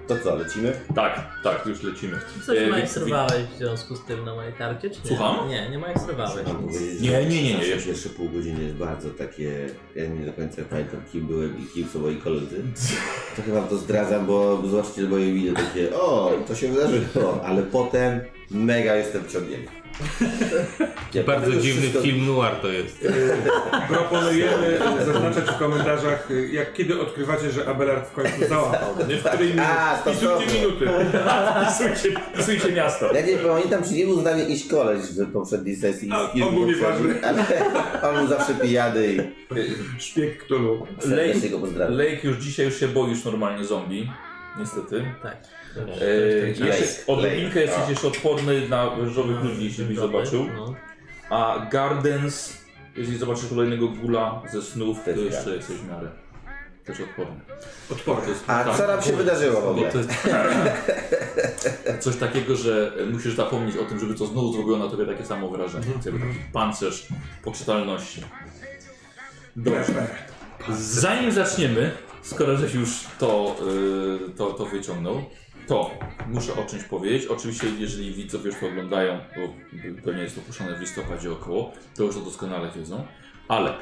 To co, lecimy? Tak, już lecimy. Coś majstrowałeś w związku z tym na mojej karcie, czy nie? Słucham? Nie majstrowałeś. Nie. Pierwsze pół godziny jest bardzo takie... Ja nie do końca pamiętam, kim byłem i kim są moi koledzy. Trochę wam to zdradzam, bo zobaczcie moje miny takie, o, to się wydarzyło, ale potem mega jestem wciągnięty. Bardzo dziwny film noir to jest. Proponujemy zaznaczać w komentarzach, kiedy odkrywacie, że Abelard w końcu załapał. Nie w której minucie. Wpisujcie minuty. Pisujcie miasto. Ja nie pamiętam, czy nie był z nami jakiś koleś w poprzedniej sesji. On był nieważny. Ale on był zawsze pijany i... Szpieg Cthulhu. Serdecznie go pozdrawiam. Lake już dzisiaj się boisz normalnie zombie. Niestety. Tak. Odrobinkę jesteś jeszcze odporny na wężowych ludzi, jeśli byś zobaczył. No. A Gardens, jeśli zobaczysz kolejnego gula ze snów, to jeszcze jesteś w miarę też odporny. Odporny. A co nam się wydarzyło w ogóle? To jest coś takiego, że musisz zapomnieć o tym, żeby to znowu zrobiło na tobie takie samo wrażenie. Jakby taki pancerz poczytalności. Dobrze. Zanim zaczniemy, skoro żeś już to wyciągnął, to muszę o czymś powiedzieć. Oczywiście, jeżeli widzowie już to oglądają, bo pewnie jest to puszczone w listopadzie około, to już to doskonale wiedzą, ale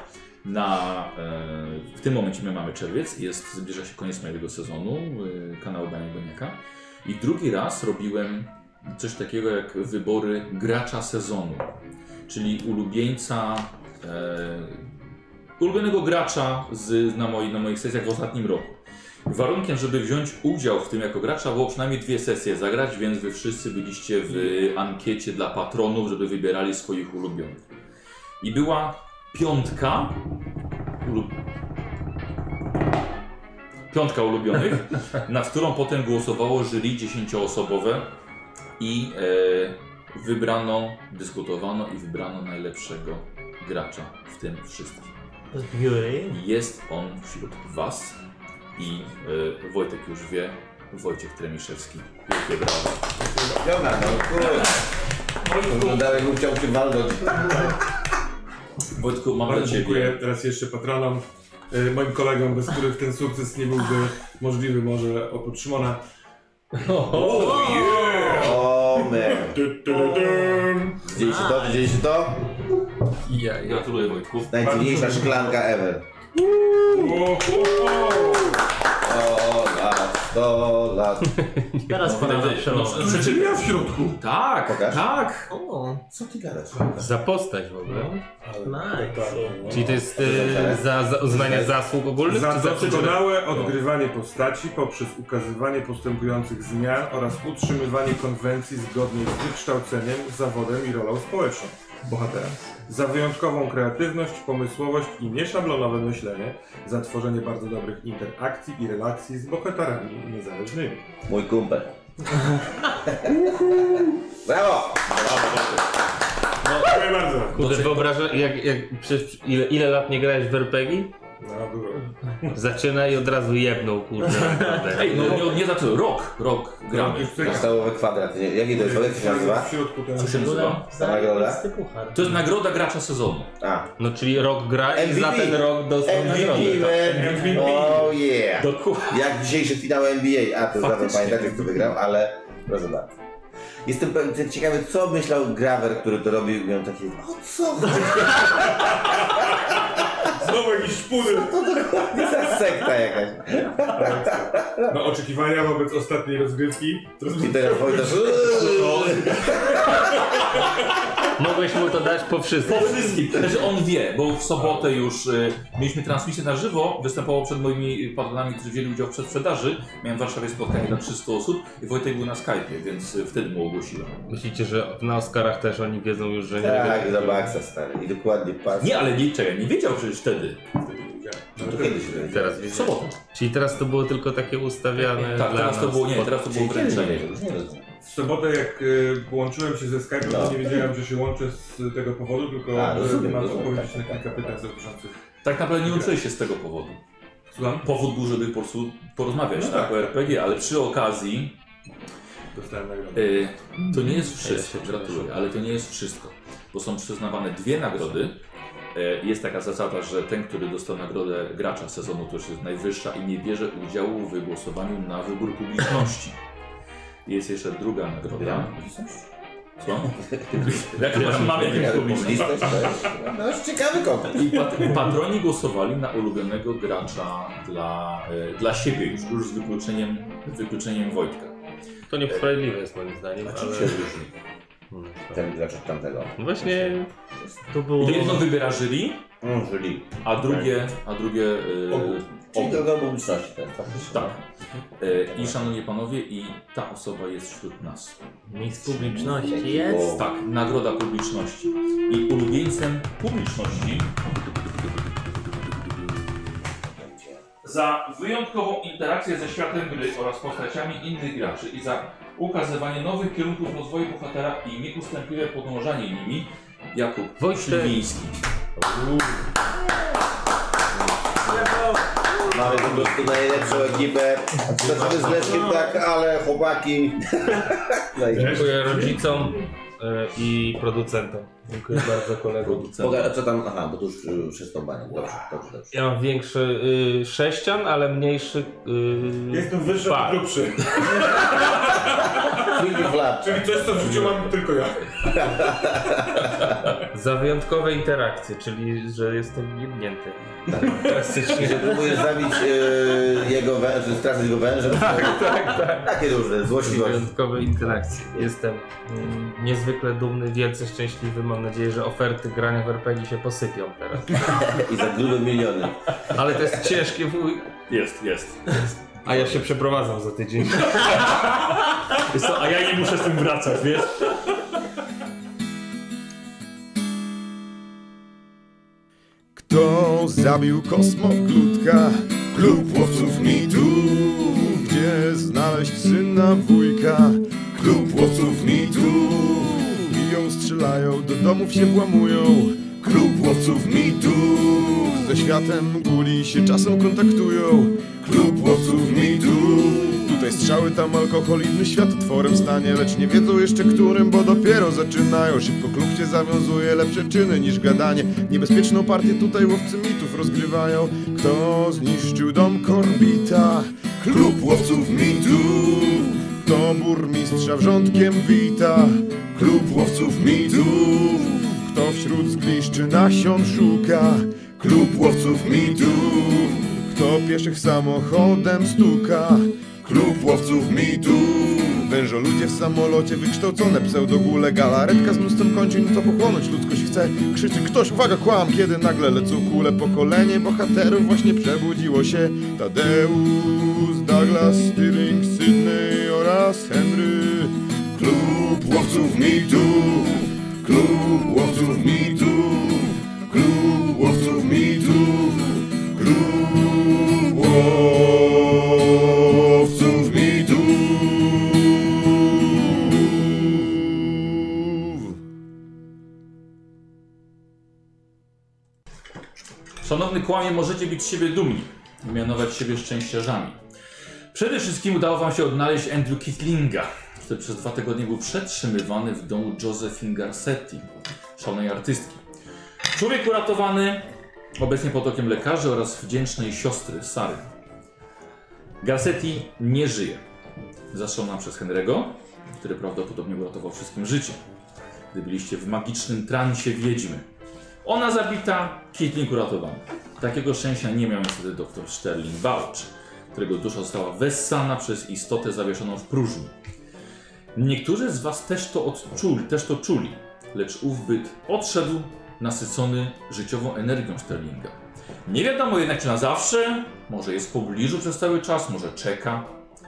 w tym momencie my mamy czerwiec, zbliża się koniec mojego sezonu kanału Baniaka i drugi raz robitych coś takiego jak wybory gracza sezonu, czyli ulubionego gracza na moich sesjach w ostatnim roku. Warunkiem, żeby wziąć udział w tym jako gracza, było przynajmniej 2 sesje zagrać, więc wy wszyscy byliście w ankiecie dla patronów, żeby wybierali swoich ulubionych. I była piątka ulubionych, nad którą potem głosowało jury 10-osobowe i dyskutowano i wybrano najlepszego gracza w tym wszystkim. Jest on wśród was i Wojtek już wie, Wojciech Tremiszewski. Wielkie brawo. Dobra, no kurde. Wyglądałem, bym chciał się walnąć. Wojtku, mam Bardzo dla ciebie. dziękuję raz jeszcze patronom, moim kolegom, bez których ten sukces nie byłby możliwy, może oprócz Szymona. O man. Widzieliście to? Gratuluję, Wojtku. Najdziwniejsza szklanka ever. 100 lat. Teraz pora na przełom. Ja w środku. Tak, Pokaż. tak. O, Co ty gadasz? Za postać w ogóle. nice. Czyli to jest za uznanie zasług ogólnych? Za czy doskonałe odgrywanie postaci poprzez ukazywanie postępujących zmian oraz utrzymywanie konwencji zgodnie z wykształceniem, zawodem i rolą społeczną bohatera. Za wyjątkową kreatywność, pomysłowość i nieszablonowe myślenie, za tworzenie bardzo dobrych interakcji i relacji z bohaterami niezależnymi. Mój kumpel. Brawo! Dziękuję bardzo. Kurde, wyobrażasz, ile lat nie grałeś w RPG? No, było. Zaczyna i od razu jebnął, kurde. Ej, no nie za to, rok gramy. Stałowy kwadrat. Jaki to jest? Jak się nazywa? W środku ten... Co się nazywa? Nagroda? Puchar. To jest nagroda gracza sezonu. A. No czyli rok gra i MVP. za ten rok dostał MVP, nagrodę. man. MVP. Oh yeah. Dokładnie. Jak dzisiejszy finał NBA. A, to już Faktycznie. pamiętacie, kto wygrał, ale proszę bardzo. Jestem ciekawy, co myślał Graver, który to robił. Miał takie, o co? Znowu jakiś szpuny. To dokładnie za sekta jakaś. No, oczekiwania wobec ostatniej rozgrywki. I teraz Wojtek... Mogłeś mu to dać po wszystkim. Po wszystkim. Znaczy on wie, bo w sobotę już mieliśmy transmisję na żywo, występował przed moimi patronami, którzy wzięli udział w przedsprzedaży. Miałem w Warszawie spotkanie dla 300 osób i Wojtek był na Skype'ie, więc wtedy mu ogłosiłem. Myślicie, że na Oscarach też oni wiedzą już, że nie Tak, do maksa stary. I dokładnie patrz. Nie, ale nie wiedział przecież wtedy. No to kiedy się dowiedział? Teraz W wiecie. sobotę. Czyli teraz to było tylko takie ustawiane Tak, dla teraz to nas. było, nie, teraz to było Kiedy się wręczenie. dowiedział? Już nie rozumiem. W sobotę jak połączyłem się ze Skype'em, to nie wiedziałem, że się łączę z tego powodu, tylko rozumiem, mam rozumiem, odpowiedzieć tak, na kilka tak, pytań tak. dotyczących... Tak naprawdę nie uczyłeś się z tego powodu. Słucham? Powód był, żeby po prostu porozmawiać No tak. o RPG, ale przy okazji Dostałem nagrodę. to nie jest wszystko, gratuluję, ale to nie jest wszystko, bo są przyznawane 2 nagrody jest taka zasada, że ten, który dostał nagrodę gracza sezonu, to już jest najwyższa i nie bierze udziału w głosowaniu na wybór publiczności. Jest jeszcze druga nagroda. Co? Mamy jakąś publiczność. No już ciekawy konkurs. I patroni głosowali na ulubionego gracza dla siebie, już z wykluczeniem Wojtka. To niesprawiedliwe jest moim zdaniem, A czym ale... się różni ten gracz od tamtego? No właśnie... Tu było... Jedno wybiera jury, Żyli. a drugie Czyli droga publiczności to jest faktycznie. tak. I szanowni panowie, i ta osoba jest wśród nas. Miejsc publiczności jest. Tak, nagroda publiczności. I ulubieńcem publiczności za wyjątkową interakcję ze światem gry oraz postaciami innych graczy i za ukazywanie nowych kierunków rozwoju bohatera i nieustępliwe podążanie nimi, Jakub Śliwiński. Mamy po prostu najlepszą ekipę. Zaczynamy z Leszkiem tak, ale chłopaki. Dziękuję rodzicom i producentom. Dziękuję bardzo kolegom. A co tam? Aha, bo to już przystał baniak. Dobrze. Ja mam większy sześcian, ale mniejszy Jestem wyższy, a bar. grubszy. Flat. Czyli coś, co w życiu mam tylko ja. Za wyjątkowe interakcje, czyli że jestem jebnięty. Klasycznie. Że próbujesz zabić jego węż, straszyć jego węża. Tak. Takie różne złośliwości. Wyjątkowe interakcje. Jestem niezwykle dumny, wielce szczęśliwy. Mam nadzieję, że oferty grania w RPG się posypią teraz. I za grube miliony. Ale to jest ciężkie, wuj. Jest. A ja się przeprowadzam za tydzień. Wiesz co, a ja nie muszę z tym wracać, wiesz? Kto zabił kosmoglutka? Klub łowców mitu. Gdzie znaleźć syna wujka? Klub łowców mitu. Biją, strzelają, do domów się włamują. Klub łowców mitu. Ze światem guli się czasem kontaktują. Klub łowców mitu. Tutaj strzały, tam alkohol, inny światotworem stanie, lecz nie wiedzą jeszcze którym, bo dopiero zaczynają. Szybko klub się zawiązuje, lepsze czyny niż gadanie. Niebezpieczną partię tutaj łowcy mitów rozgrywają. Kto zniszczył dom Korbita? Klub łowców mitów. Kto burmistrza wrzątkiem wita? Klub łowców mitów. Kto wśród zgliszczy nasion szuka? Klub łowców mitów. Kto pieszych samochodem stuka? Klub łowców mitów. Wężoludzie w samolocie, wykształcone pseudogule, galaretka z mnóstwem kończyn, to pochłonąć ludzkość chce. Krzyczy ktoś, uwaga, kłam, kiedy nagle lecą kule. Pokolenie bohaterów właśnie przebudziło się. Tadeusz, Douglas, Stirling, Sydney oraz Henry. Klub łowców mitów. Klub łowców mitów. Klub łowców mitów. Klub łowców mitów. Szanowny kłamie, możecie być z siebie dumni i mianować siebie szczęściarzami. Przede wszystkim udało wam się odnaleźć Andrew Kittlinga, który przez 2 tygodnie był przetrzymywany w domu Josephine Garcetti, szalonej artystki. Człowiek uratowany, obecnie pod okiem lekarzy oraz wdzięcznej siostry Sary. Garcetti nie żyje. Zastrzelona przez Henry'ego, który prawdopodobnie uratował wszystkim życie, gdy byliście w magicznym transie wiedźmy. Ona zabita, Kittling uratowany. Takiego szczęścia nie miał niestety dr Sterling Bouch, którego dusza została wessana przez istotę zawieszoną w próżni. Niektórzy z was też to czuli, lecz ów byt odszedł nasycony życiową energią Sterlinga. Nie wiadomo jednak, czy na zawsze, może jest w pobliżu przez cały czas, może czeka.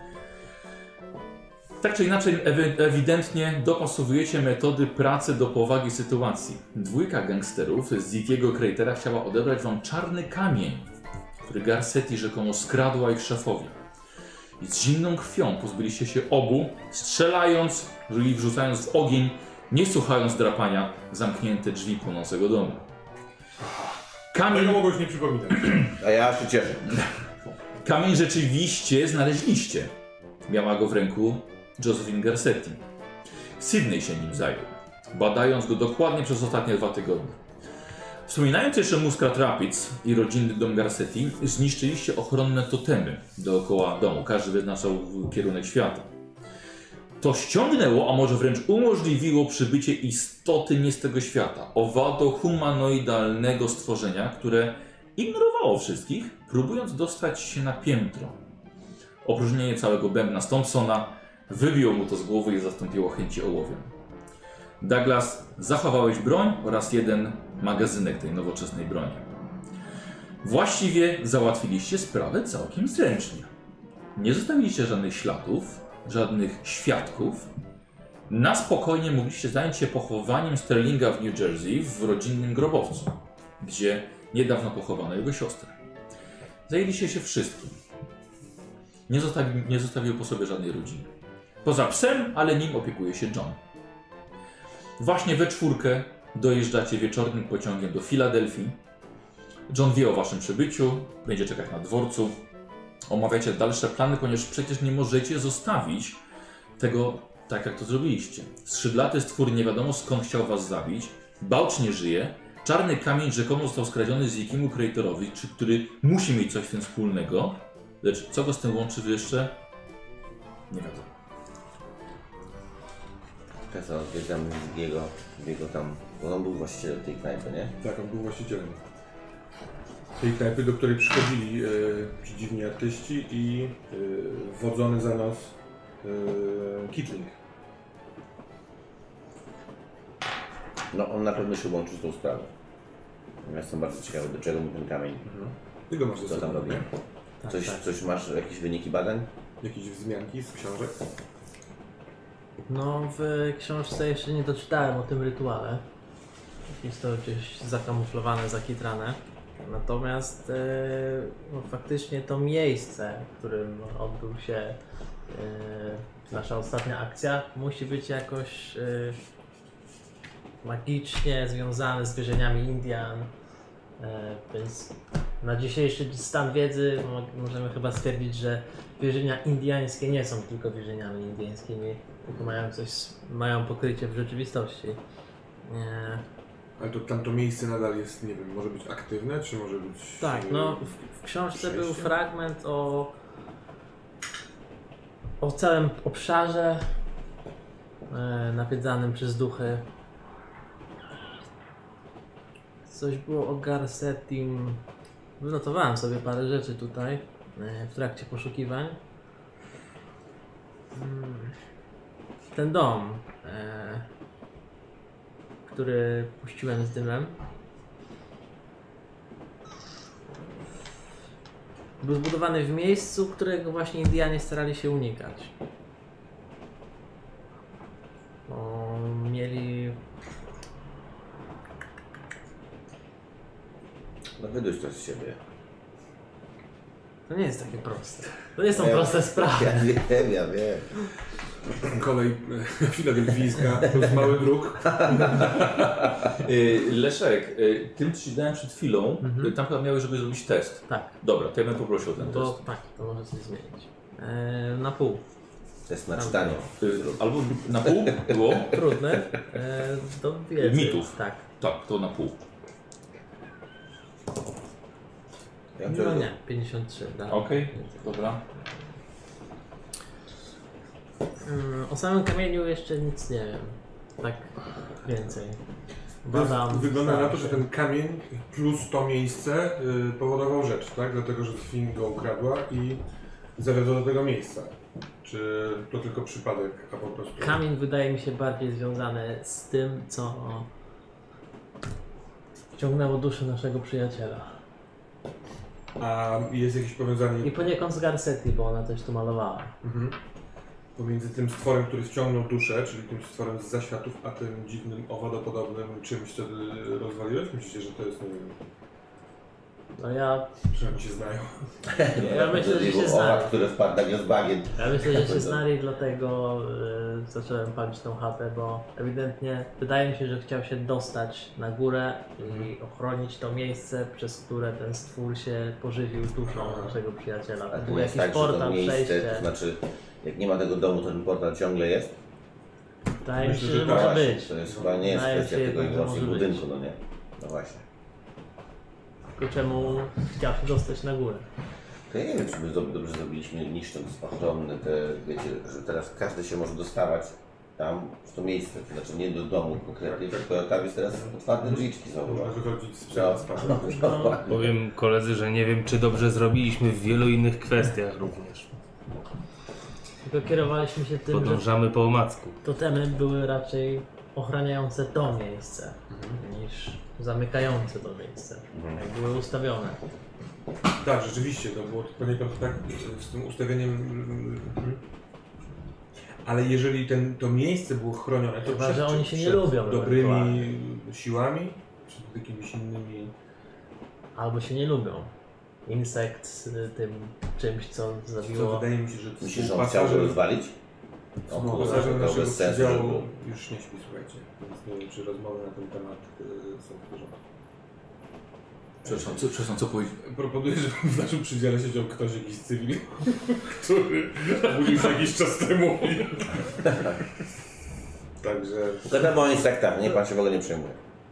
Tak czy inaczej, ewidentnie dopasowujecie metody pracy do powagi sytuacji. 2 gangsterów z Ziggiego Cratera chciała odebrać wam czarny kamień, który Garcetti rzekomo skradła ich szefowi. I z zimną krwią pozbyliście się obu, strzelając i wrzucając w ogień, nie słuchając drapania zamknięte drzwi płonącego domu. Kamień... Tego mogłeś nie przypominać. A ja się cieszę. Kamień rzeczywiście znaleźliście. Miała go w ręku Josephine Garcetti. Sydney się nim zajął, badając go dokładnie przez ostatnie 2 tygodnie. Wspominając jeszcze Muscat Rapids i rodzinny dom Garcetti, zniszczyliście ochronne totemy dookoła domu. Każdy wyznaczał kierunek świata. To ściągnęło, a może wręcz umożliwiło przybycie istoty nie z tego świata. Owado-humanoidalnego stworzenia, które ignorowało wszystkich, próbując dostać się na piętro. Opróżnienie całego bębna z Thompsona wybiło mu to z głowy i zastąpiło chęci ołowiem. Douglas, zachowałeś broń oraz jeden magazynek tej nowoczesnej broni. Właściwie załatwiliście sprawę całkiem zręcznie. Nie zostawiliście żadnych śladów, żadnych świadków. Na spokojnie mogliście zająć się pochowaniem Sterlinga w New Jersey w rodzinnym grobowcu, gdzie niedawno pochowano jego siostrę. Zajęliście się wszystkim. Nie zostawił po sobie żadnej rodziny. Poza psem, ale nim opiekuje się John. Właśnie we czwórkę dojeżdżacie wieczornym pociągiem do Filadelfii. John wie o waszym przybyciu, będzie czekać na dworcu. Omawiacie dalsze plany, ponieważ przecież nie możecie zostawić tego tak, jak to zrobiliście. Skrzydlaty stwór nie wiadomo skąd chciał was zabić. Bałcz nie żyje. Czarny kamień rzekomo został skradziony z Yikimu Creatorowi, który musi mieć coś z tym wspólnego. Lecz co go z tym łączy jeszcze? Nie wiadomo. Czasem odwiedzam jego tam, bo on był właścicielem tej knajpy, nie? Tak, on był właścicielem tej knajpy, do której przychodzili dziwni artyści i wodzony za nas Kitling. No on na pewno się łączy z tą sprawą. Ja jestem bardzo ciekawy, do czego mu ten kamień. Ty go masz ze Co tam sobą, robi? nie? Coś masz, jakieś wyniki badań? Jakieś wzmianki z książek? No, w książce jeszcze nie doczytałem o tym rytuale. Jest to gdzieś zakamuflowane, zakitrane. Natomiast no, faktycznie to miejsce, w którym odbył się nasza ostatnia akcja, musi być jakoś magicznie związane z wierzeniami Indian. Więc na dzisiejszy stan wiedzy możemy chyba stwierdzić, że wierzenia indiańskie nie są tylko wierzeniami indiańskimi, tylko mają pokrycie w rzeczywistości. Ale to tamto miejsce nadal jest, nie wiem, może być aktywne, czy może być... Tak, no w książce był fragment o całym obszarze nawiedzanym przez duchy. Coś było o Garcettim. Wynotowałem sobie parę rzeczy tutaj w trakcie poszukiwań. Ten dom, który puściłem z dymem, był zbudowany w miejscu, którego właśnie Indianie starali się unikać. Bo mieli... No wyduś to z siebie. To nie jest takie proste. To nie są proste sprawy. Ja wiem. Kolej filadelfijska, plus mały druk. Leszek, tym co ci dałem przed chwilą, tam chyba miałeś, żeby zrobić test. Tak. Dobra, to ja bym poprosił o ten To test. tak, to może coś zmienić. Na pół. Test na czytanie. Albo na pół było? Trudne. Do wiedzy. Mitów. Tak. Tak, to na pół. Ja No nie, 53. Da. Okej, dobra. O samym kamieniu jeszcze nic nie wiem. Tak więcej. Badam. Wygląda na to, że ten kamień plus to miejsce powodował rzecz, tak? Dlatego, że Finn go ukradła i zawiodła do tego miejsca. Czy to tylko przypadek, a po prostu... Kamień wydaje mi się bardziej związany z tym, co wciągnęło duszę naszego przyjaciela. A jest jakieś powiązanie I poniekąd z Garcetti, bo ona też tu malowała. pomiędzy tym stworem, który wciągnął duszę, czyli tym stworem z zaświatów, a tym dziwnym, owadopodobnym czymś, co ty rozwaliłeś? Myślicie, że to jest, nie wiem, No ja że oni się znają? Ja myślę, że się Owad, znali. który wpadł na gniazd Ja myślę, że się znali, dlatego zacząłem palić tą chatę, bo ewidentnie wydaje mi się, że chciał się dostać na górę i ochronić to miejsce, przez które ten stwór się pożywił duszą naszego przyjaciela. A To to był jest jakiś tak, że to portal, miejsce, przejście. to znaczy jak nie ma tego domu, to ten portal ciągle jest? Wydaje mi się, Myślę, że że może właśnie, być. To jest chyba nie jest Wydaje kwestia się tego i jednak, że wyłącznie może być. budynku, no nie? No właśnie. Tylko czemu chciał się dostać na górę? To ja nie wiem, czy my dobrze zrobiliśmy, niszcząc ochronne te, wiecie, że teraz każdy się może dostawać tam, w to miejsce, to znaczy nie do domu konkretnie, tylko tam jest teraz otwarte drzwiczki znowu. Można wychodzić z No, sprzętu. Powiem koledzy, że nie wiem, czy dobrze zrobiliśmy w wielu innych kwestiach również. Tylko kierowaliśmy się tym, że Podążamy po omacku. totemy były raczej ochraniające to miejsce, niż zamykające to miejsce, jak były ustawione. Tak, rzeczywiście, to było poniekąd tak z tym ustawieniem. Ale jeżeli to miejsce było chronione, to Chyba, że oni się nie przed lubią dobrymi ewentualnie. siłami, czy jakimiś innymi. Albo się nie lubią. Insekt z tym czymś, co Co zabiło. wydaje mi się, że Myślisz, że on chciał go rozwalić? O kurwa, pasażer to naszego bez sensu, przedziału żeby było. już nie śpi, słuchajcie. Więc nie wiem, czy rozmowy na ten temat są w porządku. Przepraszam, co powiedzieć? Proponuję, żeby w naszym przydziale siedział ktoś, jakiś cywil, który obudził się jakiś czas temu. Także... Gadamy o insektach, nie? Pan się w ogóle nie przejmuje.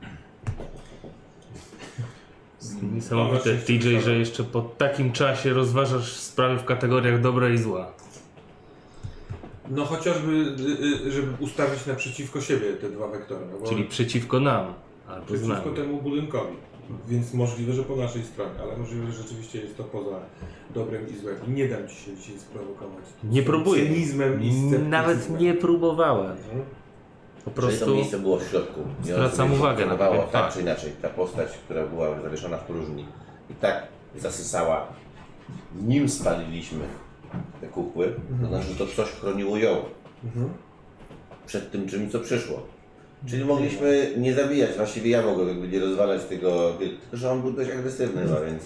Niesamowite, TJ, że jeszcze po takim czasie rozważasz sprawy w kategoriach dobra i zła. No chociażby, żeby ustawić naprzeciwko siebie te dwa wektory. No bo Czyli przeciwko nam, albo z przeciwko nami. temu budynkowi. Więc możliwe, że po naszej stronie, ale możliwe, że rzeczywiście jest to poza dobrem i złem. I nie dam ci się dzisiaj sprowokować. Nie próbuję. Cynizmem i sceptycyzmem. Nawet nie próbowałem. Mhm. Po Czyli to prostu miejsce było w środku. I ono zwracam sobie uwagę na funkcjonowało pewien tak fakt. czy inaczej. Ta postać, która była zawieszona w próżni i tak zasysała, nim spaliliśmy te kukły, to znaczy, że to coś chroniło ją przed tym czymś, co przyszło. Czyli mogliśmy nie zabijać, właściwie ja mogłem jakby nie rozwalać tego, tylko że on był dość agresywny, no więc...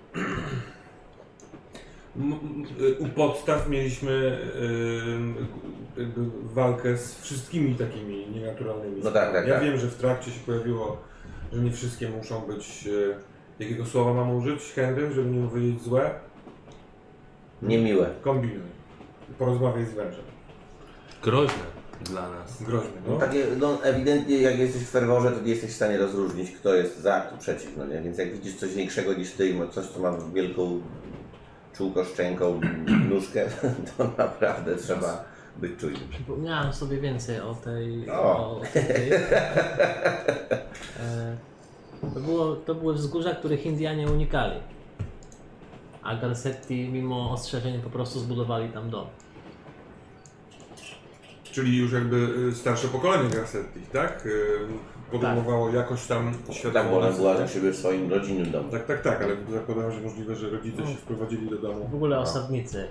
U podstaw mieliśmy jakby walkę z wszystkimi takimi nienaturalnymi. No tak, tak, Ja tak. wiem, że w trakcie się pojawiło, że nie wszystkie muszą być... Jakiego słowa mam użyć, Henry, żeby nie powiedzieć złe? Niemiłe. Kombinuj. Porozmawiaj z wężem. groźne dla nas. Groźny, no. Takie, no ewidentnie jak jesteś w ferworze, to nie jesteś w stanie rozróżnić, kto jest za, kto przeciw, no nie? Więc jak widzisz coś większego niż ty i coś, co ma wielką czółko, szczęką, nóżkę, to naprawdę trzeba być czujnym. Przypomniałem sobie więcej o tej. O. O tej to były wzgórza, których Indianie unikali. A Garcetti mimo ostrzeżeń po prostu zbudowali tam dom. Czyli już jakby starsze pokolenie Garcetti, tak? Podejmowało jakoś tam Tak, bo ona była świadomość. dla siebie w swoim rodzinnym domu. Tak, ale zakładałem, że możliwe, że rodzice się wprowadzili do domu. W ogóle osadnicy.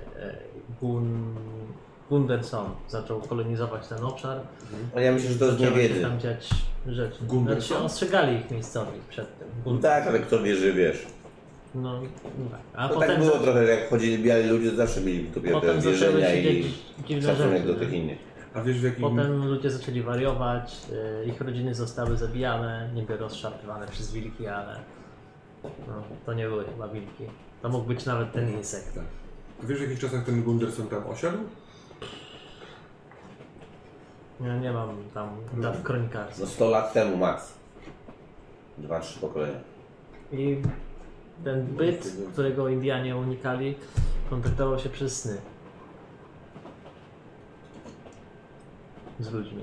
Gunderson zaczął kolonizować ten obszar. No ja myślę, że to jest Zaczęły się niewiedzy. tam dziać rzeczy. Gunderson? Znaczy, ostrzegali ich miejscowi przed tym. No tak, ale kto wierzy, wiesz. No, tak. A To potem, tak było trochę, że jak chodzili biali ludzie, zawsze mieli w dupie te potem zaczęły wierzenia się i dziać dziwne szacunek rzeczy. do nie? tych innych. A wiesz w jakim... Potem ludzie zaczęli wariować, ich rodziny zostały zabijane, niby rozszarpywane przez wilki, ale no, to nie były chyba wilki. To mógł być nawet ten insekt. Wiesz w jakich czasach ten Gunderson tam osiadł? Ja nie mam tam dat kronikarskich. No 100 lat temu max. 2-3 pokolenia. I ten byt, którego Indianie unikali, kontaktował się przez sny z ludźmi.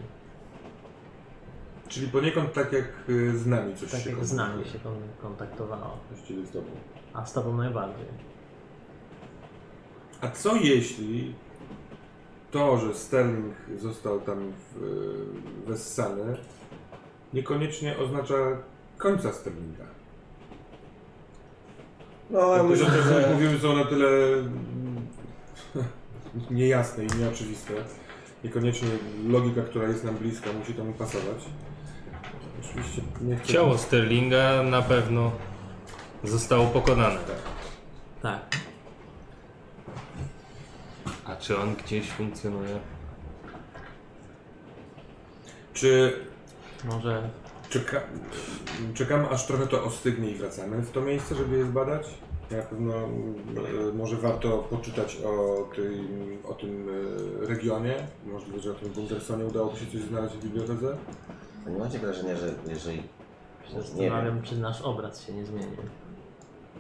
Czyli poniekąd tak jak z nami coś Tak się jak z nami się kontaktowało, właściwie z tobą. a z tobą najbardziej. A co jeśli to, że Sterling został tam wessany, niekoniecznie oznacza końca Sterlinga? No, ja Te myślę, rzeczy, o których że... mówimy, są na tyle niejasne i nieoczywiste. Niekoniecznie logika, która jest nam bliska, musi tam pasować. Oczywiście nie chcę... Ciało Sterlinga na pewno zostało pokonane. Tak. A czy on gdzieś funkcjonuje? Czy Może czekamy, aż trochę to ostygnie i wracamy w to miejsce, żeby je zbadać? Na pewno może warto poczytać o tym regionie. Możliwe, że o tym Gundersonie udałoby się coś znaleźć w bibliotece. Nie macie wrażenia, że jeżeli... się Nie wiem. zastanawiam, czy nasz obraz się nie zmienił.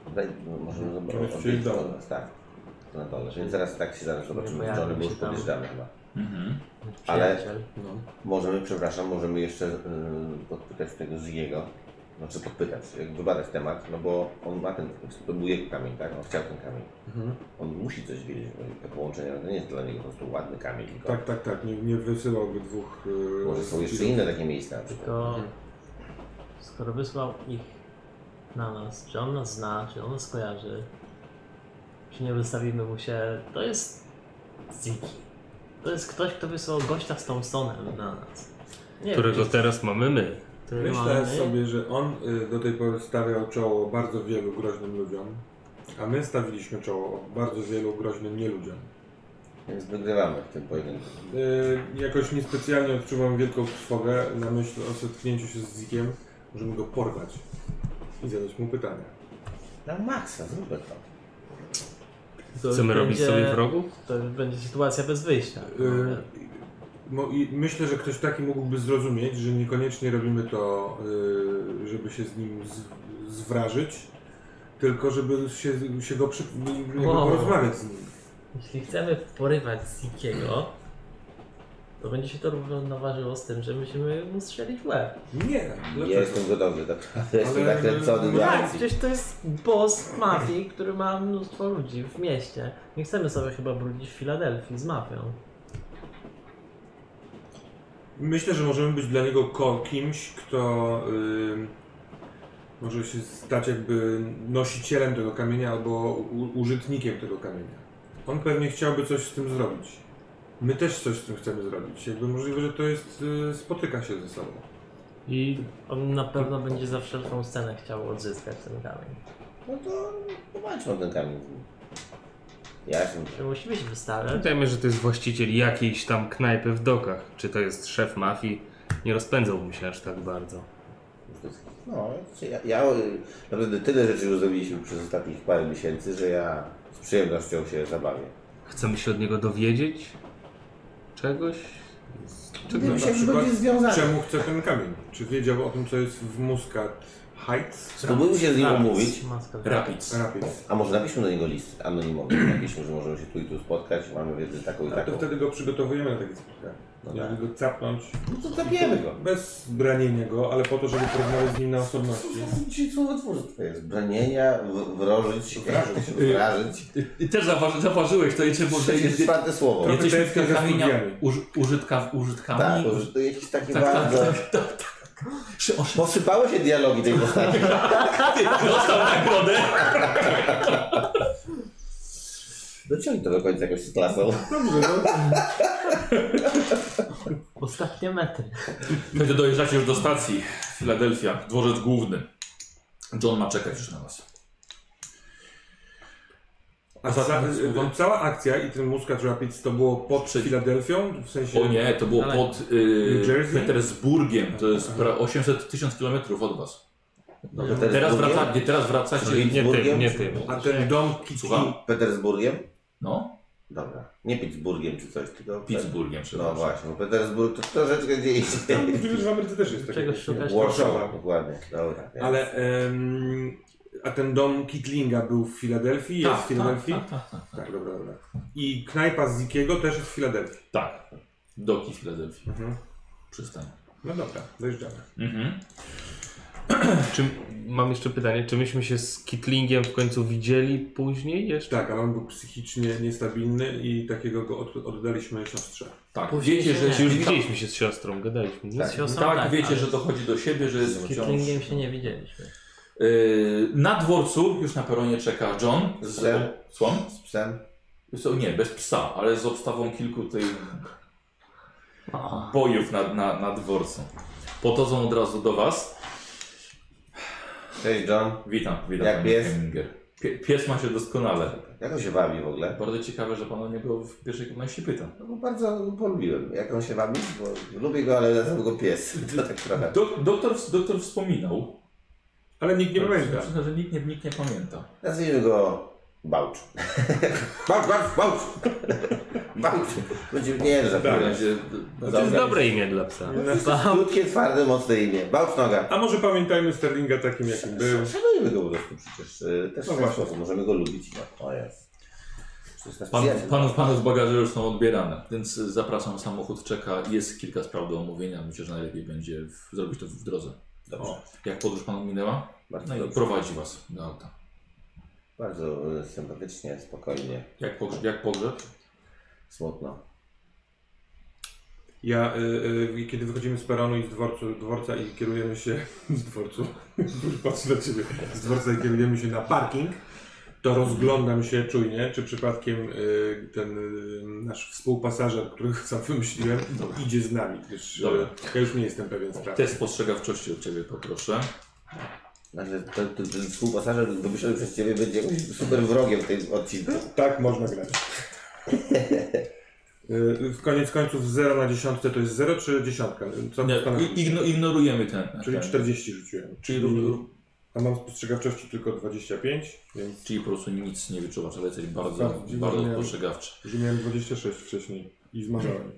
Możemy Możemy zobaczyć przyjść do do nas, tak. Na dole. Więc zaraz zobaczymy pojawił Johnny, bo się już tam. podjeżdżamy chyba. Ale- Przyjaciel. Możemy jeszcze podpytać tego Ziego. Znaczy podpytać, wybadać temat, no bo on ma to był jego kamień, tak? On chciał ten kamień. On musi coś wiedzieć, bo to połączenie to nie jest dla niego po prostu ładny kamień. Tylko Tak. Nie wysyłałby dwóch... może są jeszcze inne takie miejsca na przykład. Tylko skoro wysłał ich na nas, czy on nas zna, czy on nas kojarzy, czy nie wystawimy mu się, to jest Ziki. To jest ktoś, kto wysłał gościa z tą stonem na nas. Nie Którego wiem, teraz mamy my. który Myślę mamy. sobie, że on do tej pory stawiał czoło bardzo wielu groźnym ludziom, a my stawiliśmy czoło bardzo wielu groźnym nieludziom. Więc wygrywamy w tym pojedynku. Jakoś niespecjalnie odczuwam wielką trwogę na myśl o zetknięciu się z Zikiem. Możemy go porwać i zadać mu pytania. Na maksa, zróbmy to. To Chcemy robić będzie- sobie wrogów? To będzie sytuacja bez wyjścia. I myślę, że ktoś taki mógłby zrozumieć, że niekoniecznie robimy to, żeby się z nim zwrażyć, tylko żeby się go jakby Wow. porozmawiać z nim. Jeśli chcemy porywać Zikiego, to będzie się to równoważyło z tym, że musimy mu strzelić w łeb. Nie, Ja dlaczego? jestem gotowy, naprawdę. Jestem Ale- nakręcony do Tak, akcji. przecież to jest boss mafii, który ma mnóstwo ludzi w mieście. Nie chcemy sobie chyba brudzić Filadelfii z mafią. Myślę, że możemy być dla niego kimś, kto może się stać jakby nosicielem tego kamienia albo użytnikiem tego kamienia. On pewnie chciałby coś z tym zrobić. My też coś z tym chcemy zrobić. Jakby możliwe, że to jest, spotyka się ze sobą. I On na pewno będzie za wszelką cenę chciał odzyskać ten kamień. No to popatrzmy na ten kamień. Ja jestem... Czy musi być wystawiać? pamiętajmy, że to jest właściciel jakiejś tam knajpy w dokach. Czy to jest szef mafii? Nie rozpędzałbym się aż tak bardzo. No, ja naprawdę tyle rzeczy już zrobiliśmy przez ostatnich parę miesięcy, że ja z przyjemnością się zabawię. Chcemy się od niego dowiedzieć czegoś? Czego na się przykład będzie związane? Czemu chce ten kamień? Czy wiedział o tym, co jest w Muscat Heights? Spróbujmy się z nim umówić. Maska Rapids. Rapids. A może napiszmy do niego list anonimowy, napiszmy, że możemy się tu i tu spotkać, mamy wiedzę taką i Ale to taką. wtedy go przygotowujemy na takie spotkanie. No Jeżeli tak. go capnąć, No to zabijemy go. bez branienia go, ale po to, żeby porozmawiać z nim na osobności. Dzisiaj słowotwórstwo jest. Branienia, wrożyć, wrażyć. I też zauważyłeś to, czy może jest... Czwarte słowo. Trochę Jesteśmy tęsknię w za kamienia studiami. użytkami. Tak, to jakiś taki Tak, bardzo... tak. Posypały się dialogi tej postaci. Dostał nagrodę. Dociągnij to do końca jakoś z klasą. Dobrze, no. Ostatnie metry. Kiedy dojeżdżacie już do stacji Filadelfia, dworzec główny. John ma czekać już na was. A cała akcja i ten Muscat Rapids to było pod Filadelfią? W sensie... O nie, to było Ale- pod New Jersey? Petersburgiem. To jest 800 000 km od was. Petersburgiem? Teraz wracacie. Nie tym. A ten dom Słucham? Petersburgiem? No, Dobra. Nie Pittsburgiem czy coś, tylko... Pittsburgiem, No przepraszam. właśnie, bo Petersburg to troszeczkę gdzie indziej. Możliwe, że w Ameryce też jest taki. Czegoś szukać. Warszawa, dokładnie. Dobra. Ale a ten dom Kitlinga był w Filadelfii? Jest w Filadelfii? Tak. Tak, dobra. I knajpa z Zikiego też jest w Filadelfii. Tak. Doki Filadelfii. Przystań. No dobra, dojeżdżamy. Mam jeszcze pytanie, czy myśmy się z Kitlingiem w końcu widzieli później jeszcze? Tak, ale on był psychicznie niestabilny i takiego go oddaliśmy siostrze. Tak, Później wiecie, się że nie. Czy już widzieliśmy się z siostrą, gadaliśmy, nie? Tak. Z siostrą tak, wiecie, ale że dochodzi do siebie, że jest z wciąż... Kitlingiem się nie widzieliśmy. Na dworcu już na peronie czeka John z Psem? Słucham? Z psem? Nie, bez psa, ale z obstawą kilku tych bojów na dworcu. Podchodzą od razu do was. Cześć John. Witam Jak panie pies? Heminger. Pies ma się doskonale. Jak on się wabi w ogóle? Bardzo ciekawe, że pan o niego w pierwszej kolejności pyta. No bo bardzo polubiłem. Jak on się wabi? Bo lubię go, ale nazywam go pies. To tak trochę. Doktor wspominał. Ale nikt nie pamięta. Myślę, że nikt nie pamięta. Nazwijmy go Bałcz. Bałcz. Bałcz. Będzie nie W takim razie To jest dobre imię dla psa. Krótkie, twarde, mocne imię. Bałcz noga. A może pamiętajmy Sterlinga takim, jakim był. Szanujemy go po prostu przecież. Też No w ten właśnie. sposób. Możemy go lubić. No, o jest. To jest nasz przyjaciel. Panów bagaże już są odbierane, więc zapraszam, samochód czeka. Jest kilka spraw do omówienia. Myślę, że najlepiej będzie zrobić to w drodze. Dobrze. Jak podróż panu minęła? Bardzo No i dobrze. prowadzi was do auta. Bardzo sympatycznie, spokojnie, Jak pogrzeb? smutno. Ja, kiedy wychodzimy z peronu i z dworca i kierujemy się z dworcu, patrzę na ciebie, z dworca i kierujemy się na parking, to rozglądam się czujnie, czy przypadkiem ten nasz współpasażer, którego sam wymyśliłem, idzie z nami, gdyż ja już nie jestem pewien sprawy. Test spostrzegawczości od ciebie poproszę. Znaczy, ten współpasażer wymyślony przez Ciebie będzie jakimś super wrogiem w tym odcinku. Tak można grać. W koniec końców 0 na 10 to jest 0 czy 10? Co Nie, ignorujemy ten. Czyli 40 rzuciłem. A mam spostrzegawczości tylko 25, więc... Czyli po prostu nic nie wyczuwasz, ale jesteś bardzo miałem- spostrzegawczy. Że miałem 26 wcześniej i zmarzałem.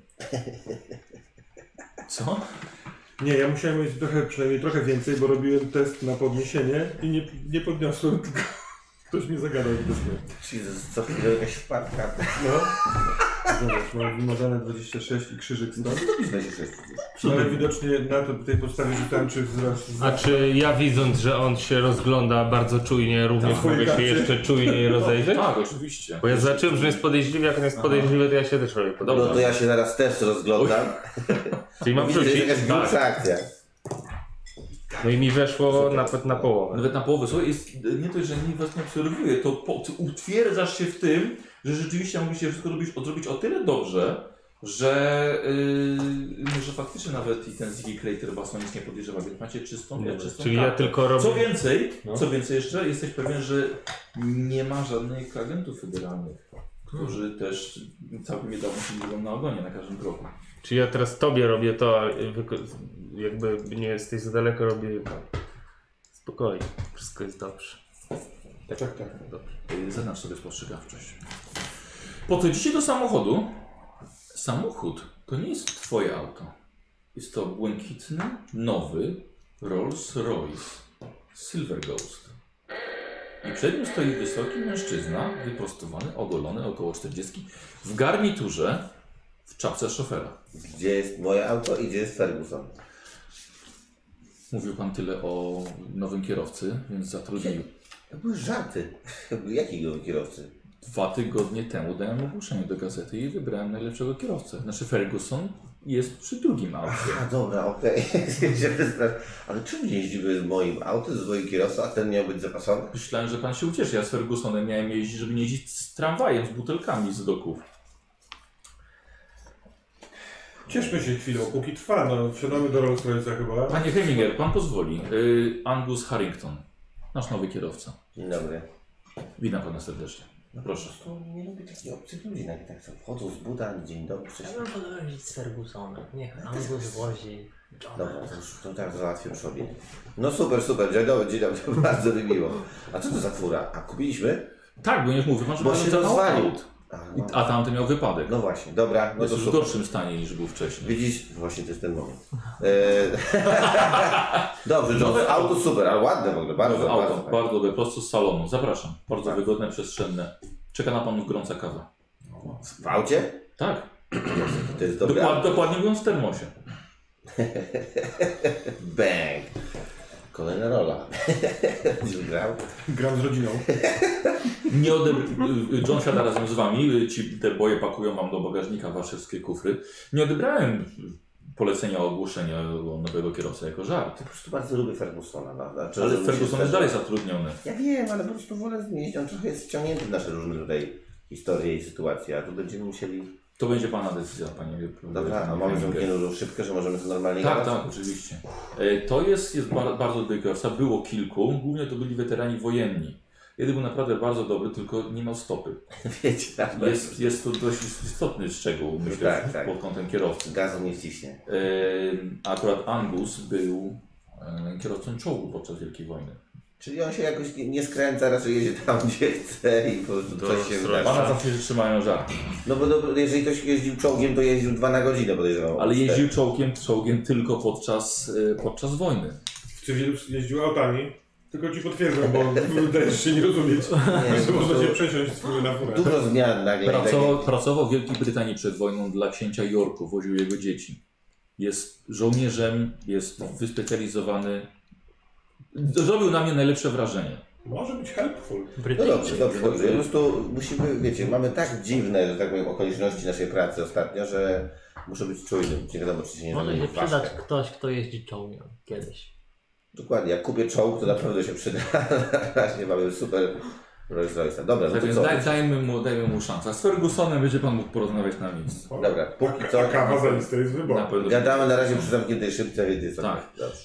Co? Nie, ja musiałem mieć przynajmniej trochę więcej, bo robiłem test na podniesienie i nie podniosłem, tylko ktoś mnie zagadał widocznie. Czyli co chwilę jakaś wpadka. No. Zobacz, mam wymazane 26 i krzyżyk stąd. Robisz 26. Ale widocznie na tej podstawie rzucałem, czy wzrost... A czy ja widząc, że on się rozgląda bardzo czujnie, również Tam mogę się twoje jeszcze czujniej rozejrzeć? Tak, oczywiście. Bo ja zobaczyłem, że jest podejrzliwy, jak on jest podejrzliwy, to ja się też robię No podobnie. to ja się zaraz też rozglądam. Czyli mam Widzę, że wrzucić. jest jakaś grubsza akcja. No i mi weszło nawet na połowę. Nawet na połowę. Słuchaj, jest, nie dość, że nikt was nie obserwuje, to utwierdzasz się w tym, że rzeczywiście mogliście wszystko odrobić o tyle dobrze, że faktycznie nawet i ten Ziggy Crater was o nic nie podejrzewa, więc macie czystą Czyli ja kartę. tylko robię... Co więcej jeszcze, jesteś pewien, że nie ma żadnych agentów federalnych, którzy też całkiem niedawno siedzieli na ogonie na każdym kroku. Czyli ja teraz tobie robię to, a jakby nie jesteś za daleko, robię spokojnie. Wszystko jest dobrze. Tak. Dobrze. Zaznacz sobie spostrzegawczość. Podchodzicie do samochodu. Samochód to nie jest twoje auto. Jest to błękitny, nowy Rolls-Royce Silver Ghost. I przed nim stoi wysoki mężczyzna, wyprostowany, ogolony, około 40, w garniturze, w czapce szofera. Gdzie jest moje auto i gdzie jest Ferguson? Mówił pan tyle o nowym kierowcy, więc zatrudnił. To były żarty. Jakiego kierowcy? 2 tygodnie temu dałem ogłoszenie do gazety i wybrałem najlepszego kierowcę. Znaczy Ferguson jest przy drugim aucie. A dobra, okej. Ale czym jeździły moim autem z moim kierowcą, a ten miał być zapasowy? Myślałem, że pan się ucieszy. Ja z Fergusonem miałem jeździć, żeby nie jeździć z tramwajem, z butelkami z doków. Cieszmy się chwilą, póki trwa, no wsiadamy do Rolls Royce'a chyba. Panie Heminger, pan pozwoli. Angus Harrington, nasz nowy kierowca. Dzień dobry. Witam pana serdecznie. Proszę. To nie lubię takich obcych ludzi, tak co wchodzą z buta, dzień dobry, cześć. Ja bym podobał jeździć z Fergusonem. Niech Angus wozi Dobra, Johna. to tak załatwię sobie. No super, dzień dobry, bardzo mi miło. A co to za fura? A kupiliśmy? Tak, bo niech mówię pan, że Bo pan się ten rozwalił. aut. A, no. A tamten miał wypadek. No właśnie, dobra, no Jest to już w super. gorszym stanie niż był wcześniej. Widzisz? Właśnie to jest ten moment. Dobrze, nowe auto super, ale ładne w ogóle, bardzo, Nowe auto, bardzo. bardzo dobre, prosto z salonu. Zapraszam. Bardzo Tak. wygodne, przestrzenne. Czeka na panów gorąca kawa. W aucie? Tak, To jest dobre auto. dokładnie mówiąc w termosie. Bang! Kolejna rola. Już grał? Gram z rodziną. John siada razem z wami, te boje pakują wam do bagażnika wasze wszystkie kufry. Nie odebrałem polecenia o ogłoszeniu nowego kierowcy jako żart. Po prostu bardzo lubię Fergusona. No. Znaczy, Ale że mi się Ferguson jest zdarza- dalej zatrudniony. Ja wiem, ale po prostu wolę zmienić. On trochę jest wciągnięty w nasze różne tutaj historie i sytuacje, a tu będziemy musieli... To będzie pana decyzja, panie. Dobra, a mamy zamkniętą szybkę, że możemy to normalnie Tak, gadać? tak, oczywiście. To jest bardzo dobry kierowca. Było kilku, głównie to byli weterani wojenni. Jeden był naprawdę bardzo dobry, tylko nie miał stopy. Wiecie, tak. Jest to dość istotny szczegół, myślę, Tak, tak. pod kątem kierowcy. Gazu nie wciśnie. Akurat Angus był kierowcą czołgu podczas Wielkiej Wojny. Czyli on się jakoś nie skręca, raczej jedzie tam, gdzie chce i po prostu coś się wydarzy. Pana zawsze się trzymają żarty. No bo jeżeli ktoś jeździł czołgiem, to jeździł 2 na godzinę, podejrzewam. Ale jeździł czołgiem tylko podczas wojny. W cywilu jeździł autami. Tylko ci potwierdzam, bo dajesz się nie rozumieć. Nie, można się przesiąść z fury na furę. Dużo zmian nagle. Pracował w Wielkiej Brytanii przed wojną dla księcia Yorku, woził jego dzieci. Jest żołnierzem, jest wyspecjalizowany. Zrobił na mnie najlepsze wrażenie. Może być helpful. No dobrze. Po prostu musimy, wiecie, mamy tak dziwne, że tak powiem, okoliczności naszej pracy ostatnio, że muszę być czujnym. Nie wiadomo, czy się nie Może zamieni się w paszkę. przydać ktoś, kto jeździ czołgiem kiedyś. Dokładnie, jak kupię czołg, to na pewno się przyda. Właśnie mamy super Rolls Royce'a. Dobra, no Tak to więc co? dajmy mu szansę. A z Fergusonem będzie pan mógł porozmawiać na miejscu. Dobra, póki co... A kawa za listę jest Na wyborem. pewno. Gadamy na razie przy zamkniętej szybce, więc jest Tak. dobrze.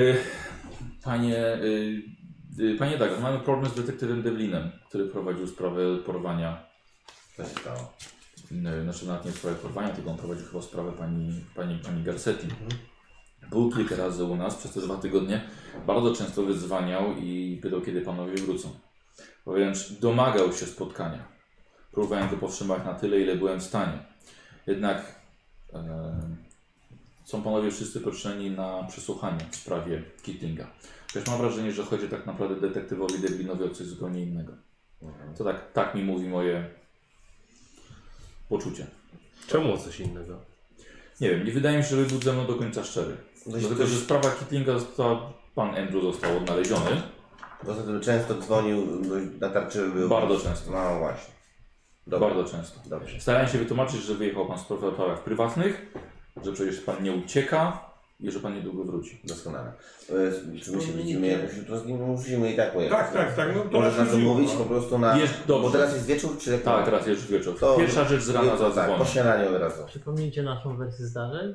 Panie Douglas, mamy problem z detektywem Devlinem, który prowadził sprawę porwania. Co się stało? Znaczy nawet nie sprawę porwania, tylko on prowadził chyba sprawę pani Garcetti. Był kilka razy u nas przez te 2 tygodnie. Bardzo często wyzwaniał i pytał, kiedy panowie wrócą. Wręcz domagał się spotkania. Próbowałem go powstrzymać na tyle, ile byłem w stanie. Jednak są panowie wszyscy proszeni na przesłuchanie w sprawie Kittlinga. Też mam wrażenie, że chodzi tak naprawdę detektywowi Devlinowi o coś zupełnie innego. To tak mi mówi moje poczucie. Czemu coś innego? Nie wiem, nie wydaje mi się, żeby był ze mną do końca szczery. Dlatego, że sprawa Kittlinga pan Andrew został odnaleziony. Poza tym często dzwonił, natarczywy był. Bardzo często. No właśnie. Dobra. Bardzo często. Dobrze. Starałem się wytłumaczyć, że wyjechał pan w sprawach prywatnych, że przecież pan nie ucieka i że pan niedługo wróci. Doskonale. Czy my się widzimy jakoś jutro z nim? Musimy i tak pojechać. Tak. No, to Możesz na to mówić po prostu na... Dobrze. Bo teraz jest wieczór, czy jak? Tak, teraz jest wieczór. To Pierwsza rzecz z rana jutro, tak, zadzwoni. po śniadaniu od razu. Przypomnijcie naszą wersję zdarzeń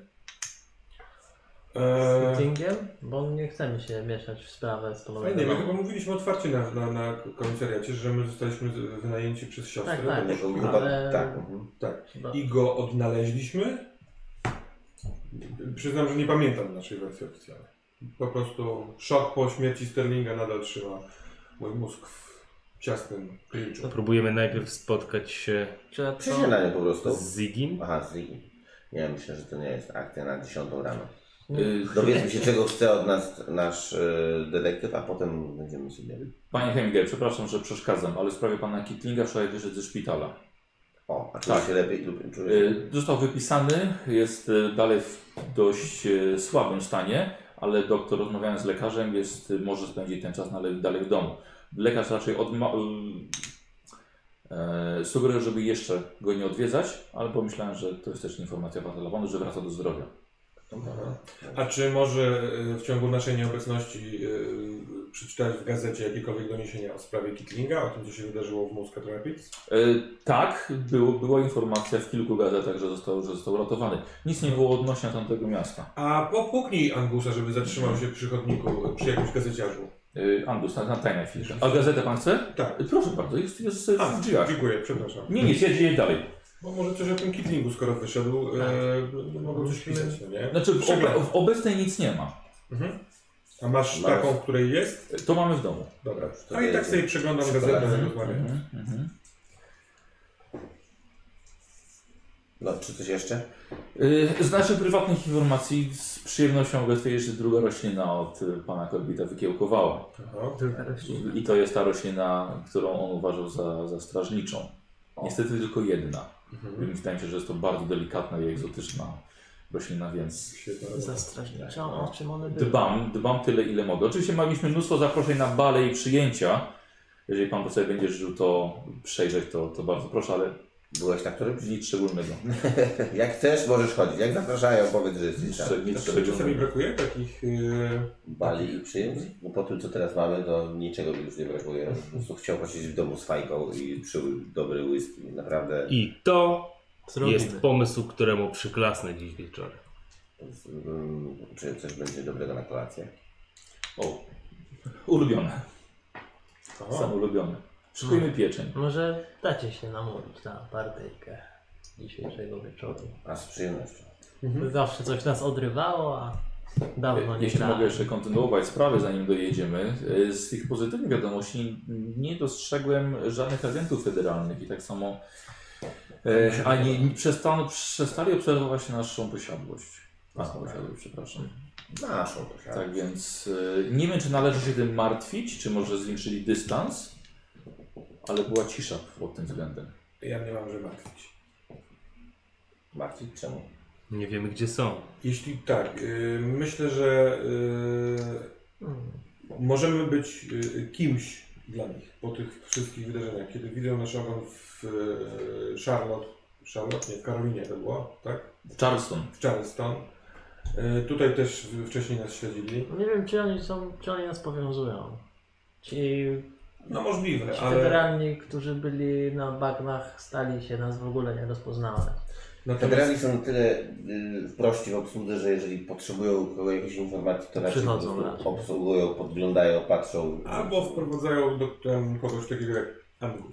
z Kittligiem, bo nie chcemy się mieszać w sprawę z Nie, my ponownym. chyba mówiliśmy otwarcie na komisariacie, że my zostaliśmy wynajęci przez siostrę. Tak, Nie, to ale- chyba... Tak. Mhm. Tak. Chyba- I go odnaleźliśmy. Przyznam, że nie pamiętam naszej wersji oficjalnej. Po prostu szok po śmierci Sterlinga nadal trzyma mój mózg w ciasnym klinczu. Próbujemy najpierw spotkać się Czy Przy to... śniadaniu po prostu. z Zigim. Aha, z Ziggy. Nie, myślę, że to nie jest akcja na 10 rano. Y, Dowiedzmy się, czego chce od nas nasz detektyw, a potem będziemy sobie... Panie Heminger, przepraszam, że przeszkadzam, ale w sprawie pana Kittlinga wczoraj wyszedł ze szpitala. O, a czuje Tak. się lepiej lub czuje się... Został wypisany, jest dalej w dość słabym stanie, ale doktor, rozmawiając z lekarzem, może spędzić ten czas dalej w domu. Lekarz raczej sugeruje, żeby jeszcze go nie odwiedzać, ale pomyślałem, że to jest też informacja dla telefonu, że wraca do zdrowia. A czy może w ciągu naszej nieobecności przeczytałeś w gazecie jakiekolwiek doniesienia o sprawie Kittlinga, o tym, co się wydarzyło w Muscat Rapids? Tak, była informacja w kilku gazetach, że został ratowany. Nic nie było odnośnie tamtego miasta. A popuknij Angusa, żeby zatrzymał się przy chodniku, przy jakimś gazeciarzu. Andus, na tajna chwilkę. A gazetę pan chce? Tak. Proszę bardzo, jest w drzwiach. Dziękuję, przepraszam. Nie, siedzi dalej. Bo może coś o tym Kittlingu, skoro wyszedł, mogą coś pisać, no nie? Znaczy Przeglądam. w obecnej nic nie ma. Mhm. A masz taką, w której jest? To mamy w domu. Dobra. To A i tak jest- sobie przeglądam gazetę, jak rozmawiam. No, czy coś jeszcze? Z naszych prywatnych informacji z przyjemnością mogę stwierdzić, że druga roślina od pana Korbita wykiełkowała. Aha. I to jest ta roślina, którą on uważał za strażniczą. Niestety tylko jedna. Wydaje mi się, że jest to bardzo delikatna i egzotyczna roślina, więc Świetna robota. Zastrażniczą, o czym one były? dbam tyle, ile mogę. Oczywiście mieliśmy mnóstwo zaproszeń na bale i przyjęcia. Jeżeli pan sobie będzie życzył to przejrzeć, to bardzo proszę, ale Byłeś na którymś? nic szczególnego. Jak chcesz, możesz chodzić. Jak zapraszają, powiedz, że jesteś tam. Nic Czasami szczególnego. brakuje takich... Bali i przyjęć? No po tym, co teraz mamy, to niczego mi już nie brakuje. Po prostu chciał posiedzieć w domu z fajką i przy dobry whisky. Naprawdę. I to Zrobimy. jest pomysł, któremu przyklasnę dziś wieczorem. Czy coś będzie dobrego na kolację? O, ulubione. Sam ulubiony. Szykujmy pieczeń. Może dacie się namówić na partyjkę dzisiejszego wieczoru. A z przyjemnością. Zawsze coś nas odrywało, a Dawno nie Jeśli grałem. mogę jeszcze kontynuować sprawę, zanim dojedziemy. Z tych pozytywnych wiadomości nie dostrzegłem żadnych agentów federalnych i tak samo ani przestali obserwować naszą posiadłość. Naszą posiadłość, przepraszam. Naszą to się. Tak więc nie wiem, czy należy się tym martwić, czy może zwiększyli dystans, ale była cisza pod tym względem. Ja nie mam, że martwić. Martwić czemu? Nie wiemy, gdzie są. Jeśli tak, myślę, że możemy być kimś dla nich po tych wszystkich wydarzeniach. Kiedy widzą nasz ogon w Charlotte, nie, w Karolinie to było, tak? W Charleston. W Charleston. Tutaj też wcześniej nas śledzili. Nie wiem, czy oni nas powiązują. Ci No możliwe, ale federalni, którzy byli na bagnach, stali się nas w ogóle nie rozpoznawać. natomiast Federalni są na tyle prości w obsłudze, że jeżeli potrzebują jakiejś informacji, to raczej Przychodzą po prostu raczej. obsługują, podglądają, patrzą. albo wprowadzają do kogoś takiego jak Angus.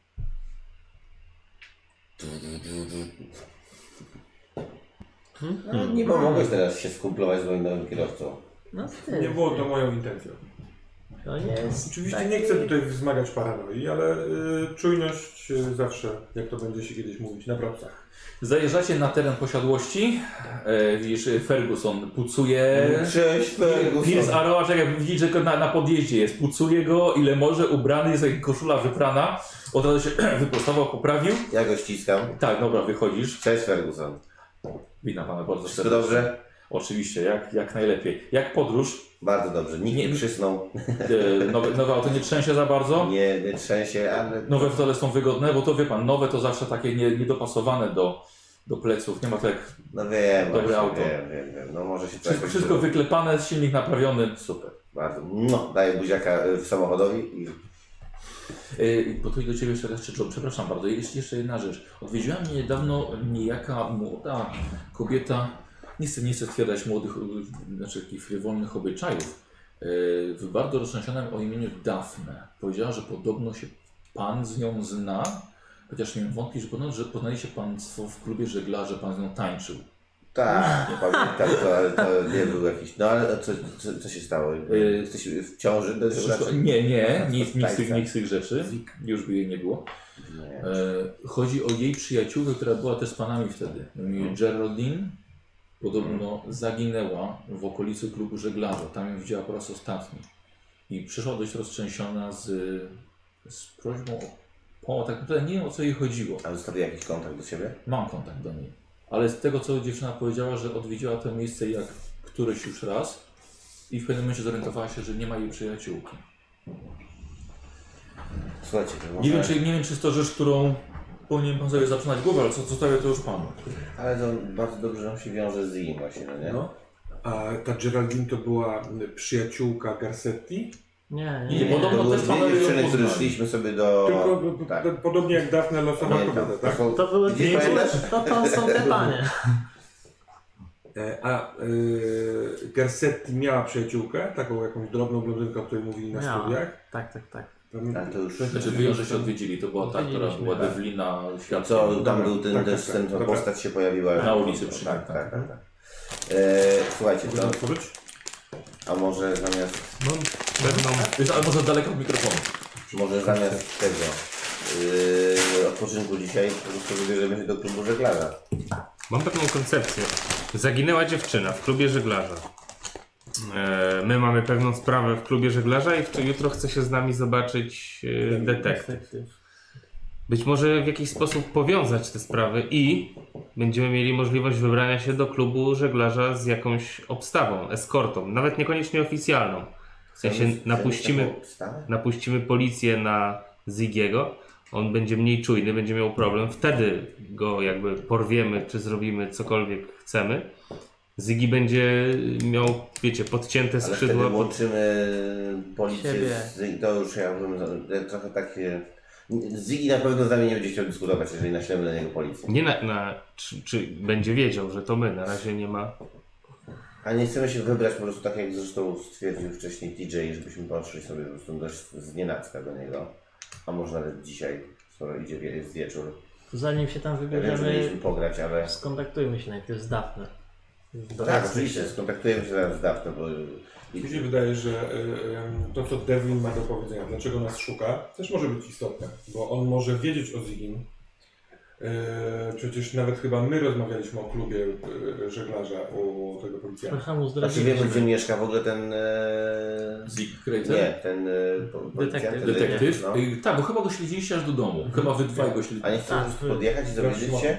No, nie pomogłeś teraz się skumplować z moim nowym kierowcą. No ty. Nie było to moją intencją. To nie jest Oczywiście taki... nie chcę tutaj wzmagać paranoi, ale czujność zawsze, jak to będzie się kiedyś mówić, na propsach. Zajeżdżacie na teren posiadłości. Widzisz, Ferguson pucuje. Cześć Ferguson. Pierce Arrow, jak widzisz, że na podjeździe jest. Pucuje go ile może, ubrany, jest jak koszula wyprana. Od razu się wyprostował, poprawił. Ja go ściskam. Tak, dobra, wychodzisz. Cześć Ferguson. Witam pana bardzo Wszystko serdecznie. dobrze? Oczywiście, jak najlepiej. Jak podróż? Bardzo dobrze. Nikt nie przysnął. Nowe auto nie trzęsie za bardzo? Nie trzęsie, ale... Nowe fotele są wygodne, bo to wie pan, nowe to zawsze takie niedopasowane do pleców. Nie ma tak. No wiem, Dobre właśnie, auto. Wiem. No może się Wszystko wyklepane, silnik naprawiony. Super, bardzo. No, daję buziaka samochodowi i... Bo tu i do ciebie jeszcze raz John, przepraszam bardzo. Jest jeszcze jedna rzecz. Odwiedziła mnie niedawno niejaka młoda kobieta, nie chcę stwierdzać młodych, znaczy takich frywolnych obyczajów, w bardzo roztrzęsionym o imieniu Daphne. Powiedziała, że podobno się pan z nią zna, chociaż miałem wątpić, że podobno, że poznaliście państwo w klubie żeglarzy, pan z nią tańczył. Tak, nie pamiętam to, ale to nie był jakiś... No ale co się stało? Jesteś w ciąży? Nie, nic z tych rzeczy. Już by jej nie było. Nie. Chodzi o jej przyjaciółkę, która była też z panami wtedy. Geraldine podobno zaginęła w okolicy klubu żeglarza. Tam ją widziała po raz ostatni. I przyszła dość roztrzęsiona z prośbą o pomoc. Tak naprawdę nie wiem, o co jej chodziło. A zostawił jakiś kontakt do siebie? Mam kontakt do niej. Ale z tego, co dziewczyna powiedziała, że odwiedziła to miejsce jak któryś już raz i w pewnym momencie zorientowała się, że nie ma jej przyjaciółki. Słuchajcie, to Nie może... wiem, czy jest to rzecz, którą powinien pan sobie zaczynać głowę, ale co zostawię to już panu. Ale to bardzo dobrze nam się wiąże z nim właśnie, no nie? No. A ta Geraldine to była przyjaciółka Garcetti? Nie, To podobno były też dwie panowie dziewczyny, które poznali. szliśmy sobie do... Tylko tak. podobnie jak Daphne losowa Pamiętam. kobieta, tak? To były Gdzieś dwie, pamiętasz? to są te panie. Garcetti miała przyjaciółkę, taką jakąś drobną blondynkę, o której mówili na Miała. studiach. Tak. A to już... Znaczy wyjął, że się odwiedzili. To była ta, która Odwiedziliśmy, była tak. Dewlina Co, świadkiem. tam był ten, tak, też tak, ten, tak. ta postać się pojawiła. Na ulicy przy tak, nim, tak, tak. Słuchajcie, Można to, otworzyć? a może zamiast Mam pewną... Wiesz, ale może daleko od mikrofonu. tego odpoczynku dzisiaj po prostu wybierzemy się do klubu żeglarza. Mam pewną koncepcję. Zaginęła dziewczyna w klubie żeglarza. My mamy pewną sprawę w klubie żeglarza i jutro chce się z nami zobaczyć detektyw. Być może w jakiś sposób powiązać te sprawy i będziemy mieli możliwość wybrania się do klubu żeglarza z jakąś obstawą, eskortą, nawet niekoniecznie oficjalną. W sensie napuścimy policję na Ziggiego, on będzie mniej czujny, będzie miał problem, wtedy go jakby porwiemy, czy zrobimy cokolwiek chcemy. Ziggy będzie miał, wiecie, podcięte Ale wtedy skrzydła. łączymy policję Siebie. to już ja bym trochę takie... Ziggy na pewno z nami nie będzie chciał dyskutować, jeżeli naślemy na niego policję. Nie czy będzie wiedział, że to my, na razie nie ma. A nie chcemy się wybrać po prostu tak, jak zresztą stwierdził wcześniej TJ, żebyśmy poszli sobie po prostu dość znienacka do niego. A może nawet dzisiaj, skoro jest wieczór. Zanim się tam Ja wiem, że wybierzemy, mieliśmy pograć, ale... skontaktujmy się najpierw z Daphne. Tak, oczywiście, skontaktujemy się zaraz z Dawtem, bo... Mi się wydaje, że to, co Devlin ma do powiedzenia, dlaczego nas szuka, też może być istotne, bo on może wiedzieć o Zigim. Przecież nawet chyba my rozmawialiśmy o klubie żeglarza, u tego policjanta. Trochę mu Znaczy zdradziliśmy. wiemy, gdzie mieszka w ogóle ten... Zig Crater? Nie, ten policjant. Detektyw? No. Tak, bo chyba go śledziliście aż do domu. Chyba wy dwaj go A śledziliście. nie chcesz podjechać i dowiedzieć się?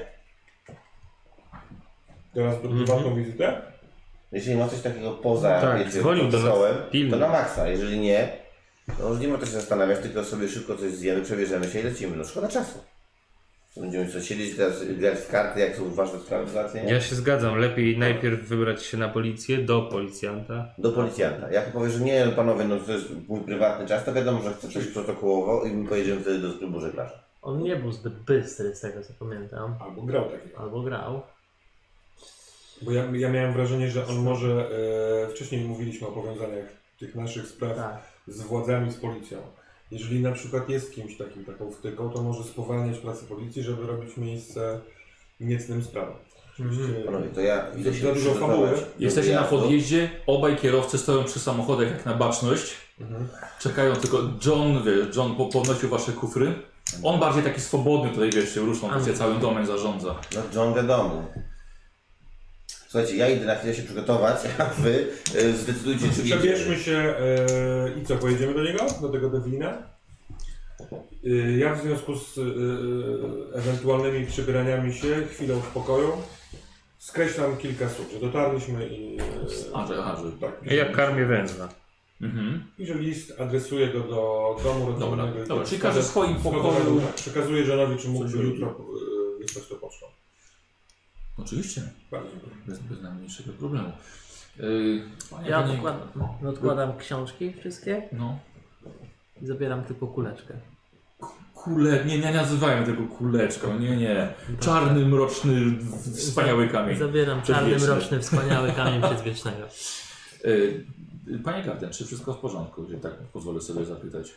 Teraz prywatną wizytę? Jeśli ma coś takiego poza, Tak, wiecie, dzwonił do nas stołem, pilnie. to na maksa. Jeżeli nie, no już nie ma co się zastanawiać, tylko sobie szybko coś zjemy, przebierzemy się i lecimy. No szkoda czasu. Będziemy co siedzieć teraz, grać w karty, jak są ważne sprawy załatwienia? Ja się zgadzam, lepiej najpierw wybrać się na policję, do policjanta. Do policjanta. Jak powie, że nie, panowie, no to jest mój prywatny czas, to wiadomo, że chcę coś protokołowo i my pojedziemy wtedy do klubu żeglarza. On nie był zbyt bystry, z tego co pamiętam. Albo grał takiego. Albo grał. Bo ja miałem wrażenie, że on może, wcześniej mówiliśmy o powiązaniach tych naszych spraw Tak. z władzami, z policją. Jeżeli na przykład jest kimś taką wtyką, to może spowalniać pracę policji, żeby robić miejsce niecnym sprawom. Panowie, to ja idę się Za dużo fabuły. przygotować. Jesteście na podjeździe, obaj kierowcy stoją przy samochodach jak na baczność. Czekają tylko John, wiesz, John podnosił wasze kufry. On bardziej taki swobodny tutaj, wiesz, się ruszą, wiecie, całym domem zarządza. No John wiadomo. Słuchajcie, ja idę na chwilę się przygotować, a wy zdecydujcie, czy Przebierzmy się i co, pojedziemy do niego? Do tego Devlina? Ja w związku z ewentualnymi przybieraniami się, chwilą spokoju, skreślam kilka słów, że dotarliśmy i... Aha, że... tak, Ja karmię węża. i że list adresuje go do domu rodzinnego. Dobra, czyli każdy w swoim pokoju. Przekazuję żonowi, czy mógłby Coś robi. jutro wysłać to pocztą. Oczywiście, Bardzo dziękuję. bez najmniejszego problemu. Panie Ja Panie- odkładam książki wszystkie No. i zabieram tylko kuleczkę. Nie nazywajmy tego kuleczką, nie. Czarny, mroczny, wspaniały kamień. Zabieram czarny, Przedwieczny. mroczny, wspaniały kamień przedwiecznego. Panie Garden, czy wszystko w porządku? Że tak pozwolę sobie zapytać.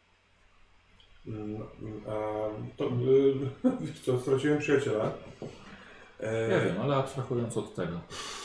Wiesz co, straciłem przyjaciela. Ja wiem, ale abstrahując od tego.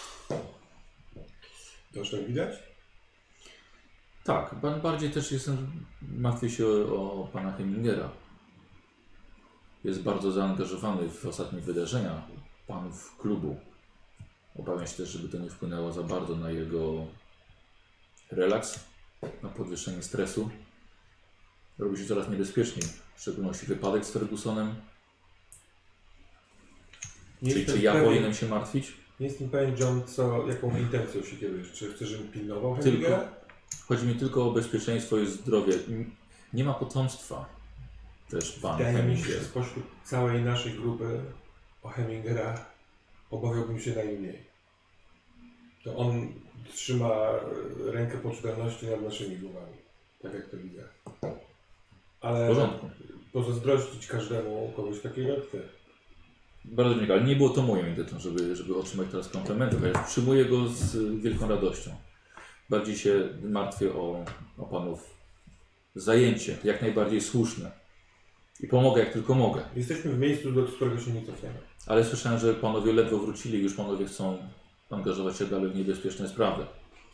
To już tak widać? Tak, bardziej też martwię się o pana Hemingera. Jest bardzo zaangażowany w ostatnie wydarzenia panów klubu. Obawiam się też, żeby to nie wpłynęło za bardzo na jego relaks, na podwyższenie stresu. Robi się coraz niebezpieczniej, w szczególności wypadek z Fergusonem. Czy ja powinienem się martwić? Nie jestem pewien, John, jaką intencją się kierujesz. Czy chcesz, żebym pilnował Tylko. Hemingera? Chodzi mi tylko o bezpieczeństwo i zdrowie. Nie ma potomstwa. Też pan Wydaje mi się, Heminger. spośród całej naszej grupy o Hemingera obawiałbym się najmniej. To on trzyma rękę poczytalności nad naszymi głowami. Tak jak to widzę. W Ale porządku. pozazdrościć każdemu kogoś takiego jak ty. Bardzo dziękuję, ale nie było to moją intencją, żeby otrzymać teraz komplementów. Ja przyjmuję go z wielką radością. Bardziej się martwię o panów zajęcie, jak najbardziej słuszne. I pomogę jak tylko mogę. Jesteśmy w miejscu, do którego się nie cofniemy. Ale słyszałem, że panowie ledwo wrócili i już panowie chcą angażować się dalej w niebezpieczne sprawy.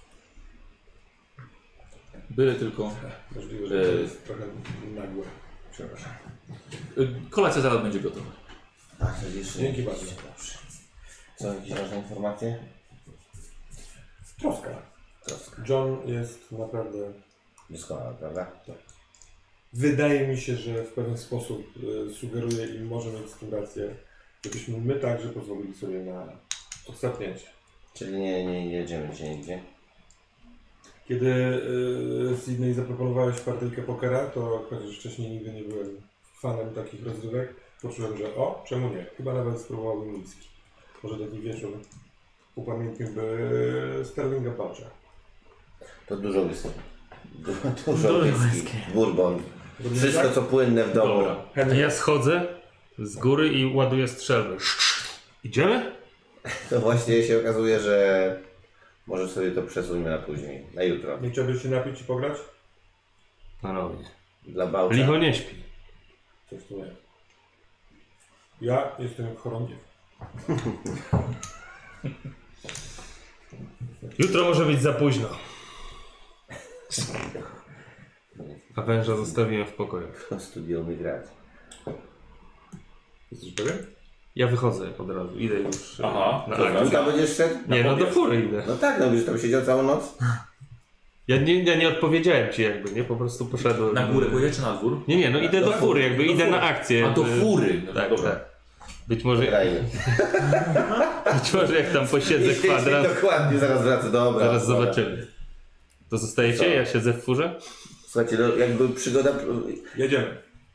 Byle tylko... Możliwe, że to jest trochę nagłe. Przepraszam. Kolacja zaraz będzie gotowa. Tak, jeszcze Dzięki bardzo. Dobrze. Są jakieś ważne informacje? Troska. John jest naprawdę... Doskonale, prawda? Wydaje mi się, że w pewien sposób sugeruje i może mieć z tym rację, żebyśmy my także pozwolili sobie na odsapnięcie. Czyli nie jedziemy dzisiaj nigdzie. Kiedy Sydney zaproponowałeś partyjkę pokera, to chociaż wcześniej nigdy nie byłem fanem takich rozrywek, poczułem, że czemu nie? Chyba nawet spróbowałbym whisky. Może taki wieczór upamiętniłby Sterlinga Patcha. To dużo whisky. Dużo whisky. Bourbon. Wszystko tak? co płynne w domu. Dobra. A ja schodzę z góry i ładuję strzelbę. Idziemy? To właśnie się okazuje, że może sobie to przesuńmy na później, na jutro. Nie chciałbyś się napić i pograć? Panowie. Dla Bałcza. Licho nie śpi. Coś tu nie. Ja jestem jak chorągiew. Jutro może być za późno. A węża zostawiłem w pokoju. W studiu umie grać. Jesteś pewien? Ja wychodzę od razu, idę już Aha, na dobra. akcję. Tu tam będziesz szedł? Nie, no do fury idę. No tak, no będziesz tam siedział całą noc. Ja nie odpowiedziałem ci jakby, nie? Po prostu poszedłem. Na górę pojedziesz czy na dwór? Nie, no idę do fury, jakby idę na akcję. A do fury. No, Tak, dobra. tak. Być może jak tam posiedzę Jeśli kwadrat, dokładnie, zaraz wracę, dobra. zaraz dobra. zobaczymy. To zostajecie? Co? Ja siedzę w furze? Słuchajcie, no jakby przygoda... Jedziemy.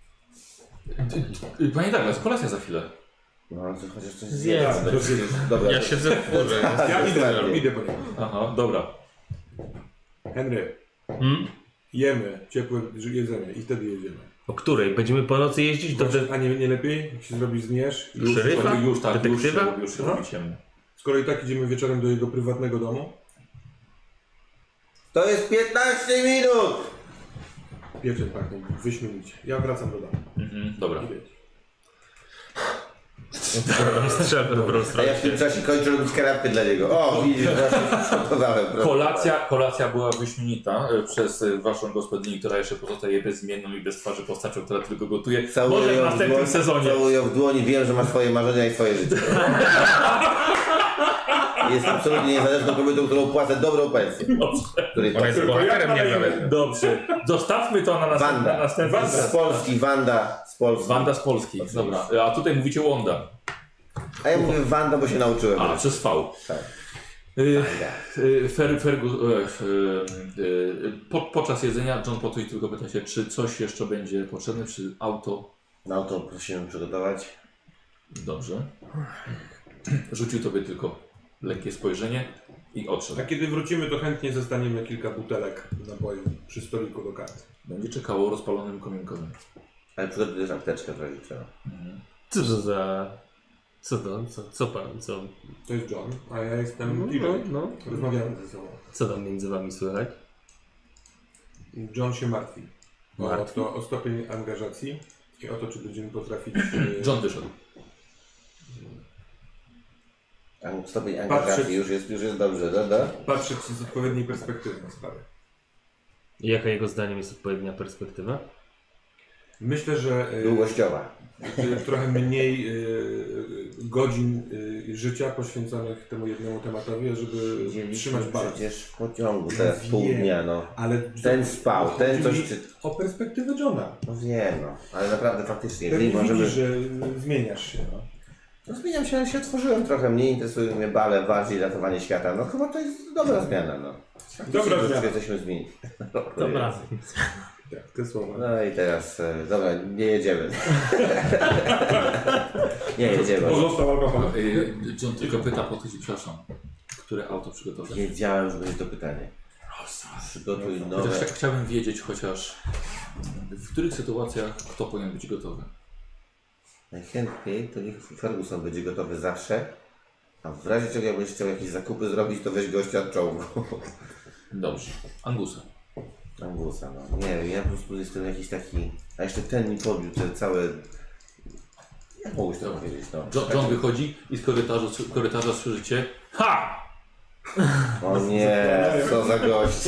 Panie Douglas, kolacja za chwilę. No, to chociaż coś Zjedz. Dobra. Ja siedzę w furze. Ja dokładnie. idę po niego. Aha, dobra. Henry, jemy ciepłe jedzenie i wtedy jedziemy. O której? Będziemy po nocy jeździć do... A nie lepiej, jak się zrobi zmierzch? Szeryfa? Już tak, Detektywa? już się robi ciemno. Skoro i tak idziemy wieczorem do jego prywatnego domu, To jest 15 minut! pieczeń pachnie, wyśmienicie. Ja wracam do domu. Dobra. Idę. Strzelbę w A rozstroju. ja w tym czasie kończę robić kanapkę dla niego. O, widzisz, właśnie przygotowałem. Kolacja była wyśmienita przez waszą gospodynię, która jeszcze pozostaje bezimienną i bez twarzy postacią, która tylko gotuje. Może w następnym sezonie. Całuję w dłoni, wiem, że ma swoje marzenia i swoje życie. Jest absolutnie niezależną kobietą, którą płacę dobrą pensję. Której Ona jest płacę. bohaterem niezależnym. Dobrze. Zostawmy to na Wanda. następny Z sezon. Polski, Wanda z Polski. Wanda z Polski. Dobra. A tutaj mówicie Wanda. A ja mówię Wanda, bo się nauczyłem. A, przez V. Tak. Podczas jedzenia John Potway tylko pyta się, czy coś jeszcze będzie potrzebne, czy auto. No to prosimy przygotować. Dobrze. Rzucił tobie tylko lekkie spojrzenie i odszedł. A kiedy wrócimy, to chętnie zostaniemy kilka butelek napoju przy stoliku do kart. Będzie czekało rozpalonym kominkowym. Ale przygotuj też apteczkę w razie czego. Co to za... Co to? Co pan? Co? To jest John, a ja jestem TJ. No. Rozmawiamy ze sobą. Co tam między wami słychać? John się martwi. Martwi? O stopień angażacji i o to, czy będziemy potrafić... John wyszedł. Stopień angażacji już jest dobrze, prawda? patrzeć z odpowiedniej perspektywy na sprawę. I jaka jego zdaniem jest odpowiednia perspektywa? Myślę, że Długościowa. trochę mniej godzin życia poświęconych temu jednemu tematowi, żeby trzymać balans. Przecież w pociągu teraz pół dnia, no. Ale Ten spał, ten coś chodzi mi czy... o perspektywę Johna. No wiem, no. Ale naprawdę faktycznie, Pewnie jeżeli widzisz, możemy... że zmieniasz się. No. No zmieniam się, ale się otworzyłem trochę. Mniej interesują mnie bale, bardziej ratowanie świata. No chyba to jest dobra zmiana, no. Dobra Troszkę zmiana. jesteśmy zmienić. Dobra. Tak, te słowa. No i teraz, dobra, nie jedziemy. Nie jedziemy. Pozostał alkohol. John tylko pyta po to, przepraszam, które auto przygotować. Wiedziałem, że będzie to pytanie. Przygotuj nowe. Chociaż chciałbym wiedzieć chociaż, w których sytuacjach kto powinien być gotowy. Najchętniej to niech Ferguson będzie gotowy zawsze. A w razie czego jak będziesz chciał jakieś zakupy zrobić, to weź gościa od czołgu. Dobrze. Angusa. Angusa, no. Nie wiem, ja po prostu jestem jakiś taki... A jeszcze ten mi podbił te całe... Jak mogłeś to powiedzieć, no? John wychodzi i z korytarza słyszycie HA! O nie, co za gość.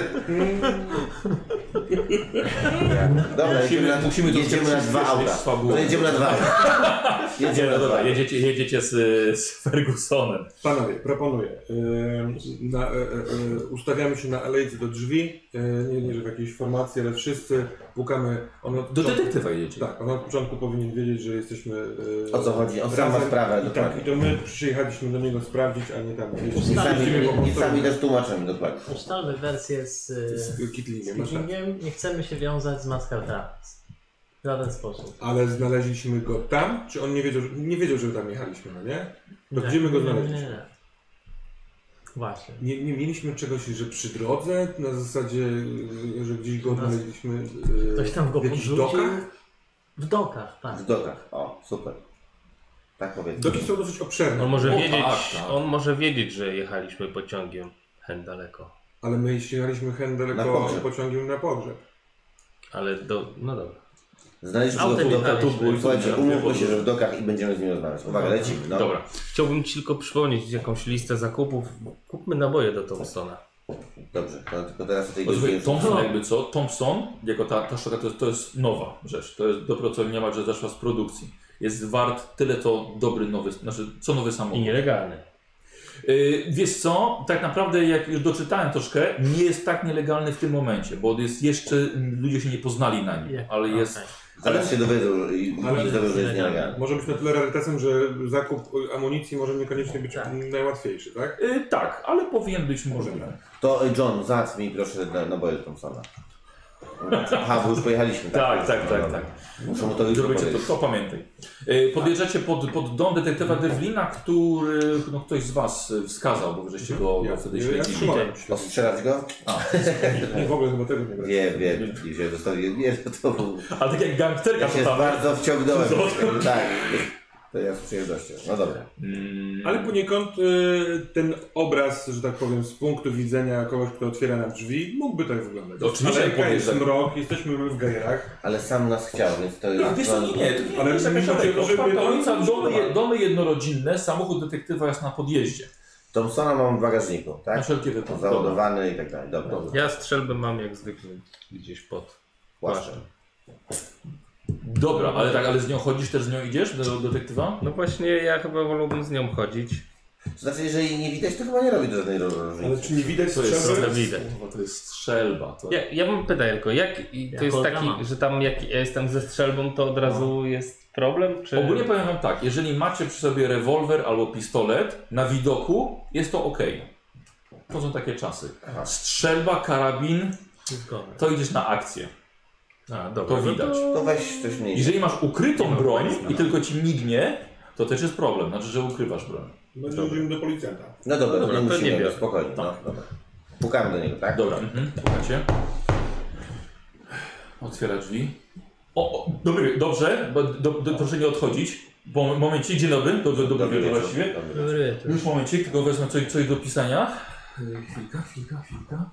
Dobra, Musimy to jedziemy na dwa auta. fabułę. No, jedziemy na dwa auta. Jedziemy na dwa Dobra, auta. jedziecie z Fergusonem. Panowie, proponuję. Ustawiamy się na alejce do drzwi. Nie, że w jakiejś formacji, ale wszyscy pukamy. Do detektywa jedziecie. Tak, on od początku powinien wiedzieć, że jesteśmy. O co chodzi? On sam ma sprawę, I tak, dokładnie. i to my przyjechaliśmy do niego sprawdzić, a nie tam. Nie sami też tłumaczymy dokładnie. Ustalmy wersję z Kitlingiem. Kitlingiem. Nie chcemy się wiązać z Maskartraps. W żaden sposób. Ale znaleźliśmy go tam, czy on nie wiedział, że tam jechaliśmy, no nie? To gdzie my go znaleźliśmy? Nie. Właśnie. Nie mieliśmy czegoś, że przy drodze, na zasadzie, że gdzieś go znaleźliśmy Ktoś tam go w jakichś podrzucił. dokach? W dokach, tak. W dokach. O, super. Tak powiedzmy. Doki są dosyć obszerne, On może, O, wiedzieć, tak. on może wiedzieć, że jechaliśmy pociągiem hen daleko. ale my jechaliśmy Na daleko pogrzeb. pociągiem na pogrzeb. Ale no dobra. Znaleźliśmy go Autem w dokach. jechaliśmy. Słuchajcie, umówmy się, że w dokach i będziemy z nim rozmawiać. Uwaga, lecimy. No. Dobra. Chciałbym ci tylko przypomnieć jakąś listę zakupów. Kupmy naboje do Thompsona. Dobrze, to tylko teraz o tej Słuchaj, godzinie. Thompson jakby co? Thompson, jako ta sztuka to jest nowa rzecz. To jest dopiero co niemalże zeszła z produkcji. Jest wart tyle to dobry nowy, znaczy co nowy I samochód. nielegalny. Wiesz co, tak naprawdę jak już doczytałem troszkę, nie jest tak nielegalny w tym momencie, bo jest jeszcze, ludzie się nie poznali na nim, ale jest... Okej. Zaraz się dowiedzą i Ale- dowiedzą, że jest nielegalny. Może być na tyle rarytasem, że zakup amunicji może niekoniecznie być najłatwiejszy, tak? Tak, ale powinien być możliwy. To John, załatw mi proszę naboje Thompsona. Aha, bo już pojechaliśmy. Tak. Muszę mu to już Zrobicie powiedzieć. to pamiętaj. Podjeżdżacie pod dom detektywa Devlina, który ktoś z was wskazał, bo żeście go wtedy Ja śledzili. trzymałem. Ostrzelać go? Nie, w ogóle chyba tego nie brać. Wiem. I się zostawię. Nie, to był... Ale tak jak gangsterka Ja się to tam. bardzo wciągnąłem. Tak. To ja z przyjemnością. No dobra. Ale poniekąd ten obraz, że tak powiem, z punktu widzenia kogoś, kto otwiera nam drzwi, mógłby tak wyglądać. Oczywiście, Ale jaka jest podejrzewam. mrok, jesteśmy w gajerach. Ale sam nas chciał, więc to jest... Wiesz co, nie, to Ale nie jest jakaś możemy- ojca, domy jednorodzinne, samochód detektywa jest na podjeździe. Thompsona mam w bagażniku, Na tak? wszelkie wypadki. Załadowany i tak dalej. Dobra. Ja strzelbę mam jak zwykle gdzieś pod płaszczem. Dobra, ale z nią chodzisz, też z nią idziesz do detektywa? No właśnie, ja chyba wolałbym z nią chodzić. To znaczy, jeżeli nie widać, to chyba nie robi to żadnej Ale różnicy. czy nie widać To jest strzelby? To widać. Kurwa, to jest strzelba. To... Ja mam pytanie tylko, to jest taki, Holgama. że tam jak ja jestem ze strzelbą, to od razu jest problem? Czy... Ogólnie powiem wam tak, jeżeli macie przy sobie rewolwer albo pistolet na widoku, jest to ok. To są takie czasy. Strzelba, karabin, Zgoda. to idziesz na akcję. A, dobra. To widać. To weź coś mniej. Jeżeli masz ukrytą Nie, broń no, i tylko ci mignie, to też jest problem. Znaczy, że ukrywasz broń. Będzie idziemy do policjanta. No dobra, Dobra, nie to musimy, nie biorę. spokojnie. No, dobra. Pukamy do niego, tak? Dobra, słuchajcie. Otwiera drzwi. Dobrze, proszę nie odchodzić. Bo momencik, dzień dobry, dobry wieczór właściwie. Dobry, to Już momencik, tylko wezmę coś do pisania. Chwilka.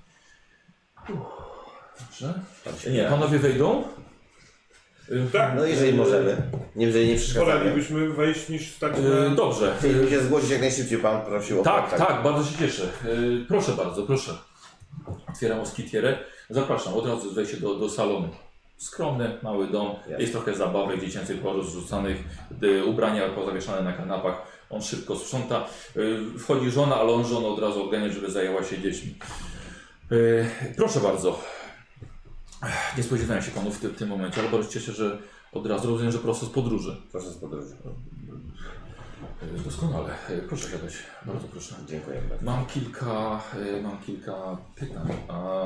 Dobrze. Nie, panowie wejdą. Tak. No jeżeli możemy. Jeżeli nie przeszkadzamy. Wolelibyśmy wejść niż stać na... Dobrze. Chcielibyśmy się zgłosić jak najszybciej, pan prosił o Tak, bardzo się cieszę. Proszę bardzo, proszę. Otwieram moskitierę. Zapraszam, od razu wejście do salonu. Skromny, mały dom, jest trochę zabawek dziecięcych porozrzucanych, ubrania pozawieszane na kanapach. On szybko sprząta. Wchodzi żona, ale on żonę od razu ogarnia, żeby zajęła się dziećmi. Proszę bardzo. Nie spodziewałem się panów w tym momencie, ale bardzo się cieszę, że od razu rozumiem, że prosto z podróży. Proszę z podróży. Doskonale. Proszę siadać. Bardzo proszę. Dziękuję bardzo. Mam kilka pytań. A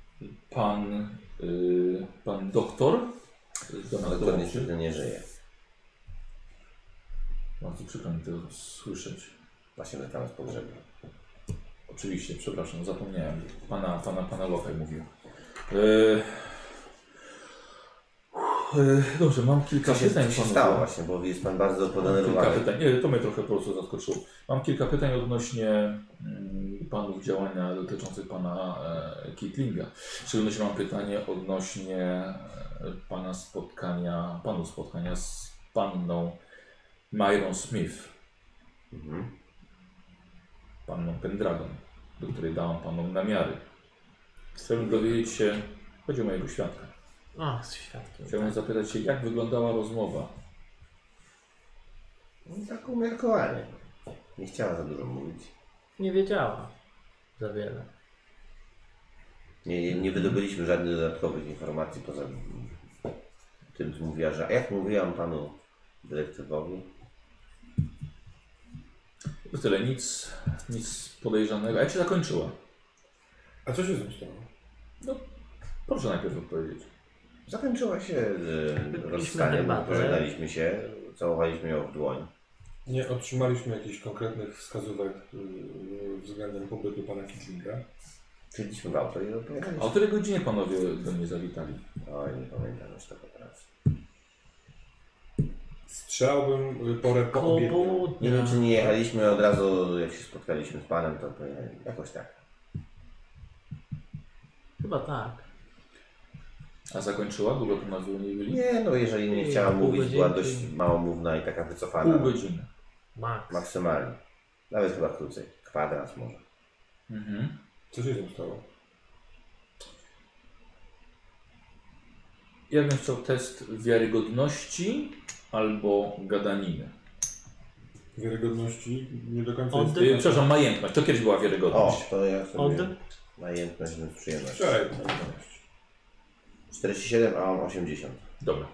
pan doktor? Doktor niestety nie żyje. Bardzo przykro mi to słyszeć. Właśnie wracamy z pogrzebu. Oczywiście, przepraszam, zapomniałem. Pana Lokaj mówił. Dobrze, mam kilka pytań. Co się stało właśnie, bo jest pan bardzo Kilka podenerwowany. pytań. Nie, to mnie trochę po prostu zaskoczyło. Mam kilka pytań odnośnie panów działania dotyczących pana Kitlinga. W szczególności mam pytanie odnośnie panu spotkania z panną Myron Smith, panną Pendragon, do której dałam panom namiary. Chciałbym dowiedzieć się, chodzi o mojego świadka. O, z świadkiem. Chciałbym zapytać się, jak wyglądała rozmowa. No, tak umiarkowanie. Nie chciała za dużo mówić. Nie wiedziała za wiele. Nie wydobyliśmy żadnych dodatkowych informacji poza tym, co mówiła, że jak mówiłam panu dyrektywowi. To tyle, nic podejrzanego. A jak się zakończyła? A co się z tym stało? No, proszę najpierw odpowiedzieć. Zakończyła się Wypiliśmy rozstaniem, herbatę. pożegnaliśmy się, całowaliśmy ją w dłoń. Nie otrzymaliśmy jakichś konkretnych wskazówek względem pobytu pana Kitlinga. Wsiedliśmy w auto i A pojechaliśmy. o której godzinie panowie do mnie zawitali? Oj, nie pamiętam już tego teraz. Strzelałbym porę po Koło obiedzie. południa. Nie wiem, czy nie jechaliśmy od razu, jak się spotkaliśmy z panem, to pojechaliśmy. Jakoś tak. Chyba tak. A zakończyła? Długo tu na nie byli? Nie, no jeżeli nie chciała pół mówić, była godzinki. dość małomówna i taka wycofana. Pół godziny. Max. Maksymalnie. Nawet chyba krócej. Kwadrans może. Mhm. Co się tam stało? Ja bym chciał test wiarygodności albo gadaniny. Wiarygodności nie do końca Oddech? jest... Przepraszam, majętność. To kiedyś była O, wiarygodność. to ja sobie Oddech? majętność z przyjemność. Strzelaj wiarygodność. 47, a on 80. Dobra.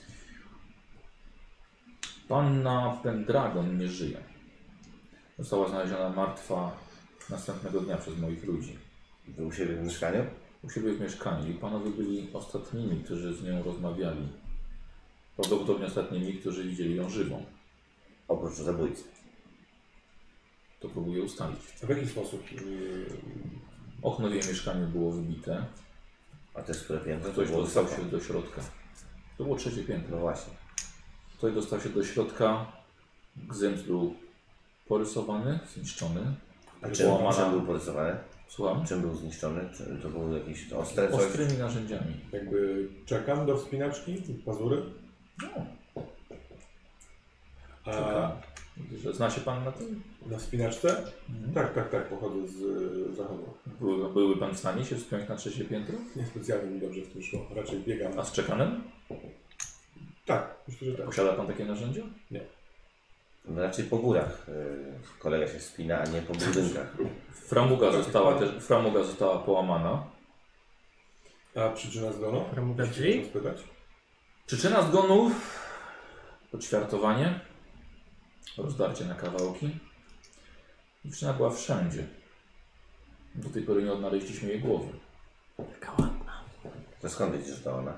Panna Pendragon nie żyje. Została znaleziona martwa następnego dnia przez moich ludzi. Wy u siebie w mieszkaniu? U siebie w mieszkaniu i panowie byli ostatnimi, którzy z nią rozmawiali. Prawdopodobnie ostatnimi, którzy widzieli ją żywą. Oprócz zabójcy. To próbuję ustalić. A w jaki sposób? Okno w jej mieszkaniu było wybite. A to jest które piętro? To Ktoś było dostał wysoko. się do środka. To było trzecie piętro. No właśnie. Ktoś dostał się do środka. Gzyms był porysowany, zniszczony. A Była czym łamana- był porysowany? Słucham? Czym był zniszczony? Czy to było jakieś ostre coś? Ostrymi narzędziami. Jakby czekam do wspinaczki, pazury. No, A czekam. Że zna się pan na tym? na wspinaczce? Mhm. Tak, pochodzę z zachodu. Byłby pan w stanie się wspiąć na trzecie piętro? Niespecjalnie mi dobrze w tym szło, raczej biegam. A z czekanem? Tak, myślę, że tak. Posiada pan takie narzędzia? No raczej po górach kolega się wspina, a nie po budynkach. Framuga została połamana. A przyczyna zgonu? Framuga Jeśli drzwi? można spytać? Przyczyna zgonu? Poćwiartowanie. Rozdarcie na kawałki. Przyczyna była wszędzie. Do tej pory nie odnaleźliśmy jej głowy. Taka ładna. To skąd wiecie, że to ona?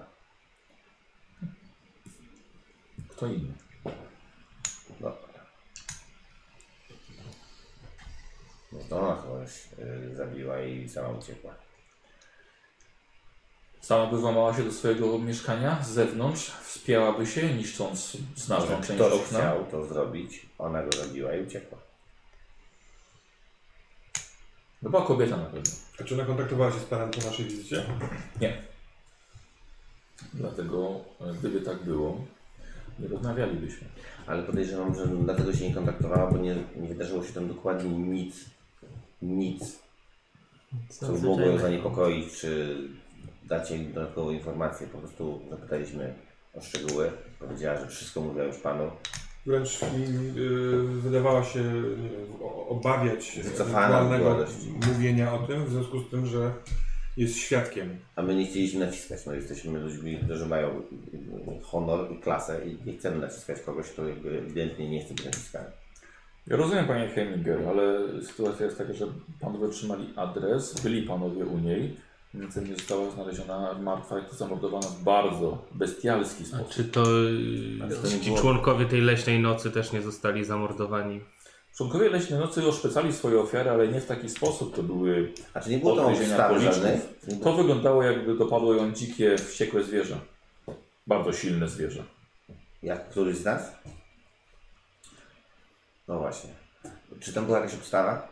Kto inny? No. No to ona kogoś zabiła i sama uciekła. Sama by włamała się do swojego mieszkania z zewnątrz, wspięłaby się, niszcząc znaczną Może część ktoś okna. chciał to zrobić, ona go zabiła i uciekła. To była kobieta na pewno. A czy ona kontaktowała się z panem po naszej wizycie? Nie. Dlatego, gdyby tak było, nie rozmawialibyśmy. Ale podejrzewam, że dlatego się nie kontaktowała, bo nie wydarzyło się tam dokładnie nic, co by mogło ją zaniepokoić, czy dać jej dodatkową informację. Po prostu zapytaliśmy o szczegóły. Powiedziała, że wszystko mówiła już panu. Wręcz wydawała się nie wiem, obawiać Wycofana ewentualnego była dość. mówienia o tym, w związku z tym, że jest świadkiem. A my nie chcieliśmy naciskać. No, jesteśmy ludźmi, którzy mają honor i klasę i nie chcemy naciskać kogoś, kto jakby ewidentnie nie chce być naciskany. Ja rozumiem panie Heminger, ale sytuacja jest taka, że panowie otrzymali adres, byli panowie u niej, więc nie została znaleziona martwa i to zamordowana w bardzo bestialski A sposób. czy to ci członkowie tej leśnej nocy też nie zostali zamordowani? Członkowie Leśnej Nocy oszpecali swoje ofiary, ale nie w taki sposób. To były A czy nie było tam odgryzienia ustawy żadnej? policzków. To wyglądało, jakby dopadło ją dzikie, wściekłe zwierzę. Bardzo silne zwierzę. Jak któryś z nas? No właśnie. Czy tam była jakaś obstawa?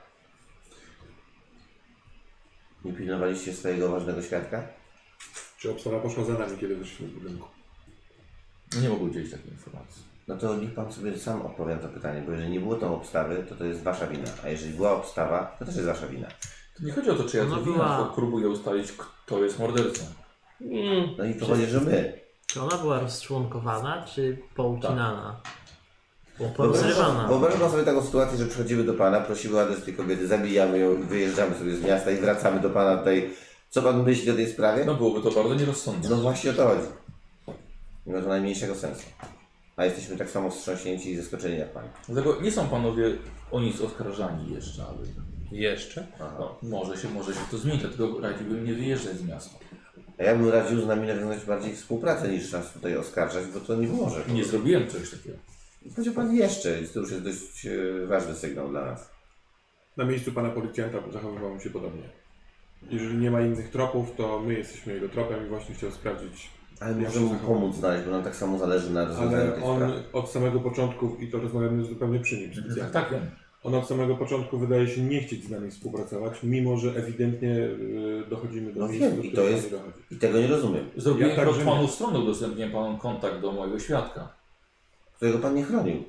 Nie pilnowaliście swojego ważnego świadka? Czy obstawa poszła za nami, kiedy wyszliśmy z budynku? Nie mogę udzielić takiej informacji. No to niech pan sobie sam odpowie na to pytanie, bo jeżeli nie było tam obstawy, to jest wasza wina. A jeżeli była obstawa, to też jest wasza wina. To nie chodzi o to, czy ja Ona to była- wina, tylko próbuję ustalić, kto jest mordercą. No i to chodzi, że my. Czy ona była rozczłonkowana, czy poucinana? Była porozrywana. Wyobrażam sobie taką sytuację, że przychodzimy do pana, prosimy o adres tej kobiety, zabijamy ją, wyjeżdżamy sobie z miasta i wracamy do pana tutaj. Co pan myśli o tej sprawie? No byłoby to bardzo nierozsądne. No właśnie o to chodzi. Nie ma to najmniejszego sensu. A jesteśmy tak samo wstrząśnięci i zaskoczeni jak pan. Dlatego nie są panowie o nic oskarżani jeszcze, ale Jeszcze? no, może się to zmienić, dlatego radziłbym nie wyjeżdżać z miasta. A ja bym radził z nami nawiązać bardziej współpracę niż nas tutaj oskarżać, bo to nie pomoże. Nie zrobiłem czegoś takiego. Powiedział pan jeszcze, to już jest dość ważny sygnał dla nas. Na miejscu pana policjanta zachowywałem się podobnie. Jeżeli nie ma innych tropów, to my jesteśmy jego tropem i właśnie chciał sprawdzić. Ale jak możemy się mu zachował. pomóc znaleźć, bo nam tak samo zależy na rozwiązaniu Ale tej on sprawy. od samego początku, i to rozmawiamy zupełnie przy nim specjalnie, Tak, wiem. On od samego początku wydaje się nie chcieć z nami współpracować, mimo że ewidentnie dochodzimy do No miejsca, wiem, do i to którego jest- nie dochodzi. I tego nie rozumiem. Zrobiłem Ja krok także w panu nie. stronę, udostępniłem panu kontakt do mojego świadka. Którego pan nie chronił.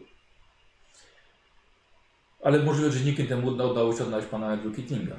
Ale możliwe, że dzięki temu udało się odnaleźć pana Andrew Kittlinga.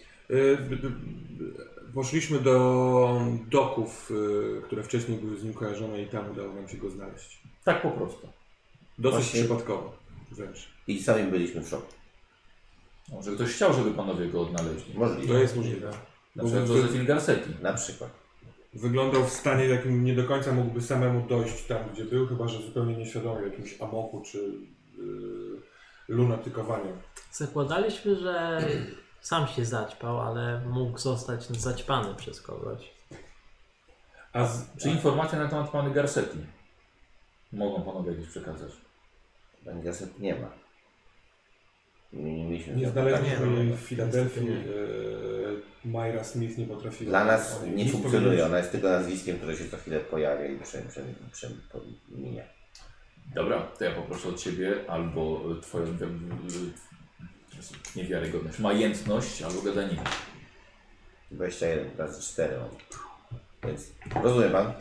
Poszliśmy do doków, które wcześniej były z nim kojarzone i tam udało nam się go znaleźć. Tak po prostu. Dosyć Właśnie- przypadkowo wręcz. I sami byliśmy w szoku. Może ktoś chciał, żeby panowie go odnaleźli. Możliwe. To jest możliwe. Na przykład Josephine Garcetti. Na przykład. Wyglądał w stanie, w jakim nie do końca mógłby samemu dojść tam, gdzie był, chyba że zupełnie nieświadomie w jakimś amoku czy lunatykowaniu. Zakładaliśmy, że sam się zaćpał, ale mógł zostać zaćpany przez kogoś. Czy informacje na temat pani Garcetti mogą panowie jakieś przekazać? Pani Gasset nie ma. Nie mieliśmy Nie z nią znaleźliśmy kontaktu. jej w Filadelfii. Myra Smith nie potrafiła. Dla nas nie nic funkcjonuje. powiedzieć. Ona jest tylko nazwiskiem, które się co chwilę pojawia i minia. Dobra, to ja poproszę od ciebie albo twoją niewiarygodność, majętność albo gadaninę. 21 razy 4 mam. Więc rozumie pan?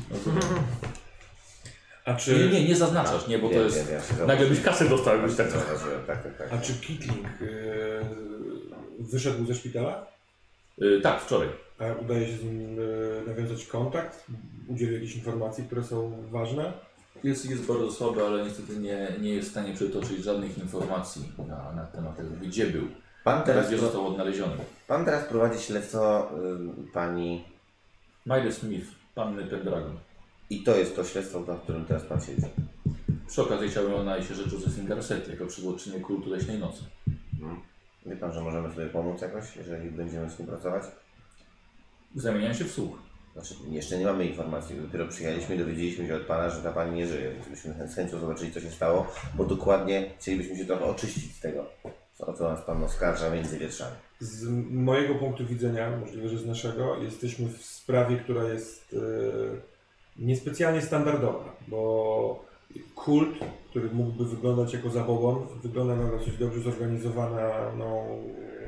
A czy, Nie zaznaczasz, nie, bo to jest... Nagle byś kasę dostał, byś tak... Tak. a czy Kittling wyszedł ze szpitala? Tak, wczoraj. A udaje się z nim nawiązać kontakt? Udzielił jakichś informacji, które są ważne? Jest bardzo słaby, ale niestety nie jest w stanie przytoczyć żadnych informacji na temat tego, gdzie był. Pan Gdzie został odnaleziony. Pan teraz prowadzi śledztwo pani Myra Smith, panny Pendragon. i to jest to śledztwo, na którym teraz pan siedzi. Przy okazji chciałbym odnaleźć się rzecz Josephine Garcetti jako przywódczynię kultu Leśnej Nocy. Wie pan, że możemy sobie pomóc jakoś, jeżeli będziemy współpracować? Zamieniam się w słuch. Znaczy, jeszcze nie mamy informacji. Dopiero przyjechaliśmy i dowiedzieliśmy się od pana, że ta pani nie żyje. Więc byśmy z chęcią zobaczyli, co się stało, bo dokładnie chcielibyśmy się trochę oczyścić z tego, o co nas pan oskarża między wierszami. Z mojego punktu widzenia, możliwe, że z naszego, jesteśmy w sprawie, która jest niespecjalnie standardowa, bo kult, który mógłby wyglądać jako zabobon, wygląda na dosyć dobrze zorganizowaną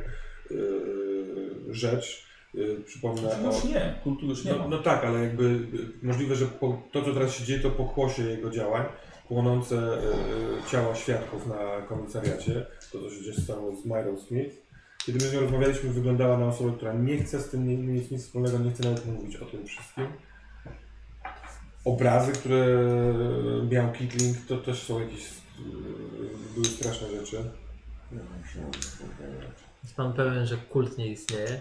rzecz. Przypomnę Już nie, kultu już nie ma. no tak, ale jakby możliwe, że to, co teraz się dzieje, to pokłosie jego działań, płonące ciała świadków na komisariacie, to co się stało z Myrą Smith. Kiedy my z nią rozmawialiśmy, wyglądała na osobę, która nie chce z tym mieć nic wspólnego, nie chce nawet mówić o tym wszystkim. Obrazy, które miał Kittling, to też są jakieś były straszne rzeczy. Jest pan pewien, że kult nie istnieje?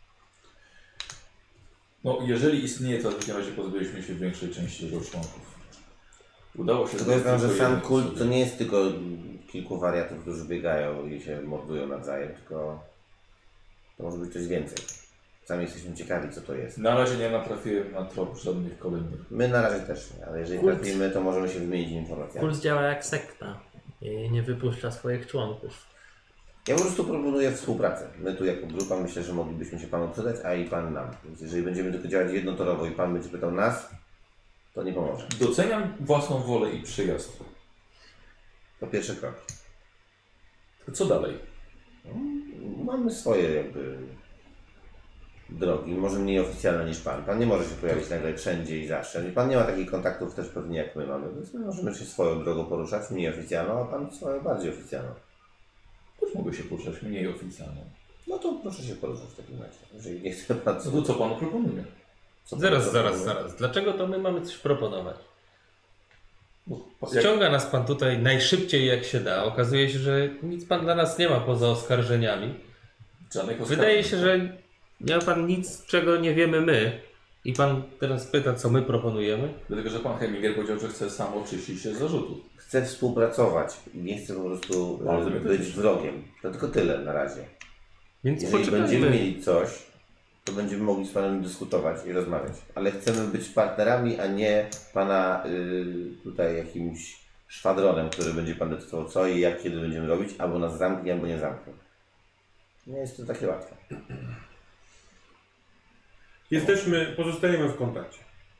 No, jeżeli istnieje, to w takim razie pozbyliśmy się większej części jego członków. Udało się... Tylko jest wam, że sam jeden kult sobie. to nie jest tylko kilku wariatów, którzy biegają i się mordują nawzajem, tylko to może być coś więcej. Sami jesteśmy ciekawi, co to jest. Na razie nie natrafiłem na trop żadnych kolejnych. My na razie też nie, ale jeżeli Kult. trafimy, to możemy się wymienić informacjami. Kult działa jak sekta i nie wypuszcza swoich członków. Ja po prostu proponuję współpracę. My tu jako grupa myślę, że moglibyśmy się panu przydać, a i pan nam. Więc jeżeli będziemy tylko działać jednotorowo i pan będzie pytał nas, to nie pomoże. Doceniam własną wolę i przyjazd. To pierwszy krok. To co dalej? Mamy swoje jakby drogi, może mniej oficjalne niż pan. Pan nie może się pojawić nagle wszędzie i zawsze. Pan nie ma takich kontaktów też pewnie jak my mamy, więc my możemy się swoją drogą poruszać, mniej oficjalną, a pan swoją bardziej oficjalną. Też mogę się poruszać mniej oficjalnie. No to proszę się poruszać w takim razie. Jeżeli nie chce pan... No to co panu proponuję? co pan Zaraz. proponuje? Dlaczego to my mamy coś proponować? Bo, Ściąga nas pan tutaj najszybciej jak się da. Okazuje się, że nic pan dla nas nie ma poza oskarżeniami. żadnych Wydaje się, że nie ma pan nic, czego nie wiemy my. I pan teraz pyta, co my proponujemy. Dlatego, że pan Heminger powiedział, że chce sam oczyścić się z zarzutów. Chcę współpracować i nie chcę po prostu Bardzo mnie być też. wrogiem. To tylko tyle na razie. Więc Jeżeli będziemy poczekajmy. mieli coś, to będziemy mogli z panem dyskutować i rozmawiać. Ale chcemy być partnerami, a nie pana tutaj jakimś szwadronem, który będzie pan decydował co i jak, kiedy będziemy robić, albo nas zamknie, albo nie zamknie. Nie jest to takie łatwe. Pozostajemy w kontakcie.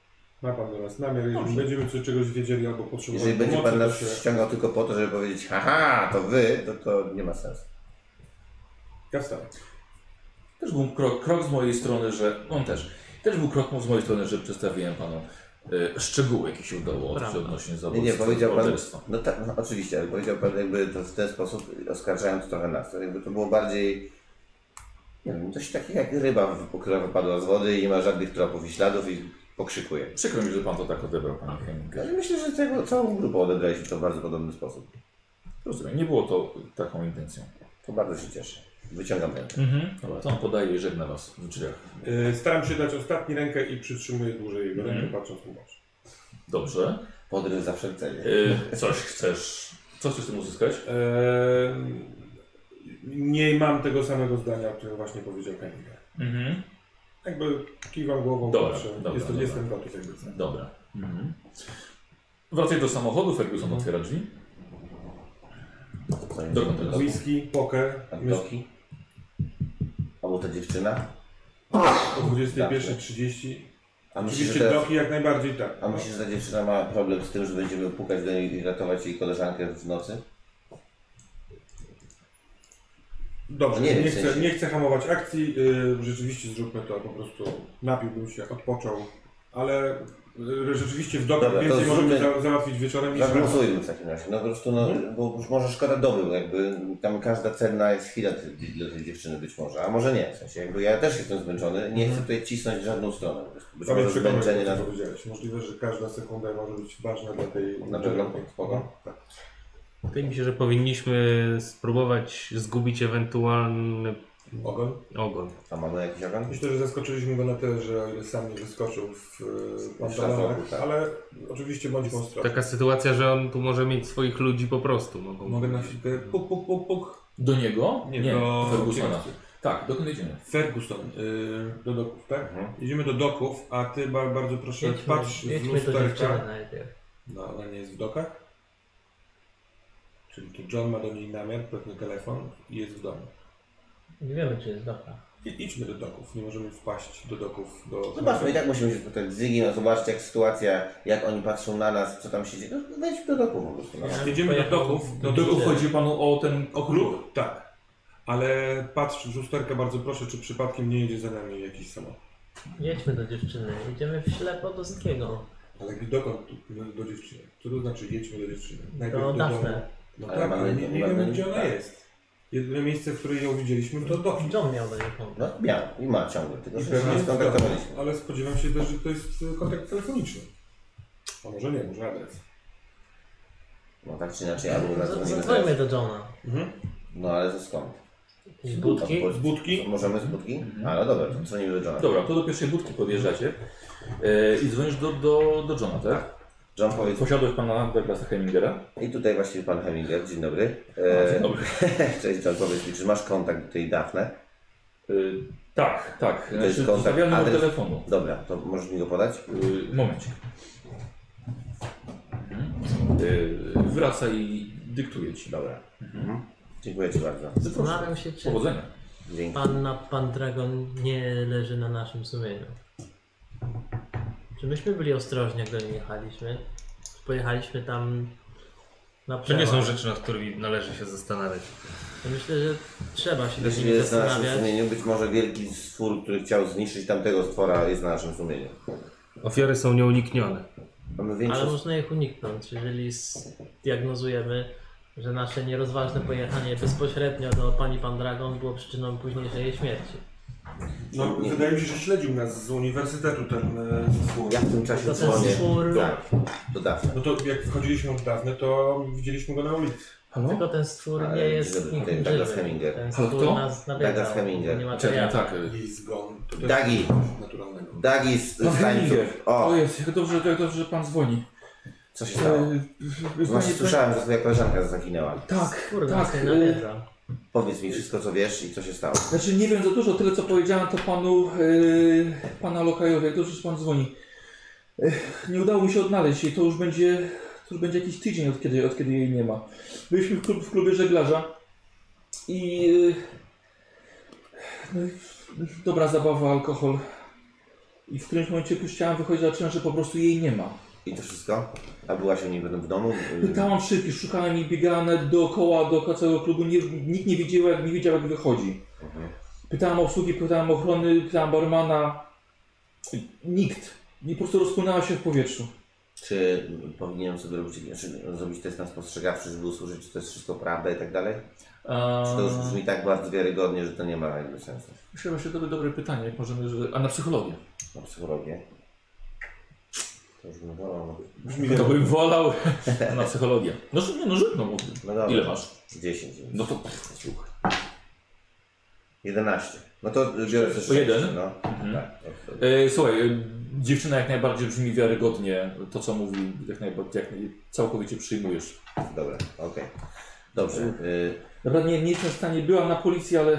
Ma pan do nas namiar, jeżeli będziemy czegoś wiedzieli albo potrzebowali Jeżeli będzie pan pomocy, nas to się... ściągał tylko po to, żeby powiedzieć haha, to wy, to nie ma sensu. Ja wstanę. Też był krok z mojej strony, że... On też. Też był krok z mojej strony, że przedstawiłem panu szczegóły, jakie się udało odnośnie zabójstwa. Nie, powiedział pan, morderstwa. no tak, no oczywiście, ale powiedział pan jakby to w ten sposób, oskarżając trochę nas, to jakby to było bardziej, nie wiem, coś takiego jak ryba, która wypadła z wody i nie ma żadnych tropów i śladów i pokrzykuje. Przykro mi, że pan to tak odebrał, panie Hemingway. Ale myślę, że całą grupą odebraliśmy to w bardzo podobny sposób. Rozumiem, nie było to taką intencją. To bardzo się cieszę. Wyciągam rękę. Dobra, to on podaje i żegna was w drzwiach. Staram się dać ostatni rękę i przytrzymuję dłużej jego rękę, patrząc mu w oczy. Dobrze. Podryw zawsze w cenie. Coś chcesz z tym uzyskać? Nie mam tego samego zdania, o którym właśnie powiedział Hemingway. Jakby kiwam głową, Dobra, patrzę, dobra. jestem gotów jakby co. Dobra. Wracaj do samochodu, Ferguson otwiera drzwi. Dokąd teraz? Whisky, poker, Doki. Albo ta dziewczyna. o 21:30. A myślisz, Oczywiście że teraz, doki jak najbardziej tak. a myślisz, że ta dziewczyna ma problem z tym, że będziemy pukać do niej i ratować jej koleżankę w nocy? Dobrze, Nie wiem, nie, w sensie- nie chcę hamować akcji, rzeczywiście zróbmy to, po prostu napiłbym się, odpoczął, ale rzeczywiście w dokach Dobra, to więcej możemy zróbmy- załatwić wieczorem niż rano. Zagłosujmy w takim razie. No po prostu, no, bo już może szkoda doby, bo jakby tam każda cenna jest chwila dla tej dziewczyny być może, a może nie. W sensie jakby ja też jestem zmęczony, nie chcę tutaj cisnąć w żadną stronę. Po prostu. Być To mnie może przekonuje, zmęczenie to na co powiedziałeś. Możliwe, że każda sekunda może być ważna dla tej... Na pewno, spoko. Tak. Wydaje mi się, że powinniśmy spróbować zgubić ewentualny Ogon. ogon. A mamy jakiś ogon? Myślę, że zaskoczyliśmy go na tyle, że o ile sam nie wyskoczył w pantalonach, szlafroku, tak. ale oczywiście bądźmy ostrożni. Taka sytuacja, że on tu może mieć swoich ludzi po prostu. Mogę na chwilkę puk, puk, puk, puk. Do niego? Nie, do Fergusona. kierowcy. Tak, dokąd jedziemy? Ferguson, do doków, tak? Jedziemy do doków, a ty bardzo proszę patrz w jedźmy do dziewczyny lusterka. najpierw. No, ona nie jest w dokach? Czyli tu John ma do niej namiar, pewny telefon i jest w domu. Nie wiemy, czy jest dobra. Idźmy do doków, nie możemy wpaść do doków. Zobaczmy, i tak musimy się spotkać z Ziggy, no zobaczcie jak sytuacja, jak oni patrzą na nas, co tam się dzieje. No wejdźmy do doku po prostu. No. Jedziemy do doków. Do doków chodzi panu o ten klub? Tak. Ale patrz w lusterkę bardzo proszę, czy przypadkiem nie jedzie za nami jakiś samochód. Jedźmy do dziewczyny. Idziemy w ślepo do Zgiego. Ale dokąd do dziewczyny? Co to znaczy jedźmy do dziewczyny? Do Dafne. domu. No Ale tak, mamy- ale nie mamy- wiemy gdzie ona tak. jest. Jedyne miejsce, w którym ją widzieliśmy, to doki. John miał do niej pomóc. No miał i ma ciągle, tylko I że pewnie się nie jest w domu. skontaktowaliśmy. Ale spodziewam się też, że to jest kontakt telefoniczny. A może nie, może adres. No tak czy inaczej, albo zadzwonimy Zadzwońmy teraz. do Johna. No ale to skąd? Jakieś budki. Z budki? Możemy z budki? A no dobra, to dzwonimy do Johna. Dobra, to do pierwszej budki podjeżdżacie i dzwonisz do Johna, tak? John powiedz. Posiadłeś pana Douglasa Hemingera? I tutaj właściwie pan Heminger, dzień dobry. Dzień dobry. Cześć John, powiedz mi, czy masz kontakt do tej Dafne? Tak. To jest Znaczy, kontakt, zostawiamy do adres? telefonu. Dobra, to możesz mi go podać? Momencik. Wraca i dyktuje ci. Dobra. Dziękuję ci bardzo. Zastanawiam się, czy Powodzenia. Dzięki. pan Dragon nie leży na naszym sumieniu. Czy myśmy byli ostrożni, jak do niej jechaliśmy? Czy pojechaliśmy tam na To nie są przełaj? rzeczy, nad którymi należy się zastanawiać. Ja myślę, że trzeba się nad Jeśli nimi jest na naszym zastanawiać. sumieniu, być może wielki stwór, który chciał zniszczyć tamtego stwora, jest na naszym sumieniu. Ofiary są nieuniknione. Mamy Ale większość... można ich uniknąć, jeżeli zdiagnozujemy, że nasze nierozważne pojechanie bezpośrednio do pani Pan Dragon było przyczyną późniejszej jej śmierci. No, wydaje mi się, że śledził nas z uniwersytetu ten stwór. Ja w tym czasie To ten dzwonię. stwór, Tak, do Dafne. No to jak wchodziliśmy od dawna, to widzieliśmy go na ulicy. Halo? tylko ten stwór Ale nie jest dzień dobry, nikim Douglas żywym. Heminger. Ten Halo, stwór kto? nas nawiedzał. Douglas Heminger. Nie ma Czekaj, jak. tak. Jej zgon. To też Dagi. coś naturalnego. Dagi z Pan Heminger. Stańców. O, O jest, jak dobrze, że pan dzwoni. co się stało? Właśnie słyszałem, że twoja koleżanka zaginęła. Tak, Stwór nas tak. nie nawiedza. Powiedz mi wszystko, co wiesz i co się stało. Znaczy nie wiem za dużo, tyle co powiedziałem to pana Lokajowi, jak dobrze, że pan dzwoni. Nie udało mi się odnaleźć jej, to już będzie jakiś tydzień od kiedy jej nie ma. Byliśmy w klubie żeglarza i no i dobra zabawa, alkohol. i w którymś momencie jak już chciałam wychodzić, zobaczyłam, że po prostu jej nie ma. I to wszystko? A byłaś u niej potem w domu? Pytałam wszystkich, szukałem i biegałam nawet dookoła całego klubu, nikt nie wiedział jak wychodzi. Pytałam o obsługi, pytałam o ochrony, pytałam barmana. Nikt. I po prostu rozpłynęła się w powietrzu. Czy powinienem sobie zrobić test na spostrzegawczy, żeby usłyszeć, czy to jest wszystko prawda i tak dalej? Czy to już brzmi tak bardzo wiarygodnie, że to nie ma jakby sensu? Myślę, że to dobre pytanie, jak możemy, a na psychologię? Na psychologię? To już bym wolał. To bym wolał na psychologię. No mógłbym. No dobra. Ile masz? 10. No to słuchaj. 11. No to biorę też O 1? 6, no. Tak. Słuchaj, dziewczyna jak najbardziej brzmi wiarygodnie. To co mówi, całkowicie przyjmujesz. Dobra, okej. Dobrze. Naprawdę nie jestem w stanie, byłam na policji, ale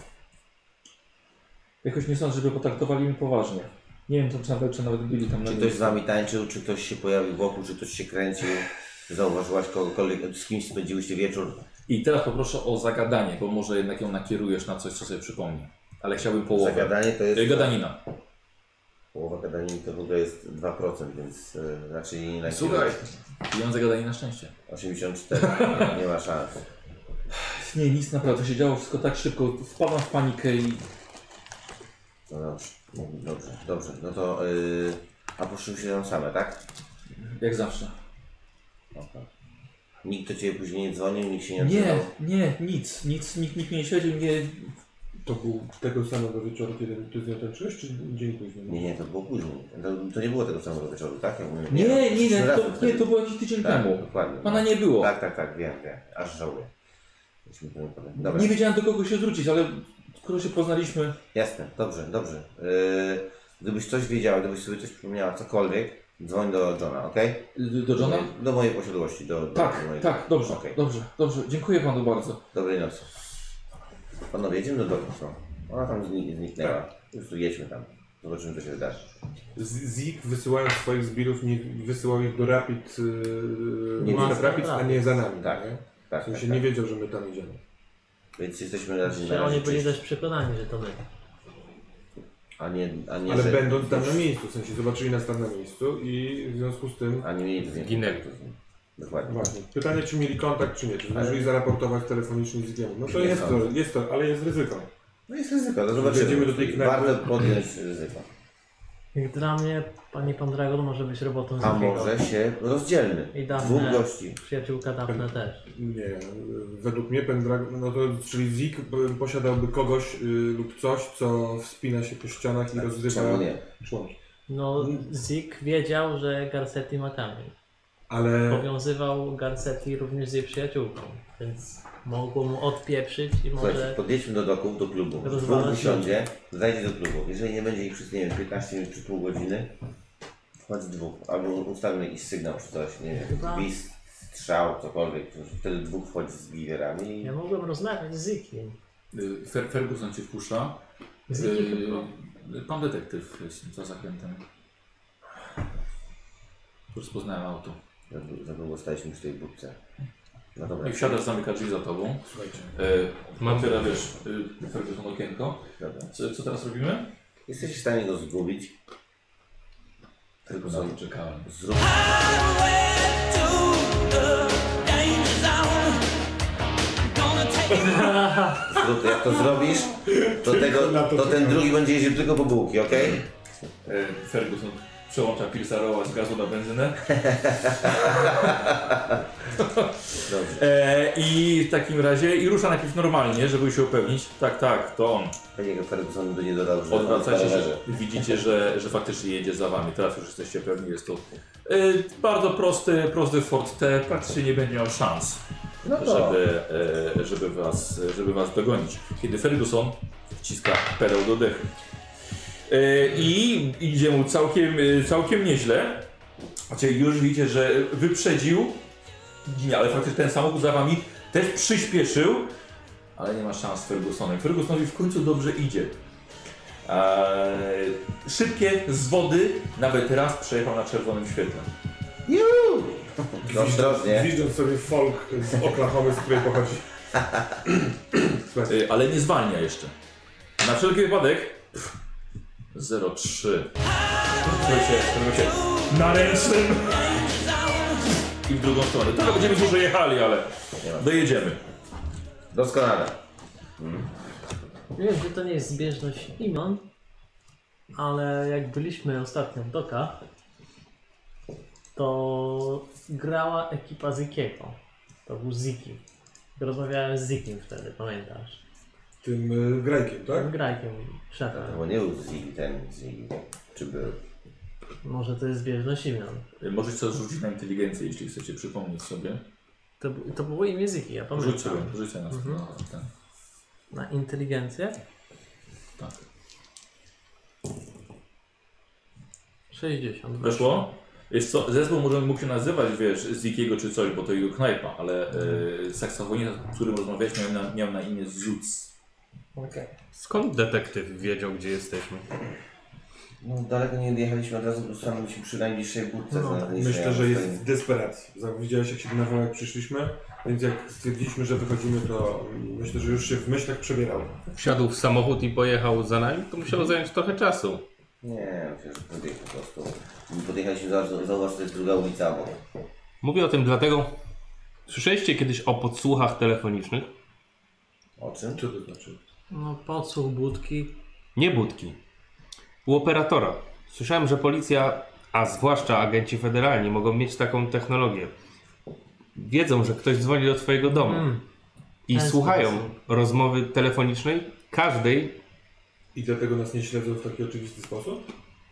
jakoś nie sądzę, żeby potraktowali mnie poważnie. Nie wiem, czy nawet byli tam na Czy ktoś z wami tańczył, czy ktoś się pojawił wokół, czy ktoś się kręcił? Zauważyłaś kogokolwiek, z kimś spędziłyście wieczór? I teraz poproszę o zagadanie, bo może jednak ją nakierujesz na coś, co sobie przypomni. Ale chciałbym połowę. Zagadanie to jest... Gadanina. Połowa gadaniny to w ogóle jest 2%, więc raczej nie nakierujesz. Słuchaj, pieniądze gadanie na szczęście. 84, nie ma szans. Nie, nic naprawdę, to się działo wszystko tak szybko. Wpadłam w panikę i... No dobrze. No to... a poszliście tam same, tak? Jak zawsze. Okay. Nikt do Ciebie później nie dzwonił, nikt się nie odzywał? Nie, nic, nikt mnie nie śledził, nie... To był tego samego wieczoru, kiedy Ty z nią tańczyłeś, czy dzień później? Nie, to było później. To nie było tego samego wieczoru, tak? Nie, to było jakiś tydzień temu. Dokładnie. Pana nie było. Tak, wiem. Aż żałuję. Dobra. Nie wiedziałem, do kogo się zwrócić, ale skoro się poznaliśmy... Jasne, dobrze. Gdybyś coś wiedziała, gdybyś sobie coś przypomniała, cokolwiek, dzwoń do Johna, okej? Do Johna? Do mojej posiadłości. Tak, dobrze, okay. dobrze. Dziękuję panu bardzo. Dobrej nocy. Panowie, jedziemy do domu. Ona tam zniknęła. Już tu jedźmy tam. Zobaczymy, co się wydarzy. Zik wysyłając swoich zbirów, nie wysyłał ich do Rapid, Rapid, a nie za nami. Tak. Nie? Tak, w sensie nie wiedział, że my tam idziemy. Więc jesteśmy raczej Czy oni byli też przekonani, że to my. A nie, ale że... będąc tam na miejscu, w sensie zobaczyli nas tam na miejscu i w związku z tym... A nie mieli zginęli. Dokładnie. Właśnie. Pytanie, czy mieli kontakt, czy nie. Czy zdążyli zaraportować telefonicznie z Zikiemu. No to jest to, ale jest ryzyko. No jest ryzyko, to zobaczymy. Do tej knajpy. Warto podjąć ryzyko. Jak dla mnie, pan Dragon może być robotą A Zikiego. może się rozdzielmy. I Daphne, Dwóch gości. Przyjaciółka Daphne też. Nie, według mnie Pendragon, no to czyli Zik posiadałby kogoś lub coś, co wspina się po ścianach i rozrywa członki. No, Zik wiedział, że Garcetti ma kamień. Ale... Powiązywał Garcetti również z jej przyjaciółką, więc mogło mu odpieprzyć i Słuchajcie, może... podjedźmy do doków, do klubu. Rozwalać Dwóch usiądzie, zajdzie do klubu. Jeżeli nie będzie ich przez, nie wiem, 15 minut czy pół godziny, wchodzi dwóch. Albo ustawimy jakiś sygnał czy coś, nie wiem, gwizd, strzał, cokolwiek. Wtedy dwóch wchodzi z giwerami i... Ja mogłem rozmawiać z Zikiem. Ferguson cię wpuszcza. Pan detektyw jest za zakrętem. Rozpoznałem auto. Za długo staliśmy przy tej budce. No dobra. I wsiadasz, zamyka drzwi za tobą. Słuchajcie. Otwiera, wiesz, Ferguson okienko. Dobra. Co teraz robimy? Jesteś w stanie go zgubić. Na to czekałem. Zrób... Jak to zrobisz, to ten drugi będzie jeździł tylko po bułki, okej? Ferguson przełącza Pilsarowa z gazu na benzynę. I w takim razie i rusza najpierw normalnie, żeby się upewnić. Tak, to on. Panie Ferguson by nie dodał, że odwracacie się, widzicie, że faktycznie jedzie za wami. Teraz już jesteście pewni, jest to bardzo prosty Ford T, praktycznie nie będzie miał szans, żeby was dogonić. Kiedy Ferguson wciska pedał do dechy. I idzie mu całkiem nieźle. Znaczy już widzicie, że wyprzedził, ale faktycznie ten samochód za wami też przyspieszył, ale nie ma szans z Fergusonem. Fergusonowi w końcu dobrze idzie. Szybkie z wody, nawet raz przejechał na czerwonym świetle. Ostrożnie. Widząc sobie folk z Oklahomy, z której pochodzi. Ale nie zwalnia jeszcze. Na wszelki wypadek 03. Słuchajcie, na ręcznym. I w drugą stronę. Trochę będziemy dużo jechali, ale dojedziemy. Doskonale. Nie wiem, czy to nie jest zbieżność imion, ale jak byliśmy ostatnio w Dokach, to grała ekipa Zikiego. To był Ziki. Rozmawiałem z Zikim wtedy, pamiętasz? Tym grajkiem, tak? Tym grajkiem, szefem. Bo nie był Ziggy, czy był? Może to jest zbieżność imion. Możecie sobie rzucić na inteligencję, jeśli chcecie przypomnieć sobie. To było imię Ziki, ja pamiętam. Rzuć sobie na ten. Na inteligencję? Tak. 60. Weszło? Wiesz co, zespół może mógł się nazywać, wiesz, Zikiego czy coś, bo to jego knajpa, ale saksofonista, z którym rozmawiałeś, miał na imię Zuc. Okej. Skąd detektyw wiedział, gdzie jesteśmy? No daleko nie jechaliśmy, od razu ustanowiliśmy przy najbliższej budce. Myślę, że jest w desperacji. Widziałeś, jak się denerwował, jak przyszliśmy, więc jak stwierdziliśmy, że wychodzimy, to myślę, że już się w myślach przebierał. Wsiadł w samochód i pojechał za nami? To musiało zająć trochę czasu. Nie, myślę, że podjechał po prostu. Podjechaliśmy, zauważ, to jest druga ulica obok. Mówię o tym dlatego... Słyszeliście kiedyś o podsłuchach telefonicznych? O czym? Co to znaczy? No podsłuch budki. Nie budki. U operatora. Słyszałem, że policja, a zwłaszcza agenci federalni, mogą mieć taką technologię. Wiedzą, że ktoś dzwoni do twojego domu i Ten słuchają sposób. rozmowy telefonicznej każdej. I dlatego nas nie śledzą w taki oczywisty sposób?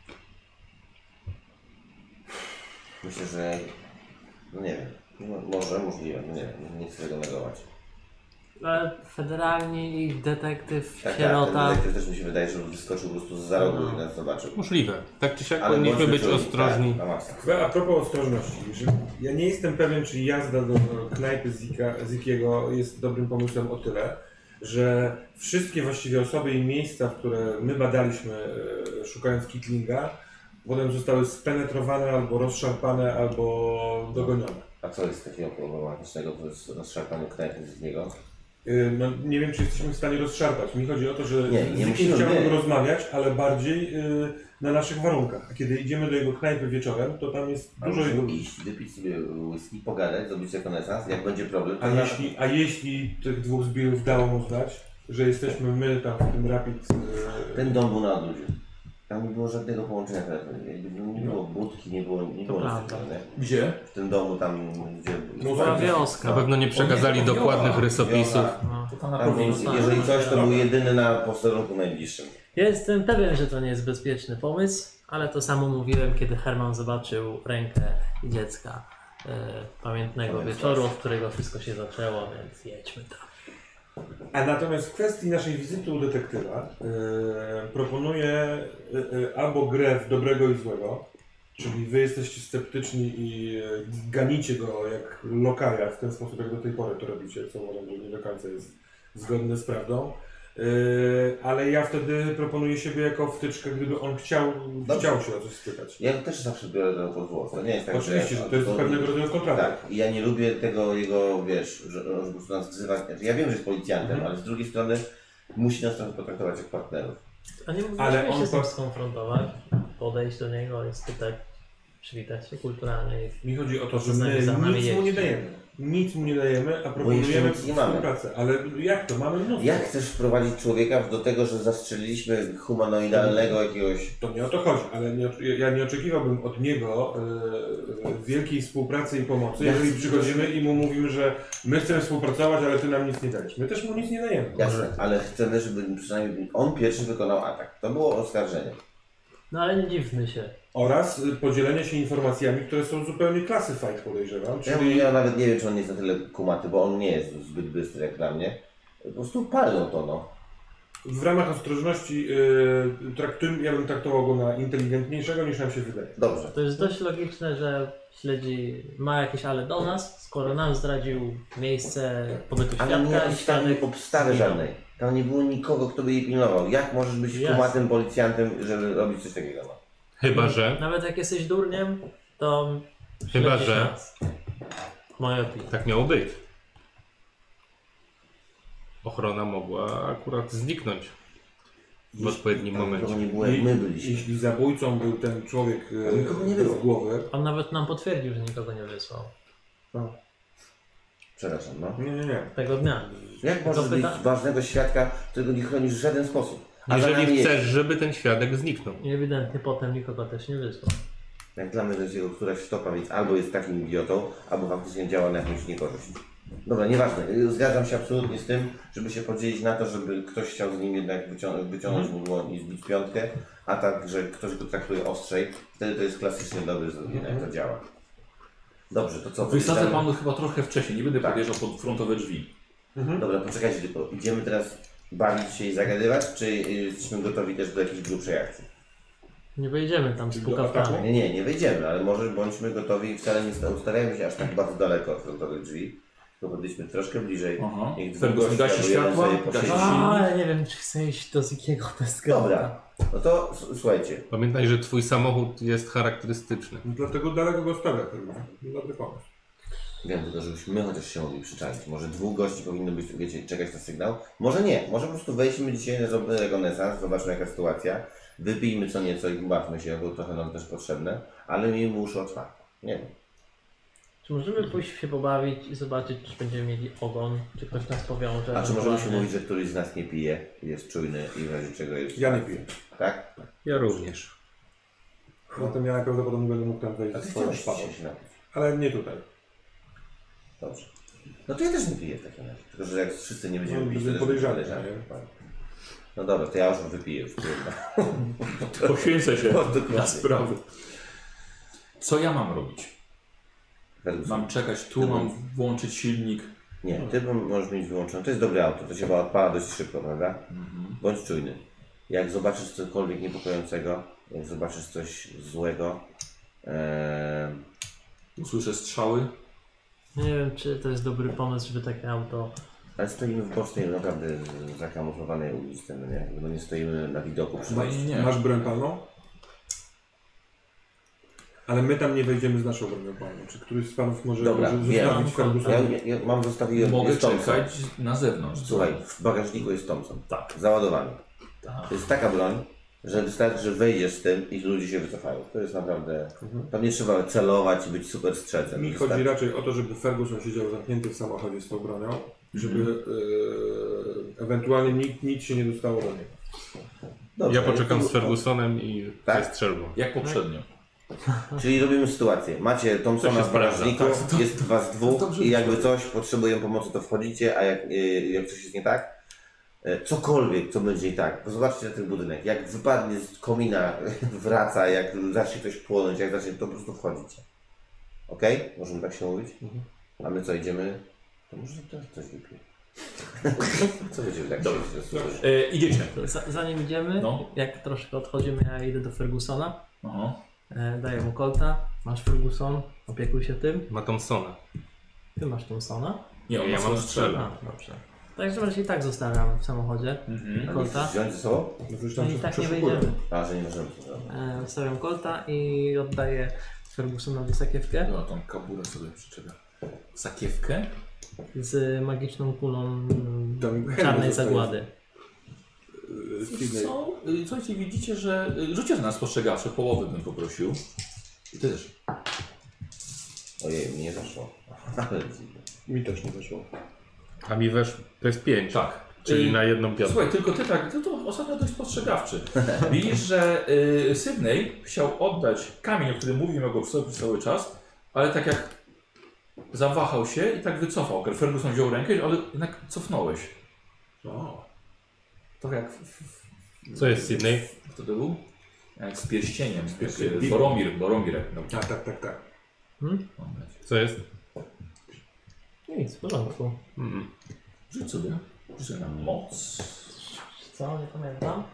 Myślę, że... No nie wiem. Może, możliwe. No nie wiem, nie chcę tego negować. Ale federalni i detektyw Tak, sierota. ten detektyw też mi się wydaje, że wyskoczył po prostu z za rogu i nas zobaczył. Możliwe. Tak czy siak Ale powinniśmy bądźmy być czujni, ostrożni. Tak, na maksa. A propos ostrożności, że ja nie jestem pewien, czy jazda do knajpy Zikiego jest dobrym pomysłem o tyle, że wszystkie właściwie osoby i miejsca, w które my badaliśmy szukając Kitlinga, potem zostały spenetrowane albo rozszarpane, albo dogonione. A co jest takiego problematycznego, to jest rozszarpanie knajpy z niego? No, nie wiem, czy jesteśmy w stanie rozszarpać. Mi chodzi o to, że Nie z Zikiem musimy, chciałbym nie. rozmawiać, ale bardziej na naszych warunkach. A kiedy idziemy do jego knajpy wieczorem, to tam jest dużo jego... Możemy iść, wypić sobie whisky, pogadać, zrobić rekonesans, jak będzie problem, to A jeśli tych dwóch zbirów dało mu znać, że jesteśmy my tam w tym Rapid... ten dom był na odludziu. Tam nie było żadnego połączenia telefonicznego, nie było budki, nie było nic prawda. takiego, nie? Gdzie? W tym domu tam, gdzie... No, Była tak. wioska. Na pewno nie przekazali O nie, dokładnych wiocha. rysopisów. No. To tam na Tam, pewno więc, jeżeli coś, to był jedyny na posterunku najbliższym. Ja jestem pewien, że to nie jest bezpieczny pomysł, ale to samo mówiłem, kiedy Herman zobaczył rękę dziecka pamiętnego wieczoru, od którego wszystko się zaczęło, więc jedźmy tam. A natomiast w kwestii naszej wizyty u detektywa proponuję albo grę w dobrego i złego, czyli wy jesteście sceptyczni i ganicie go jak lokaja w ten sposób, jak do tej pory to robicie, co uważam, że nie do końca jest zgodne z prawdą. Ale ja wtedy proponuję siebie jako wtyczkę, gdyby on chciał się o coś spytać. Ja też zawsze biorę to pod zło. To nie jest tak, Oczywiście, że to jest pewnego rodzaju kontrakt. Tak, i ja nie lubię tego jego, wiesz, że on po prostu nas wzywa. Znaczy, ja wiem, że jest policjantem, ale z drugiej strony musi nas trochę potraktować jak partnerów. A nie Ale mogliśmy on się z tym po- skonfrontować, podejść do niego i spytać, przywitać się kulturalnie. Mi chodzi o to, że Z nami- my za nami nic mu nie jedźcie. dajemy. Nic mu nie dajemy, a jeszcze proponujemy nic nie mamy. współpracę. Ale jak to? Mamy mnóstwo. Jak chcesz wprowadzić człowieka do tego, że zastrzeliliśmy humanoidalnego jakiegoś... To nie o to chodzi, ale ja nie oczekiwałbym od niego wielkiej współpracy i pomocy, jeżeli przychodzimy i mu mówimy, że my chcemy współpracować, ale ty nam nic nie dajesz. My też mu nic nie dajemy. Jasne, ale chcemy, żeby przynajmniej on pierwszy wykonał atak. To było oskarżenie. No ale nie dziwmy się. Oraz podzielenie się informacjami, które są zupełnie classified, podejrzewam. Ja nawet nie wiem, czy on jest na tyle kumaty, bo on nie jest zbyt bystry jak dla mnie. Po prostu palną to, no. W ramach ostrożności ja bym traktował go na inteligentniejszego niż nam się wydaje. Dobrze. To jest dość logiczne, że ma jakieś ale do nas, skoro nam zdradził miejsce pobytu Ale nie świadka i zostawił świadek obstawy zginął. żadnej. Tam nie było nikogo, kto by jej pilnował. Jak możesz być Jasne. kumatym policjantem, żeby robić coś takiego? No? Chyba, że... Nawet jak jesteś durniem, to Chyba, śledzisz że- nas. W mojej opinii. Tak miało być. Ochrona mogła akurat zniknąć. w odpowiednim momencie. Nikogo nie było, jak my byliśmy. Jeśli zabójcą był ten człowiek nikogo nie bez było. głowy... On nawet nam potwierdził, że nikogo nie wysłał. Przepraszam, no. Nie. Tego dnia. Jak możesz być ważnego świadka, którego nie chronisz w żaden sposób? A za nami Jeżeli jest. chcesz, żeby ten świadek zniknął. I ewidentnie potem nikogo też nie wysłał. Jak dla mnie to jest jego któraś stopa, więc albo jest takim idiotą, albo faktycznie działa na jakąś niekorzyść. Dobra, nieważne. Zgadzam się absolutnie z tym, żeby się podzielić na to, żeby ktoś chciał z nim jednak wyciągnąć mu dłoń i zbić piątkę, a tak, że ktoś go traktuje ostrzej, wtedy to jest klasycznie dobre zrobienie, jak to działa. Dobrze, to co? Wysadzę panu chyba trochę wcześniej, nie będę Tak. podjeżdżał pod frontowe drzwi. Dobra, poczekajcie tylko. Idziemy teraz bawić się i zagadywać, czy jesteśmy gotowi też do jakiejś grubszej akcji? Nie wejdziemy tam z pukawkami. Nie wejdziemy, ale może bądźmy gotowi i wcale nie ustawiamy się aż tak bardzo daleko od frontowych drzwi. Tylko podejśmy troszkę bliżej. Aha. Niech Ferguson gasi albo jeden światła, sobie gasi posiedzi. silnik. Ale nie wiem, czy chcę iść do Zikiego bez Dobra, no to słuchajcie. Pamiętaj, że twój samochód jest charakterystyczny. Dlatego daleko go stawia chyba. Dobry pomysł. Wiem tylko, żebyśmy my chociaż się mogli przyczaić. Może 2 gości powinno być, wiecie, czekać na sygnał. Może nie, może po prostu wejdźmy dzisiaj na zrobimy rekonesans, zobaczmy jaka sytuacja. Wypijmy co nieco i bawmy się, bo trochę nam też potrzebne, ale miejmy uszy otwarte. Nie wiem. Czy możemy pójść się pobawić i zobaczyć, czy będziemy mieli ogon, czy ktoś nas powiąże? A czy możemy się ewentualnie? mówić, że któryś z nas nie pije, jest czujny i w razie czego jest... Ja nie piję. Tak? Ja również. Zatem ja najprawdopodobniej będę mógł tam wejść A ze ty swoją chciałeś szpadą. dzisiaj się napić. Ale nie tutaj. Dobrze. No to ja też nie piję w takim razie. Tylko, że jak wszyscy nie będziemy No, pić, to będziemy też podejrzani, podejrzani. nie? No dobra, to ja już wypiję już. Trudno. Poświęcę się Dokładnie. na sprawy. Co ja mam robić? Ferguson. Mam czekać tu, mam włączyć silnik. Nie, ty możesz mieć wyłączone. To jest dobre auto, to się chyba odpala dość szybko, prawda? Bądź czujny. Jak zobaczysz cokolwiek niepokojącego, jak zobaczysz coś złego, Usłyszę strzały. Nie wiem, czy to jest dobry pomysł, żeby takie auto... ale stoimy w bocznej, naprawdę zakamuflowanej ulicy, no nie? No nie stoimy na widoku przy Chyba wejściu. nie. Masz broń palną? Ale my tam nie wejdziemy z naszą bronią palną. Czy któryś z panów może, Dobra, może wiem. zostawić Fergusona? Ja mam zostawiłem, Mogę jest Thompson. czekać na zewnątrz. Słuchaj, w bagażniku jest Thompson. Tak. Załadowany. Tak. To jest taka broń, że wystarczy, że wejdziesz z tym i ludzie się wycofają. To jest naprawdę... Tam nie trzeba celować i być super strzelcem. Mi Wystarczy. chodzi raczej o to, żeby Ferguson siedział zamknięty w samochodzie z tą bronią, żeby ewentualnie nic się nie dostało do niego. Dobrze, Ja poczekam ale- z Fergusonem i Tak? ze strzelbą. Jak poprzednio. Czyli robimy sytuację. Macie To Thompsona się w bagażniku, sprawdza, tak. jest was dwóch Dobrze i jakby coś, potrzebują pomocy, to wchodzicie, a jak coś jest nie tak, cokolwiek, co będzie nie tak, to zobaczcie na ten budynek. Jak wypadnie z komina, wraca, jak zacznie ktoś płonąć, jak zacznie, to po prostu wchodzicie. Okej? Możemy tak się mówić? A my co, idziemy? To może też coś wypiję. Co będziemy tak Dobra. się Idziecie. Zanim idziemy, No. jak troszkę odchodzimy, ja idę do Fergusona. Aha. Daję mu kolta. Masz Ferguson, opiekuj się tym. Ma Thompsona. Ty masz Thompsona? Nie, on Ja ma mam swoją strzelbę. A, dobrze. Także raczej i tak zostawiam w samochodzie kolta. Wziąć ze sobą? No przecież No tam i się tak nie przeszukują. wejdziemy. A, że nie możemy. Zostawiam kolta i oddaję Fergusonowi sakiewkę No, tą kaburę sobie przyczepia. Sakiewkę? z magiczną kulą Tam czarnej zostaje. zagłady. Sydney. Co? Słuchajcie, widzicie, że... Rzućcie na spostrzegawcze, połowę bym poprosił. I ty też. Ojej, mi nie zaszło. Ale Mi też nie weszło. A mi wesz, to jest 5. Tak. Czyli na jedną piątkę. Słuchaj, tylko ty tak, ty to ostatnio dość spostrzegawczy. Widzisz, że Sydney chciał oddać kamień, o którym mówił, miał go w sobie cały czas, ale tak jak zawahał się i tak wycofał. Ferguson wziął rękę, ale jednak cofnąłeś. O. Trochę jak... Co jest Sydney? Kto to był? Jak z pierścieniem. pierścieniem. Boromir. No. Tak. Co jest? Nic, w porządku. Rzuć sobie. Rzuć sobie na moc. Co? Nie pamiętam.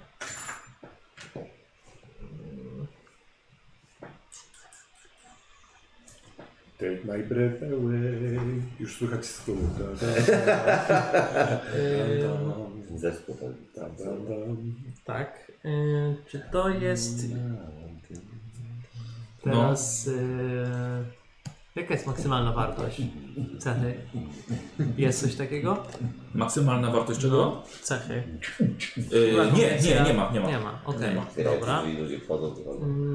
Take my breath away. Już słychać z tyłu. zespół. Tak. Czy to jest teraz... Jaka jest maksymalna wartość cechy? Jest coś takiego? Maksymalna wartość czego? No, cechy. Nie ma. Nie ma, okej, dobra. Jeżeli ludzie wchodzą, to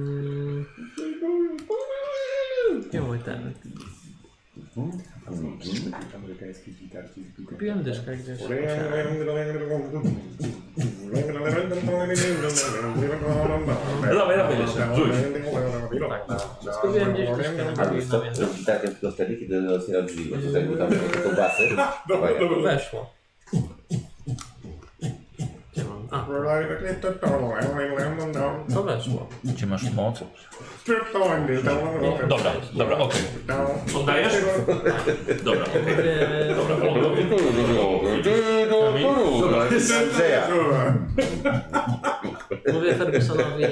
Gdzie mój ten? Amerykańskie gitarki zbite. Kupiłem dyszkę gdzieś. Dawaj, jeszcze. Rzuć. Kupiłem gdzieś dyszkę na A wiesz co? Robić tak tylko wtedy, kiedy otwiera drzwi, bo tutaj mu tam są basy. Weszło. Gdzie mam? A, co weszło? Gdzie masz moc? Dobra, okej. Oddajesz? Dobra. Andrzeja. Mówię Fergusonowi,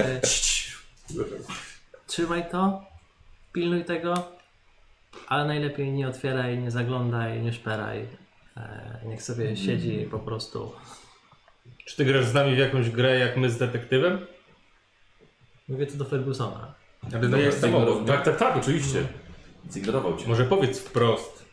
trzymaj to, pilnuj tego, ale najlepiej nie otwieraj, nie zaglądaj, nie szperaj. Niech sobie siedzi i po prostu... Czy ty grasz z nami w jakąś grę jak my z detektywem? Mówię to do Fergusona. Ale no jest samochód. Tak, oczywiście. Zignorował cię. Może powiedz wprost.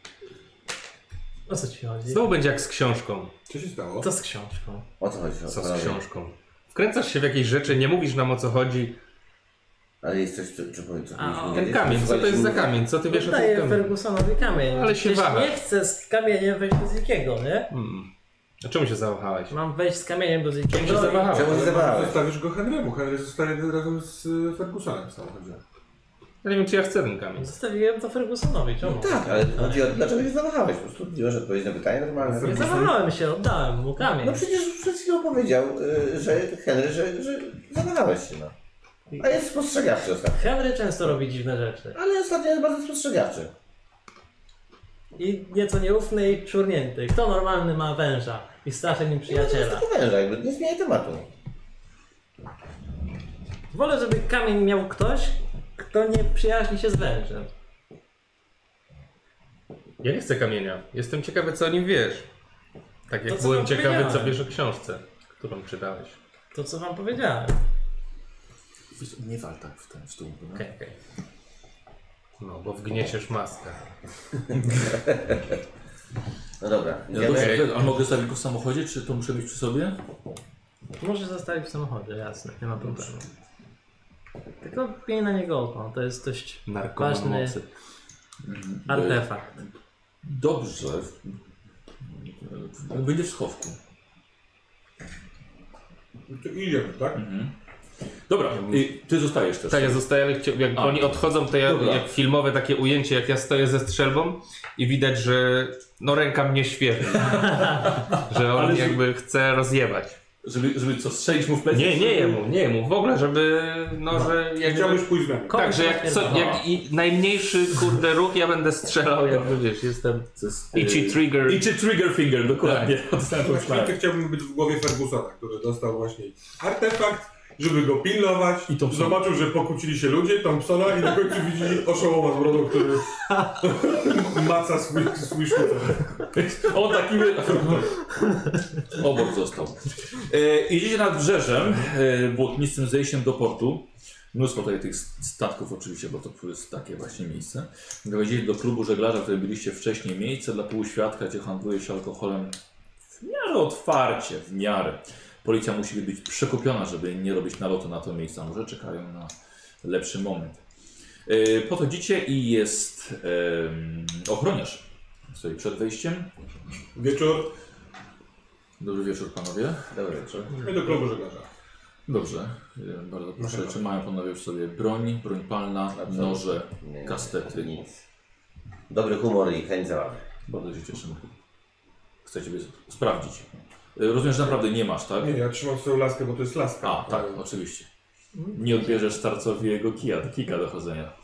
O co ci chodzi? Znowu będzie jak z książką. Co się stało? Co z książką? O co chodzi? Co z książką? Wkręcasz się w jakieś rzeczy, nie mówisz nam o co chodzi. Ale jest coś, czy powiem, co powinniśmy Ten wiedzieć? kamień, co to jest za kamień? Co ty wiesz o tym Daję kamieniu? Fergusonowi kamień. Ale się Przecież waha. nie chcę z kamieniem wejść do Zikiego, nie? A czemu się zawahałeś? Mam wejść z kamieniem do Czemu się Zikiego. zawahałeś? Czemu nie zabrałeś? Zostawisz go Henrymu. Henry zostaje razem z Fergusonem w samochodzie. Ja nie wiem, czy ja chcę ten kamień. Zostawiłem to Fergusonowi, czemu? Tak, ale chodzi o dlaczego się zawahałeś? Po prostu nie masz odpowiedzi na pytanie normalne. Nie zawahałem się, oddałem mu kamień. No przecież przed chwilą powiedział, że Henry, że zawahałeś się, no. A jest spostrzegawczy ostatnio. Henry często robi dziwne rzeczy. Ale ostatnio jest bardzo spostrzegawczy. I nieco nieufny i szurnięty. Kto normalny ma węża i straszy nim To przyjaciela? jest taki węża, jakby nie zmieniaj tematu. Wolę, żeby kamień miał ktoś, kto nie przyjaźni się z wężem. Ja nie chcę kamienia. Jestem ciekawy, co o nim wiesz. Tak jak To, co byłem wam ciekawy, powiedziałem. co wiesz o książce, którą czytałeś. To, co wam powiedziałem. Nie wal tak w ten stół. Okej. No, bo wgnieciesz maskę. No dobra. A mogę zostawić go w samochodzie, czy to muszę mieć przy sobie? Może zostawić w samochodzie, jasne, nie ma problemu. Tylko miej na niego oko, to jest dość Narkoman ważny mocy. artefakt. Dobrze. Będzie w schowku. To idziemy, tak? Dobra, ty zostajesz też. Tak, ja zostaję, ale jak oni odchodzą, to ja Dobra. jak filmowe takie ujęcie, jak ja stoję ze strzelbą i widać, że no ręka mnie świetli. Że on Ale jakby chce rozjebać. Żeby co, strzelić mu w plecy? Nie jemu, w ogóle, żeby, no, że jakby... Chciałbyś pójść z nami. Tak, że jak i najmniejszy kurde ruch ja będę strzelał, jakby wiesz, jestem itchy trigger. Itchy trigger finger, dokładnie. Tak. Chciałbym być w głowie Fergusona, który dostał właśnie artefakt, żeby go pilnować. I Thompsona. Zobaczył, że pokłócili się ludzie, Thompsona i na końcu widzi oszołoma z brodą, który maca swój sztucer. On taki obok został. Jedziecie nad brzeżem, błotnistym zejściem do portu. Mnóstwo tutaj tych statków oczywiście, bo to jest takie właśnie miejsce. Dojedziecie do klubu żeglarza, w którym byliście wcześniej. Miejsce dla półświadka, gdzie handluje się alkoholem w miarę otwarcie, w miarę. Policja musi być przekupiona, żeby nie robić nalotu na to miejsce. Może czekają na lepszy moment. Podchodzicie i jest ochroniarz. Stoi przed wejściem. Wieczór, Dobry wieczór, panowie. Dobry wieczór. my do klubu żeglarza. Dobrze, bardzo proszę. Czy mają panowie w sobie broń palna, noże, Nie, kastety? Nic. Dobry humor i chęć zabawy. Bardzo się cieszę. Chcę ciebie sprawdzić. Rozumiem, że naprawdę nie masz, tak? Nie, ja trzymam swoją laskę, bo to jest laska. A, tak, oczywiście. Nie odbierzesz starcowi jego kika do chodzenia.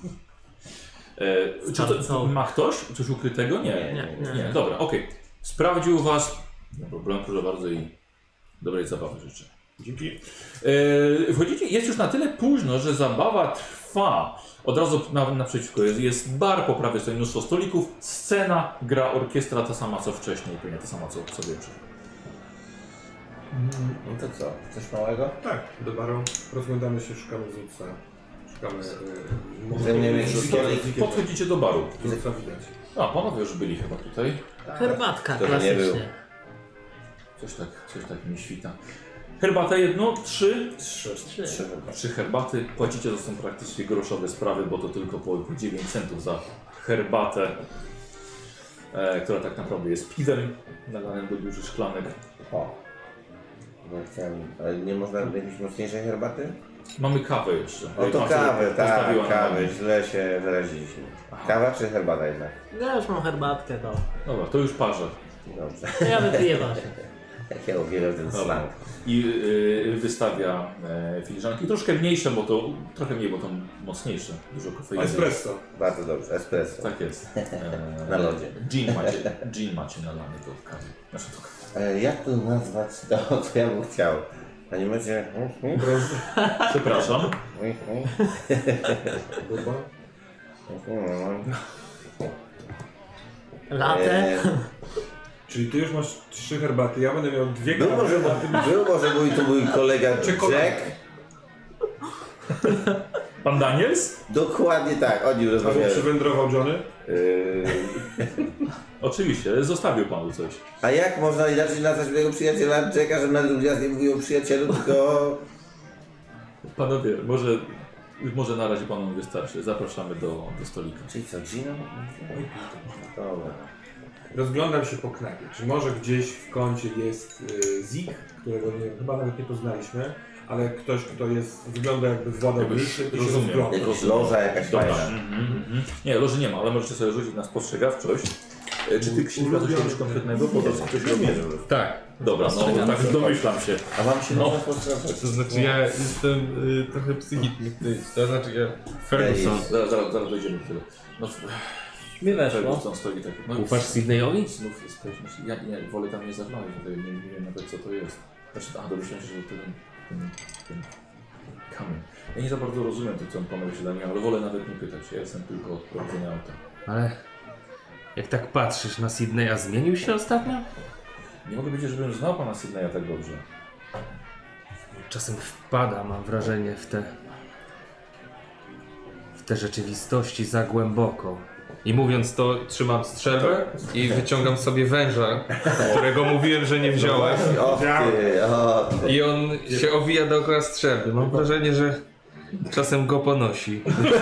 Czy to ma ktoś coś ukrytego? Nie. Dobra, okej. Sprawdził was. Nie problem, proszę bardzo i dobrej zabawy życzę. Dzięki. Wchodzicie, jest już na tyle późno, że zabawa trwa. Od razu naprzeciwko jest bar, po prawej stoi mnóstwo stolików, scena, gra orkiestra ta sama co wcześniej, pewnie ta sama co wieczór. No to co? Coś małego? Tak, do baru. Rozglądamy się, szukamy Zutsa. Szukamy... Zajmiemy jakiś stolik. Podchodzicie do baru. Co widać? A, panowie już byli chyba tutaj. Herbatka To nie był. klasycznie. Coś tak mi świta. Herbata jedno, 3. 3 herbaty. Płacicie, to są praktycznie groszowe sprawy, bo to tylko po 9 centów za herbatę, która tak naprawdę jest piwem nalanym do dużych szklanek. O. No chciałem, ale nie można jakiejś mocniejszej herbaty? Mamy kawę jeszcze. O to Pan kawę, sobie tak, postawiła na kawę, nami. źle się wyraziliśmy. Kawa czy herbata jednak? Ja już mam herbatkę, to. Dobra, to już parzę. Dobrze. To ja wypiję właśnie. Jak ja uwielbiam ten slang. I wystawia filiżanki. Troszkę mniejsze, bo to trochę mniej, bo to mocniejsze. Dużo kofeiny. Espresso. Bardzo dobrze, espresso. Tak jest. Na lodzie. Gin macie nalany do kawy. Znaczy to kawy. Jak tu nazwać to, co ja bym chciał? A nie macie... Przepraszam. Latę. Czyli ty już masz 3 herbaty, ja będę miał 2 Był może mój kolega Jack? Pan Daniels? Dokładnie tak, o nim Albo rozmawiałem. przywędrował Johnny? Oczywiście, zostawił panu coś. A jak można inaczej nazwać mojego przyjaciela Jacka, że na drugi raz nie mówił o przyjacielu, tylko... Panowie, może na razie panu wystarczy. Zapraszamy do stolika. Czyli co, Gino? Dobra. Rozglądam się po knajpie. Czy może gdzieś w kącie jest Zik, którego chyba nawet nie poznaliśmy, ale ktoś, kto wygląda jakby władał miejsce, to się rozumiem. rozgląda. Jakaś loża jakaś Dobra. fajna. Nie, loży nie ma, ale możecie sobie rzucić na spostrzegawczość. Czy ty Krzyśka coś robisz konkretnego? Po prostu coś robisz. Tak. Dobra, no tak domyślam się. A wam się No. no. To znaczy ja jestem trochę psychiczny. To znaczy ja... Ferguson. Zaraz dojdziemy do tego. No, Mi weszło. Ferguson stoi tak. No, Ufasz Sydneyowi? Znów jesteśmy. Ja nie wolę tam nie zaglądać, bo nie wiem nawet co to jest. Znaczy, domyślam się, że to ten kamień. Ja nie za bardzo rozumiem to, co on panowie się da mnie, ale wolę nawet nie pytać. Ja jestem tylko od prowadzenia auta. Ale jak tak patrzysz na Sydneya, zmienił się ostatnio? Nie mogę powiedzieć, żebym znał pana Sydneya tak dobrze. Czasem wpada, mam wrażenie, w te rzeczywistości za głęboko. I mówiąc to, trzymam strzelbę i wyciągam sobie węża, którego mówiłem, że nie wziąłem. O ty. I on się owija dookoła strzelby. Mam wrażenie, że czasem go ponosi.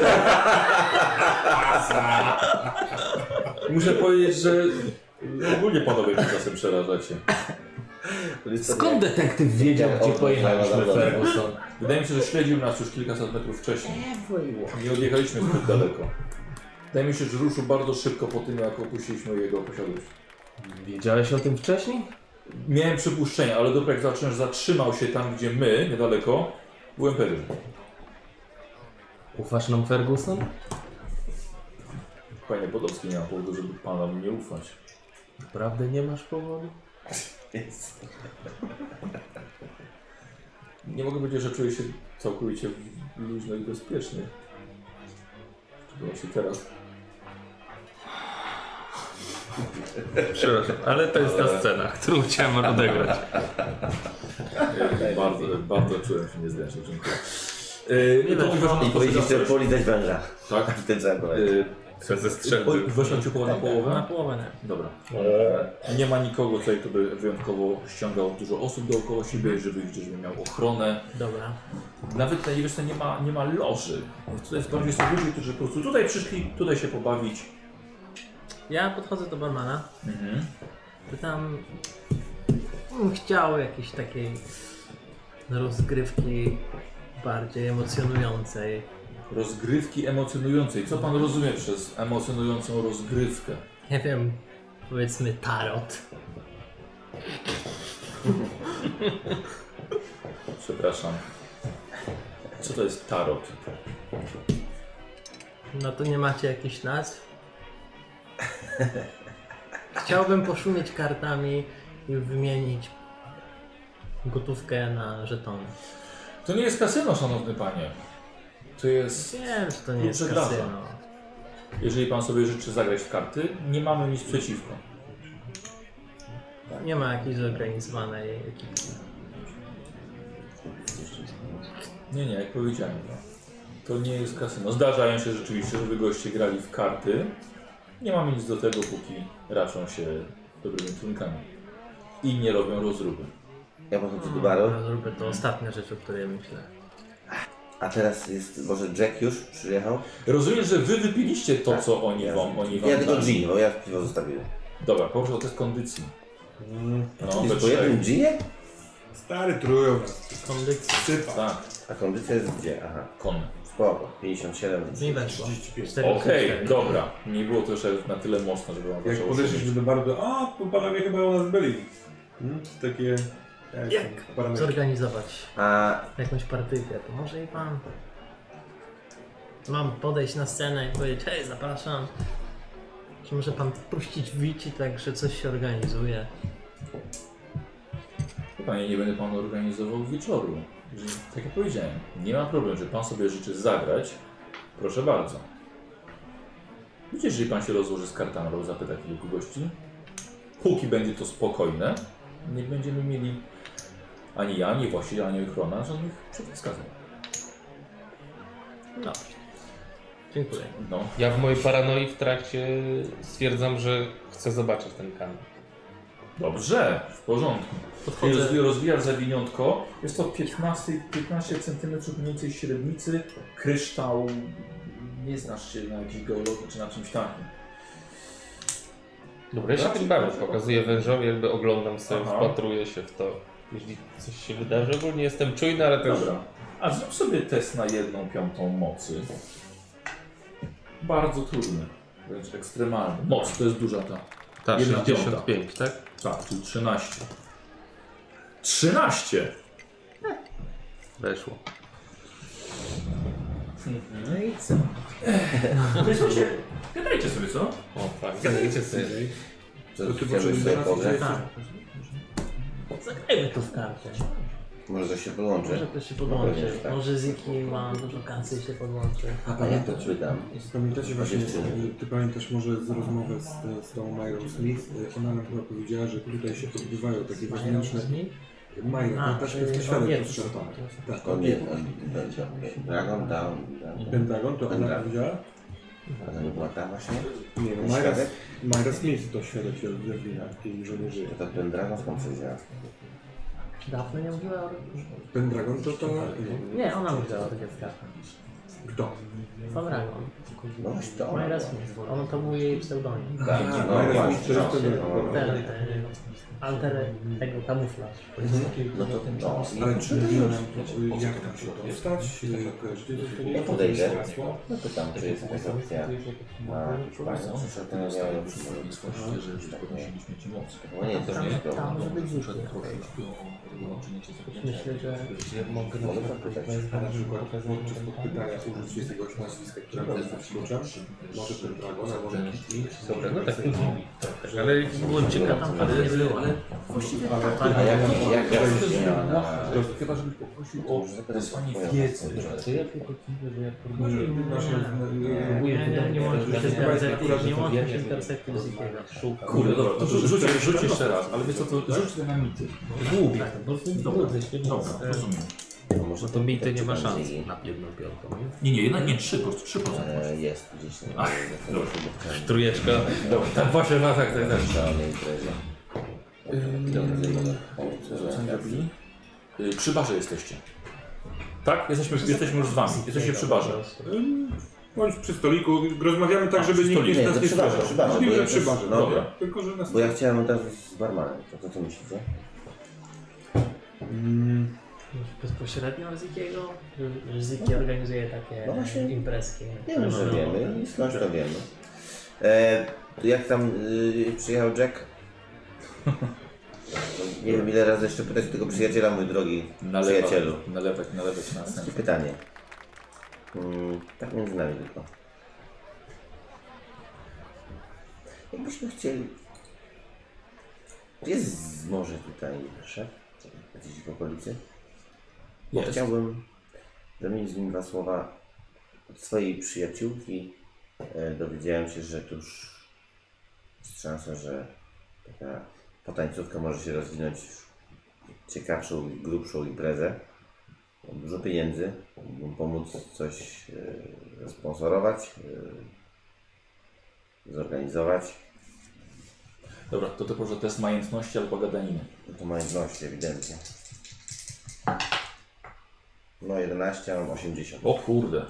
Muszę powiedzieć, że ogólnie panowie mnie czasem przerażacie. Skąd detektyw wiedział, gdzie pojechaliśmy, Ferguson? Wydaje mi się, że śledził nas już kilkaset metrów wcześniej. Nie odjechaliśmy zbyt daleko. Wydaje mi się, że ruszył bardzo szybko po tym, jak opuściliśmy jego posiadłość. Wiedziałeś o tym wcześniej? Miałem przypuszczenia, ale dopiero jak zacząłem, że zatrzymał się tam, gdzie my, niedaleko, byłem pewien. Ufasz nam, Ferguson? Panie Podolski, nie ma powodu, żeby pana mi nie ufać. Naprawdę nie masz powodu? Nie mogę powiedzieć, że czuję się całkowicie luźno i bezpiecznie. Szczególnie teraz. Przepraszam, ale to jest ta scena, którą chciałem odegrać. Bardzo czułem się niezręcznie, dziękuję. I powinniście polizać węża. Tak? W tym samym Ze strzelby. Weszłem ci połowę na Na połowę? połowę nie. Dobra. Nie ma nikogo tutaj, kto by wyjątkowo ściągał dużo osób dookoła siebie, żeby miał ochronę. Dobra. Nawet tutaj wiesz, nie ma loży. Tutaj jest bardziej są ludzie, którzy po prostu tutaj przyszli, tutaj się pobawić. Ja podchodzę do barmana. Mhm. Pytam, chciał jakiejś takiej rozgrywki bardziej emocjonującej. Rozgrywki emocjonującej. Co pan rozumie przez emocjonującą rozgrywkę? Nie wiem, powiedzmy tarot. Przepraszam. Co to jest tarot? No to nie macie jakichś nazw? Chciałbym poszumieć kartami i wymienić gotówkę na żetony. To nie jest kasyno, szanowny panie. To jest... Wiem, że to nie jest Przepraszam. kasyno. Jeżeli pan sobie życzy zagrać w karty, nie mamy nic przeciwko. Nie ma jakiejś zorganizowanej ekipy. Nie, jak powiedziałem. No. To nie jest kasyno. Zdarzają się rzeczywiście, żeby goście grali w karty. Nie mamy nic do tego, póki raczą się dobrymi trunkami. I nie robią rozruby. Ja podchodzę do baru. Rozróbmy to ostatnia rzecz, o której myślę. A teraz jest, może Jack już przyjechał? Rozumiem, że wy wypiliście to, Tak. co oni wam Ja tylko dali. gin, bo ja piwo zostawiłem. Dobra, poproszę o test kondycji. No, Jest we po jednym trzech. ginie? Stary trują nas. Kondycja. Sypa. Tak, A kondycja jest gdzie? Aha, konne. spoko. 57. Mi weszło. 35. 44. Dobra. Nie było to jeszcze na tyle mocno, żeby wam Jak zaczęło podeszliśmy szumieć. do baru, to tu panowie chyba u nas byli. Takie... Jak zorganizować A jakąś partyjkę, to może i pan. Mam podejść na scenę i powiedzieć, hej, zapraszam. Czy może pan puścić wici, tak, że coś się organizuje? Panie, nie będę panu organizował wieczoru. Jeżeli, tak jak powiedziałem, nie ma problemu, że pan sobie życzy zagrać. Proszę bardzo. Wiecie, jeżeli pan się rozłoży z kartami albo zapyta kilku gości, póki będzie to spokojne, nie będziemy mieli ani ja, ani właściciel, ani ochrona żadnych przeciwwskazań. Dobrze. Dziękuję. No. Ja w mojej paranoi w trakcie stwierdzam, że chcę zobaczyć ten kanał. Dobrze, w porządku. Podchodzę. Rozwijasz zawiniątko. Jest to 15 cm mniej więcej średnicy. Kryształ. Nie znasz się na jakiejś geologii czy na czymś takim. Dobra, ja się tym bawię. Pokazuję wężowi, jakby oglądam sobie, Aha. wpatruję się w to. Jeśli coś się wydarzy, ogólnie jestem czujny, ale też... Dobra. A zrób sobie test na 1/5 mocy. Bardzo trudny. Wręcz ekstremalny. Moc to jest duża ta. Ta, 1/5, 65, tak? Tak, czyli 13. 13! Weszło. No i co? Gadajcie sobie, co? O, tak, gadajcie sobie. co To ty chciałbyś potrzebujesz sobie na pograć? Tak. Zagrajmy tu w kartę. Może to się podłączy? Może ktoś się podłączy. Pewnie, że tak. Może Ziki ma dużo kasy i się podłączy. A jak to czytam? Pamiętacie właśnie, Dziewczyny. ty pamiętasz może z rozmowy z tą Myrą Smith, ona nam chyba powiedziała, że tutaj się odbywają takie wewnętrzne... Myra, A, pamiętasz, to to jest jest świadek kobieta. potrzeba. Tak, On nie, Dragon Down. Pentagon, to ona Pentagon. powiedziała? A to nie była ta właśnie? Nie, no Świadek? Myra Smith to świadek Jelwina i że nie żyje. To ten Dragon skąd się wzięła? Dawno nie mówiła o... Pendragon to... Nie, ona mówiła o dziecka. Kto? Dragon. No właśnie to ona. Myra Smith. Ono to był jej pseudonim. Tak, no Myra właśnie. Smith to jest Pendragon. Ten, alter tego kamuflaż. No to no. Ale czy jak tam się dostać? Kojarzycie coś takiego? Ja podejdę. No to tam, czy jest jakaś opcja na panią? Przecież to nie miało lepszy Podnosiliśmy ci moc. No nie, to nie jest Tam problem. może być Ziki. Myślę, że... Mogę zapytać. A na przykład podczas podpytania użyć jakiegoś nazwiska, które jest kluczem? Może Pendragon, a może Kitty? Dobra, no tak. Tak, ale łączyka Tam pewnie nie było. A jak ja się miała na... Chyba żebyś poprosił To o może zapytać wysłanie swoją wiedzy. Nie łączy się z perspektywy, nie łączy się z perspektywy Zikiego. Kurde, dobra, to rzuć jeszcze raz, ale wiesz co, to rzuć dynamity. Długi. Dobra, rozumiem. Może To bity nie ma szans na jedną piątą, nie? Nie, 3%, po prostu 3%. Jest gdzieś na Ach, dobra. Trójeczka. Dobra, tak właśnie, tak. na imprezie. Co oni robili? Przy barze jesteście. Tak? Jesteśmy już z wami. Jesteście przy barze. Bądź przy stoliku, rozmawiamy tak, A, żeby przy nikt stoliku. nas Nie, nie to przy barze, słyszał. przy barze, Możliwe, bo że ja przy też- barze, dobra. dobra. Tylko, że nas... Bo ja chciałem teraz z barmanem, to co myślicie? Bezpośrednio z Zikiego? Że Ziki organizuje takie No właśnie. imprezki. Wiemy, że wiemy i skąd to wiemy. To jak tam przyjechał Jack? Nie wiem ile razy jeszcze pytać tego przyjaciela, mój drogi przyjacielu. Nalewać na Takie następne. pytanie. Tak między nami tylko. Jakbyśmy chcieli... Jest może tutaj szef? Gdzieś w okolicy? Bo Jest. chciałbym zamienić z nim dwa słowa od swojej przyjaciółki. Dowiedziałem się, że tuż jest szansa, że taka potańcówka może się rozwinąć w ciekawszą i grubszą imprezę. dużo pieniędzy, mógłbym pomóc coś sponsorować, zorganizować. Dobra, to proszę test majętności albo gadaniny. To majętności ewidentnie. No 11, a mam 80. O kurde.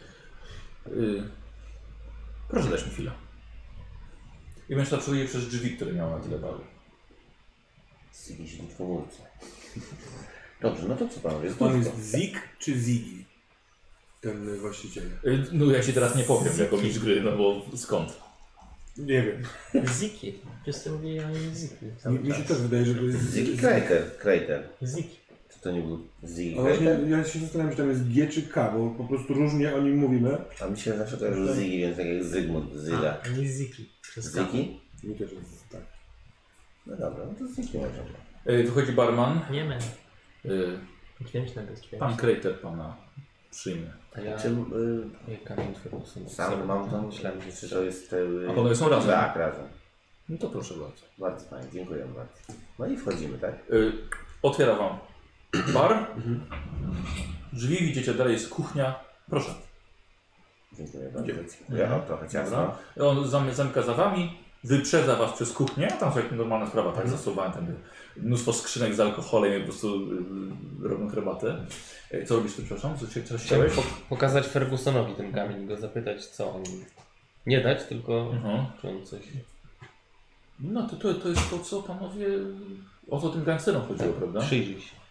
Proszę dać mi chwilę. I będziesz pracuje przez drzwi, które miał na tyle balu. Ziggy siedzi w komórce. Dobrze, no to co panowie? Pan jest Zig czy Ziggy? Ten właściciel. No ja ci teraz nie powiem jako mistrz gry, no bo skąd? Nie wiem. Ziki. Wszyscy mówili o nim Ziki. Mi się też wydaje, że to jest Ziggy Crater. Ziki. Czy to nie był Ziggy A właśnie Crater? ja się zastanawiam, czy tam jest G czy K, bo po prostu różnie o nim mówimy. A mi się zawsze kojarzył Ziggy, więc tak jak Zygmunt, Zyga. A nie Ziki. Przez K. Ziggy? Mi też jest tak. No dobra, no to Ziggy możemy. Wychodzi barman. Nie my. Y, Dźwięczne bezpieczne. Pan Crater pana przyjmie. A ja... Czym Kamień Ferguson. Sam mam tam, czy to jest... A panowie są razem? Tak, razem. No to proszę bardzo. Bardzo fajnie, dziękuję bardzo. No i wchodzimy, tak? Otwiera wam bar. Drzwi, widzicie, dalej jest kuchnia. Proszę. Dziękuję bardzo. Dziękuję. Ja mam trochę ciasno. On zamyka za wami, wyprzedza was przez kuchnię. Tam są jak normalna sprawa, tak? Zasuwałem tam mnóstwo skrzynek z alkoholem i po prostu robią herbatę. Co robisz ty, przepraszam? Coś Chciałem chciałeś? pokazać Fergusonowi ten kamień, go zapytać, co on... Nie dać, tylko czy on coś... No to jest to, co panowie... O co tym gangsterom chodziło, prawda? Przyjrzyj się.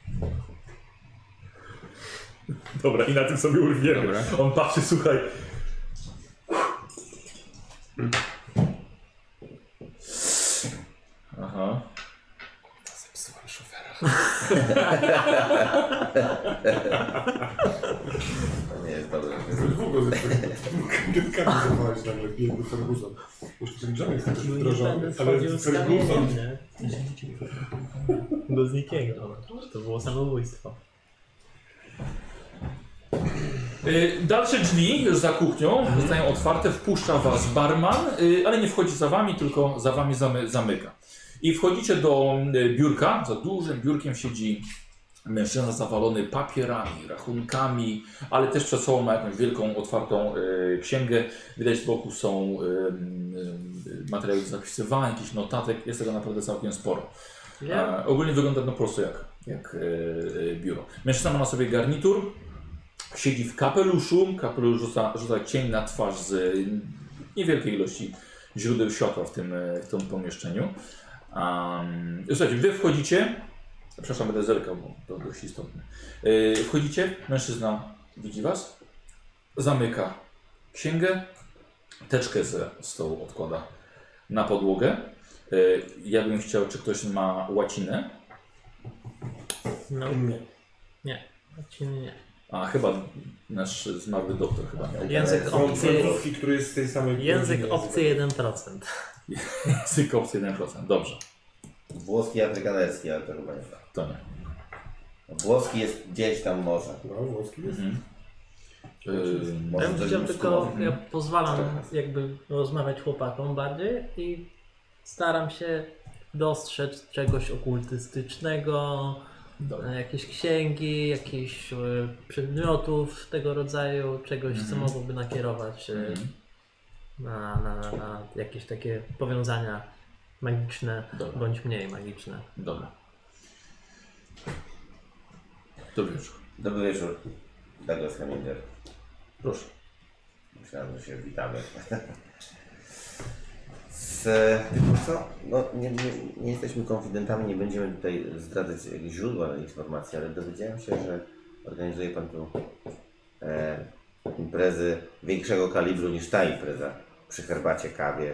Dobra, i na tym sobie urwiemy. Dobra. On patrzy, słuchaj. Aha. Zepsułem szofera. To nie jest dobre. Długo ten kamień zachowałeś nagle, biedny Ferguson. Już ten John jest też Nie wdrożony, będę ale schodził z Ferguson... kamieniem, nie? Do znikiego. To było samobójstwo. Dalsze drzwi już za kuchnią zostają otwarte, wpuszcza was barman, ale nie wchodzi za wami, tylko za wami zamyka. I wchodzicie do biurka, za dużym biurkiem siedzi mężczyzna zawalony papierami, rachunkami, ale też przed sobą ma jakąś wielką, otwartą księgę. Widać z boku są materiały do zapisywania, jakichś notatek, jest tego naprawdę całkiem sporo. Ogólnie wygląda no po prostu jak biuro. Mężczyzna ma na sobie garnitur, siedzi w kapeluszu, kapelusz rzuca cień na twarz z niewielkiej ilości źródeł światła w tym pomieszczeniu. Słuchajcie, wy wchodzicie, przepraszam, będę zerkał, bo to dość istotne. Wchodzicie, mężczyzna widzi was, zamyka księgę, teczkę ze stołu odkłada na podłogę. Ja bym chciał, czy ktoś ma łacinę? No nie. Właściwie nie. A chyba nasz zmarły doktor chyba miał. Język obcy, Francuski, który jest z tej samej... język rodziny obcy 1%. Język obcy 1%, dobrze. Włoski, afrykanerski, ale to chyba nie tak. To nie. Włoski jest gdzieś tam może. No, włoski jest. Może Ja bym coś chciał tylko, muskulowe. ja pozwalam jakby rozmawiać chłopakom bardziej i staram się dostrzec czegoś okultystycznego, Dobra. jakieś księgi, jakichś przedmiotów tego rodzaju, czegoś co mogłoby nakierować na jakieś takie powiązania magiczne Dobra. bądź mniej magiczne. Dobra. Dobry wieczór. Dobry wieczór. Douglas Heminger. Proszę. Myślałem, że się witamy. Tylko co? No, nie jesteśmy konfidentami, nie będziemy tutaj zdradzać jakichś źródła informacji, ale dowiedziałem się, że organizuje Pan tu imprezy większego kalibru niż ta impreza. Przy herbacie, kawie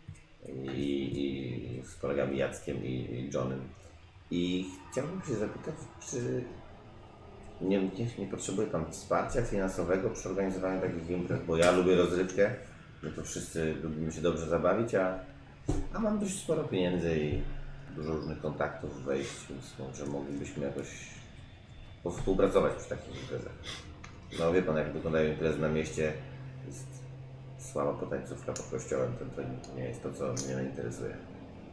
i z kolegami Jackiem i Johnem. I chciałbym się zapytać, czy nie potrzebuje Pan wsparcia finansowego przy organizowaniu takich imprez, bo ja lubię rozrywkę, no to wszyscy lubimy się dobrze zabawić, a mam dość sporo pieniędzy i dużo różnych kontaktów wejść, więc może moglibyśmy jakoś współpracować przy takich imprezach. No wie Pan, jak wyglądają imprezy na mieście, jest słaba potańcówka pod kościołem, to nie jest to, co mnie interesuje.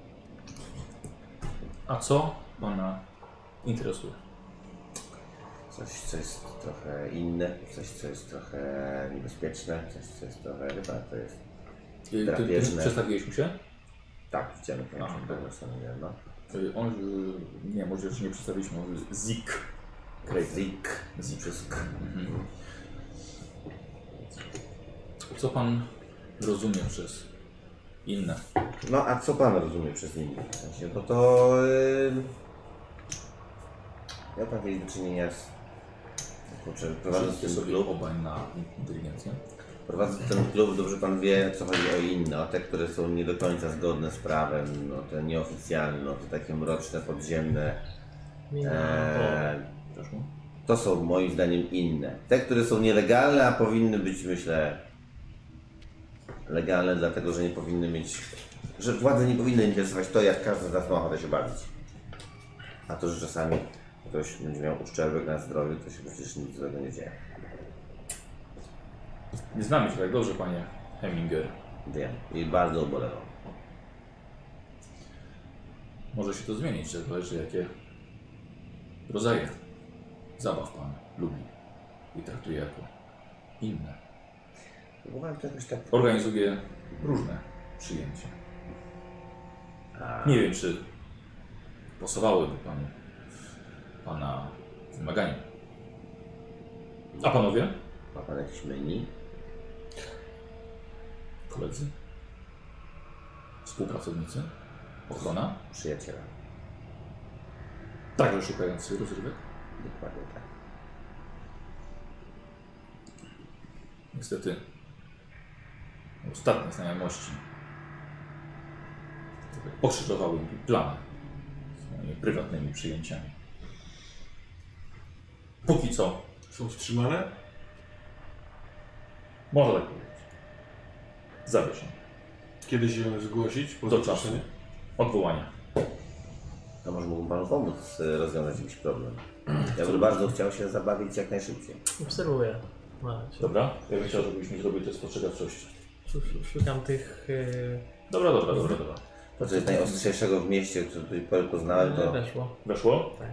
A co Pana interesuje? Coś, co jest trochę inne, coś, co jest trochę niebezpieczne, coś, co jest trochę chyba to jest drapieżne. Przedstawiłeś mu się? Tak, widziałem to, Aha, pewno sobie nie wiem, no. On, nie, może jeszcze nie przedstawiliśmy, on Zik. Zik. Wszystko. Co pan rozumie przez inne? No a co pan rozumie przez inne? W sensie, bo to... Ja pan mieli do czynienia z... Kurczę, prowadząc ten sobie klub, obaj na inteligencję. prowadząc ten klub, dobrze pan wie, co chodzi o inne, o te, które są nie do końca zgodne z prawem, no te nieoficjalne, no te takie mroczne, podziemne. To są moim zdaniem inne. Te, które są nielegalne, a powinny być, myślę, legalne, dlatego że nie powinny mieć, że władze nie powinny interesować to, jak każdy z nas ma ochotę się bawić. A to, że czasami ktoś będzie miał uszczerbek na zdrowiu, to się przecież nic złego nie dzieje. Nie znamy się tak dobrze, panie Heminger. Wiem. I bardzo ubolewam. Może się to zmienić, to zależy jakie rodzaje zabaw pan lubi i traktuje jako inne. Próbowałem to jakoś tak... Organizuje różne przyjęcia. Nie wiem, czy pasowałyby pana wymagania. A panowie? Ma pan jakieś menu? Koledzy? Współpracownicy? Ochrona? Przyjaciela. Także szukający rozrywek? Dokładnie tak. Niestety ostatnie znajomości pokrzyżowały mi plany z moimi prywatnymi przyjęciami. Póki co, Są wstrzymane? można tak powiedzieć, zawieszam Kiedy się zgłosić? Po do czasu zaproszeniu? odwołania. To może mógłbym panu pomóc rozwiązać jakiś problem. Ja bym bardzo chciał się zabawić jak najszybciej. Obserwuję. Macie. Dobra? Ja bym chciał, żebyś mi zrobił test spostrzegawczości. Szukam tych... Dobra. To, co jest najostrzejszego w mieście, które do tej pory poznałem, to... Weszło. Weszło? Tak.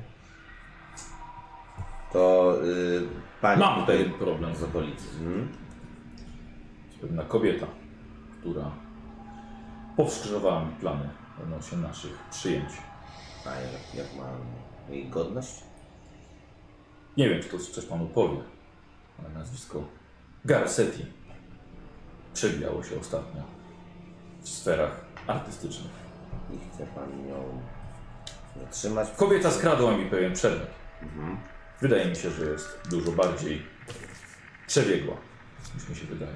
To pani Mam tutaj pewien problem. z okolicy. Jest pewna kobieta, która powskrzyżowała mi plany odnośnie naszych przyjęć. A jak ma jej godność? Nie wiem, czy to coś panu powie, ale nazwisko Garcetti przebijało się ostatnio w sferach artystycznych. I chce pan ją zatrzymać? Kobieta skradła mi pewien przedmiot. Wydaje mi się, że jest dużo bardziej przebiegła, niż mi się wydaje.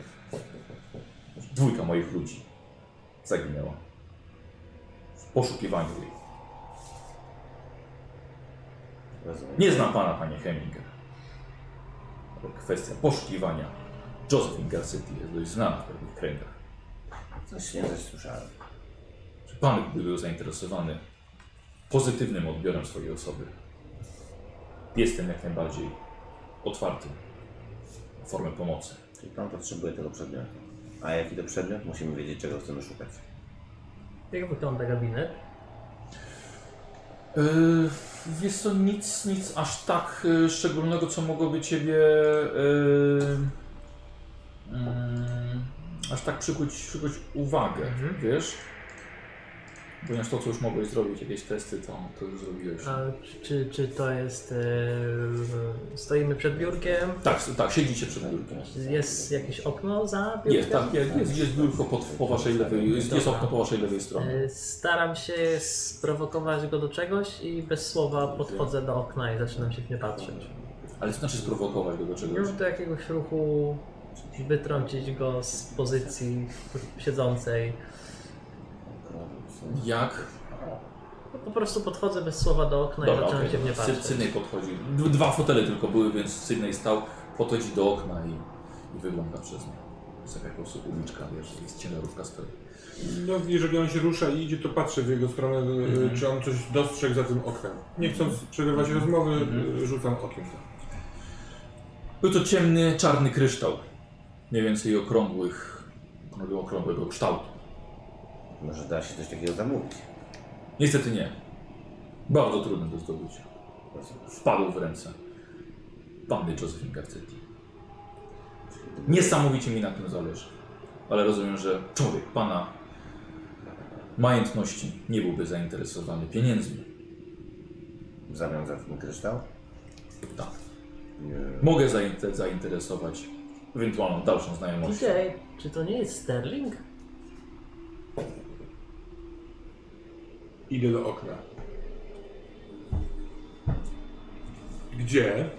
2 moich ludzi zaginęła w poszukiwaniu jej. Rozumiem. Nie znam pana, panie Heminger. Ale kwestia poszukiwania Josephine Garcetti jest dość znana w pewnych kręgach. Coś słyszałem. Czy pan był zainteresowany pozytywnym odbiorem swojej osoby? Jestem jak najbardziej otwarty na formę pomocy. Czyli pan potrzebuje tego przedmiotu. A jaki to przedmiot? Musimy wiedzieć, czego chcemy szukać. Jak wygląda gabinet? Wiesz co, nic aż tak szczególnego, co mogłoby ciebie aż tak przykuć uwagę, wiesz? Ponieważ to, co już mogłeś zrobić, jakieś testy, to już zrobiłeś. A czy to jest... stoimy przed biurkiem? Tak, siedzicie przed biurkiem. Jest jakieś okno za biurkiem? Jest biurko po waszej lewej, jest okno po waszej lewej stronie. Staram się sprowokować go do czegoś i bez słowa podchodzę do okna i zaczynam się w nie patrzeć. Ale to znaczy sprowokować go do czegoś? Już do jakiegoś ruchu, wytrącić go z pozycji siedzącej. Jak? No, po prostu podchodzę bez słowa do okna i zaczynam się w nie patrzeć. Sydney podchodzi. 2 fotele tylko były, więc Sydney stał, podchodzi do okna i wygląda przez nie. Jest taka po prostu uliczka, wiesz, jest ciężarówka stoi. No, jeżeli on się rusza i idzie, to patrzę w jego stronę, czy on coś dostrzegł za tym oknem. Nie chcąc przerywać rozmowy, rzucam okiem. Był to ciemny, czarny kryształ. Mniej więcej okrągłego kształtu. Może da się coś takiego zamówić. Niestety nie. Bardzo trudne do zdobycia. Wpadł w ręce panny Josephine Garcetti. Niesamowicie mi na tym zależy. Ale rozumiem, że człowiek pana majętności nie byłby zainteresowany pieniędzmi. W zamian za ten kryształ? Tak. Nie. Mogę zainteresować ewentualną dalszą znajomością. DJ, czy to nie jest Sterling? Idę do okna. Gdzie?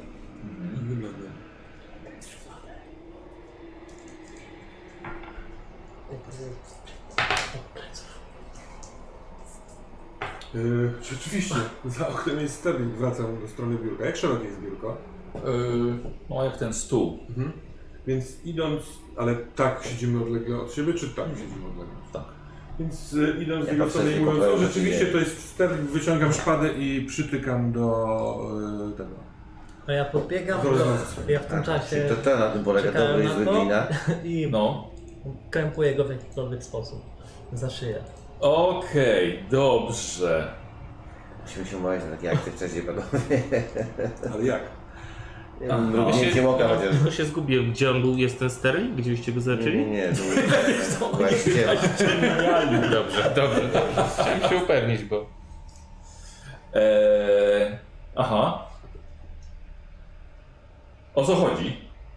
Rzeczywiście, za oknem jest sterling. Wracam do strony biurka. Jak szerokie jest biurko? No jak ten stół. Więc idąc, ale tak siedzimy odlegle od siebie, czy tak siedzimy odlegle? Tak. Więc idąc Jaka jego sobie sesja mówiąc, pokoju, rzeczywiście nie? to jest sterling, wyciągam szpadę i przytykam do tego. No ja podbiegam, Rozwiązać. ja w tym czasie To na tym polega czekałem dobry i na zły to. glina. i No. krępuję go w jakikolwiek sposób. Za szyję. Okej, dobrze. Musimy się umawiać na takie akcje wcześniej, panowie. Ale jak? Mrugnięciem oka chociaż. To się zgubiłem. Gdzie on był? Jest ten Sterling? Gdzie byście go zaczęli? Nie, to była ściema. Dobrze, dobrze. Chciałem się upewnić, bo... Aha. O co chodzi?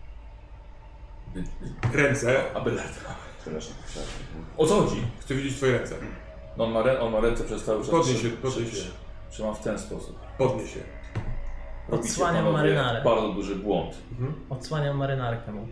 Ręce. Abelard. Przepraszam. O co chodzi? Chcę widzieć twoje ręce. No, on ma ręce przez cały czas. Podnieś się. Trzyma w ten sposób. Podnieś się. Robicie, Odsłaniam panowie, marynarę. bardzo duży błąd. Odsłaniam marynarkę mu.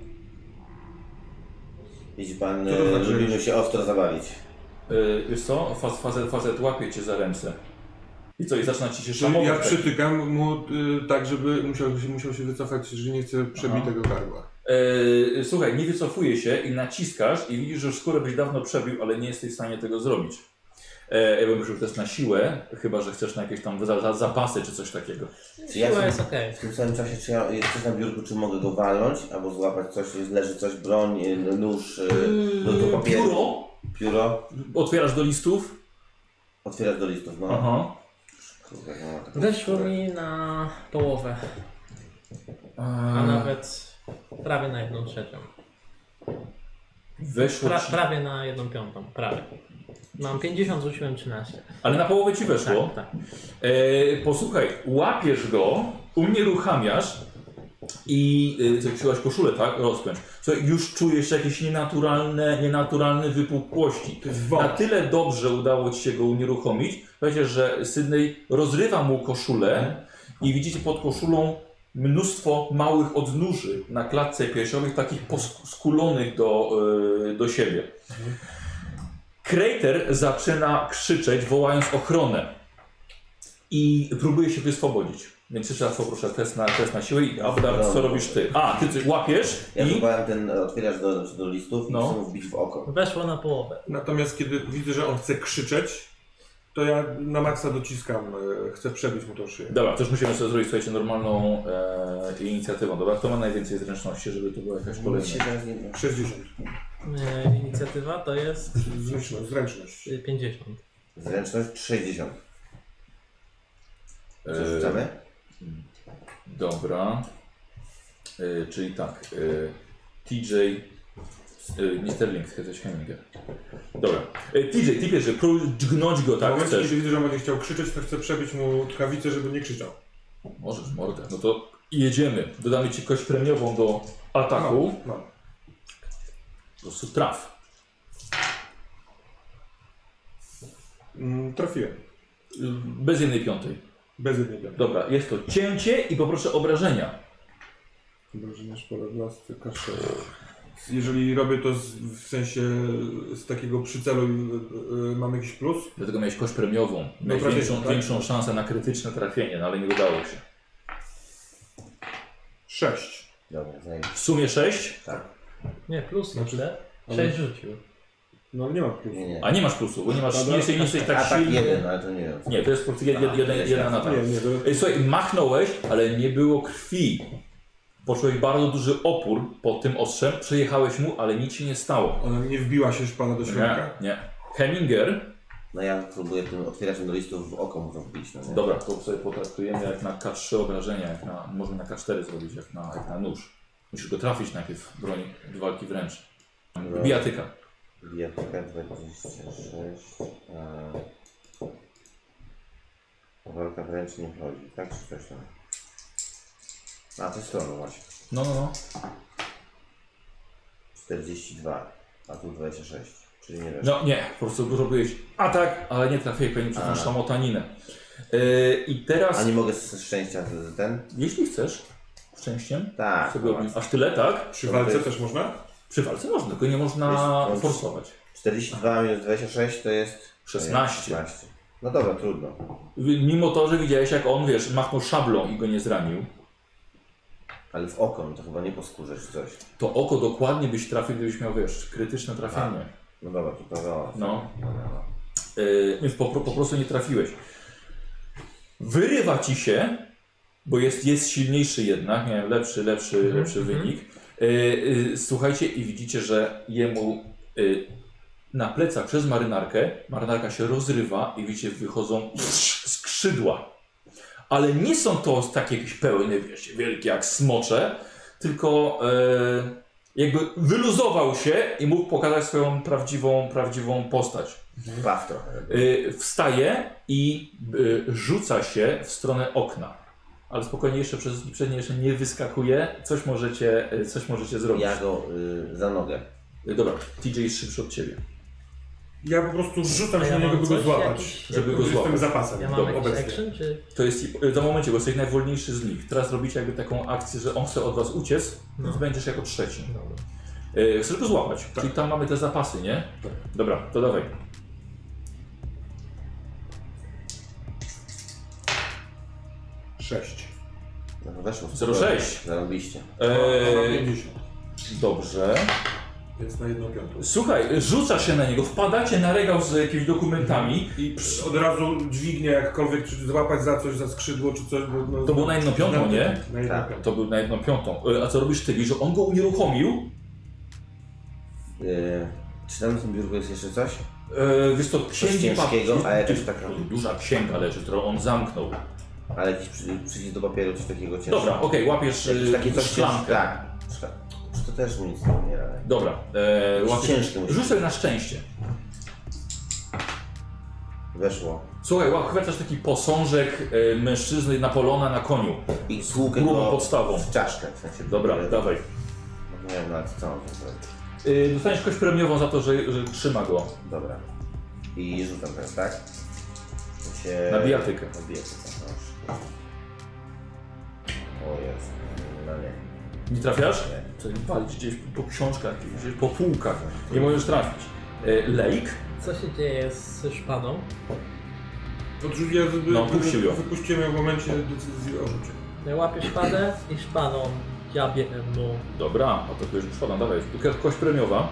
Widzi pan, Co to znaczy? lubimy się ostro zabawić. Wiesz co? Facet łapie cię za ręce. I co? I zaczyna ci się Czyli szamować. ja tak. przytykam mu tak, żeby musiał się wycofać, że nie chce przebitego gardła. Słuchaj, nie wycofuje się i naciskasz i widzisz, że skórę byś dawno przebił, ale nie jesteś w stanie tego zrobić. Ja bym ruszył też na siłę, chyba że chcesz na jakieś tam zapasy czy coś takiego. Czy ja Siła w, jest okej. w tym samym czasie, czy ja jest coś na biurku, czy mogę go walnąć, albo złapać coś, leży coś, broń, nóż, do papieru. Pióro Pióro. otwierasz do listów. Otwierać do listów, no. Aha. Kurde, no, taką Weszło skórę. mi na połowę, a nawet prawie na 1/3. Weszło ci. Prawie na 1/5. Prawie. Mam 50, rzuciłem 13. Ale na połowę ci weszło. Tak, tak. Posłuchaj, łapiesz go, unieruchamiasz i zakrzyłaś koszulę, tak? Rozpędź. Słuchaj, już czujesz jakieś nienaturalne wypukłości. To jest Na wąt. tyle dobrze udało ci się go unieruchomić, wiecie, że Sydney rozrywa mu koszulę i widzicie pod koszulą mnóstwo małych odnóży na klatce piersiowych, takich poskulonych do siebie. Crater zaczyna krzyczeć, wołając ochronę i próbuje się wyswobodzić. Więc jeszcze raz poproszę test na siłę i Abelard, co robisz ty? A, ty coś łapiesz Ja i... próbowałem otwierać do listów i No. chcę mu wbić w oko. Weszło na połowę. Natomiast kiedy widzę, że on chce krzyczeć, to ja na maksa dociskam, chcę przebić mu tą szyję. Dobra, to już musimy sobie zrobić, słuchajcie, normalną inicjatywą. Dobra, kto ma najwięcej zręczności, żeby to była jakaś Nic kolejna? się teraz nie... 60. Inicjatywa to jest Zręczność. 50. Zręczność 60. Co E, rzucamy? Dobra. Czyli tak. TJ. Nie Sterling, chcesz Heminger. Dobra. TJ, ty pierwszy, próbuj dźgnąć go, W tak? momencie, Chcesz? kiedy widzę, że on będzie chciał krzyczeć, to chcę przebić mu tchawicę, żeby nie krzyczał. Możesz, mordę. No to jedziemy. Dodamy ci kość premiową do ataku. No. Po prostu traf. Trafiłem. Bez 1/5. Bez jednej biedy. Dobra, jest to cięcie i poproszę obrażenia. Obrażenia szpole blasty, kaszel. Jeżeli robię to w sensie z takiego przycelu, mam jakiś plus? Dlatego miałeś kość premiową. Miałeś trafienie, większą, tak. większą szansę na krytyczne trafienie, no ale nie udało się. 6. Dobra, W sumie 6, tak. Nie, plus Znaczy- znaczy, ale- 6 rzucił. No nie mam plusu. Nie. a nie masz plusu, bo nie masz, nie jesteś tak Atak silny. jeden, ale to nie wiem. Nie, to jest po prostu jeden atak. Nie, to... Słuchaj, machnąłeś, ale nie było krwi. Poczułeś bardzo duży opór pod tym ostrzem, przejechałeś mu, ale nic się nie stało. Ona nie wbiła się szpana do Nie, środka. nie. Heminger, No ja próbuję tym otwieraczem do listów w oko mu to wbić, no nie? Dobra, to sobie potraktujemy jak na K3 obrażenia, można na K4 zrobić, jak na nóż. Musisz go trafić najpierw w broń do walki wręcz. Bijatyka. Bijatyka 26. Walka wręcz nie wchodzi, tak? Czy coś tam? A, to jest stroną właśnie. No. 42, a tu 26, czyli nie wiesz. No nie, po prostu robiłeś atak, ale nie trafiłeś pewnie przez tą szamotaninę. I teraz... A nie mogę z szczęścia ten? Jeśli chcesz, szczęściem, Tak. sobie a tyle, tak? Przy walce też można? Przy walce można, tylko nie można Jest- forsować. 42 minus 26 to jest... 16. No dobra, trudno. Mimo to, że widziałeś jak on, wiesz, machnął szablą i go nie zranił, Ale w oko, no to chyba nie po skórze czy coś. to oko dokładnie byś trafił, gdybyś miał, wiesz, krytyczne trafienie. No dobra, to prawda. No. Więc po prostu nie trafiłeś. Wyrywa ci się, bo jest silniejszy jednak, miałem lepszy wynik. Słuchajcie i widzicie, że jemu na plecach przez marynarka się rozrywa i widzicie, wychodzą skrzydła. Ale nie są to takie jakieś pełne, wiecie, wielkie jak smocze, tylko jakby wyluzował się i mógł pokazać swoją prawdziwą postać. Baw trochę. Wstaje i rzuca się w stronę okna. Ale spokojnie, jeszcze przez nie jeszcze nie wyskakuje. Coś możecie zrobić. Ja go za nogę. Dobra, TJ jest szybszy od ciebie. Ja po prostu rzucam A się ja na niego, mam by go coś, złapać. jakiś- Żeby go Jestem złapać. zapasem Ja mam Dobra, jakiś obecnie. action, czy... To jest za momencie, bo jesteś najwolniejszy z nich. Teraz robicie jakby taką akcję, że on chce od was uciec, więc będziesz jako trzeci. Dobra. Chcesz go złapać, czyli tam mamy te zapasy, nie? Tak. Dobra, to dawaj. 6. No to weszło. 0,6. Zarobiliście. Eee, 50. Dobrze. Jest na 1/5. Słuchaj, rzucasz się na niego, wpadacie na regał z jakimiś dokumentami. I od razu dźwignię jakkolwiek, czy złapać za coś, za skrzydło, czy coś. Bo, no, To było na 1/5, nie? Na 1/5. To był na 1/5. A co robisz ty? Widzisz, że on go unieruchomił. Czy tam na tym biurku jest jeszcze coś? Wiesz to księgi ciężkiego, a jakaś taka- duża księga leży, którą on zamknął. Ale jakiś przycisk do papieru, coś takiego ciężkiego. Dobra, okej, łapiesz Jakieś takie coś szklankę. Tak. To też mi nic nie da. Dobra, łapiesz. ciężkie musi Rzuć być. sobie na szczęście. Weszło. Słuchaj, chwytasz taki posążek mężczyzny Napoleona na koniu. I sługę Grubą go podstawą. w czaszkę. W sensie, Dobra, dawaj. No nie wiem nawet co on tam zrobił. Dostaniesz kość premiową za to, że trzyma go. Dobra. I rzucam teraz, tak? To się... Na bijatykę. Na bijatykę, proszę. O jest. No nie. Nie trafiasz? Nie. Czyli walić gdzieś po książkach, gdzieś po półkach. Nie możesz trafić. Lejk? Co się dzieje z szpadą? No, puścił ją. Wypuściłem ją w momencie decyzji o rzucie. Ja łapię szpadę i szpadą jabię mu. Dobra, a to już szkoda, dawaj. Kość premiowa.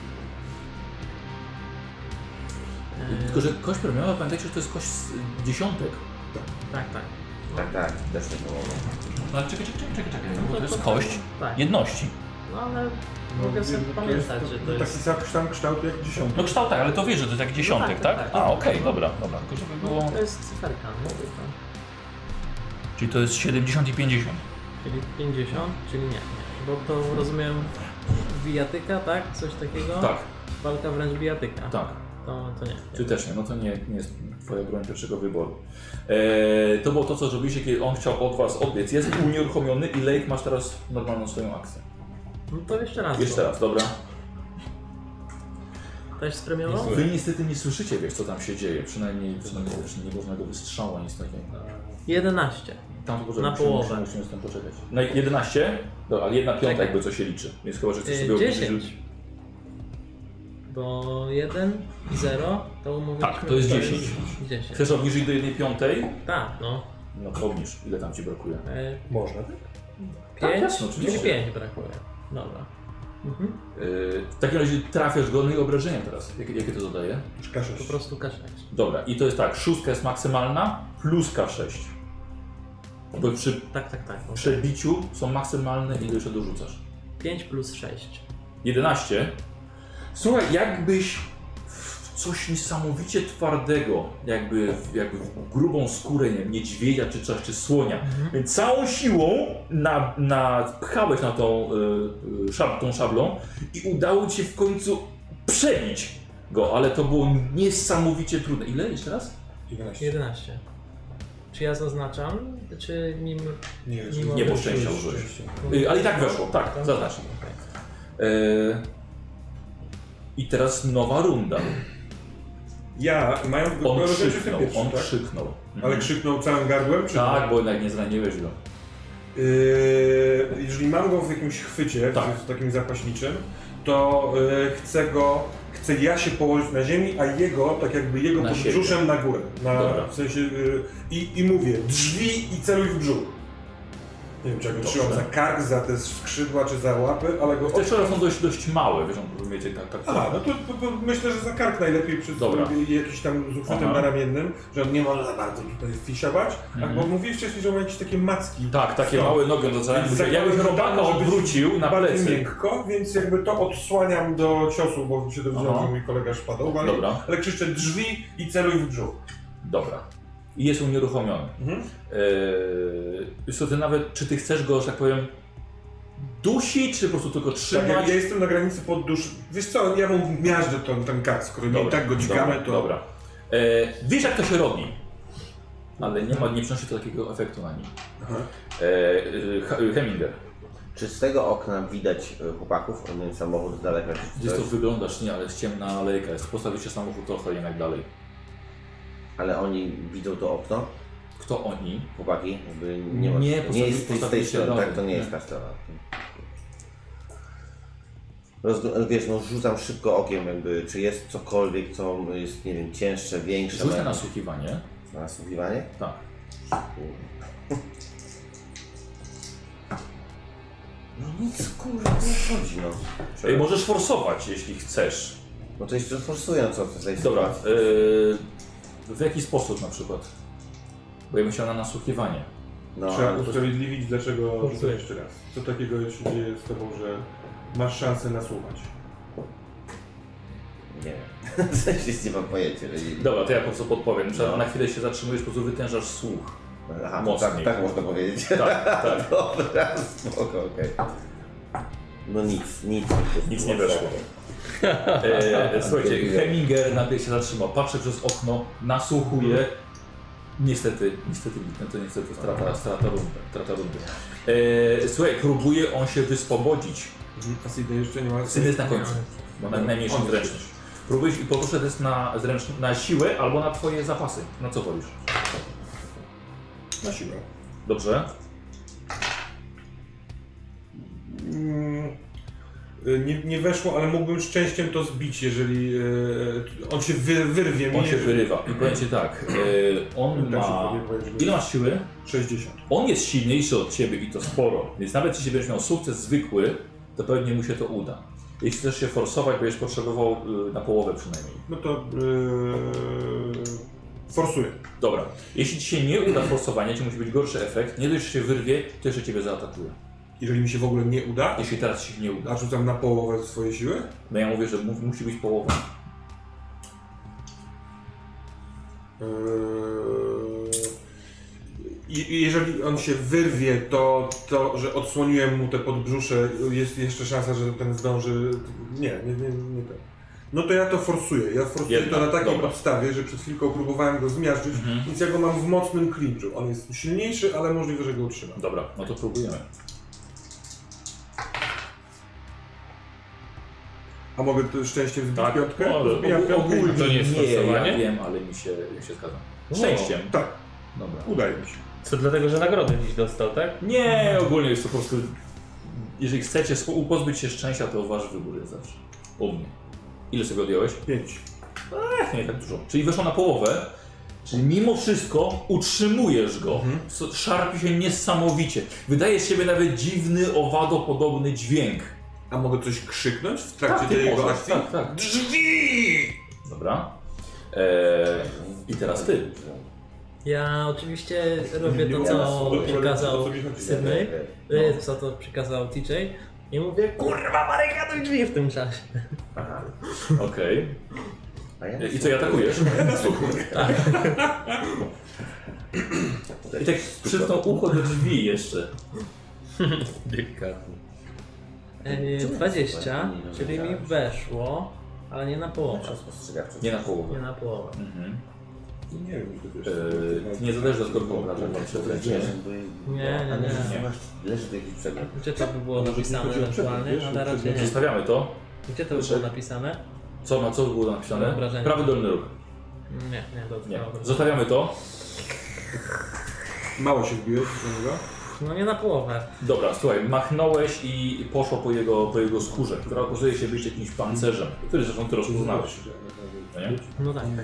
Tylko, że kość premiowa, pamiętajcie, że to jest kość z dziesiątek. Tak. Tak, też nie było. No ale czekaj, bo No to jest to- kość Tak. jedności. No ale mogę sobie pamiętać, że to Taki jest... sam kształt jak 10. No kształt tak, ale to wiesz, że to jest jak dziesiątek, tak, tak? tak. A, okej, dobra. Tylko żeby było... No, to jest cyferka, mówię to. Czyli to jest 70 i 50. Czyli 50, czyli nie. Bo to rozumiem bijatyka, tak? Coś takiego? Tak, Walka wręcz bijatyka. tak. To nie. Czy też nie, no to nie jest twoja broń pierwszego wyboru. To było to, co zrobiliście, kiedy on chciał od was odbiec. Jest unieruchomiony i Lake masz teraz normalną swoją akcję. No to jeszcze raz. Jeszcze raz, dobra. Też spremiował? Wy niestety nie słyszycie, wiesz, co tam się dzieje. Przynajmniej wiesz, nie można go wystrzału, nic takiego. 11. Tam to Na połowę. Musimy z tym poczekać. Na 11? Dobra, ale 1/5 Tak. jakby co się liczy. Więc chyba, że chcesz sobie 10. Bo 1 i 0 to umówiliśmy. Tak, to jest 10. 10. Chcesz obniżyć do 1/5? Tak, no. No to obniż. Ile tam ci brakuje? Można, tak? 5, jasno, oczywiście. czyli 5 brakuje. Dobra. Mhm. W takim razie trafiasz go, no i obrażenia teraz. Jakie to zadaje? K6. Po prostu K6. Dobra, i to jest tak, 6 jest maksymalna plus K6. Bo przy Tak. No. przebiciu są maksymalne, ile jeszcze dorzucasz? 5 plus 6. 11. Słuchaj, jakbyś coś niesamowicie twardego, jakby w grubą skórę, nie wiem, niedźwiedzia czy coś, czy słonia. Więc całą siłą pchałeś na tą szablą i udało ci się w końcu przebić go, ale to było niesamowicie trudne. Ile jeszcze raz? 11. Czy ja zaznaczam, czy mimo... Nie, bo szczęścia użyłeś. Ale i tak weszło, tak, zaznaczam. I teraz nowa runda. Ja, mając go On rozejrzeć krzyknął, pierwszy, on tak? krzyknął. Ale krzyknął całym gardłem, czy Tak, bo jednak nie zraniłeś go. Jeżeli mam go w jakimś chwycie, Tak. w takim zapaśniczym, to chcę ja się położyć na ziemi, a jego, tak jakby jego Na pod siebie. brzuszem na górę. Dobra. W sensie, i mówię, drzwi i celuj w brzuch. Nie wiem, czy ja go Dobrze. trzymam za kark, za te skrzydła, czy za łapy, ale go... Te szczury są dość małe, wiesz, rozumiecie, tak. Aha, no to myślę, że za kark najlepiej przy Dobra. jakiś tam z uchwytem Aha. naramiennym, że on nie może za bardzo tutaj fisiować, bo mówiłeś wcześniej, że ma jakieś takie macki. Tak, takie Stąd. małe nogi do zamiast. Więc Jakbyś tak robaka żeby być odwrócił na bardziej plecy. miękko, więc jakby to odsłaniam do ciosu, bo się dowiedziałem, Aha. że mój kolega szpadą, Dobra. ale krzyczę drzwi i celuj w brzuch. Dobra. I jest unieruchomiony. Wiesz co, ty nawet, czy ty chcesz go, że tak powiem, dusić, czy po prostu tylko Tak, trzymać? ja jestem na granicy poddusz. Wiesz co, ja mu miażdżę ten kark, skoro nie tak go dźgamy, to... Dobra. Wiesz, jak to się robi, ale nie przynosi to takiego efektu na nim. Aha. Heminger, Czy z tego okna widać chłopaków? Oni samochód z daleka. Czy gdzieś to coś? wyglądasz, nie, ale jest ciemna alejka, jest postawicie samochód trochę jednak dalej. Ale oni widzą to okno? Kto oni? Chłopaki? Jakby nie, ma, Nie, nie jest z tej postawili się strony, dalej. tak? To nie jest ta strona. Wiesz, no rzucam szybko okiem, jakby, czy jest cokolwiek, co jest, nie wiem, cięższe, większe. Rzuć na nasłuchiwanie. Na nasłuchiwanie? Tak. No nic, kurwa, nie chodzi, no. Możesz forsować, jeśli chcesz. No to jeszcze forsuję, co w tej Dobra, sytuacji. w jaki sposób na przykład? Bo ja bym chciał na nasłuchiwanie. No, Trzeba ale to- usprawiedliwić, dlaczego rzucę jeszcze raz. Co takiego się dzieje z tobą, że masz szansę nasłuchać? nie wiem. W sensie nie mam pojęcia. Że nie... Dobra, to ja po prostu podpowiem. Na chwilę się zatrzymujesz, po prostu wytężasz słuch. Aha, to mocniej. tak można powiedzieć. Tak, tak. Dobra, spoko, okej. No nic. Nic nie weszło. Słuchajcie, Heminger nagle się zatrzymał, patrzy przez okno, nasłuchuje. Niestety, to niestety strata rundy. Słuchaj, próbuje on się wyswobodzić. A Sydney jeszcze nie ma... Syn jest na końcu, bo ma najmniejszą On zręczność. Próbujesz i poproszę test na siłę albo na twoje zapasy. Na co wolisz? Na siłę. Dobrze? Nie weszło, ale mógłbym szczęściem to zbić, jeżeli on się wyrwie mi. On się wyrywa. I powiem ci tak, on ma... Ile masz siły? 60. On jest silniejszy od ciebie i to sporo, więc nawet jeśli będziesz miał sukces zwykły, to pewnie mu się to uda. Jeśli chcesz się forsować, będziesz potrzebował na połowę przynajmniej. No to forsuję. Dobra, jeśli ci się nie uda forsowania, ci musi być gorszy efekt, nie dość, że się wyrwie, to jeszcze ciebie zaatakuje. Jeżeli mi się w ogóle nie uda, Jeśli teraz ci się nie uda. a rzucam na połowę swojej siły, No ja mówię, że musi być połowa. jeżeli on się wyrwie, to że odsłoniłem mu te podbrzusze, jest jeszcze szansa, że ten zdąży... Nie ten. No to ja to forsuję. Ja forsuję Jednak, to na takiej dobra. podstawie, że przed chwilką próbowałem go zmiażdżyć, więc ja go mam w mocnym clinchu. On jest silniejszy, ale możliwe, że go utrzymam. Dobra, no to próbujemy. A mogę to szczęściem zbić Tak, piątkę? ale Zbijam piątkę. ogólnie To nie jest ja forsowanie? wiem, ale mi się zgadza. Szczęściem. Tak, Dobra. udaje mi się. Co dlatego, że nagrodę dziś dostał, tak? Nie, ogólnie jest to po prostu... Jeżeli chcecie pozbyć się szczęścia, to wasz wybór jest zawsze. U mnie. Ile sobie odjąłeś? 5. Nie tak dużo. Czyli weszło na połowę, czyli mimo wszystko utrzymujesz go. Szarpi się niesamowicie. Wydaje z siebie nawet dziwny, owadopodobny dźwięk. A mogę coś krzyknąć w trakcie ty tej jego możesz, akcji? tak. Drzwi! Dobra. I teraz ty. Ja oczywiście robię to, Nie co ma- przykazał o co mi chodzi? Sydney, co to przykazał TJ. I mówię, kurwa, barykaduj drzwi w tym czasie. Okej. A ja I co, i atakujesz? I tak przysnął ucho do drzwi jeszcze. Delikatnie. 20, czyli mi weszło, ale nie na połowę. Nie na połowę. Nie na połowę. Mhm. Nie wiem, czy to jest... Nie zadajesz dodatkowych obrażeń. Nie. Leży to jakiś przedmiot. Gdzie to by było napisane ewentualnie? Ale raczej nie. Zostawiamy to. Gdzie to by było napisane? Co by było napisane? Obrażenia. Prawy dolny róg. Nie, dobrze. Nie. Zostawiamy to. Mało się wbiłeś do niego? No nie na połowę. Dobra, słuchaj, machnąłeś i poszło po jego skórze, która okazuje się być jakimś pancerzem, który zresztą ty rozpoznałeś. No nie? No tak.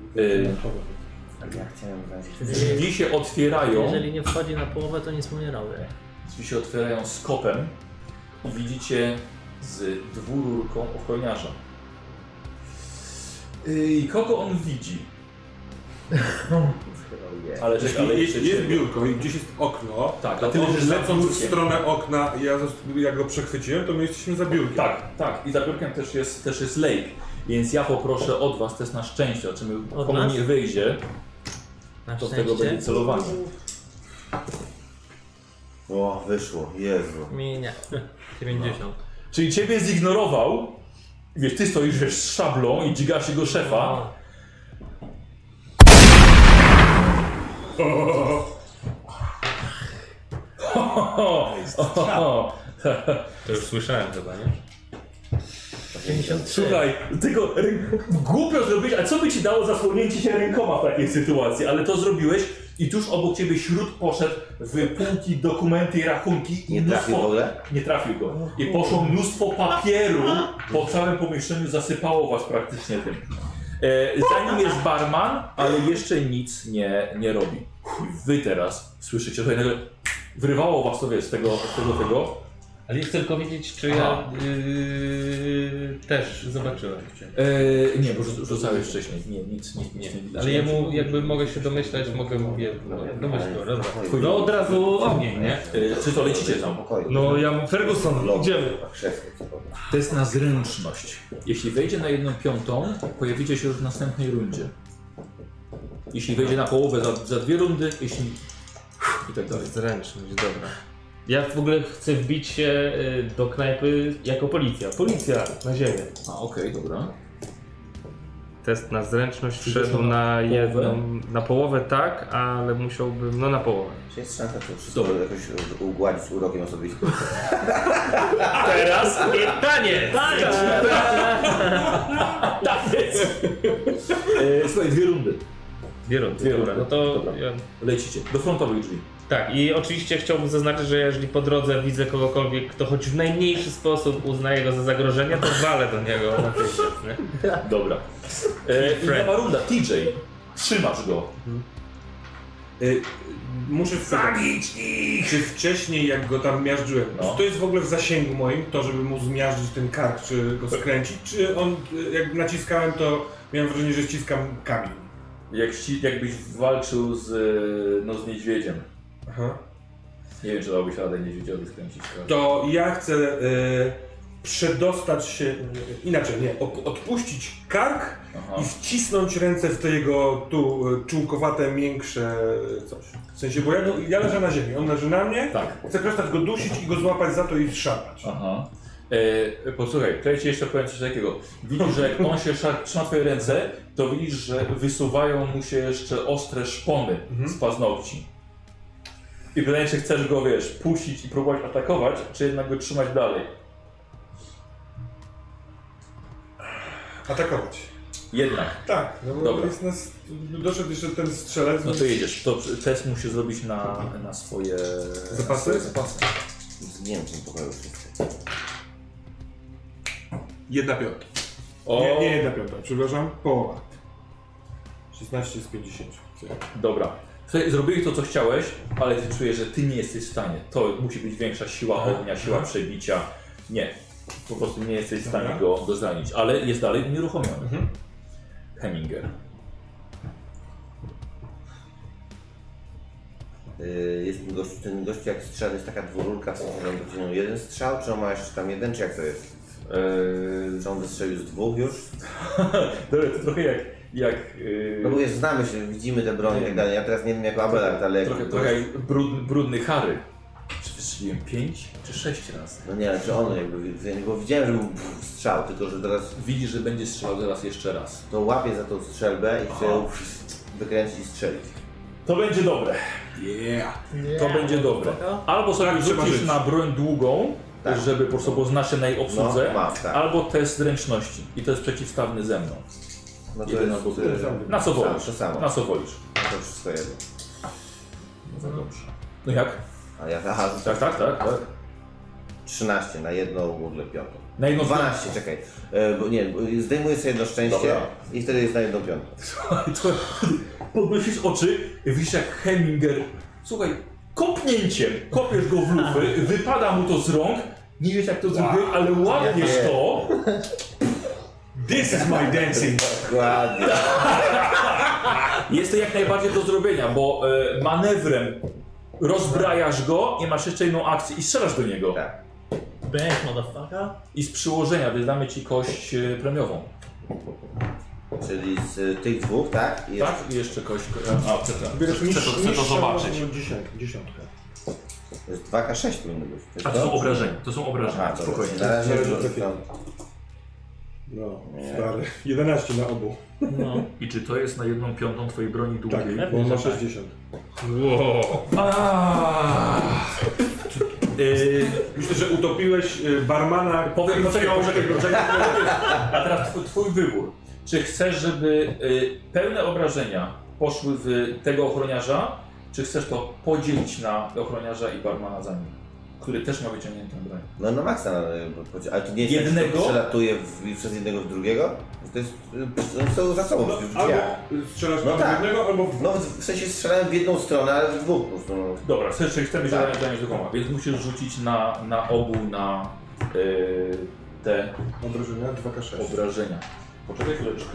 Ja chciałem znaleźć. Drzwi się otwierają. Jeżeli nie wchodzi na połowę, to nic mu nie robię. Drzwi się otwierają skopem i widzicie z dwururką ochroniarza. I kogo on widzi? Ale czekaj, ale Jest jeszcze biurko i gdzieś jest okno. Tak, a a ty ty leżysz za lecąc w biurkiem. stronę okna, jak go przechwyciłem, to my jesteśmy za biurkiem. Tak. I za biurkiem też jest Lake. Więc ja poproszę od was test na szczęście, Od komu nas? nie wyjdzie, Na to z tego będzie celowanie. O, wyszło, Jezu. Mi nie. 90. Czyli ciebie zignorował, wiesz, ty stoisz z szablą i dźgasz jego szefa. To już słyszałem chyba, nie? 93. Słuchaj, tylko głupio zrobić, a co by ci dało zasłonięcie się rękoma w takiej sytuacji, ale to zrobiłeś i tuż obok ciebie śród poszedł w półki, dokumenty i rachunki. Nie trafił w ogóle? Nie trafił go. I poszło mnóstwo papieru po całym pomieszczeniu, zasypało was praktycznie tym. Za nim jest barman, ale jeszcze nic nie robi. I wy teraz słyszycie, to nagle wrywało was to, wiesz, z tego. Ale ja chcę tylko wiedzieć, czy Aha. ja też zobaczyłem cię. Nie, bo rzucałeś wcześniej. Nie, nic nie widać. Ale jemu jakby mogę się domyślać, mogę mówię, domyśleć, dobra. No od razu ogień, nie? Czy to lecicie tam? No ja mu Ferguson, idziemy. Krzesło, co powiem. To jest na zręczność. Jeśli wejdzie na 1/5, pojawicie się już w następnej rundzie. Jeśli wejdzie na połowę, za 2 rundy, jeśli... i tak dalej. Zręczność, dobra. Ja w ogóle chcę wbić się do knajpy jako policja. Policja na ziemię. A, okej, dobra. Test na zręczność Czy wszedł weszło na na jedną, na połowę tak, ale musiałbym, no na połowę. Czy jest szansa, że wszystko jakoś ugładzić urokiem osobistym? Teraz pytanie! Tak jest! Słuchaj, 2 rundy. Dwie rundy. No to Dobra. ja, Lecicie. Do frontowych drzwi. tak, i oczywiście chciałbym zaznaczyć, że jeżeli po drodze widzę kogokolwiek, kto choć w najmniejszy sposób uznaje go za zagrożenie, to walę do niego natychmiast, nie? Dobra. I nowa runda. TJ. Trzymasz go. Muszę spytać, czy wcześniej jak go tam miażdżyłem, No. czy to jest w ogóle w zasięgu moim, to żeby mu zmiażdżyć ten kark, czy go skręcić, czy on, jak naciskałem, to miałem wrażenie, że ściskam kamień. Jakbyś walczył z niedźwiedziem. Aha. Nie wiem, czy dałbyś radę niedźwiedziowi skręcić. To ja chcę przedostać się, inaczej, nie, odpuścić kark Aha. i wcisnąć ręce w te jego tu czułkowate, miększe coś. W sensie, bo ja leżę na ziemi, on leży na mnie, Tak. chcę przestać go dusić i go złapać za to i szarpać. Aha. Posłuchaj, tutaj ci jeszcze powiem coś takiego. Widzisz, że jak on się trzyma twoje ręce, to widzisz, że wysuwają mu się jeszcze ostre szpony z paznokci. I pytanie, czy chcesz go, wiesz, puścić i próbować atakować, czy jednak go trzymać dalej. Atakować. Jednak. Tak, no bo Dobra. jest doszedł jeszcze ten strzelec. No to jedziesz. To test musisz zrobić na swoje Zapasy? Na swoje zapasy. Nie wiem, czy mi pokoju wszystko. 1/5. O, Nie 1/5, przepraszam, połowa. 16 z 50. dobra. Słuchaj, zrobiłeś to, co chciałeś, ale ty czujesz, że ty nie jesteś w stanie. To musi być większa siła ognia, siła przebicia. Nie. Po prostu nie jesteś w stanie go zranić, ale jest dalej unieruchomiony. Heminger. Jest ten gość jak strzał, jest taka dwururka, w sensie tam będzie jeden strzał, czy on ma jeszcze tam jeden, czy jak to jest? Że on wystrzelił z 2 już? To trochę jak No bo wiesz, znamy się, widzimy te broń i tak dalej. Ja teraz nie wiem jako Abelard, ale... trochę jak brudny Harry. Czy wystrzeliłem 5 czy 6 razy? No nie, ale czy on jakby... Bo widziałem, że był strzał, tylko że teraz Widzisz, że będzie strzelał zaraz jeszcze raz. to łapie za tą strzelbę i chce ją wykręcić i strzelić. To będzie dobre. Yeah. To będzie dobre. Albo sobie Tak, trzeba rzucisz żyć. na broń długą, Tak. żeby po prostu znasz się na jej obsłudze, No, masz, tak. albo test zręczności. I to jest przeciwstawny ze mną. No to Jeden jest... albo drugi. Na co wolisz? To samo. Na co wolisz? To wszystko jedno. No za dobrze. No jak? A ja... Aha, Tak. 13 na jedną w ogóle piątą. Na jedną 12, czekaj. Bo nie, bo zdejmuję sobie jedno szczęście Dobra. i wtedy jest na jedną piątą. To podnosisz oczy, widzisz jak Heminger, słuchaj, kopnięciem kopiesz go w lufy, wypada mu to z rąk, nie wiesz jak to zrobiłeś, ale ładniesz to. This is my dancing. Ładnie. Jest to jak najbardziej do zrobienia, bo manewrem rozbrajasz go i masz jeszcze jedną akcję i strzelasz do niego. Tak. Bang, motherfucker. I z przyłożenia wyznamy ci kość premiową. Czyli z tych 2, tak? I Tak? I jeszcze kość... A, przepraszam. Biorę Chcę to zobaczyć. Dziesiątkę. To jest 2K6 powinno być. A to są obrażenia, to są obrażenia, Aha, to spokojnie. Na razie Zależy już od trafienia. No, stary. 11 na obu. No. I czy to jest na 1/5 twojej broni Tak, długiej? bo on ma że tak. 60. Wow. Myślę, że utopiłeś barmana. Powiem, poczekaj. A teraz twój wybór. Czy chcesz, żeby pełne obrażenia poszły w tego ochroniarza, czy chcesz to podzielić na ochroniarza i barmana za nim, który też ma wyciągniętą broń? No na maksa, ale to nie jest Jednego? tak, że przelatuje przez jednego w drugiego? To jest, są za sobą. Albo strzelasz No na tak. jednego, albo w... No w sensie strzelałem w jedną stronę, ale w 2 po prostu. No. Dobra, chcesz Tak. zająć dwoma, więc musisz rzucić na ogół na te obrażenia 2K6. obrażenia. Poczekaj chwileczkę.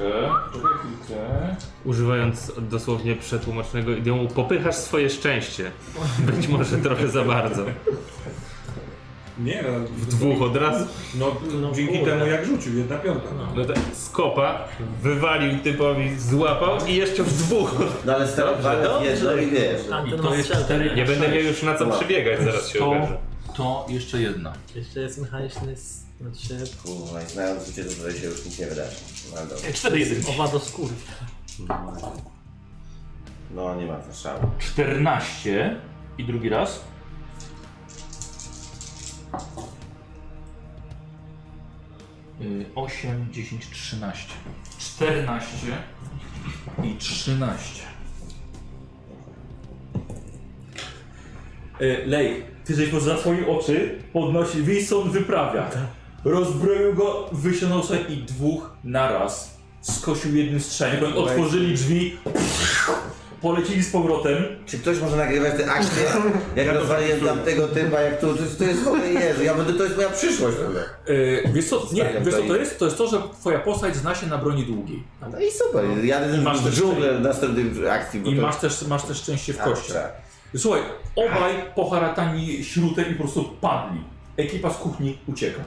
Używając dosłownie przetłumaczonego idiomu, popychasz swoje szczęście. Być może trochę za bardzo. Nie, no, W 2 od razu. no dzięki kurde. temu jak rzucił, 1/5. No tak, skopa, wywalił typowi, złapał i jeszcze w 2. No ale starałem w jedno i wiesz. I to jest 4. Nie będę miał już na co przybiegać, zaraz się okaże. To jeszcze jedna. Jeszcze jest mechaniczny, znaczy Kurwa, i znając życie, to tutaj się już nic nie wydarzy. No, ale dobra. 4 jedynki. owadoskóry. No nie ma za szału. 14 i drugi raz. Yy, 8, 10, 13. 14 i 13. Lej, ty żeś za swoje oczy podnosi, widzisz co on wyprawia. Rozbroił go, wyciągnął sobie i 2 naraz skosił jednym strzałem. Jak oni otworzyli drzwi, polecili z powrotem. Czy ktoś może nagrywać te akcje? Jak rozwaliłem tamtego typa, jak to jest w ogóle Jezu, to jest moja przyszłość w ogóle. Wiesz co, nie, wiesz co to jest? To jest to, że twoja postać zna się na broni długiej. No i super, jadę masz w też dżunglę w następnej akcji. Bo I to... masz też szczęście w Tak, kościach. tak. Słuchaj, obaj poharatani śrutem i po prostu padli. Ekipa z kuchni ucieka.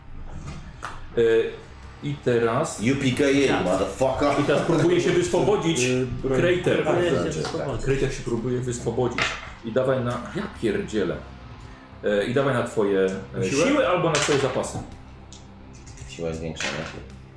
I teraz... UPKA, motherfucker. I teraz próbuje się wyswobodzić Crater. Próbuję się tak. wyswobodzić. Crater się próbuje wyswobodzić. I dawaj na... Ja pierdzielę. I dawaj na twoje siły albo na twoje zapasy. Siła jest większa, nie?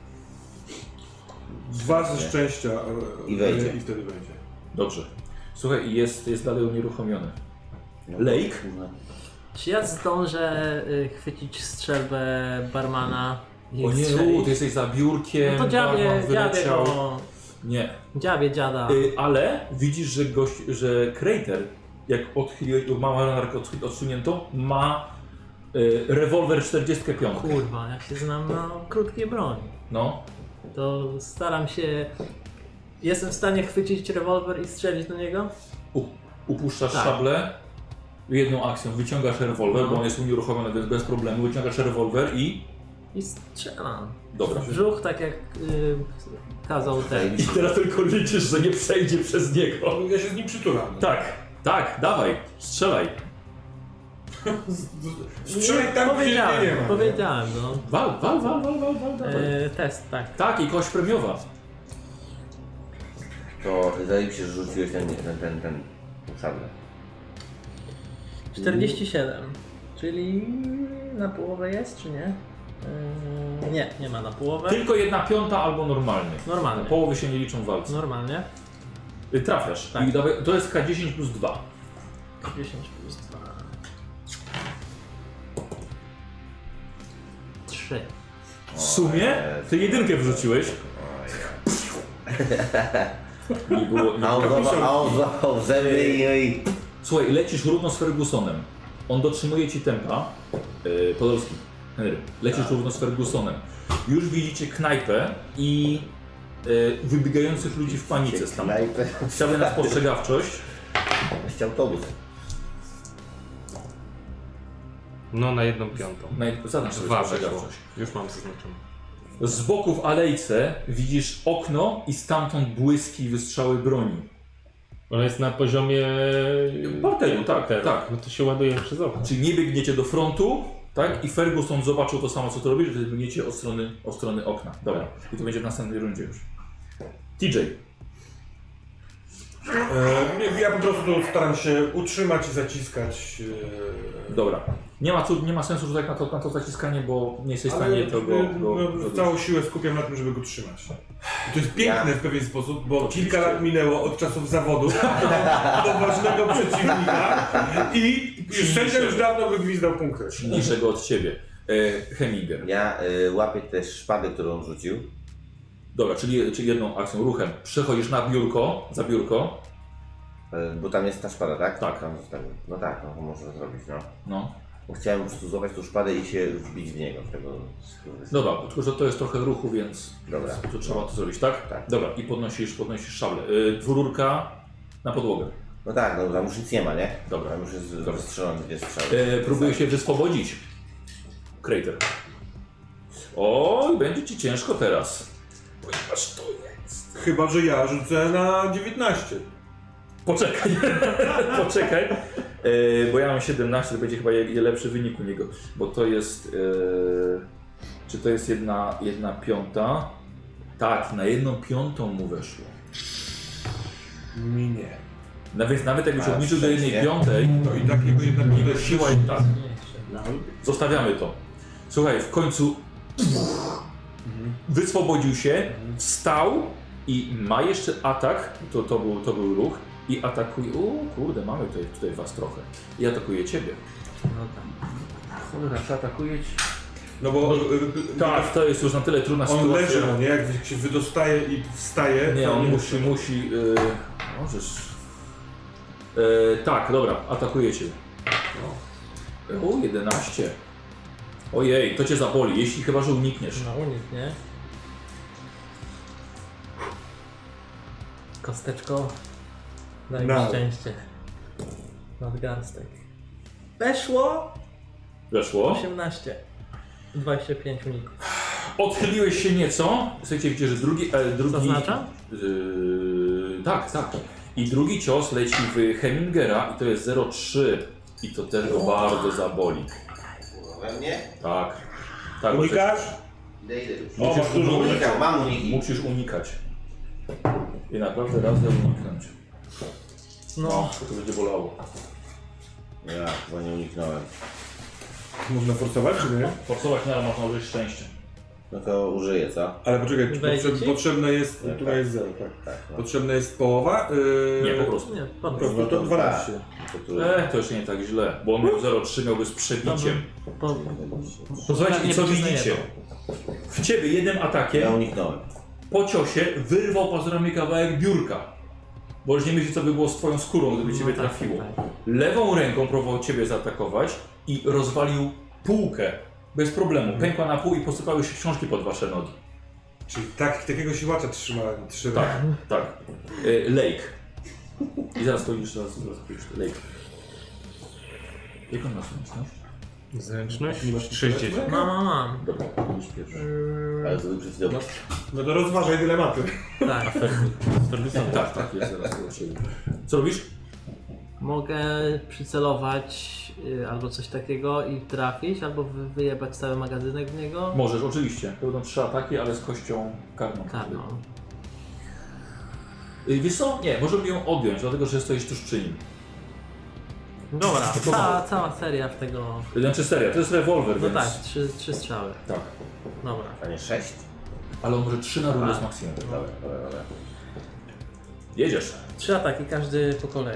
2 ze szczęścia I wejdzie. i wtedy wejdzie. Dobrze. Słuchaj, jest dalej unieruchomiony. No, Lake? kurwa. Czy ja zdążę chwycić strzelbę barmana i O nie, strzelić? ty jesteś za biurkiem, No to dziabie barman wyleciał. go. Nie. Dziabie dziada. Ale widzisz, że Crater, jak ma marynarkę odsuniętą, ma rewolwer 45. Kurwa, ja się znam na krótkiej broni. No. To staram się... Jestem w stanie chwycić rewolwer i strzelić do niego? Upuszczasz Tak. szablę jedną akcją, wyciągasz rewolwer, No. bo on jest unieruchomiony, więc bez problemu, wyciągasz rewolwer i... I strzelam. Dobra. W brzuch, tak jak kazał ten. I teraz tylko liczysz, że nie przejdzie przez niego. Ja się z nim przytulam. Tak, dawaj, strzelaj. Strzelaj tam, gdzie nie ma. Powiedziałem, no. Wal. Test, tak. Tak, i kość premiowa. To zdaje mi się, że rzuciłeś ten szablę. 47. Czyli na połowę jest, czy nie? Nie ma na połowę. Tylko 1/5 albo normalnie. Normalnie. Połowy się nie liczą w walce. Normalnie. Trafiasz. Tak. I to jest K10 plus 2. 10 plus 2. 3. W sumie ty jedynkę wrzuciłeś. Nie było. A on złapał zęby i... Słuchaj, lecisz równo z Fergusonem. On dotrzymuje ci tempa. Podolski, Henry, lecisz równo z Fergusonem. Już widzicie knajpę i wybiegających ludzi w panice stamtąd. Chciałbym na spostrzegawczość. Jeszcze autobus. No na 1/5. Zaznacz sobie 2 weszło. spostrzegawczość. Już mam zaznaczone. Z boku w alejce widzisz okno i stamtąd błyski i wystrzały broni. Ona jest na poziomie... Parteru, tak. No to się ładuje przez okno. Czyli nie biegniecie do frontu, tak? I Ferguson zobaczył to samo, co ty robisz, że biegniecie od strony okna. Dobra. I to będzie w następnej rundzie już. TJ. Ja po prostu staram się utrzymać i zaciskać. Dobra. Nie ma sensu rzucać na to zaciskanie, bo nie jesteś w Ale stanie tego... całą siłę skupiam na tym, żeby go trzymać. I to jest piękne w pewien sposób, bo kilka lat minęło od czasów zawodu do ważnego przeciwnika i sędzia już dawno wygwizdał punkty. Silniejszego od ciebie. Heminger. Ja łapię też szpadę, którą on rzucił. Dobra, czyli jedną akcją, ruchem. Przechodzisz na biurko, za biurko. Bo tam jest ta szpada, tak? Tak. Tam zostawił. No tak, no to można zrobić, no. No. Bo chciałem po prostu złapać tą szpadę i się wbić w niego. W tego... Dobra, tylko że to jest trochę ruchu, więc Dobra. to trzeba to zrobić, tak? Tak. Dobra, i podnosisz szablę. Dwururka na podłogę. No tak, no tam już nic nie ma, nie? Dobra. Tam już jest wystrzelony, gdzie strzały. Próbuję się wyswobodzić. Crater. Oj, będzie ci ciężko teraz. Ponieważ to jest. Chyba, że ja rzucę na 19. Poczekaj. Poczekaj. Bo ja mam 17, to będzie chyba lepszy wynik u niego. Bo to jest... czy to jest 1/5? Tak, na 1/5 mu weszło. Mi nie. Nawet jakbyś A, odliczył do szczęście. 1/5, To i tak jego jednak nie jego jest siła i tak. Zostawiamy to. Słuchaj, w końcu wyswobodził się, wstał i ma jeszcze atak, to był ruch i atakuje, kurde, mamy tutaj was trochę, i atakuje ciebie. No tak. Cholera, czy atakuje ci? No bo Tak, to jest już na tyle trudna on sytuacja. leży, no nie? Jak się wydostaje i wstaje, Nie, to on nie musi, możesz... tak, dobra, atakuje cię. 11. Ojej, to cię zaboli, jeśli chyba, że unikniesz. No unik, nie? Kosteczko, daj mi No. szczęście. Nadgarstek. Weszło! Weszło. 18. 25 uników. Odchyliłeś się nieco. Słuchajcie, widzicie, że drugi... Zaznaczam? Tak. I drugi cios leci w Hemingera i to jest 0,3. I to też go bardzo zaboli. We mnie? Tak. Tak, bo Unikasz? Idę już. Musisz dużo Unikał, mam uniki. musisz unikać. I naprawdę raz uniknąć. No. To będzie bolało. Ja chyba nie uniknąłem. Można forsować, czy nie? Forsować na można użyć szczęścia. No to użyję, co? Ale poczekaj, czy Wejdzie ci? potrzebne jest, Tak, tutaj jest 0, tak. Tak, no. Potrzebna jest połowa? Nie, po prostu. Nie, Po po prostu to 12. To jeszcze nie tak źle, bo on miał 0,3, miałby z przebiciem. po, To słuchajcie, i co widzicie? W ciebie jednym Ja atakiem uniknąłem. po ciosie wyrwał pazurami kawałek biurka. Bo już nie wiecie, co by było z twoją skórą, gdyby ciebie trafiło. Lewą ręką próbował ciebie zaatakować i rozwalił półkę. Bez problemu. Pękła na pół i posypały się książki pod wasze nogi. Czyli takiego siłacza trzymałem 3 Tak, tak. Lake. I zaraz to jeszcze raz powiesz. Lake. Jak on ma zręczność? Zręczność? 60. Mam. Dobra, to już pierwszy. Ale to był przed chwilą. No to rozważaj dylematy. Tak. Tak, jest zaraz to u ciebie. Co robisz? Mogę przycelować albo coś takiego i trafić, albo wyjebać cały magazynek w niego. Możesz, oczywiście. To będą 3 ataki, ale z kością karną. Karną. Wiesz co? Nie, możemy ją odjąć, dlatego że stoisz tuż przy nim. Dobra, To mało. cała seria w tego... Znaczy seria, to jest rewolwer, No więc... tak, 3 strzały. Tak. Dobra. A nie 6? Ale on może 3 na rundę z maksimum. Dobra. Jedziesz. 3 ataki, każdy po kolei.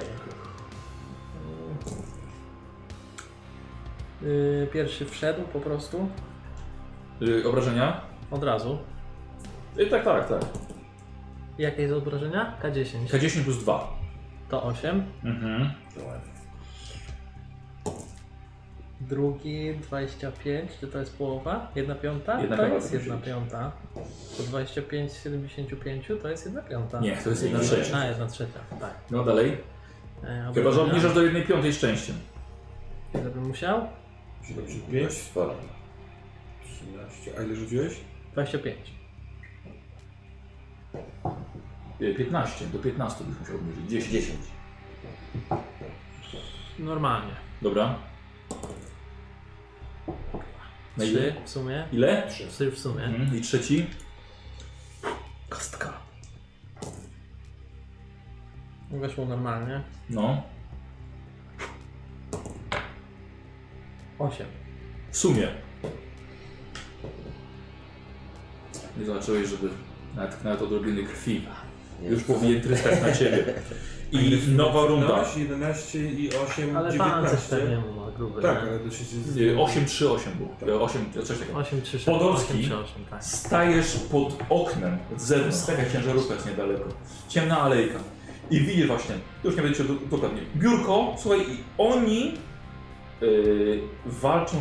Pierwszy wszedł po prostu, Obrażenia? od razu. Tak. Jakie jest obrażenia? K10. K10 plus 2. To 8. Mhm. Drugi 25, czy to jest połowa? 1/5? Jedna To piąta jest to musi 1/5. To 25 z 75 to jest 1/5. Nie, to jest 1/3. A, 1/3, tak. No dalej. Chyba, że obniżasz do 1/5 szczęściem. Ile bym musiał? 75, Sporo. 13. A ile rzuciłeś? 25. 15, do 15 byś musiał obniżyć. 10. 10. Normalnie. Dobra. Na ile? 3 w sumie. Ile? 3 w sumie. I trzeci? Kostka. Weszło normalnie. No. 8. W sumie. Nie zobaczyłeś, żeby nawet odrobiny krwi już powinien tryskać na ciebie. I nowa runda. 11 i 8, Ale 19. pancerz pewnie ma gruby. Tak, nie? ale to się... 8-3-8 był. 8, coś takiego. 8, 3, 6, Podolski. 8, 3, 8, tak. Stajesz pod oknem z zewnątrz, taka ciężarówka jest niedaleko. Ciemna alejka. I widzisz właśnie, już nie będziecie dokładnie, biurko, słuchaj, i oni walczą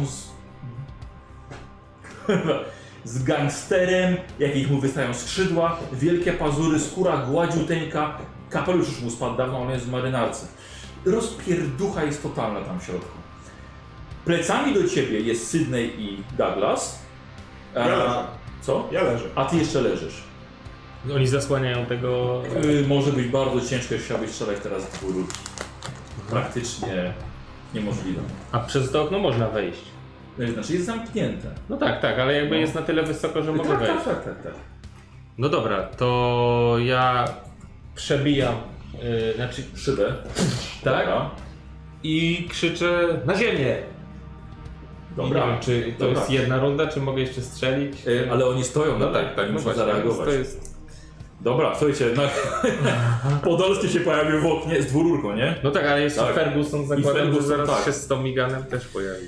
z gangsterem, jakich mu wystają skrzydła, wielkie pazury, skóra gładziuteńka, kapelusz już mu spadł dawno, on jest w marynarce. Rozpierducha jest totalna tam w środku. Plecami do ciebie jest Sydney i Douglas. Co? Ja leżę. A ty jeszcze leżysz. Oni zasłaniają tego... Może być bardzo ciężko, jeśli chciałbyś strzelać teraz w góry. Praktycznie niemożliwe. A przez to okno można wejść. Znaczy jest zamknięte. No tak, ale jakby No. jest na tyle wysoko, że mogę wejść. Tak. No dobra, to ja przebijam, znaczy Szybę. tak, Dobra. i krzyczę na ziemię. Dobra. Nie wiem, czy to Dobra. jest jedna runda, czy mogę jeszcze strzelić? Ale oni stoją No nadal, tak, tak no muszą właśnie, zareagować. To jest... Dobra, słuchajcie, Podolski się pojawił w oknie z dwururką, nie? No tak, ale jeszcze Tak. Ferguson zakładam, Ferguson, że zaraz tak. się z Tommy Gunnem też pojawi.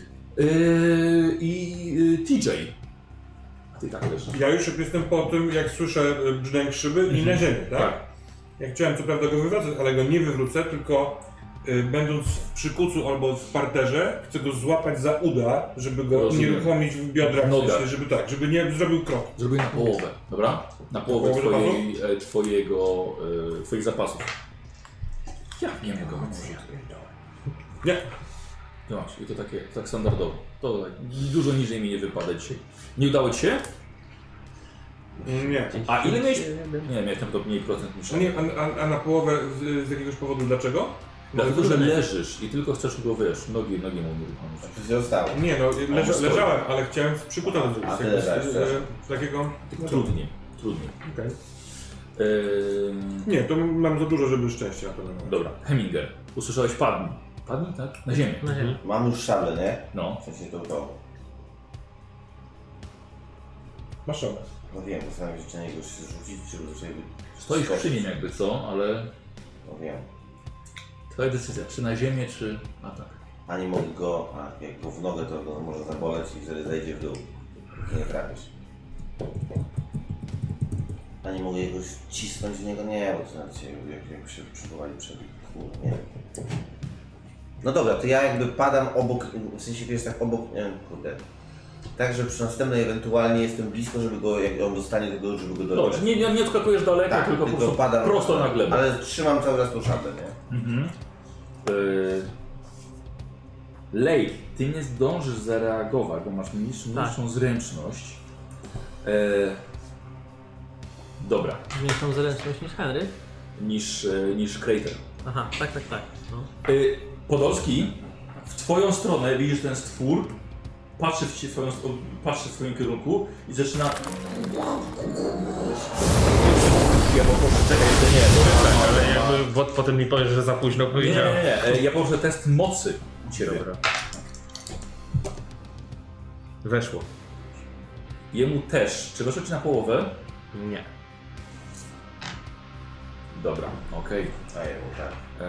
TJ. A ty tak też. Ja już jestem po tym, jak słyszę brzdęk szyby i na ziemię, tak? Tak. Ja chciałem co prawda go wywracać, ale go nie wywrócę, tylko będąc w przykucu albo w parterze, chcę go złapać za uda, żeby go Rozumiem. unieruchomić w biodrach, w Nogach. sensie, żeby nie zrobił kroku. Zrobię na połowę, dobra? Na połowę połowę twoich zapasów. Ja nie mogę. Nie. No, i to takie, tak standardowo. To tak, dużo niżej mi nie wypada dzisiaj. Nie udało ci się? Nie. A ile miałeś? Nie, miałeś tam to mniej procent niż No nie, a na połowę z jakiegoś powodu dlaczego? Dlatego, że leżysz i tylko chcesz go, wiesz, nogi mu unieruchomić. Co się stało? Nie no, stoi. leżałem, ale chciałem z przykuta to zrobić. A ty jakby leżałeś też. takiego... Trudniej. Okej. Yy, Nie, to mam za dużo, żeby szczęścia na to mieć. dobra, Heminger. Usłyszałeś padnij. Padnij, tak? Na ziemię. Na ziemię. Mam już szablę, nie? No. W sensie to. Masz szablę. No wiem, zastanawiam się, czy na niego się rzucić, czy raczej... Stoisz przy nim jakby co, ale No wiem. twoja decyzja, czy na ziemię, czy atak. Ani mogę go, jak go w nogę, to go może zaboleć i wtedy zejdzie w dół. Nie trafisz. Ani mogę jakoś cisnąć w niego, nie, bo to znaczy, jak się przypowali przebieg. Kurde, nie. No dobra, to ja jakby padam obok, w sensie wiesz, tak obok, nie wiem, kurde. Tak, że przy następnej ewentualnie jestem blisko, żeby go, jak on dostanie tego, żeby go dolecieć. Dobrze, nie odskakujesz daleko, Tak, tylko po prostu padam prosto na glebę. Ale trzymam cały czas tą szablę, nie? Mhm. Lej, ty nie zdążysz zareagować, bo masz mniejszą zręczność. Dobra, Mniejszą zręczność niż Henry? niż Crater. Aha, tak. No. Podolski w twoją stronę widzisz ten stwór, patrzy w twoim kierunku i zaczyna... Ja poproszę, czekaj, to nie, Ale jakby bot potem mi powiesz, że za późno powiedziałem. nie, ja poproszę test mocy u ciebie. Dobra. Weszło. Jemu też. Czy weszło ci na połowę? Nie. Dobra, okej. A jemu tak.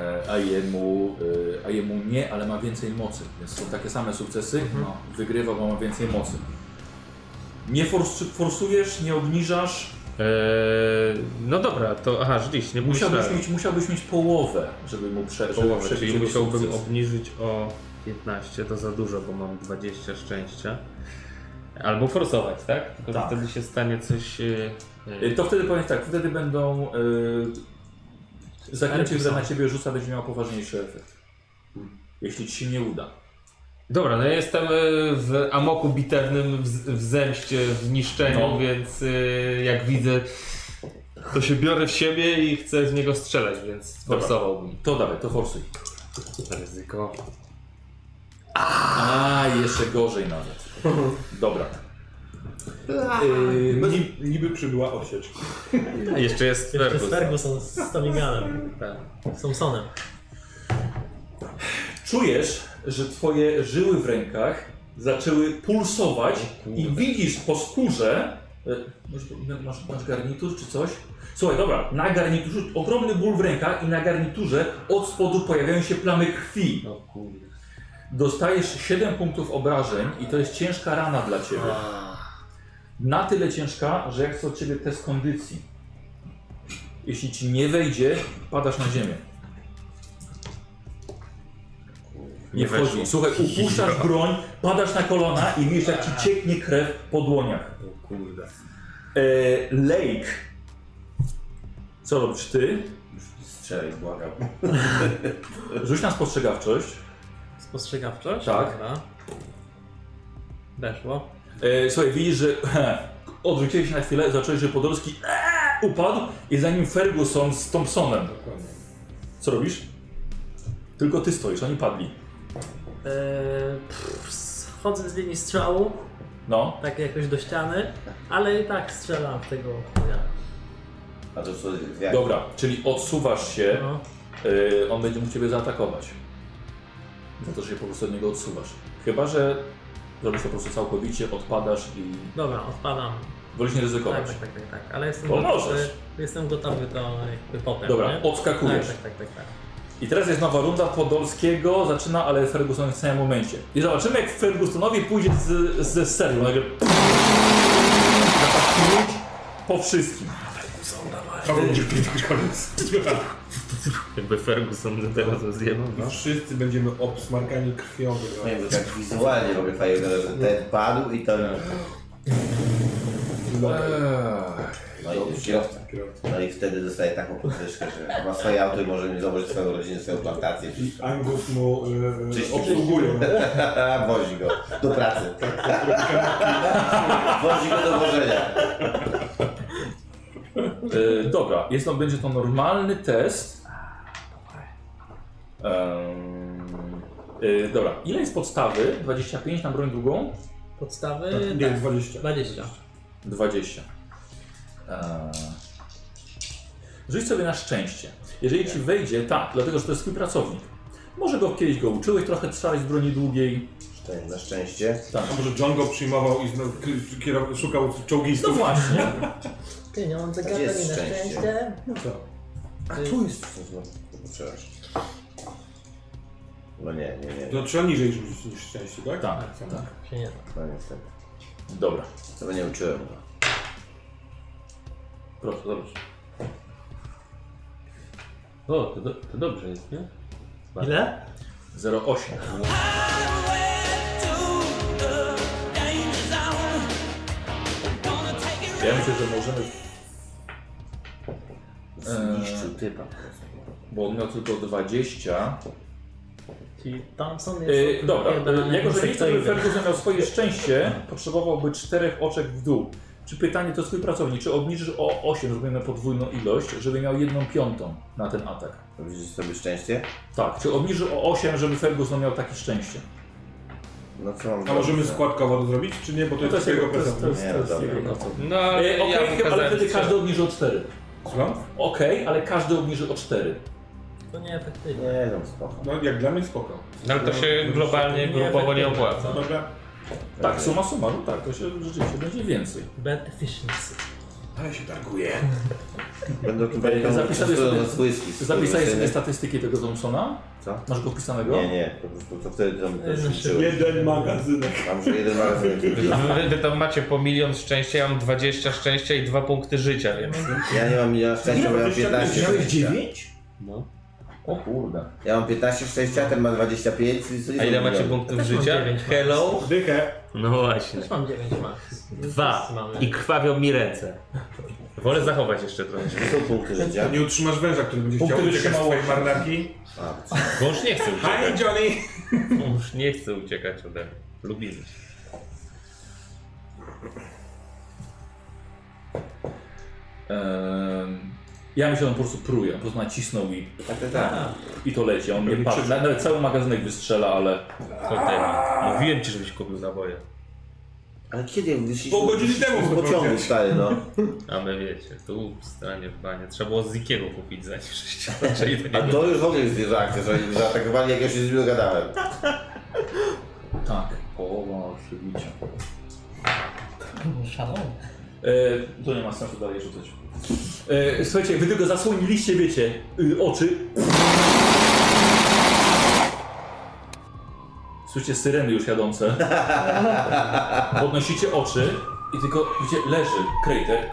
A jemu nie, ale ma więcej mocy. Więc są takie same sukcesy. No, wygrywa, bo ma więcej mocy. Nie forsujesz, nie obniżasz. No dobra, to aha, rzeczywiście, nie Musiałbyś mieć połowę, żeby mu przebić. czyli musiałbym obniżyć o 15, to za dużo, bo mam 20 szczęścia. Albo forsować, tak? Tylko że wtedy się stanie coś... To wtedy powiem tak, wtedy będą... zaklęcie, które na ciebie rzuca, będzie miało poważniejszy efekt. Jeśli ci się nie uda. Dobra, no ja jestem w amoku bitewnym, w zemście, w niszczeniu, więc jak widzę, to się biorę w siebie i chcę z niego strzelać, więc forsowałbym. To dawaj, to forsuj. Ryzyko. Jeszcze gorzej nawet. Dobra. Niby przybyła odsiecz. A jeszcze jest Jeszcze z Fergus. Ferguson z Tomiganem. Z Thompsonem. Czujesz, że twoje żyły w rękach zaczęły pulsować i widzisz po skórze... Masz garnitur czy coś? Słuchaj, dobra, na garniturze ogromny ból w rękach i na garniturze od spodu pojawiają się plamy krwi. O kurde. Dostajesz 7 punktów obrażeń i to jest ciężka rana dla ciebie. Na tyle ciężka, że jak chcę od ciebie test kondycji. Jeśli ci nie wejdzie, padasz na ziemię. Nie wchodzi. Słuchaj, upuszczasz broń, padasz na kolana i widzisz, jak ci cieknie krew po dłoniach. O kurde. Lake. Co robisz ty? Strzelaj, błagam. Rzuć na spostrzegawczość. Spostrzegawczość? Tak. Dobra. Weszło. Słuchaj, widzisz, że odwróciłeś się na chwilę, zacząłeś, że Podolski upadł i za nim Ferguson z Thompsonem. Co robisz? Tylko ty stoisz, oni padli. Schodzę z linii strzału, No. tak jakoś do ściany, ale i tak strzelam w tego chuja. A to co jak? Dobra, czyli odsuwasz się, No. on będzie mógł ciebie zaatakować. Za to, że się po prostu od niego odsuwasz. Chyba że zrobisz to po prostu całkowicie, odpadasz i Dobra, odpadam. wolisz nie ryzykować. Tak. Ale jestem Bo gotowy. możesz. Jestem gotowy to jakby potem. Dobra, nie? odskakujesz. Tak. I teraz jest nowa runda Podolskiego, zaczyna, ale Ferguson w samym momencie. I zobaczymy, jak Fergusonowi pójdzie ze serii. Nagle po wszystkim. To będzie koniec. Jakby Ferguson teraz zjebał, no. Wszyscy będziemy obsmarkani krwią. Nie, bo tak wizualnie mogę fajnie, że ten padł i to... No i kierowca. No i wtedy dostaje taką podwyżkę, że ma swoje auto i może założyć swoją rodzinę, swoją plantację. Angus mu Czyści. obsługuje. Wozi go do pracy. Wozi go do wożenia. Dobra, będzie to normalny test. Dobra, ile jest podstawy? 25 na broń długą? Podstawy? Nie, 20. 20. Rzuć sobie na szczęście. Jeżeli ci wejdzie, tak, dlatego że to jest twój pracownik. Może kiedyś go uczyłeś trochę strzelać z broni długiej. Na szczęście. Tak. A może John go przyjmował i szukał czołgistów? No właśnie. Ty, nie mam Gdzie zagadani jest na szczęście? szczęście. No co? A tu jest przepraszam. No nie. To trzeba niżej rzucić niż szczęście, tak? Tak. Się nie da. No niestety. Dobra. Tego nie uczyłem. Proszę, dobrze. O, to dobrze jest, nie? Ile? 0,8. Ja myślę, że możemy... Zniszczył typa. Bo on miał tylko 20. Czyli Thompson jest... Dobra, odpierdalany jako że nie chcę, żeby insektoidem. Ferguson miał swoje szczęście, potrzebowałby 4 oczek w dół. Czy pytanie to twój pracownik, czy obniżysz o 8, zrobimy podwójną ilość, żeby miał 1/5 na ten atak? Widzisz sobie szczęście? Tak, czy obniżysz o 8, żeby Ferguson miał takie szczęście? No co mam A możemy zrobić? składkowo to zrobić, czy nie? Bo to No jest jego pracownik. Nie, no dobra. No, Okej, ja ale wtedy każdy obniży o 4. Słucham? Okej, ale każdy obniży o 4. To nieefektywne. Nie, no spoko. No jak dla mnie spoko. No ale to się globalnie, grupowo nie opłaca. Dobra. Tak, suma summarum, tak, to się rzeczywiście będzie więcej. Bad efficiency. Ale się targuje. Będę tu pamiętał Zapisałeś sobie- na swój skill. Zapisałeś sobie statystyki tego Thompsona? Co? Masz go wpisanego? Nie, po prostu to wtedy tam też Znaczy, liczyłem. Jeden magazynek. Mam że jeden magazyn. Wy tam macie po 1 000 000 szczęścia, ja mam 20 szczęścia i 2 punkty życia, więc... Ja nie mam miliona szczęścia, bo ja mam 15 szczęścia. 9? No. O kurde. Ja mam 15 szczęścia, ten ma 25. A ile macie punktów Też mam życia? 9 Hello? Dychę. No właśnie. Też mam 9 max. 2. Mamy. I krwawią mi ręce. Wolę zachować jeszcze trochę. To są punkty życia. Nie utrzymasz węża, który będzie Punkty chciał uciekać z wytrzymałości. twojej marynarki. A, Wąż nie chce Hi uciekać. Johnny! Wąż nie chce uciekać ode mnie. Lubimy się. Ja myślę, że on po prostu pruje, on po prostu nacisnął tak. i to leci. On nie patrzy. Nawet cały magazynek wystrzela, ale... Mówiłem ci, żebyś kupił naboje. Ale kiedy wyszliśmy Pół godziny temu z pociągu, wychodziłeś. stary, no. A my wiecie, tu w stanie w banie. Trzeba było Zikiego kupić zanim żeście zaczęli to A nie to już w ogóle jest zwierzę akcja, że oni zaatakowali, jak ja się z nim gadałem. Tak. Połowa przybicia. Szalony. To nie ma sensu dalej rzucać. Słuchajcie, wy tylko zasłoniliście, wiecie, oczy. Słyszycie syreny już jadące. Podnosicie oczy i tylko widzicie, leży Crater.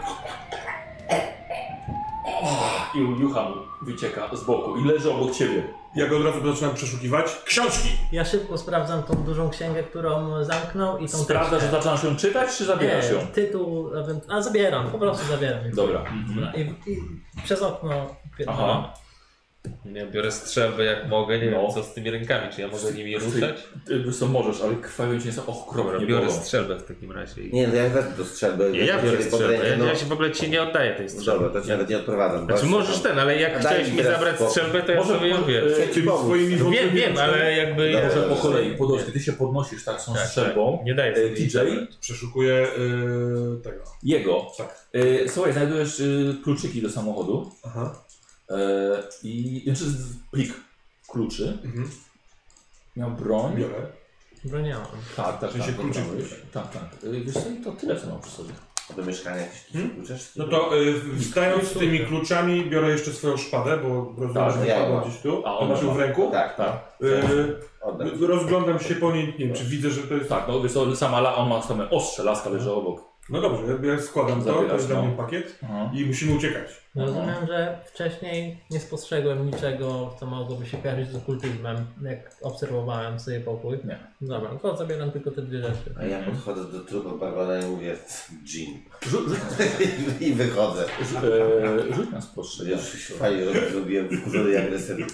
I jucha mu wycieka z boku i leży obok ciebie. Ja go od razu zaczynam przeszukiwać. Książki! Ja szybko sprawdzam tą dużą księgę, którą zamknął i tą Sprawdzasz, że zaczynasz ją czytać, czy zabierasz ją? tytuł, a zabieram, po prostu zabieram. Dobra. I przez okno Aha. Ja biorę strzelbę jak mogę, nie No. wiem co z tymi rękami, czy ja mogę nimi ruszać? Wiesz co, możesz, ale krwawią cię są okropnie Biorę bolą. strzelbę w takim razie. Nie, no ja wezmę to strzelbę. Ja biorę ciebie pod strzelbę, rękę, no. ja się w ogóle ci nie oddaję tej strzelby. Dobra, to cię nawet nie odprowadzam. Znaczy możesz ten, ale jak A daj chciałeś mi mi teraz zabrać spokój. strzelbę, to ja Może- sobie ją może- wiem. Tymi swoimi No wiem, ale jakby... Dobra. Może po kolei, Dobra. podnoś, ty się podnosisz tak, są Tak, strzelbą. tak. Nie daję sobie TJ, Przeszukuję tego. jego. Tak. Słuchaj, znajdujesz kluczyki do samochodu Aha. i znaczy plik kluczy. Mhm. Miał broń. Biorę. broniałam. Tak, tak, W sensie tak. kluczyków. dobrałeś. Tak, tak. Wiesz co, i to tyle co mam przy sobie. Do mieszkania jakieś kluczysz? No to wstając z tymi kluczami biorę jeszcze swoją szpadę, bo rozumiem, Tak, że ja wpadła mam. gdzieś tu. A, To on masz ją ma. w ręku? Tak, Tak. Oddam. Rozglądam się po niej, nie wiem, czy widzę, że to jest... Tak, no wiesz co, sama on ma same ostrze, laska leży obok. No dobrze, ja składam to Zabierasz, jest dla no. mnie pakiet Aha. i musimy uciekać. Rozumiem, że wcześniej nie spostrzegłem niczego, co mogłoby się kojarzyć z okultyzmem, jak obserwowałem sobie pokój. Nie. Dobra, no to zabieram tylko te dwie rzeczy. A ja podchodzę do trupa Barbara i mówię Jean. Rzuć I wychodzę. rzuć na spostrzeganie. Już fajnie robiłem wkurzony i agresywny.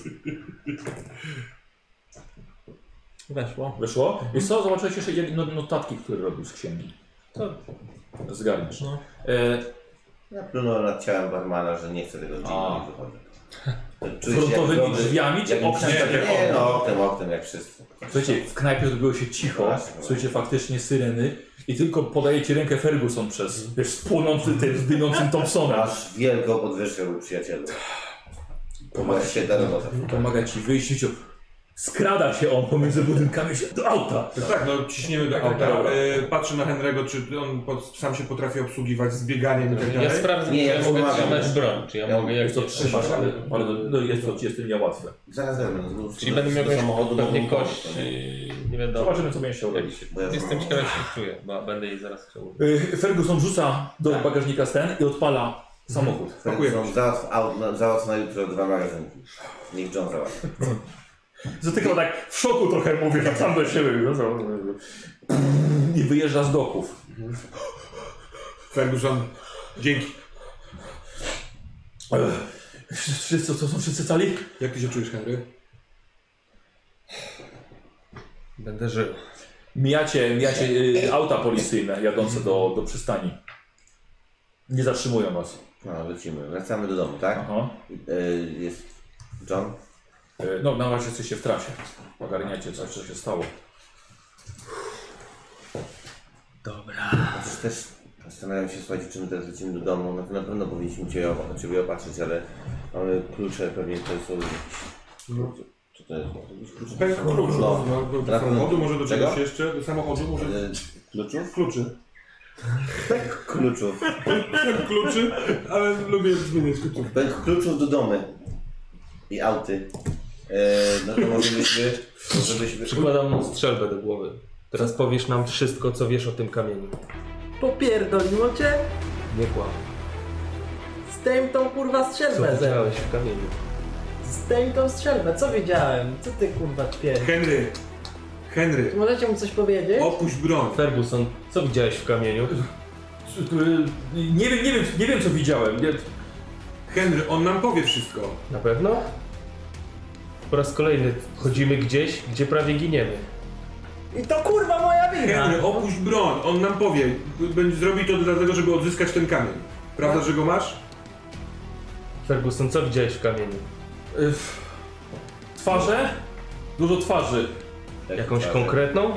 Weszło. Wyszło? Wiesz co, zobaczyłeś jeszcze notatki, które robił z księgi. To, Zgarniesz. no. Ja plunąłem nad ciałem barmana, że nie chcę tego A. Jean i wychodzę. Czuję się jak Frontowymi dobry- drzwiami czy jak- oknem? Tak jak Nie, okno? no oknem jak wszyscy. Słuchajcie, w knajpie zrobiło się cicho, Właśnie. słuchajcie, faktycznie syreny i tylko podaje ci rękę Ferguson przez, wiesz, spłonący tym, zdynącym Thompsonem. Masz wielką podwyżkę, mój przyjacielu. Pomaga się ta robota. Pomaga ci wyjść, widzicie, skrada się on pomiędzy budynkami się do auta. Tak, no ciśniemy do Tak, auta. dobra. Patrzę na Henry'ego, czy on sam się potrafi obsługiwać z bieganiem i tak Ja dalej. sprawdzę, Nie, czy ja ja mogę pomagam. trzymać broń, czy ja Ja mogę Jak jak to trzymasz, ale no jest to ci niełatwe. Zaraz będę. No, Czyli będę miał do samochodu pewnie mogą kość, pomóc, nie wiadomo. Zobaczymy, co będzie chciał robić. bo ja Jestem ciekaw, jak się czuję, bo będę jej zaraz chciał. Ferguson rzuca do bagażnika ten i odpala samochód. Ferguson załatw na jutro 2 magazynki. Niech John załatwi. Zatykał tak w szoku trochę, mówię, tak sam do siebie. I wyjeżdża z doków. Ferguson, dzięki. Wszyscy, co są wszyscy cali? Jak ty się czujesz, Henry? Będę żył. Mijacie auta policyjne jadące do przystani. Nie zatrzymują was. No, lecimy. Wracamy do domu, tak? Aha. Jest John? No, na razie jesteście w trasie. Ogarniacie coś, co się stało. Dobra. Chociaż też zastanawiam się, słuchajcie, czy my teraz lecimy do domu. Na pewno powinniśmy Ciebie opatrzyć, ale mamy klucze, pewnie to są jakieś... Co to jest? Jakieś klucze? Pęk kluczu. No. No, do Na samochodu, pewno. może do Czego? czegoś jeszcze? Do samochodu, może... Kluczów? Kluczy. Kluczów. Pęk kluczy, ale lubię zmieniać kluczów. Pęk kluczów do domu. I auty. No to może byśmy... Przykładam strzelbę do głowy. Teraz powiesz nam wszystko, co wiesz o tym kamieniu. Popierdoliło cię? Nie kłam. Zdejm tą kurwa Co strzelbę ze mnie. widziałeś w kamieniu? Zdejm tą strzelbę, co wiedziałem? Co ty kurwa ćpiesz? Henry, Możecie mu coś powiedzieć? opuść broń. Ferguson, co widziałeś w kamieniu? Nie wiem co widziałem. Henry, on nam powie wszystko. Na pewno? Po raz kolejny chodzimy gdzieś, gdzie prawie giniemy. I to kurwa moja wina! Henry, opuść broń, on nam powie. Zrobi to dlatego, żeby odzyskać ten kamień. Prawda, że go masz? Ferguson, co widziałeś w kamieniu? Twarze? Dużo twarzy. Jakąś konkretną?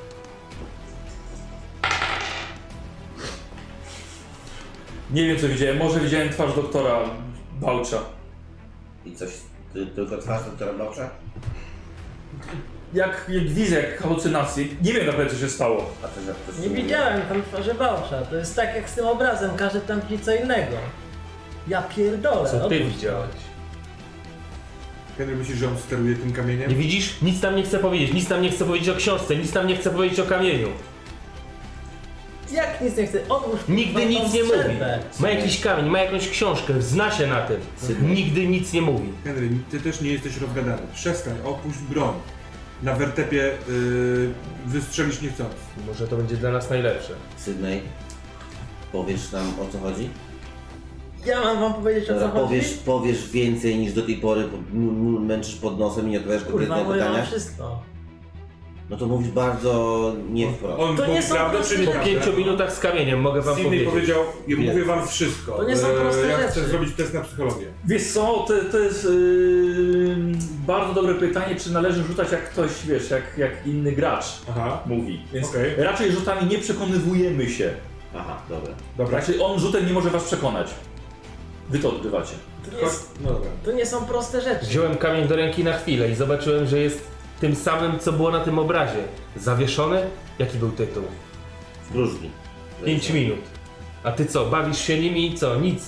Nie wiem co widziałem. Może widziałem twarz doktora Bałcza. I coś... Tylko twarz doktora Bałcza? Jak wizja, jak halucynacje. Nie wiem naprawdę co się stało. A to Nie widziałem tam twarzy Bałcza. To jest tak jak z tym obrazem, każdy tam widzi co innego. Ja pierdolę. Co ty odpuść to. widziałeś? Henry, myślisz, że on steruje tym kamieniem? Nie widzisz? Nic tam nie chce powiedzieć. Nic tam nie chce powiedzieć o książce. Nic tam nie chce powiedzieć o kamieniu. Jak nic nie chcę? Odłóż Nigdy kurwa, nic tą nie mówi. strzelbę. Ma jakiś kamień, ma jakąś książkę, zna się na tym. Nigdy nic nie mówi. Henry, ty też nie jesteś rozgadany. Przestań, opuść broń. Na wertepie wystrzelisz niechcący. Może to będzie dla nas najlepsze. Sydney, powiesz nam o co chodzi? Ja mam wam powiedzieć o co Dobra, chodzi? powiesz więcej niż do tej pory, męczysz pod nosem i nie odpowiadasz Kurwa, konkretne mówię pytania? wam wszystko. No to mówisz bardzo nie wprost. On To nie są prawda proste czy nie Po rzeczy. 5 minutach z kamieniem mogę wam Sydney powiedzieć. powiedział, ja Wiem. mówię wam wszystko. To nie są proste ja rzeczy. chcę zrobić test na psychologię. Wiesz co, to jest bardzo dobre pytanie, czy należy rzucać jak ktoś, wiesz, jak inny gracz Aha. mówi. Więc Okej. raczej rzutami nie przekonywujemy się. Aha, dobra. Dobra. Raczej on rzutem nie może was przekonać. Wy to odgrywacie. No dobra. To nie są proste rzeczy. Wziąłem kamień do ręki na chwilę i zobaczyłem, że jest tym samym, co było na tym obrazie. Zawieszony? Jaki był tytuł? Wróżki. 5 minut. A ty co, bawisz się nimi i co? Nic.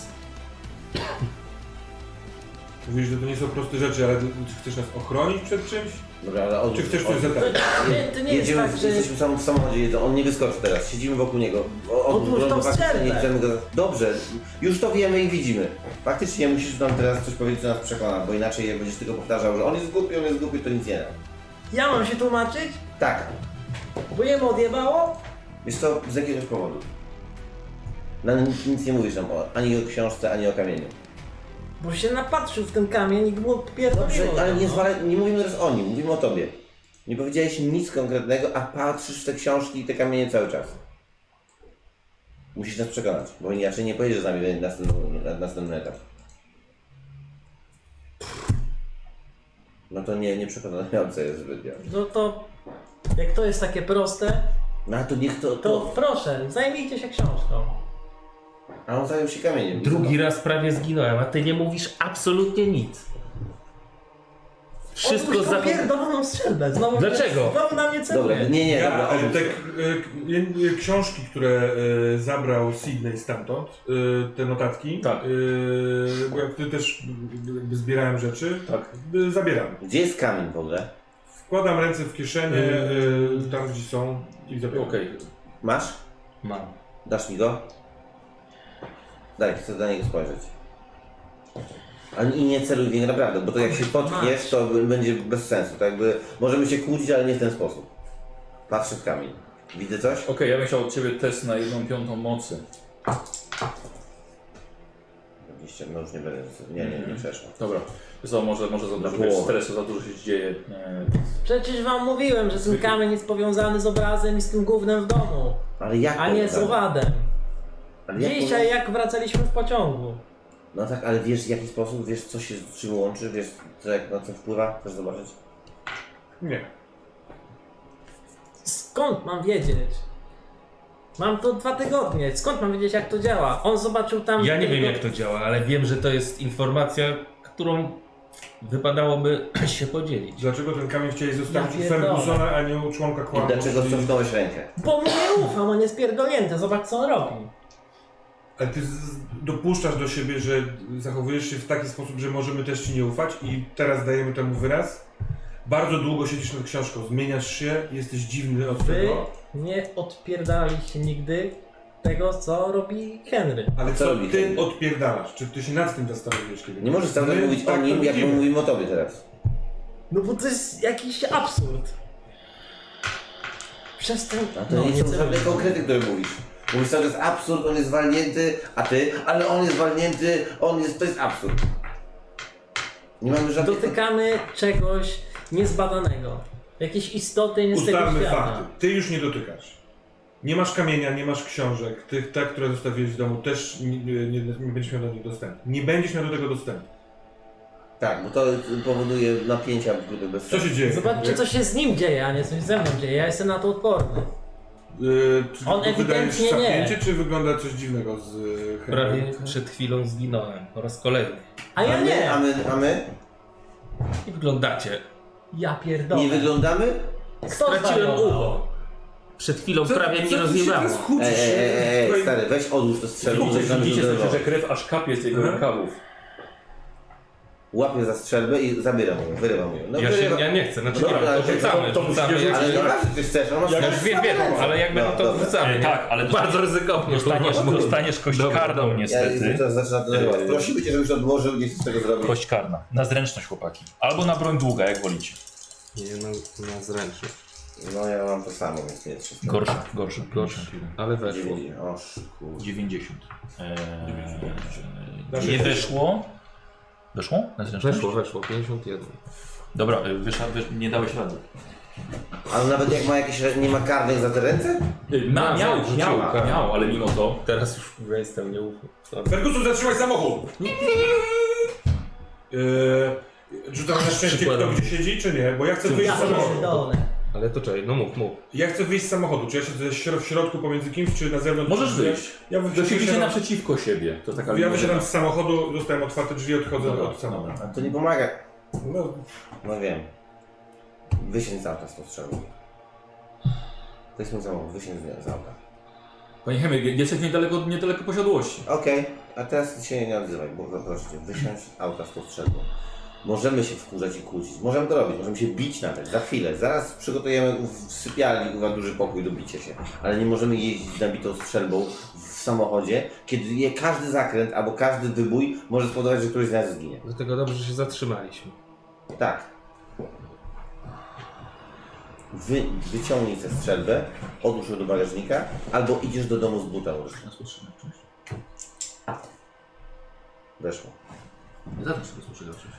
Mówisz, że to nie są proste rzeczy, ale czy chcesz nas ochronić przed czymś? Dobra, ale Czy chcesz coś To, zadać? to nie jest Jedziemy, tak, że... jesteśmy w samochodzie, on nie wyskoczy teraz, siedzimy wokół niego. Odłóż tą strzelbę. Nie chcemy go... Dobrze, już to wiemy i widzimy. Faktycznie musisz nam teraz coś powiedzieć, co nas przekona, bo inaczej jak będziesz tylko powtarzał, że on jest głupi, to nic nie da. Ja mam się tłumaczyć? Tak, Bo jemu odjebało? jest to z jakiegoś powodu. Nic nie mówisz nam ani o książce, ani o kamieniu. Bo się napatrzył w ten kamień i mu pierdoliło. Dobrze, ale nie, no. nie mówimy teraz o nim, mówimy o tobie. Nie powiedziałeś nic konkretnego, a patrzysz w te książki i te kamienie cały czas. Musisz nas przekonać, bo inaczej nie pojedziesz z nami na następny etap. No to nie przekonające jest zbytnio. No to... Jak to jest takie proste, No a to niech to proszę, zajmijcie się książką. A on zajął się kamieniem. Drugi raz prawie zginąłem, a ty nie mówisz absolutnie nic. Wszystko Odpuść tą za... pierdoloną strzelbę. Znowu Dlaczego? Znowu na mnie celuje. Dobra, nie, dobra, Ja, odwróć te się. książki, które zabrał Sydney stamtąd, te notatki, Tak. bo jak ty też jakby zbierałem rzeczy, Tak. zabieram. Gdzie jest kamień w ogóle? Wkładam ręce w kieszenie, tam gdzie są i zabieram. Okej. Masz? Mam. Dasz mi go? Daj, chcę na niego spojrzeć. Ale i nie celuj w niego naprawdę, bo to jak się potkniesz, to będzie bez sensu. To jakby możemy się kłócić, ale nie w ten sposób. Patrzę w kamień. Widzę coś? Okej, ja bym chciał od ciebie test na 1/5 mocy. 20, no już nie będę. Nie przeszło. Dobra. Wiesz co, może za dużo połowę. stresu, za dużo się dzieje. Przecież wam mówiłem, że ten kamień jest powiązany z obrazem i z tym gównem w domu, Ale jak a nie z powiązane? owadem. Ale jak Dzisiaj jak wracaliśmy w pociągu. No tak, ale wiesz w jaki sposób, wiesz co się z czym łączy, wiesz co, jak na co wpływa? Chcesz zobaczyć? Nie. Skąd mam wiedzieć? Mam to 2 tygodnie. Skąd mam wiedzieć jak to działa? On zobaczył tam... Ja nie wiem jak to działa, ale wiem, że to jest informacja, którą wypadałoby się podzielić. Dlaczego ten kamień chcieli zostawić Ja u pierdolę. Fergusona, a nie u członka I kłamstw? dlaczego cofnąłeś rękę? Bo mu nie ufam, on jest pierdolnięty. Zobacz co on robi. Ale ty dopuszczasz do siebie, że zachowujesz się w taki sposób, że możemy też ci nie ufać i teraz dajemy temu wyraz? Bardzo długo siedzisz nad książką, zmieniasz się, jesteś dziwny od Wy tego. nie odpierdaliście nigdy tego, co robi Henry. Ale Co co robi ty Henry? odpierdalasz? Czy ty się nad tym zastanowiłeś kiedy? Nie możesz cały czas My mówić tak o nim, to jak my widzimy. mówimy o tobie teraz. No bo to jest jakiś absurd. Przestań... A to nie są żadne konkrety, które mówisz. Mówisz cały czas absurd, on jest walnięty, a ty, ale on jest walnięty, to jest absurd. Nie mamy żadnych... Dotykamy czegoś niezbadanego. Jakiejś istoty nie z tego Ustalmy świata. fakty. Ty już nie dotykasz. Nie masz kamienia, nie masz książek. Te, które zostawiłeś w domu, też nie będziesz miał do nich dostępu. Nie będziesz miał do tego dostępu. Tak, bo to powoduje napięcia w grupie bez Co się dzieje? Zobaczcie, co się z nim dzieje, a nie coś ze mną dzieje. Ja jestem na to odporny. Czy On to wydajesz ewidentnie nie. sapnięcie, czy wygląda coś dziwnego z Prawie Henrykiem? przed chwilą zginąłem po raz kolejny. A ja nie. A my? I wyglądacie. Ja pierdolę. Nie wyglądamy? Kto Straciłem zwariował? ucho. Przed chwilą prawie mnie ty się rozjebało. teraz kłócisz? Słuchaj, Stary, weź odłóż to strzelbę, bo Widzicie, zaczynamy widzicie do że krew aż kapie z jego rękawów. Łapię za strzelbę i zabieram ją, wyrywam ją. No, Ja nie chcę, znaczy Dobra, nie, ale to rzucamy, to musicie rzucamy. rzucić. Ale no ważne, ty chcesz, on ma Ja już wiem, ale jakby no to dobra. rzucamy. nie? Tak, ale Bardzo ryzykownie. dostaniesz kość Dobra, karną dobra. Ja niestety. teraz zaczynam to nagrywać. Prosimy cię, żebyś odłożył, nie chcesz tego zrobić. Kość karna. Na zręczność, chłopaki. Albo na broń długa, jak wolicie. Nie, na zręczny. No ja mam to samo, więc nie jest wszystko. Gorsza. Gorszy, ale weszło. O, kurde. 90. Nasze Nie kości. weszło. Weszło? Na zręczność? Weszło, 51. Dobra, nie dałeś rady. Ale nawet jak ma jakieś, nie ma karnych za te ręce? Miał, ale mimo to. Teraz już jestem, nie ufam. Ferguson, zatrzymaj samochód! Rzucam na szczęście, kto gdzie siedzi, czy nie? Bo ja chcę wyjść Ja z samochodu. pierdolę. Ale to czekaj, no mów. Ja chcę wyjść z samochodu. Czy ja siedzę w środku pomiędzy kimś, czy na zewnątrz? Możesz wyjść. Ja Siedzicie wysiadam, naprzeciwko siebie. To taka ja wysiadam z samochodu, dostałem otwarte drzwi, odchodzę od samochodu. A to nie pomaga. No, No wiem. Wysiądź z auta z tą strzelbą. To jest mój samochód, wysiądź z auta. Panie Chemie, jesteś niedaleko posiadłości. Okej, a teraz się nie odzywaj, bo proszę cię, wysiądź z auta z tą strzelbą. Możemy się wkurzać i kłócić, możemy to robić, możemy się bić nawet, za chwilę. Zaraz przygotujemy w sypialni duży pokój do bicia się. Ale nie możemy jeździć nabitą strzelbą w samochodzie, kiedy każdy zakręt albo każdy wybój może spowodować, że któryś z nas zginie. Dlatego dobrze, że się zatrzymaliśmy. Tak. Wyciągnij tę strzelbę, odłóż ją do bagażnika, albo idziesz do domu z buta. Weszło. Zaraz sobie spostrzegawczość.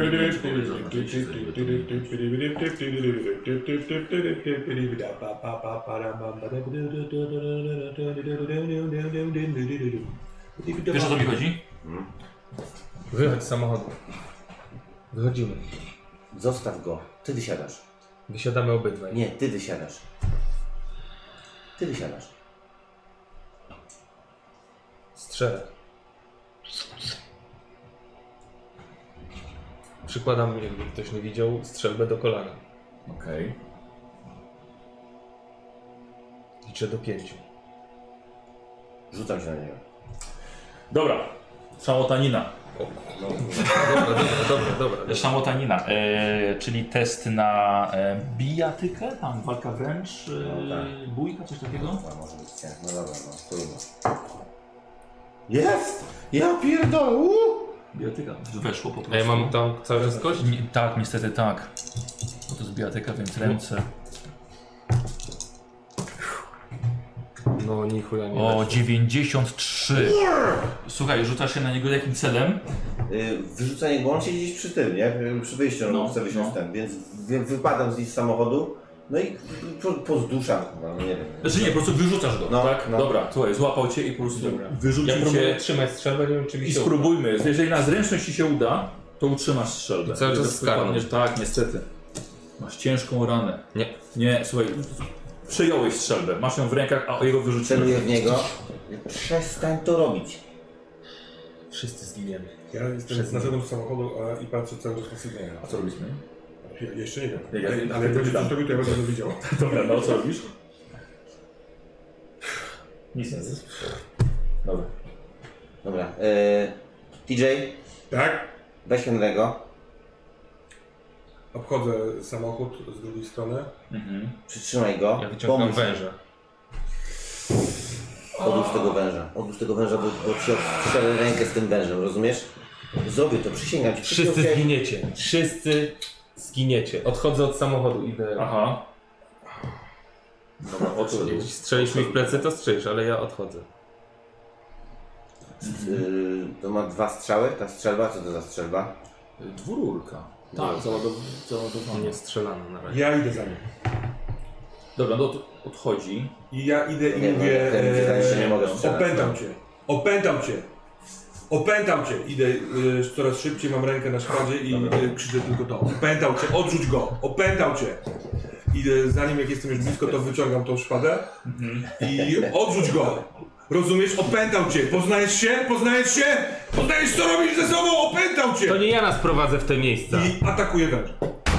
Wiesz, o co mi chodzi? Wychodź z samochodu. Wychodzimy. Zostaw go. Ty wysiadasz. Wysiadamy obydwaj. Nie, ty wysiadasz. Ty wysiadasz. Strzelę. Przykładam, jakby ktoś nie widział, strzelbę do kolana. Okej. Liczę do 5. Rzucam się na niego. Dobra. Szamotanina. Dobra. Szamotanina, czyli test na bijatykę, tam walka wręcz, bójka, coś takiego? No, może być ciężko. No dobra, no, trudno. Jest! Ja pierdolę! Bijatyka weszło po prostu. A ja mam tam cały czas kość? Tak, niestety tak. Bo to jest bijatyka, więc ręce. No ni chuja nie O, weszło. 93. Słuchaj, rzucasz się na niego jakim celem? Wyrzucanie, bo on siedzi gdzieś przy tym, nie? Przy wyjściu, No, on chce wyjść no. ten, więc wypadam z samochodu No i pozduszam chyba, no nie wiem. Znaczy nie, po prostu wyrzucasz go, No, tak? no. Dobra, słuchaj, złapał cię i po prostu Ja wyrzucił próbuję cię trzymać strzelbę, nie wiem czy mi i się spróbujmy. Jeżeli na zręczność ci się uda, to utrzymasz strzelbę. I cały czas Jeżeli skarną. wypadniesz- Tak, niestety. Masz ciężką ranę. Nie. Nie, słuchaj, przejąłeś strzelbę, masz ją w rękach, a jego Celuję wyrzuciłeś. w niego. Przestań to robić. Wszyscy zginiemy. Ja jestem na zewnątrz samochodu i patrzę cały czas na sygnał. A co robiliśmy? Ja jeszcze nie wiem. Ja- Ale jak będzie coś robił, to ja będę to widział. Dobra, no co robisz? Nic nie. Dobra. Dobra. TJ, Tak? weź Henry'ego. Obchodzę samochód z drugiej strony. Mhm. Przytrzymaj go. Ja wyciągam Pomóż. węża. Odłóż tego węża. Odłóż tego węża, bo ci odstrzelę rękę z tym wężem, rozumiesz? Zrobię to, przysięgam ci. Wszyscy zginiecie. Wszyscy zginiecie. Odchodzę od samochodu, idę. Aha. Dobra, odszedł. Jeśli strzelisz mi w plecy, to strzelisz, ale ja odchodzę. To ma 2 strzały, ta strzelba, co to za strzelba? Dwururka. Tak, załadowana. Nie strzelano na razie. Ja idę za nim. Dobra, no to odchodzi. I ja idę i Nie, no, mówię... ten wydaje się, nie mogę strzelać. Opętam cię. Opętam cię. Opętam cię. Idę coraz szybciej, mam rękę na szpadzie i krzyczę tylko to. Opętał cię, odrzuć go. Opętał cię. Idę za nim, jak jestem już blisko, to wyciągam tą szpadę i odrzuć go. Rozumiesz? Opętał cię. Poznajesz się? Poznajesz się? Poznajesz, co robisz ze sobą? Opętał cię. To nie ja nas prowadzę w te miejsca. I atakuję węża.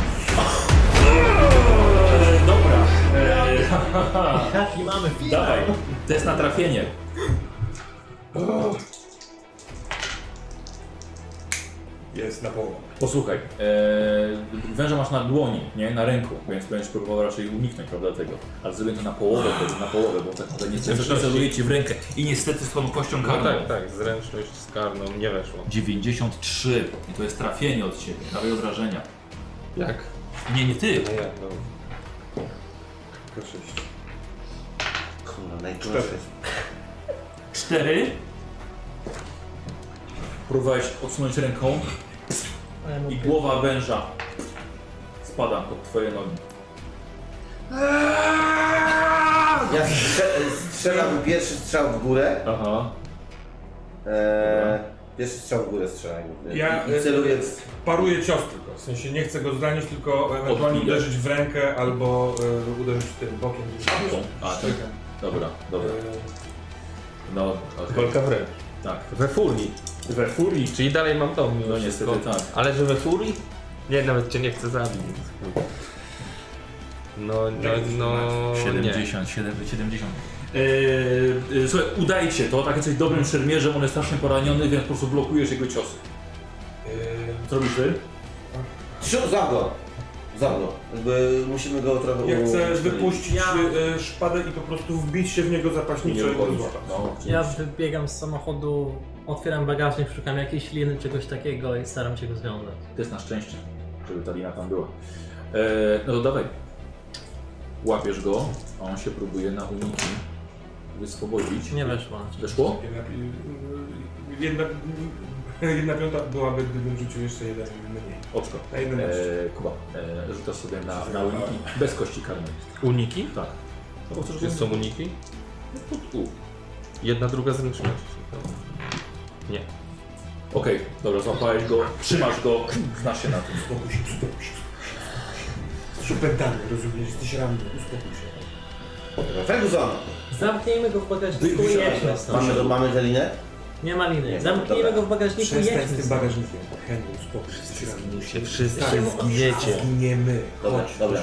Dobra. Jaki mamy film? Dawaj. Test na trafienie. Jest na połowę. Posłuchaj, węża masz na dłoni, nie? Na ręku, więc będziesz próbował raczej uniknąć, prawda, tego. Ale zrobię to na połowę, bo tak naprawdę niestety celuje ci w rękę i niestety z tą kością No karną. tak, zręczność z karną nie weszło. 93 i to jest trafienie od ciebie, dawaj obrażenia. Jak? Nie ty. No jak, no. K6. Kurwa, najgorsze jest. 4. Próbowałeś odsunąć ręką i głowa węża spada pod twoje nogi. Ja strzelam pierwszy strzał w górę. Aha. Pierwszy strzał w górę strzelam. Ja I celuję. paruję cios tylko. W sensie nie chcę go zranić, tylko ewentualnie Odbijać. uderzyć w rękę albo uderzyć tym bokiem. A, tak. Dobra. No, okej. Walka wręcz. Tak. We furii. We furii. Czyli dalej mam to mimo No niestety wszystko. tak. Ale że we furii? Nie, nawet cię nie chcę zabić. No, 70. Słuchaj, udaje ci się to, takie coś dobrym szermierzem, on jest strasznie poraniony, więc po prostu blokujesz jego ciosy. Co robisz ty? Za go! Jakby musimy go trochę Ja chcę uszkodzić. wypuścić szpadę i po prostu wbić się w niego zapaśniczo i go złapać. No, Ja wybiegam z samochodu, otwieram bagażnik, szukam jakiejś liny, czegoś takiego i staram się go związać. to jest na szczęście, żeby ta lina tam była. No to dawaj. Łapiesz go, a on się próbuje na uniki wyswobodzić. Nie weszło. Weszło? Jedna piąta byłaby, gdybym rzucił jeszcze jeden mniej. Oczko. Na 11. Kuba, rzucasz sobie na uniki bez kości karnej. Uniki? Tak. No bo chcesz Gdzie są uniki? U. Jedna, druga zręczność. Nie. Okej, dobra, złapałeś go, trzymasz go, znasz się na tym. Uspokój się. Jesteś opętany, rozumiesz? Jesteś ranny. Uspokój się. Ferguson! Zamknijmy go w bagażniku i jedźmy stąd. Mamy tę linę? Nie ma liny. Nie, Zamknijmy dobra. go w bagażniku i Przestań z jedźmy tym stąd. bagażnikiem. Henry, uspokój się. Jesteś ranny. Się wszyscy Tak, zginiecie. Zginiemy. Dobra.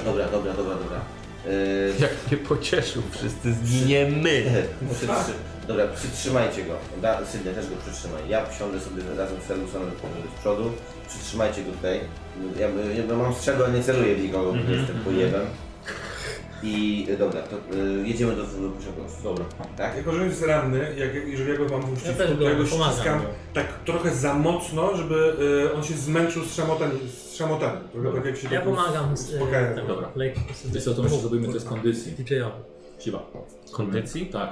Jak mnie pocieszył, wszyscy zginiemy. Dobra, przytrzymajcie go. Sydney, też go przytrzymaj. Ja wsiądę sobie razem z Fergusonem z przodu. Przytrzymajcie go tutaj. Ja mam strzelbę, ale nie celuję w nikogo, bo jestem pojebem. I dobra, to jedziemy do Bushegos. Dobra. Tak? Jako, że jest ranny, jeżeli ja go mam w Ja uścisku, też to go ja go pomagam. ściskam tak trochę za mocno, żeby on się zmęczył z szamotami. Trochę tak jak się Ja tak pomagam uspokajam. temu Dobra. lejkowi. Wiesz co, to myślę, że zrobimy test kondycji. DJ-owi. Siła. Kondycji? Tak.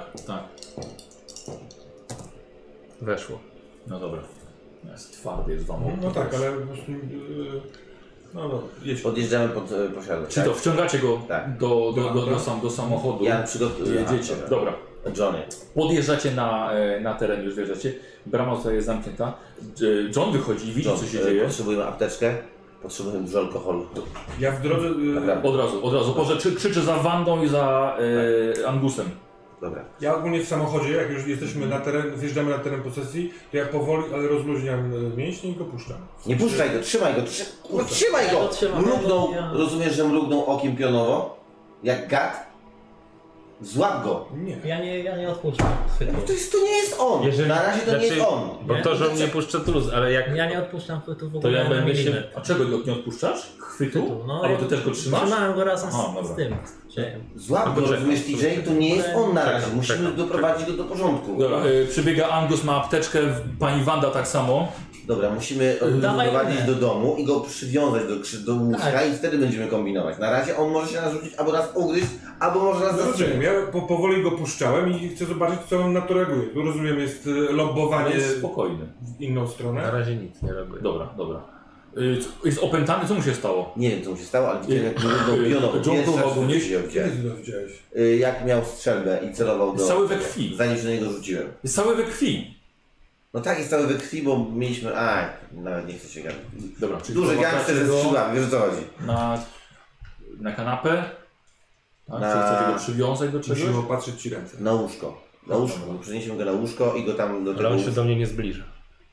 Weszło. No dobra. Jest twardy, jest wam. No tak, ale po prostu No dobra, jedź. Podjeżdżamy pod posiadłość. Czy to wciągacie go Tak. do samochodu? Ja przygotuję. Jedziecie. Dobra. Johnny. Podjeżdżacie na teren, już wjeżdżacie. Brama zostaje zamknięta. John wychodzi i widzi, co się dzieje. Potrzebujemy apteczkę, potrzebujemy dużo alkoholu. Ja w drodze... Naprawdę. Od razu. Boże, krzyczy za Wandą i za Angusem. Dobra. Ja ogólnie w samochodzie, jak już jesteśmy na teren, wjeżdżamy na teren posesji, to ja powoli, ale rozluźniam mięśnie i go puszczam. Nie puszczaj go, trzymaj go, trzymaj go! Trzymam. Mrugnął, Ja- rozumiesz, że mrugnął okiem pionowo? Jak gad? Złap go! Nie. Ja nie odpuszczam chwytu. To nie jest on! Na razie to nie jest on! Bo to, że on nie puszcza truz, ale jak... Ja nie odpuszczam chwytu w To ogóle ja na będę się... milimetr. A czego go nie odpuszczasz? Chwytu? No, Albo ty też go trzymasz? Trzymałem go razem Aha, z dobra. tym dziejem. Złap go, Poczekaj, rozumiesz, TJ? To nie jest on na razie. Musimy czekam. doprowadzić go do porządku. Dobra, przybiega Angus, ma apteczkę, pani Wanda tak samo. Dobra, musimy Dawaj doprowadzić mnie. do domu i go przywiązać do łóżka Tak. i wtedy będziemy kombinować. Na razie on może się nas rzucić, albo nas ugryźć, albo może nas No rozumiem, zastrzelić. ja powoli go puszczałem i chcę zobaczyć, co on na to reaguje. Tu rozumiem, jest lobbowanie Jest spokojny. w inną stronę. Na razie nic nie robię. Dobra. Jest opętany, co mu się stało? Nie wiem, co mu się stało, ale widziałem, jak mrugnął pionowo. John Pierwszy próbował raz go w nieść. życiu Kiedy widziałem. ty to widziałeś? Jak miał strzelbę i celował do... Jest cały we krwi. Zanim się do niego rzuciłem. Jest cały we krwi. No tak, jest cały we krwi, bo mieliśmy... Nawet nie chcę się gadać. Dobra, czyli Duży gangster ze go skrzydłami, wiesz o co chodzi. na kanapę. Tak? Na- Czy chcecie go przywiązać do czegoś? Musimy opatrzyć ci ręce. Na łóżko. Na łóżko. Przeniesiemy go na łóżko i go tam do Ale tego on się łóżka. do mnie nie zbliża.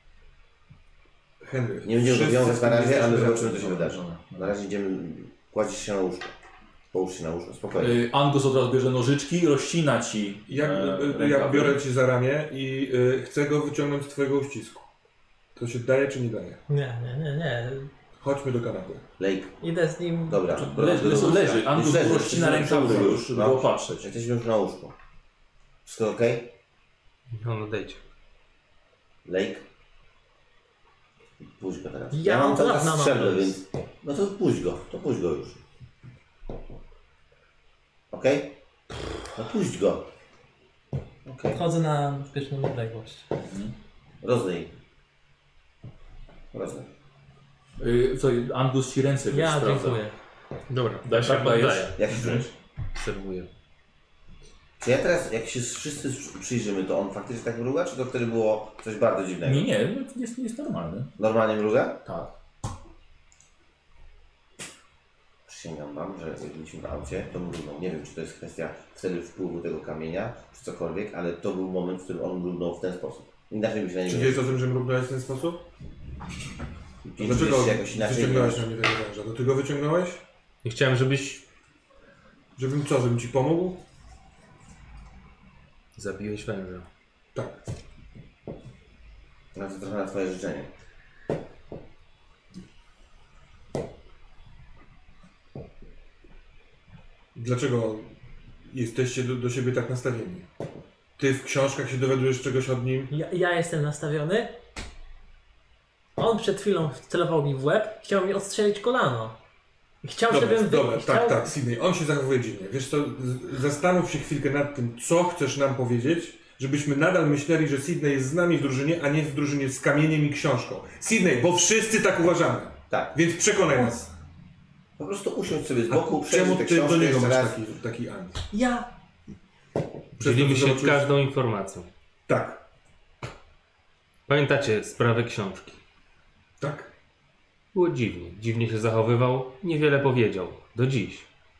Henry. Nie będziemy go wszyscy wiązać na razie, jesteśmy ale razem. zobaczymy, co się wydarzy. Na razie idziemy... Kładziesz się na łóżko. Połóż się na łóżko, spokojnie. Angus od razu bierze nożyczki, rozcina ci Ja rękawy. biorę cię za ramię i chcę go wyciągnąć z twojego uścisku. To się daje czy nie daje? Nie. Chodźmy do kanapy. Lejk. Idę z nim. Dobra. Leży. Angus Już rozcina rękawy już, żeby No. opatrzeć. Jesteśmy już na łóżku. Wszystko okej? No odejdź. Lejk? Puść go teraz. Ja mam mam cały lat czas na strzelbę, noc. więc... No to puść go już. Okej? No puść go. Okej. Wchodzę na bezpieczną odległość. Rozlej. Co, Angus ci ręce Ja sprawdza. dziękuję. Dobra, Tak, się dajesz? poddaję. Jak się czujesz? Serwuję. Czy ja teraz, jak się wszyscy przyjrzymy, to on faktycznie tak mruga, czy to wtedy było coś bardzo dziwnego? Nie, jest normalny. Normalnie mruga? Tak. Przysięgam wam, że jak byliśmy w aucie, to mrugnął. Nie wiem, czy to jest kwestia wtedy wpływu tego kamienia, czy cokolwiek, ale to był moment, w którym on mrugnął w ten sposób. Inaczej by się na Czy niego wiesz o tym, że mrugnąłeś w ten sposób? nie Dlaczego jakoś inaczej. wyciągnąłeś na mnie tego węża? To ty go wyciągnąłeś? Nie chciałem, żebyś Żebym ci pomógł? zabiłeś węża. Tak. No to trochę na twoje życzenie. Dlaczego jesteście do siebie tak nastawieni? Ty w książkach się dowiadujesz czegoś od nim? Ja jestem nastawiony. On przed chwilą celował mi w łeb, chciał mi odstrzelić kolano. Chciał, żebym... Dobra, chciał... tak, Sydney, on się zachowuje dziwnie. Wiesz co, zastanów się chwilkę nad tym, co chcesz nam powiedzieć, żebyśmy nadal myśleli, że Sydney jest z nami w drużynie, a nie w drużynie z kamieniem i książką. Sydney, bo wszyscy tak uważamy. Tak. Więc przekonaj nas. Po prostu usiądź sobie z A boku, przejrzyj czemu te ty do książki niego jeszcze masz raz. taki ant? Ja... Dzielimy się zobaczyłeś- każdą informacją. Tak, Pamiętacie sprawę książki? tak. Było dziwnie. Dziwnie się zachowywał, niewiele powiedział. Do dziś.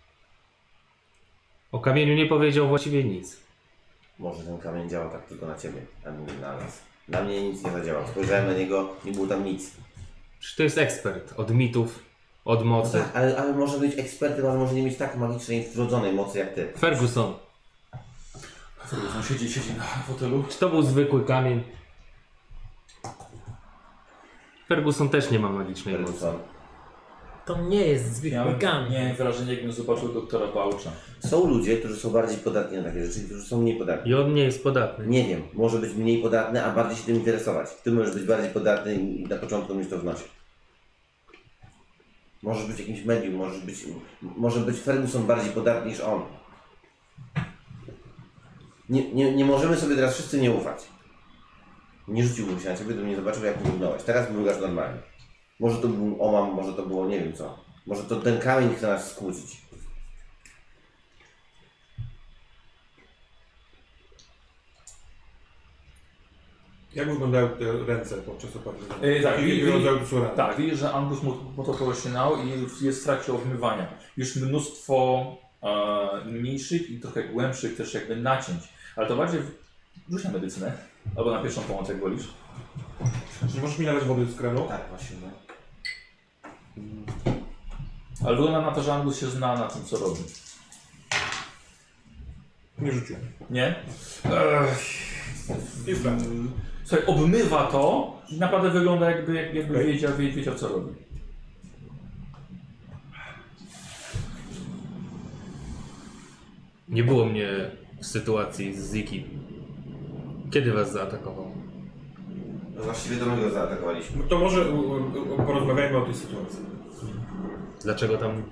O kamieniu nie powiedział właściwie nic. Może ten kamień działał tak tylko na ciebie, a nie na nas. Na mnie nic nie zadziałał. Spojrzałem na niego, nie było tam nic. Przecież to jest ekspert od mitów, od No mocy. tak, ale może być ekspertem, ale może nie mieć tak magicznej, wrodzonej mocy jak ty. Ferguson, On siedzi na fotelu. czy to był zwykły kamień? Ferguson też nie ma magicznej mocy. Ferguson. To nie jest zwykły kamień. Miałem wrażenie, jakbym zobaczył doktora Bałcza. Są ludzie, którzy są bardziej podatni na takie rzeczy, którzy są mniej podatni. I on nie jest podatny. Nie wiem, może być mniej podatny, a bardziej się tym interesować. Ty możesz być bardziej podatny i na początku mieć to w nosie. Możesz być jakimś medium, może być Ferguson bardziej podatny niż on. Nie możemy sobie teraz wszyscy nie ufać. Nie rzuciłbym się na ciebie, gdybym nie zobaczył, jak mrugnąłeś. Teraz mrugasz normalnie. Może to był omam, może to było nie wiem co. Może to ten kamień chce nas skłócić. Jak wyglądają te ręce podczas opatrywania? Tak, Jakiego rodzaju to są rany? tak, widzisz, że Angus mu to porośniał i jest w trakcie obmywania. Już mnóstwo mniejszych i trochę głębszych też jakby nacięć. Ale to bardziej rzuć na medycynę, albo na pierwszą pomoc, jak wolisz. Czy możesz mi nalać wody z kranu? Tak, właśnie. No. Ale wygląda na to, że Angus się zna na tym, co robi. Nie rzuciłem. Nie? I sprawdzę. Słuchaj, obmywa to i naprawdę wygląda jakby Okej. wiedział, co robi. Nie było mnie w sytuacji z Ziki. Kiedy was zaatakował? No właściwie to my go zaatakowaliśmy. No to może porozmawiajmy o tej sytuacji. Dlaczego tam...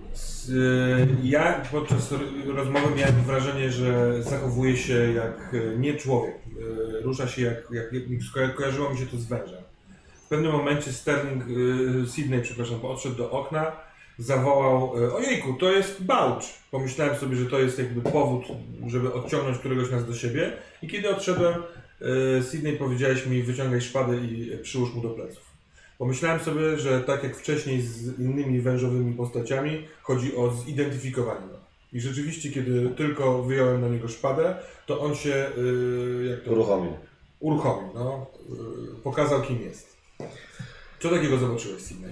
Ja podczas rozmowy miałem wrażenie, że zachowuje się jak nie człowiek. Rusza się kojarzyło mi się to z wężem. W pewnym momencie Sydney, odszedł do okna, zawołał: ojejku, to jest Bałcz. Pomyślałem sobie, że to jest jakby powód, żeby odciągnąć któregoś nas do siebie. I kiedy odszedłem, Sydney, powiedziałeś mi: wyciągaj szpadę i przyłóż mu do pleców. Pomyślałem sobie, że tak jak wcześniej z innymi wężowymi postaciami, chodzi o zidentyfikowanie go. I rzeczywiście, kiedy tylko wyjąłem na niego szpadę, to on się uruchomił, no. Pokazał, kim jest. Co takiego zobaczyłeś, Sydney?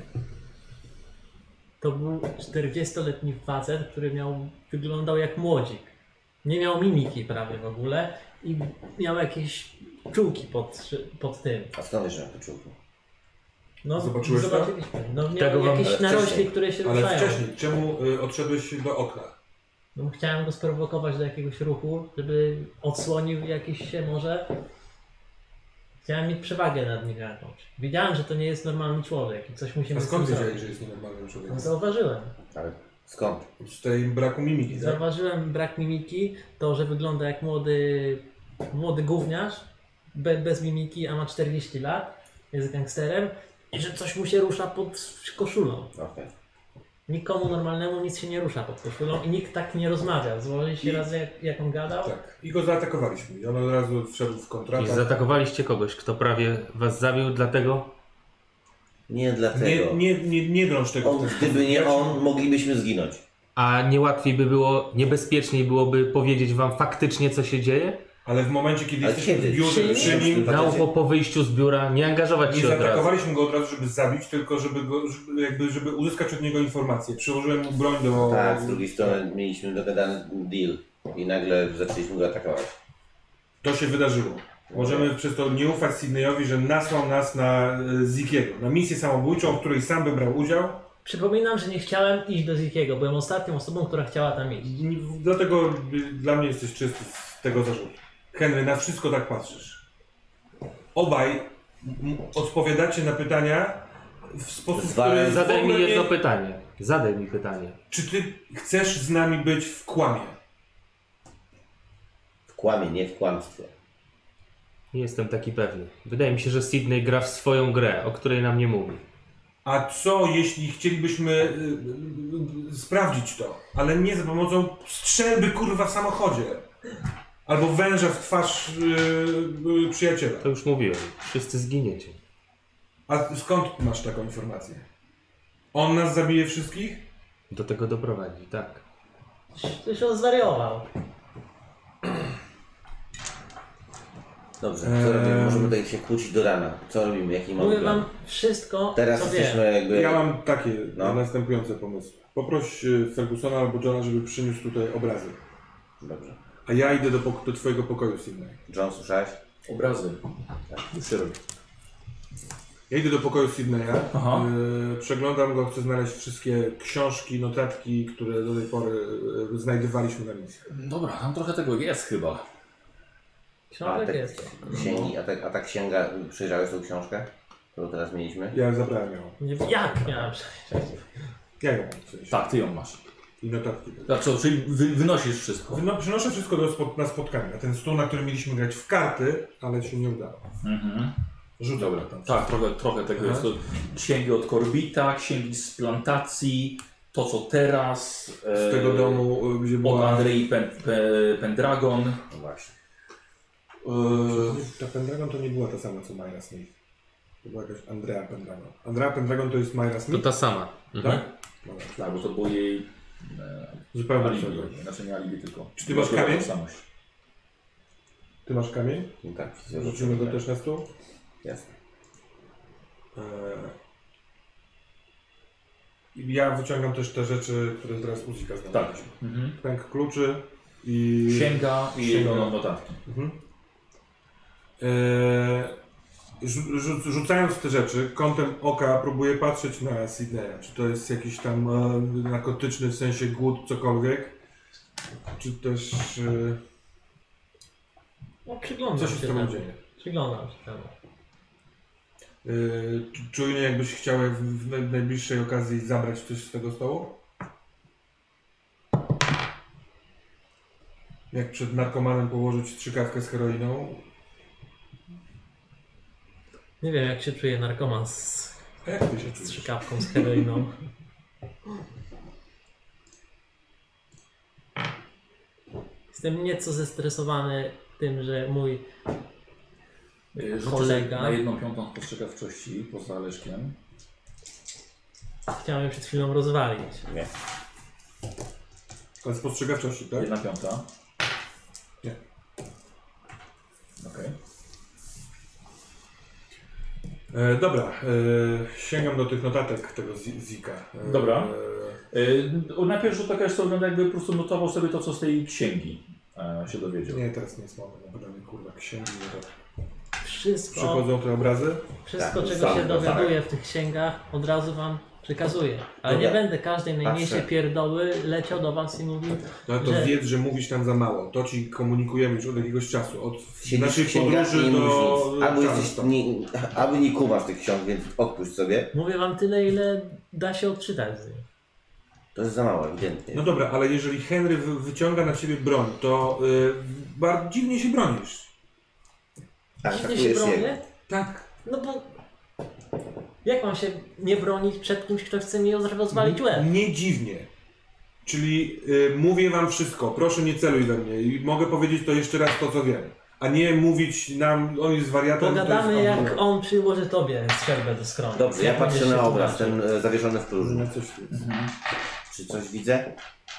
To był 40-letni facet, który wyglądał jak młodzik. Nie miał mimiki prawie w ogóle i miał jakieś czułki pod tym. A skąd wiesz, jak to czułku? No, Zobaczyłeś to? zobaczyliśmy. No, miał Tego wam- jakieś ale narośli, wcześniej. które się Ale ruszają. wcześniej, czemu odszedłeś do okna? No, chciałem go sprowokować do jakiegoś ruchu, żeby odsłonił jakiś się może. Chciałem mieć przewagę nad nim jakąś. Wiedziałem, że to nie jest normalny człowiek i coś musimy A skąd z tym wiedziałeś, zrobić. że jest nienormalnym człowiekiem? No, zauważyłem. Ale skąd? Z tej braku mimiki, tak? Zauważyłem brak mimiki, to, że wygląda jak młody gówniarz, bez mimiki, a ma 40 lat, jest gangsterem i że coś mu się rusza pod koszulą. Okej. Nikomu normalnemu nic się nie rusza pod koszulą i nikt tak nie rozmawia. Zwołaliście raz jak on gadał? Tak. I go zaatakowaliśmy. I on od razu wszedł w I kontratak. zaatakowaliście kogoś, kto prawie was zabił, dlatego... Nie dlatego. Nie drąż tego. Gdyby nie on, moglibyśmy zginąć. A nie łatwiej by było, niebezpieczniej byłoby powiedzieć wam faktycznie, co się dzieje? Ale w momencie, kiedy Ale jesteśmy kiedy? w biurze przy nim, No, po wyjściu z biura nie angażować nie się od razu. zaatakowaliśmy go od razu, żeby zabić, tylko żeby uzyskać od niego informacje. Przyłożyłem mu broń do... Tak, z drugiej strony mieliśmy dogadany deal i nagle zaczęliśmy go atakować. To się wydarzyło. Możemy przez to nie ufać Sydneyowi, że nasłał nas na Zikiego, na misję samobójczą, w której sam by brał udział. Przypominam, że nie chciałem iść do Zikiego. Byłem ostatnią osobą, która chciała tam iść. Dlatego dla mnie jesteś czysty z tego zarzutu. Henry, na wszystko tak patrzysz. Obaj odpowiadacie na pytania w sposób, który Zadaj w mi ogóle jedno nie... pytanie. Zadaj mi pytanie. Czy ty chcesz z nami być w kłamie? W kłamie, nie w kłamstwie. Nie jestem taki pewny. Wydaje mi się, że Sydney gra w swoją grę, o której nam nie mówi. A co jeśli chcielibyśmy sprawdzić to, ale nie za pomocą strzelby kurwa w samochodzie? Albo węża w twarz przyjaciela. To już mówiłem. Wszyscy zginiecie. A skąd masz taką informację? On nas zabije wszystkich? Do tego doprowadzi, tak. Coś on zwariował. Dobrze, co robimy? Możemy tutaj się kłócić do rana. Co robimy? Jaki mamy Mówię plan? wam wszystko, Teraz co jesteśmy wiem. jakby... Ja mam takie No. następujące pomysły. Poproś Fergusona albo Johna, żeby przyniósł tutaj obrazy. Dobrze. A ja idę do twojego pokoju, Sydney. John, słyszałeś? Obrazy. Tak, już się robi. Ja idę do pokoju Sydneya, Aha. przeglądam go, chcę znaleźć wszystkie książki, notatki, które do tej pory znajdowaliśmy na misji. Dobra, tam trochę tego jest chyba. Książek te jest. księgi, a ta księga, przejrzałeś tą książkę, którą teraz mieliśmy? Ja zabrałem ją. Jak miałem przejść? Ja ją mam w sensie. Tak, ty ją masz. I notatki. Tak, co, czyli wynosisz wszystko. Przynoszę wszystko na spotkanie, na ten stół, na którym mieliśmy grać w karty, ale się nie udało. Mhm. Rzucam. Tak, trochę tego jest. To księgi od Korbita, księgi z plantacji, to co teraz. Z tego domu, gdzie Od była... Andrei Pendragon. No właśnie. Ta Pendragon to nie była ta sama co Myra Smith. To była jakaś Andrea Pendragon. Andrea Pendragon to jest Myra To Smith? ta sama. Tak? Dobra. Tak, bo to było jej Zupełnie alibi. czego. Znaczy nie alibi, tylko. Czy ty masz kamień? Tożsamość. Ty masz kamień? No tak, Rzucimy go też na stół? Jasne. Ja wyciągam też te rzeczy, które teraz Uzika znalazł. Tak. Mhm. Pęk kluczy i... Księga i jego notatki. Mhm. Rzucając te rzeczy, kątem oka próbuję patrzeć na Sydneya. Czy to jest jakiś tam narkotyczny, w sensie głód, cokolwiek. Czy też... No, przyglądam Co się się z tobą temu. dzieje? Przyglądam się temu. Czujnie jakbyś chciał w najbliższej okazji zabrać coś z tego stołu? Jak przed narkomanem położyć strzykawkę z heroiną? Nie wiem, jak się czuje narkoman z A jak ty się czujesz? strzykawką z heroiną. Jestem nieco zestresowany tym, że mój kolega... Na 1/5 spostrzegawczości poza Leszkiem. Chciałem przed chwilą rozwalić. Nie. Ale spostrzegawczości, tak? 1/5. Nie. Okej. Dobra, sięgam do tych notatek tego Zika. Dobra. Najpierw rzut taka, że to wygląda jakby po prostu notował sobie to, co z tej księgi się dowiedział. Nie, teraz nie jest mowa, naprawdę kurwa, księgi, nie to. Wszystko, Przychodzą te obrazy? wszystko Tak, czego się tak, dowiaduję w tych księgach, od razu wam przekazuję. Ale Dobra. nie będę każdej najmniejszej Patrzę. pierdoły leciał do was i mówił, No to że wiedz, że mówisz tam za mało. To ci komunikujemy już od jakiegoś czasu. Od Siedzisz naszej w księgach i podróży nie do mówisz nic. Albo jesteś, Charleston. albo nie kumasz tych ksiąg, więc odpuść sobie. mówię wam tyle, ile da się odczytać z nich. To jest za mało, ewidentnie. No dobra, ale jeżeli Henry wyciąga na ciebie broń, to bardzo dziwnie się bronisz. Tak, Dziwnie się atakujesz jego. bronię? Tak. No bo jak mam się nie bronić przed kimś, kto chce mi rozwalić łeb? Nie dziwnie. Czyli mówię wam wszystko, proszę nie celuj we mnie i mogę powiedzieć to jeszcze raz to, co wiem. A nie mówić nam, on jest wariatem. Pogadamy, to jest jak on przyłoży tobie strzelbę do skroni. Dobrze, ja Jak patrzę będziesz na się obraz, tłumaczył. ten zawieszony w próżni. Na coś tu jest. Czy coś widzę?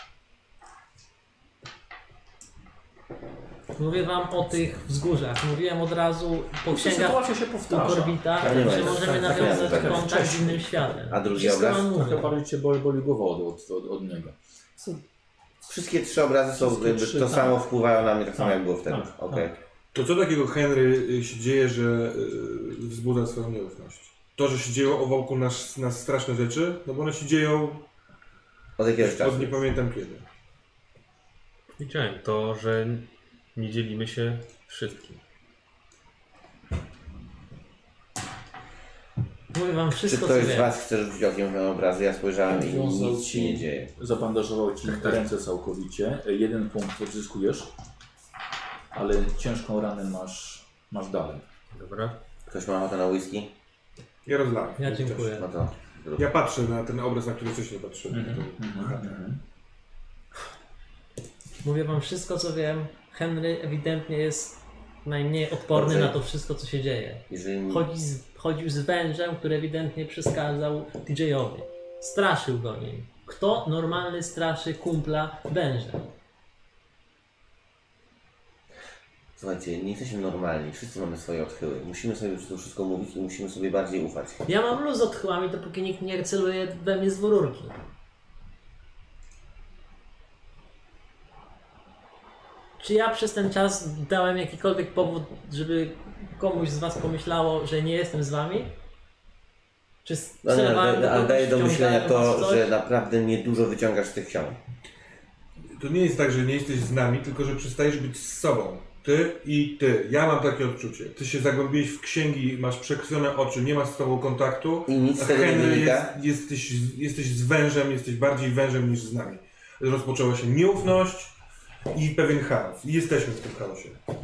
Mówię wam o tych wzgórzach. Mówiłem od razu po księgach Sytuacja się u powtarza. Korbita, Tak, nie ma, że tak, możemy tak, nawiązać tak, tak. kontakt z innym światem. A drugi Wszystko obraz? wam Trochę mówię. bardziej cię boli głowa od niego. Wszystkie trzy obrazy są Wszystkie jakby trzy, to tak. samo wpływają na mnie, tak samo Tak, jak było wtedy. tak, Okej. To co takiego Henry się dzieje, że wzbudza swoją nieufność? To, że się dzieją wokół nas straszne rzeczy, no bo one się dzieją Od jakiegoś czasu. od nie pamiętam kiedy. Widziałem to, że nie dzielimy się wszystkim. Mówię wam Czy wszystko, co ktoś z wiem. Was chce rzucić okiem w ten obrazy? Ja spojrzałem i Wiązał nic się nie dzieje. Zabandażował ci ręce całkowicie. 1 punkt odzyskujesz, ale ciężką ranę masz dalej. Dobra. Ktoś ma ochotę na whisky? Ja rozlałem. Ja dziękuję. No to zrób. Ja patrzę na ten obraz, na który wcześniej patrzyłem. Mówię wam wszystko, co wiem. Henry ewidentnie jest najmniej odporny Dobrze. na to wszystko, co się dzieje. Jeżeli Chodził z wężem, który ewidentnie przeszkadzał TJ-owi. Straszył go nim. Kto normalny straszy kumpla wężem? Słuchajcie, nie jesteśmy normalni, wszyscy mamy swoje odchyły. Musimy sobie to wszystko mówić i musimy sobie bardziej ufać. Ja mam luz z odchyłami, dopóki nikt nie celuje we mnie z dwururki. Czy ja przez ten czas dałem jakikolwiek powód, żeby komuś z was pomyślało, że nie jestem z wami? Czy strzelałem do Ale kogoś, daje do myślenia wciągałem was w to, coś? że naprawdę niedużo wyciągasz z tych ksiąg. To nie jest tak, że nie jesteś z nami, tylko że przestajesz być z sobą. Ty i ty. Ja mam takie odczucie. Ty się zagłębiłeś w księgi, masz przekrwione oczy, nie masz z tobą kontaktu. I nic z A tego nie Henry wynika? jesteś z wężem, jesteś bardziej wężem niż z nami. Rozpoczęła się nieufność i pewien chaos. I jesteśmy w tym chaosie.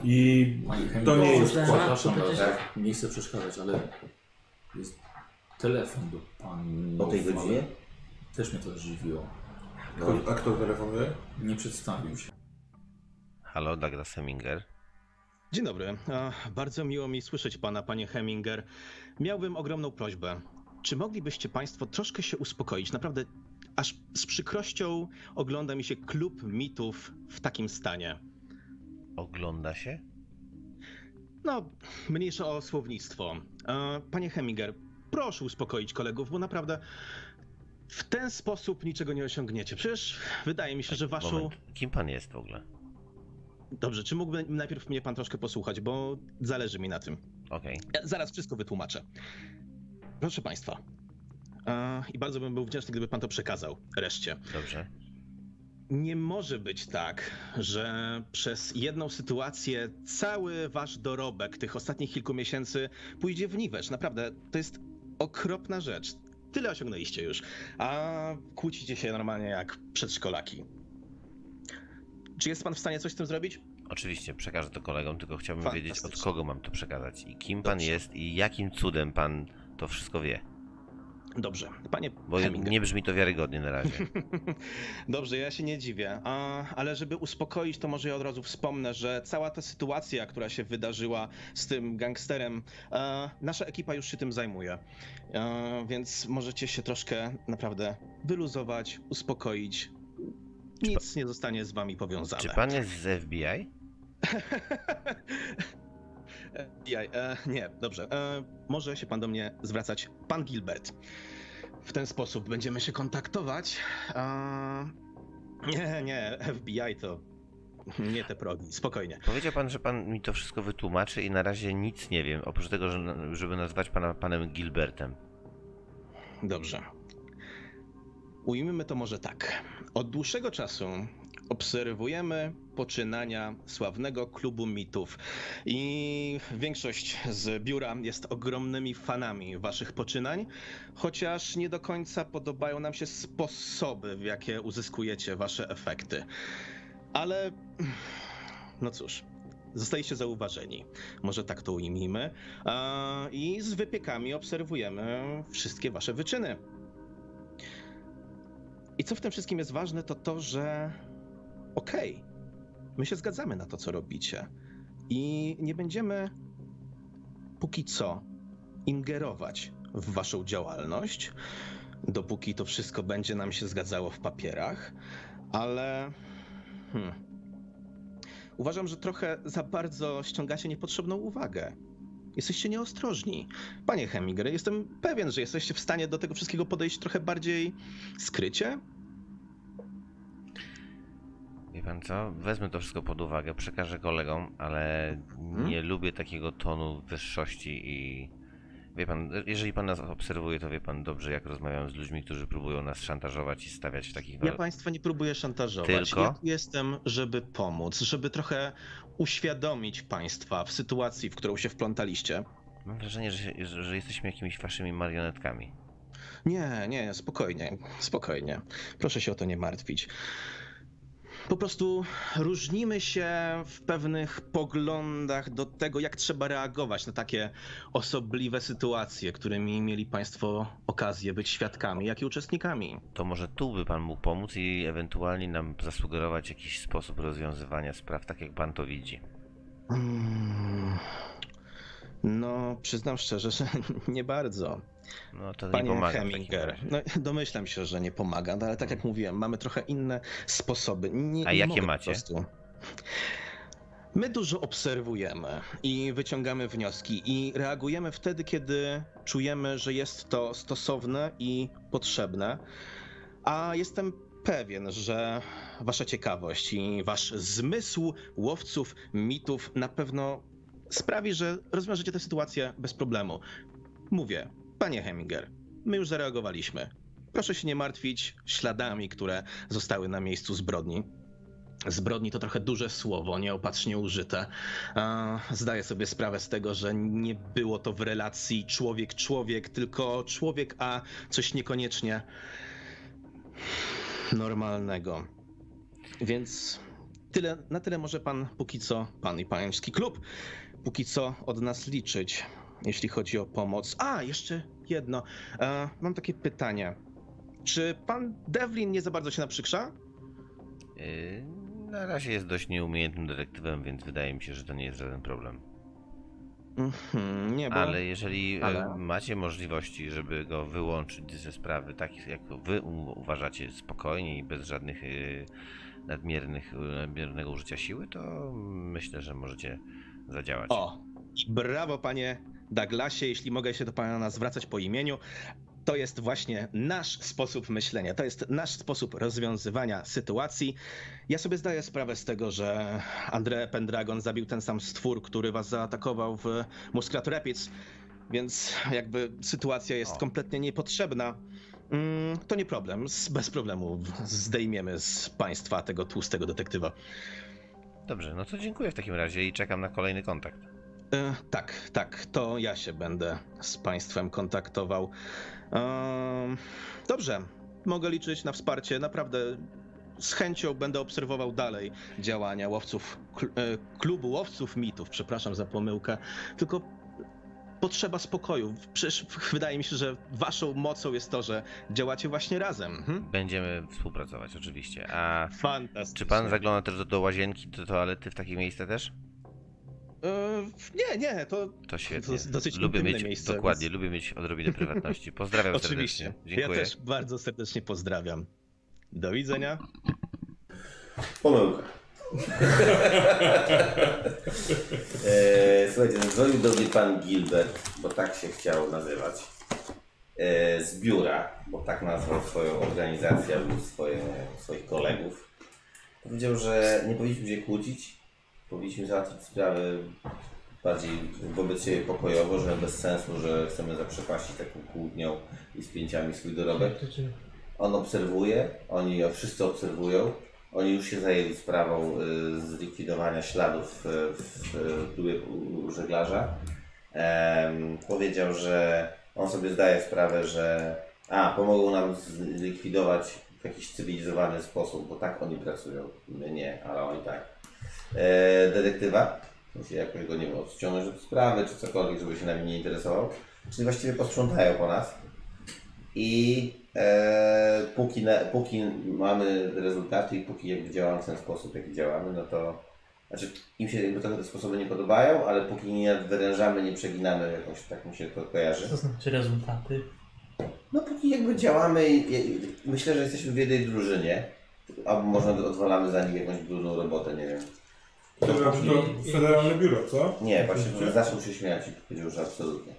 I Panie to Hemingway, nie jest... przepraszam, to przecież- ale nie chcę przeszkadzać, ale jest telefon do pana. O tej godzinie? Też mnie to zdziwiło. A kto telefonuje? Nie przedstawił się. Halo, Douglas Heminger. Dzień dobry. Bardzo miło mi słyszeć pana, panie Heminger. Miałbym ogromną prośbę. Czy moglibyście państwo troszkę się uspokoić? Naprawdę, aż z przykrością ogląda mi się klub mitów w takim stanie. Ogląda się? No, mniejsza o słownictwo. Panie Heminger, proszę uspokoić kolegów, bo naprawdę w ten sposób niczego nie osiągniecie. Przecież wydaje mi się, że waszą... Moment. Kim pan jest w ogóle? Dobrze, czy mógłby najpierw mnie pan troszkę posłuchać, bo zależy mi na tym. Okej. Ja zaraz wszystko wytłumaczę. Proszę państwa. I bardzo bym był wdzięczny, gdyby pan to przekazał reszcie. Dobrze. Nie może być tak, że przez jedną sytuację cały wasz dorobek tych ostatnich kilku miesięcy pójdzie w niwecz. Naprawdę, to jest okropna rzecz. Tyle osiągnęliście już, a kłócicie się normalnie jak przedszkolaki. Czy jest pan w stanie coś z tym zrobić? Oczywiście, przekażę to kolegom, tylko chciałbym wiedzieć, od Fantastycznie. kogo mam to przekazać i kim pan Dobrze. jest i jakim cudem pan to wszystko wie. Dobrze, panie Bo Heminger. nie brzmi to wiarygodnie na razie. Dobrze, ja się nie dziwię, ale żeby uspokoić, to może ja od razu wspomnę, że cała ta sytuacja, która się wydarzyła z tym gangsterem, nasza ekipa już się tym zajmuje, więc możecie się troszkę naprawdę wyluzować, uspokoić. Nic nie zostanie z wami powiązane. Czy pan jest z FBI? Nie, dobrze. Może się pan do mnie zwracać, pan Gilbert. W ten sposób będziemy się kontaktować. Nie, FBI to nie te progi, spokojnie. Powiedział pan, że pan mi to wszystko wytłumaczy i na razie nic nie wiem, oprócz tego, żeby nazwać pana panem Gilbertem. Dobrze. Ujmijmy to może tak. Od dłuższego czasu obserwujemy poczynania sławnego klubu mitów i większość z biura jest ogromnymi fanami waszych poczynań, chociaż nie do końca podobają nam się sposoby, w jakie uzyskujecie wasze efekty. Ale no cóż, zostaliście zauważeni. Może tak to ujmijmy. I z wypiekami obserwujemy wszystkie wasze wyczyny. I co w tym wszystkim jest ważne, to to, że okej, my się zgadzamy na to, co robicie i nie będziemy póki co ingerować w waszą działalność, dopóki to wszystko będzie nam się zgadzało w papierach, ale uważam, że trochę za bardzo ściągacie niepotrzebną uwagę. Jesteście nieostrożni. Panie Heminger, jestem pewien, że jesteście w stanie do tego wszystkiego podejść trochę bardziej skrycie. Wie pan co? Wezmę to wszystko pod uwagę, przekażę kolegom, ale nie lubię takiego tonu wyższości i... Wie pan, jeżeli pan nas obserwuje, to wie pan dobrze, jak rozmawiam z ludźmi, którzy próbują nas szantażować i stawiać w takich... Ja państwa nie próbuję szantażować. Tylko? Ja tu jestem, żeby pomóc, żeby trochę uświadomić państwa w sytuacji, w którą się wplątaliście. Mam wrażenie, że jesteśmy jakimiś waszymi marionetkami. Nie, spokojnie. Proszę się o to nie martwić. Po prostu różnimy się w pewnych poglądach do tego, jak trzeba reagować na takie osobliwe sytuacje, którymi mieli państwo okazję być świadkami, jak i uczestnikami. To może tu by pan mógł pomóc i ewentualnie nam zasugerować jakiś sposób rozwiązywania spraw, tak jak pan to widzi. No, przyznam szczerze, że nie bardzo. No to nie Panie pomaga. Heminger, no, domyślam się, że nie pomaga, ale tak jak mówiłem, mamy trochę inne sposoby. A nie jakie mogę macie? Po prostu. My dużo obserwujemy i wyciągamy wnioski i reagujemy wtedy, kiedy czujemy, że jest to stosowne i potrzebne. A jestem pewien, że wasza ciekawość i wasz zmysł łowców mitów na pewno sprawi, że rozwiążecie tę sytuację bez problemu. Mówię, panie Heminger, my już zareagowaliśmy. Proszę się nie martwić śladami, które zostały na miejscu zbrodni. Zbrodni to trochę duże słowo, nieopatrznie użyte. Zdaję sobie sprawę z tego, że nie było to w relacji człowiek-człowiek, tylko człowiek, a coś niekoniecznie normalnego. Więc Na tyle może pan póki co, pan i pański klub, póki co od nas liczyć, jeśli chodzi o pomoc. A, jeszcze jedno. Mam takie pytanie. Czy pan Devlin nie za bardzo się naprzykrza? Na razie jest dość nieumiejętnym detektywem, więc wydaje mi się, że to nie jest żaden problem. Nie, bo... Ale jeżeli macie możliwości, żeby go wyłączyć ze sprawy takich, jak wy uważacie, spokojnie i bez żadnych nadmiernego użycia siły, to myślę, że możecie zadziałać. O, brawo panie Douglasie, jeśli mogę się do pana zwracać po imieniu. To jest właśnie nasz sposób myślenia, to jest nasz sposób rozwiązywania sytuacji. Ja sobie zdaję sprawę z tego, że Andre Pendragon zabił ten sam stwór, który was zaatakował w Muskrat Rapids, więc jakby sytuacja jest kompletnie niepotrzebna. To nie problem, bez problemu zdejmiemy z państwa tego tłustego detektywa. Dobrze, no to dziękuję w takim razie i czekam na kolejny kontakt. Tak, to ja się będę z państwem kontaktował. Dobrze, mogę liczyć na wsparcie, naprawdę z chęcią będę obserwował dalej działania klubu łowców mitów, przepraszam za pomyłkę, tylko potrzeba spokoju. Przecież wydaje mi się, że waszą mocą jest to, że działacie właśnie razem. Będziemy współpracować, oczywiście. A Fantastycznie. czy pan zagląda też do łazienki, do toalety w takie miejsce też? Nie, To świetnie. to jest dosyć lubię intymne mieć, miejsce. dokładnie, lubię mieć odrobinę prywatności. Pozdrawiam Oczywiście. serdecznie. Dziękuję. Ja też bardzo serdecznie pozdrawiam. Do widzenia. Pomyłka. Słuchajcie, dzwonił do mnie pan Gilbert, bo tak się chciał nazywać, z biura, bo tak nazwał swoją organizację albo swoich kolegów. Powiedział, że nie powinniśmy się kłócić, powinniśmy załatwić sprawy bardziej wobec siebie pokojowo, że bez sensu, że chcemy zaprzepaścić taką kłótnią i spięciami swój dorobek. On obserwuje, oni wszyscy obserwują. Oni już się zajęli sprawą zlikwidowania śladów w klubie żeglarza. Powiedział, że on sobie zdaje sprawę, że pomogą nam zlikwidować w jakiś cywilizowany sposób, bo tak oni pracują. My nie, ale oni tak. Detektywa, musi jakoś go, nie wiem, odciągnąć od sprawy, czy cokolwiek, żeby się nami nie interesował. Czyli właściwie posprzątają po nas. I póki mamy rezultaty i póki jakby działamy w ten sposób, jaki działamy, no to znaczy im się jakby trochę te sposoby nie podobają, ale póki nie nadwyrężamy, nie przeginamy jakoś, tak mi się to kojarzy. Co znaczy rezultaty? No póki jakby działamy i myślę, że jesteśmy w jednej drużynie, albo może odwalamy za nich jakąś brudną robotę, nie wiem. To federalne biuro, co? Nie, właśnie zaczął się śmiać i powiedział, że absolutnie.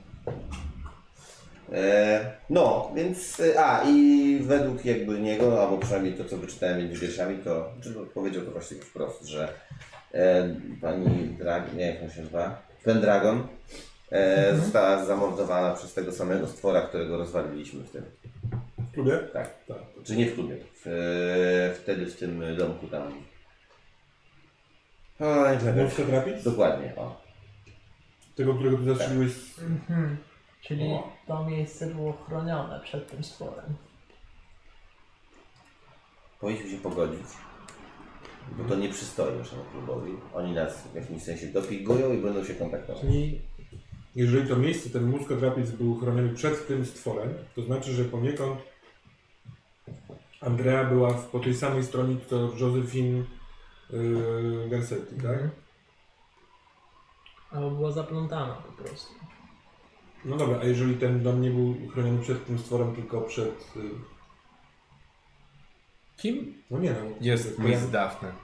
No, więc, i według jakby niego, albo przynajmniej to, co wyczytałem między wierszami, to powiedział to właśnie wprost, że pani jak on się nazywa? Pendragon została zamordowana przez tego samego stwora, którego rozwaliliśmy w tym. W klubie? Tak. Czy nie w klubie, wtedy w tym domku tam. Muskrat Rapids? Dokładnie, Tego, którego ty zastrzeliłeś Czyli to miejsce było chronione przed tym stworem. Powinniśmy się pogodzić, bo to nie przystoi naszemu klubowi. Oni nas w jakimś sensie dopingują i będą się kontaktować. Czyli jeżeli to miejsce, ten Muskrat Rapids był chroniony przed tym stworem, to znaczy, że poniekąd Andrea była po tej samej stronie, co Josephine Garcetti, tak? albo była zaplątana po prostu. No dobra, a jeżeli ten dom nie był chroniony przed tym stworem, tylko przed... Kim? No nie no. Jest Daphne.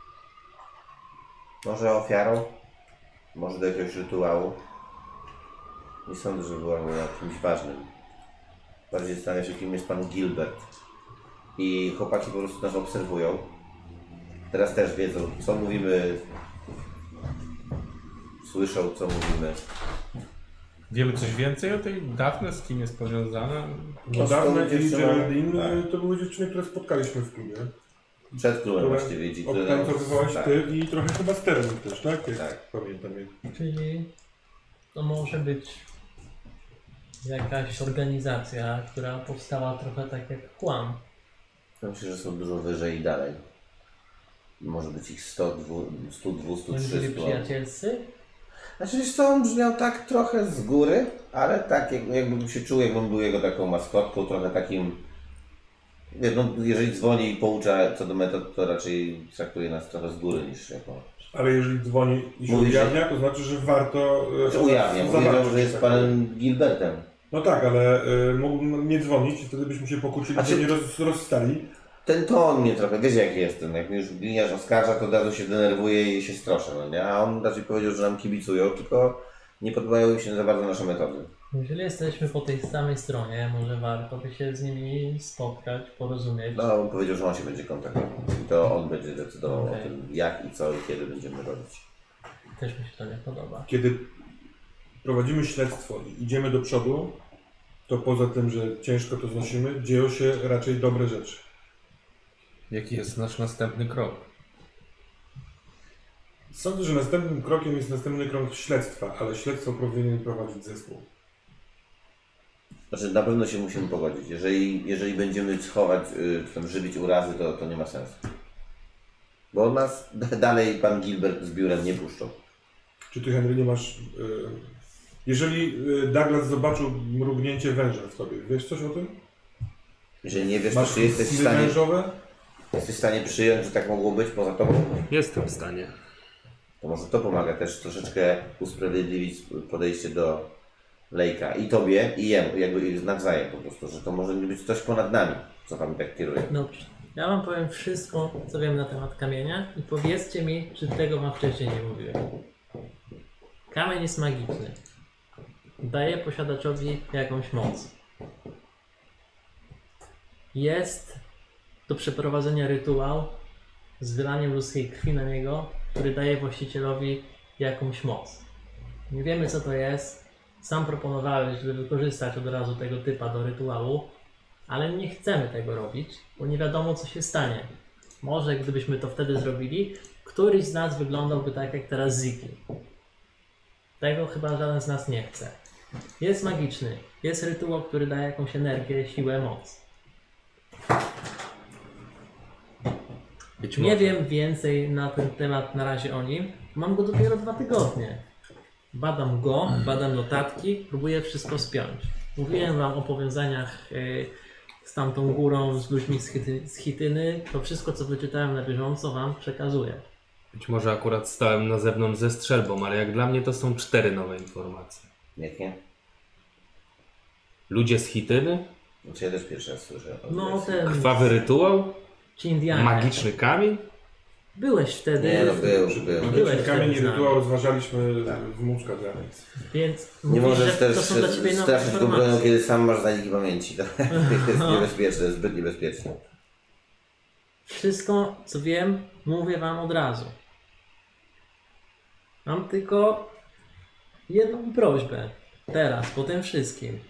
Może ofiarą? Może do jakiegoś rytuału? Nie sądzę, że była kimś ważnym. Bardziej zastanawiam się, kim jest pan Gilbert. I chłopaki po prostu nas obserwują. Teraz też wiedzą, co mówimy. Słyszą, co mówimy. Wiemy coś więcej o tej Daphne, z kim jest powiązana? No Daphne i Geraldine to były dziewczyny, które spotkaliśmy w klubie. Przed klubem właściwie. Odtancowywałaś ty i trochę chyba Sterling też, tak? Tak. Pamiętam. Czyli to może być jakaś organizacja, która powstała trochę tak jak Kłam. Myślę, że są dużo wyżej i dalej. może być ich 100, 200, Oni byli 300. przyjacielscy? Znaczy wiesz co, on brzmiał tak trochę z góry, ale tak jakbym się czuł, jakbym był jego taką maskotką, trochę takim... Wiesz, no, jeżeli dzwoni i poucza co do metod, to raczej traktuje nas trochę z góry niż jako... Ale jeżeli dzwoni i się Mówi, że- ujawnia, to znaczy, że warto... Znaczy ujawnia, powiedział, że jest tak panem Gilbertem. No tak, ale mógł nie dzwonić i wtedy byśmy się pokłócili, Znaczy- że nie rozstali. Ten ton mnie trochę, wiesz jak jestem, jak mnie już gliniarz oskarża, to od razu się denerwuje i się stroszę, no nie? A on raczej powiedział, że nam kibicują, tylko nie podobają im się za bardzo nasze metody. Jeżeli jesteśmy po tej samej stronie, może warto by się z nimi spotkać, porozumieć. No, on powiedział, że on się będzie kontaktował i to on będzie decydował Okej. o tym, jak i co i kiedy będziemy robić. Też mi się to nie podoba. Kiedy prowadzimy śledztwo i idziemy do przodu, to poza tym, że ciężko to znosimy, dzieją się raczej dobre rzeczy. Jaki jest nasz następny krok? Sądzę, że następnym krokiem jest następny krok śledztwa, ale śledztwo powinien prowadzić zespół. Znaczy na pewno się musimy pogodzić. Jeżeli będziemy schować, czy tam żywić urazy, to nie ma sensu. Bo nas dalej pan Gilbert z biurem nie puszczą. Czy ty, Henry, nie masz... Jeżeli Douglas zobaczył mrugnięcie węża w tobie, wiesz coś o tym? Jeżeli nie wiesz, Masz to czy jesteś w sny stanie... wężowe? Jesteś w stanie przyjąć, że tak mogło być poza tobą? Jestem w stanie. To może to pomaga też troszeczkę usprawiedliwić podejście do Lejka. I tobie, i jemu, jakby nawzajem po prostu, że to może nie być coś ponad nami, co wam tak kieruje. Dobrze. Ja wam powiem wszystko, co wiem na temat kamienia i powiedzcie mi, czy tego wam wcześniej nie mówiłem. Kamień jest magiczny. Daje posiadaczowi jakąś moc. Jest do przeprowadzenia rytuał z wylaniem ludzkiej krwi na niego, który daje właścicielowi jakąś moc. Nie wiemy, co to jest. Sam proponowałeś, żeby wykorzystać od razu tego typa do rytuału, ale nie chcemy tego robić, bo nie wiadomo, co się stanie. Może gdybyśmy to wtedy zrobili, któryś z nas wyglądałby tak jak teraz Ziki. Tego chyba żaden z nas nie chce. Jest magiczny. Jest rytuał, który daje jakąś energię, siłę, moc. Być Nie może. wiem więcej na ten temat na razie o nim. Mam go dopiero 2 tygodnie. Badam go, badam notatki, próbuję wszystko spiąć. Mówiłem wam o powiązaniach z tamtą górą, z ludźmi z Chityny. To wszystko, co wyczytałem na bieżąco, wam przekazuję. Być może akurat stałem na zewnątrz ze strzelbą, ale jak dla mnie to są 4 nowe informacje. Jakie? Ludzie z Chityny, Znaczy ja też pierwszy raz słyszę o No tym. ten... krwawy rytuał, Ci Indianie. magiczny kamień. Byłeś wtedy... Nie no, był. Byłeś Kamień i wtedy z nami. rytuał rozważaliśmy w Muszkadach. Więc Nie mówisz, możesz że też to są dla ciebie nowe straszyć go bronią, informacje. kiedy sam masz zaniki pamięci. To jest niebezpieczne, zbyt niebezpieczne. Wszystko, co wiem, mówię wam od razu. Mam tylko jedną prośbę. Teraz, po tym wszystkim.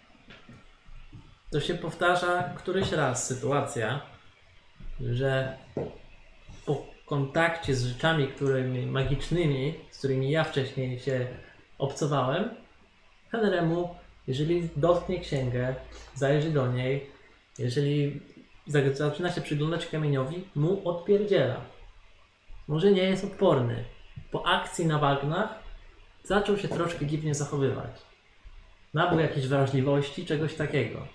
To się powtarza któryś raz sytuacja, że po kontakcie z rzeczami magicznymi, z którymi ja wcześniej się obcowałem, Henry'emu, jeżeli dotknie księgę, zajrzy do niej, jeżeli zaczyna się przyglądać kamieniowi, mu odpierdziela. Może nie jest odporny. Po akcji na bagnach zaczął się troszkę dziwnie zachowywać. Nabył jakiejś wrażliwości, czegoś takiego.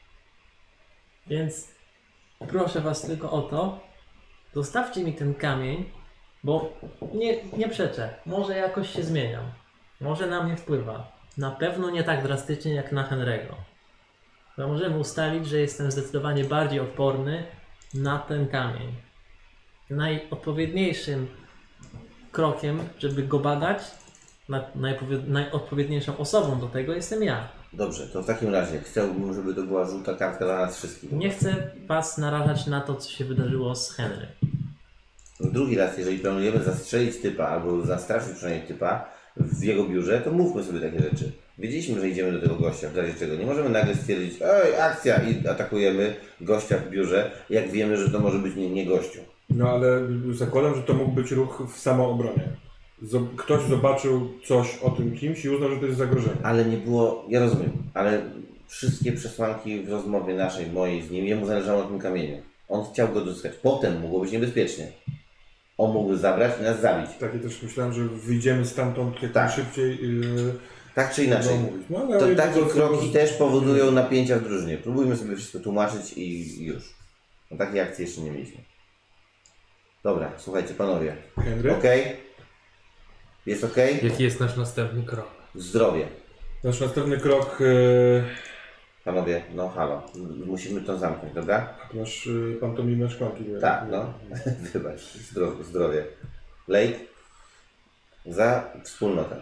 Więc proszę was tylko o to, zostawcie mi ten kamień, bo nie przeczę. Może jakoś się zmieniam. Może na mnie wpływa. Na pewno nie tak drastycznie jak na Henry'ego. To możemy ustalić, że jestem zdecydowanie bardziej odporny na ten kamień. Najodpowiedniejszym krokiem, żeby go badać, najodpowiedniejszą osobą do tego jestem ja. Dobrze, to w takim razie chciałbym, żeby to była żółta kartka dla nas wszystkich. Nie chcę was narażać na to, co się wydarzyło z Henry. Drugi raz, jeżeli planujemy zastrzelić typa albo zastraszyć przynajmniej typa w jego biurze, to mówmy sobie takie rzeczy. Wiedzieliśmy, że idziemy do tego gościa, w razie czego. Nie możemy nagle stwierdzić, ej, akcja i atakujemy gościa w biurze, jak wiemy, że to może być nie gościu. No ale zakładam, że to mógł być ruch w samoobronie. Ktoś zobaczył coś o tym kimś i uznał, że to jest zagrożenie. Ale nie było, ja rozumiem, ale wszystkie przesłanki w rozmowie naszej, mojej z nim, jemu zależało na tym kamieniu. On chciał go dozyskać. Potem mogło być niebezpiecznie. on mógłby zabrać i nas zabić. Tak, ja też myślałem, że wyjdziemy stamtąd jak Tak. najszybciej. Tak czy inaczej. No, ale To ja takie tego- kroki też powodują napięcia w drużynie. Próbujmy sobie wszystko tłumaczyć i już. No takiej akcji jeszcze nie mieliśmy. Dobra, słuchajcie panowie. Henry? Okej? Jest okej? Jaki jest nasz następny krok? Zdrowie. Nasz następny krok. Panowie, no halo. Musimy to zamknąć, dobra? Masz pantomimę szklanki. nie? Tak, no. Wybacz. Zdrowie. Lejk. Za wspólnotę.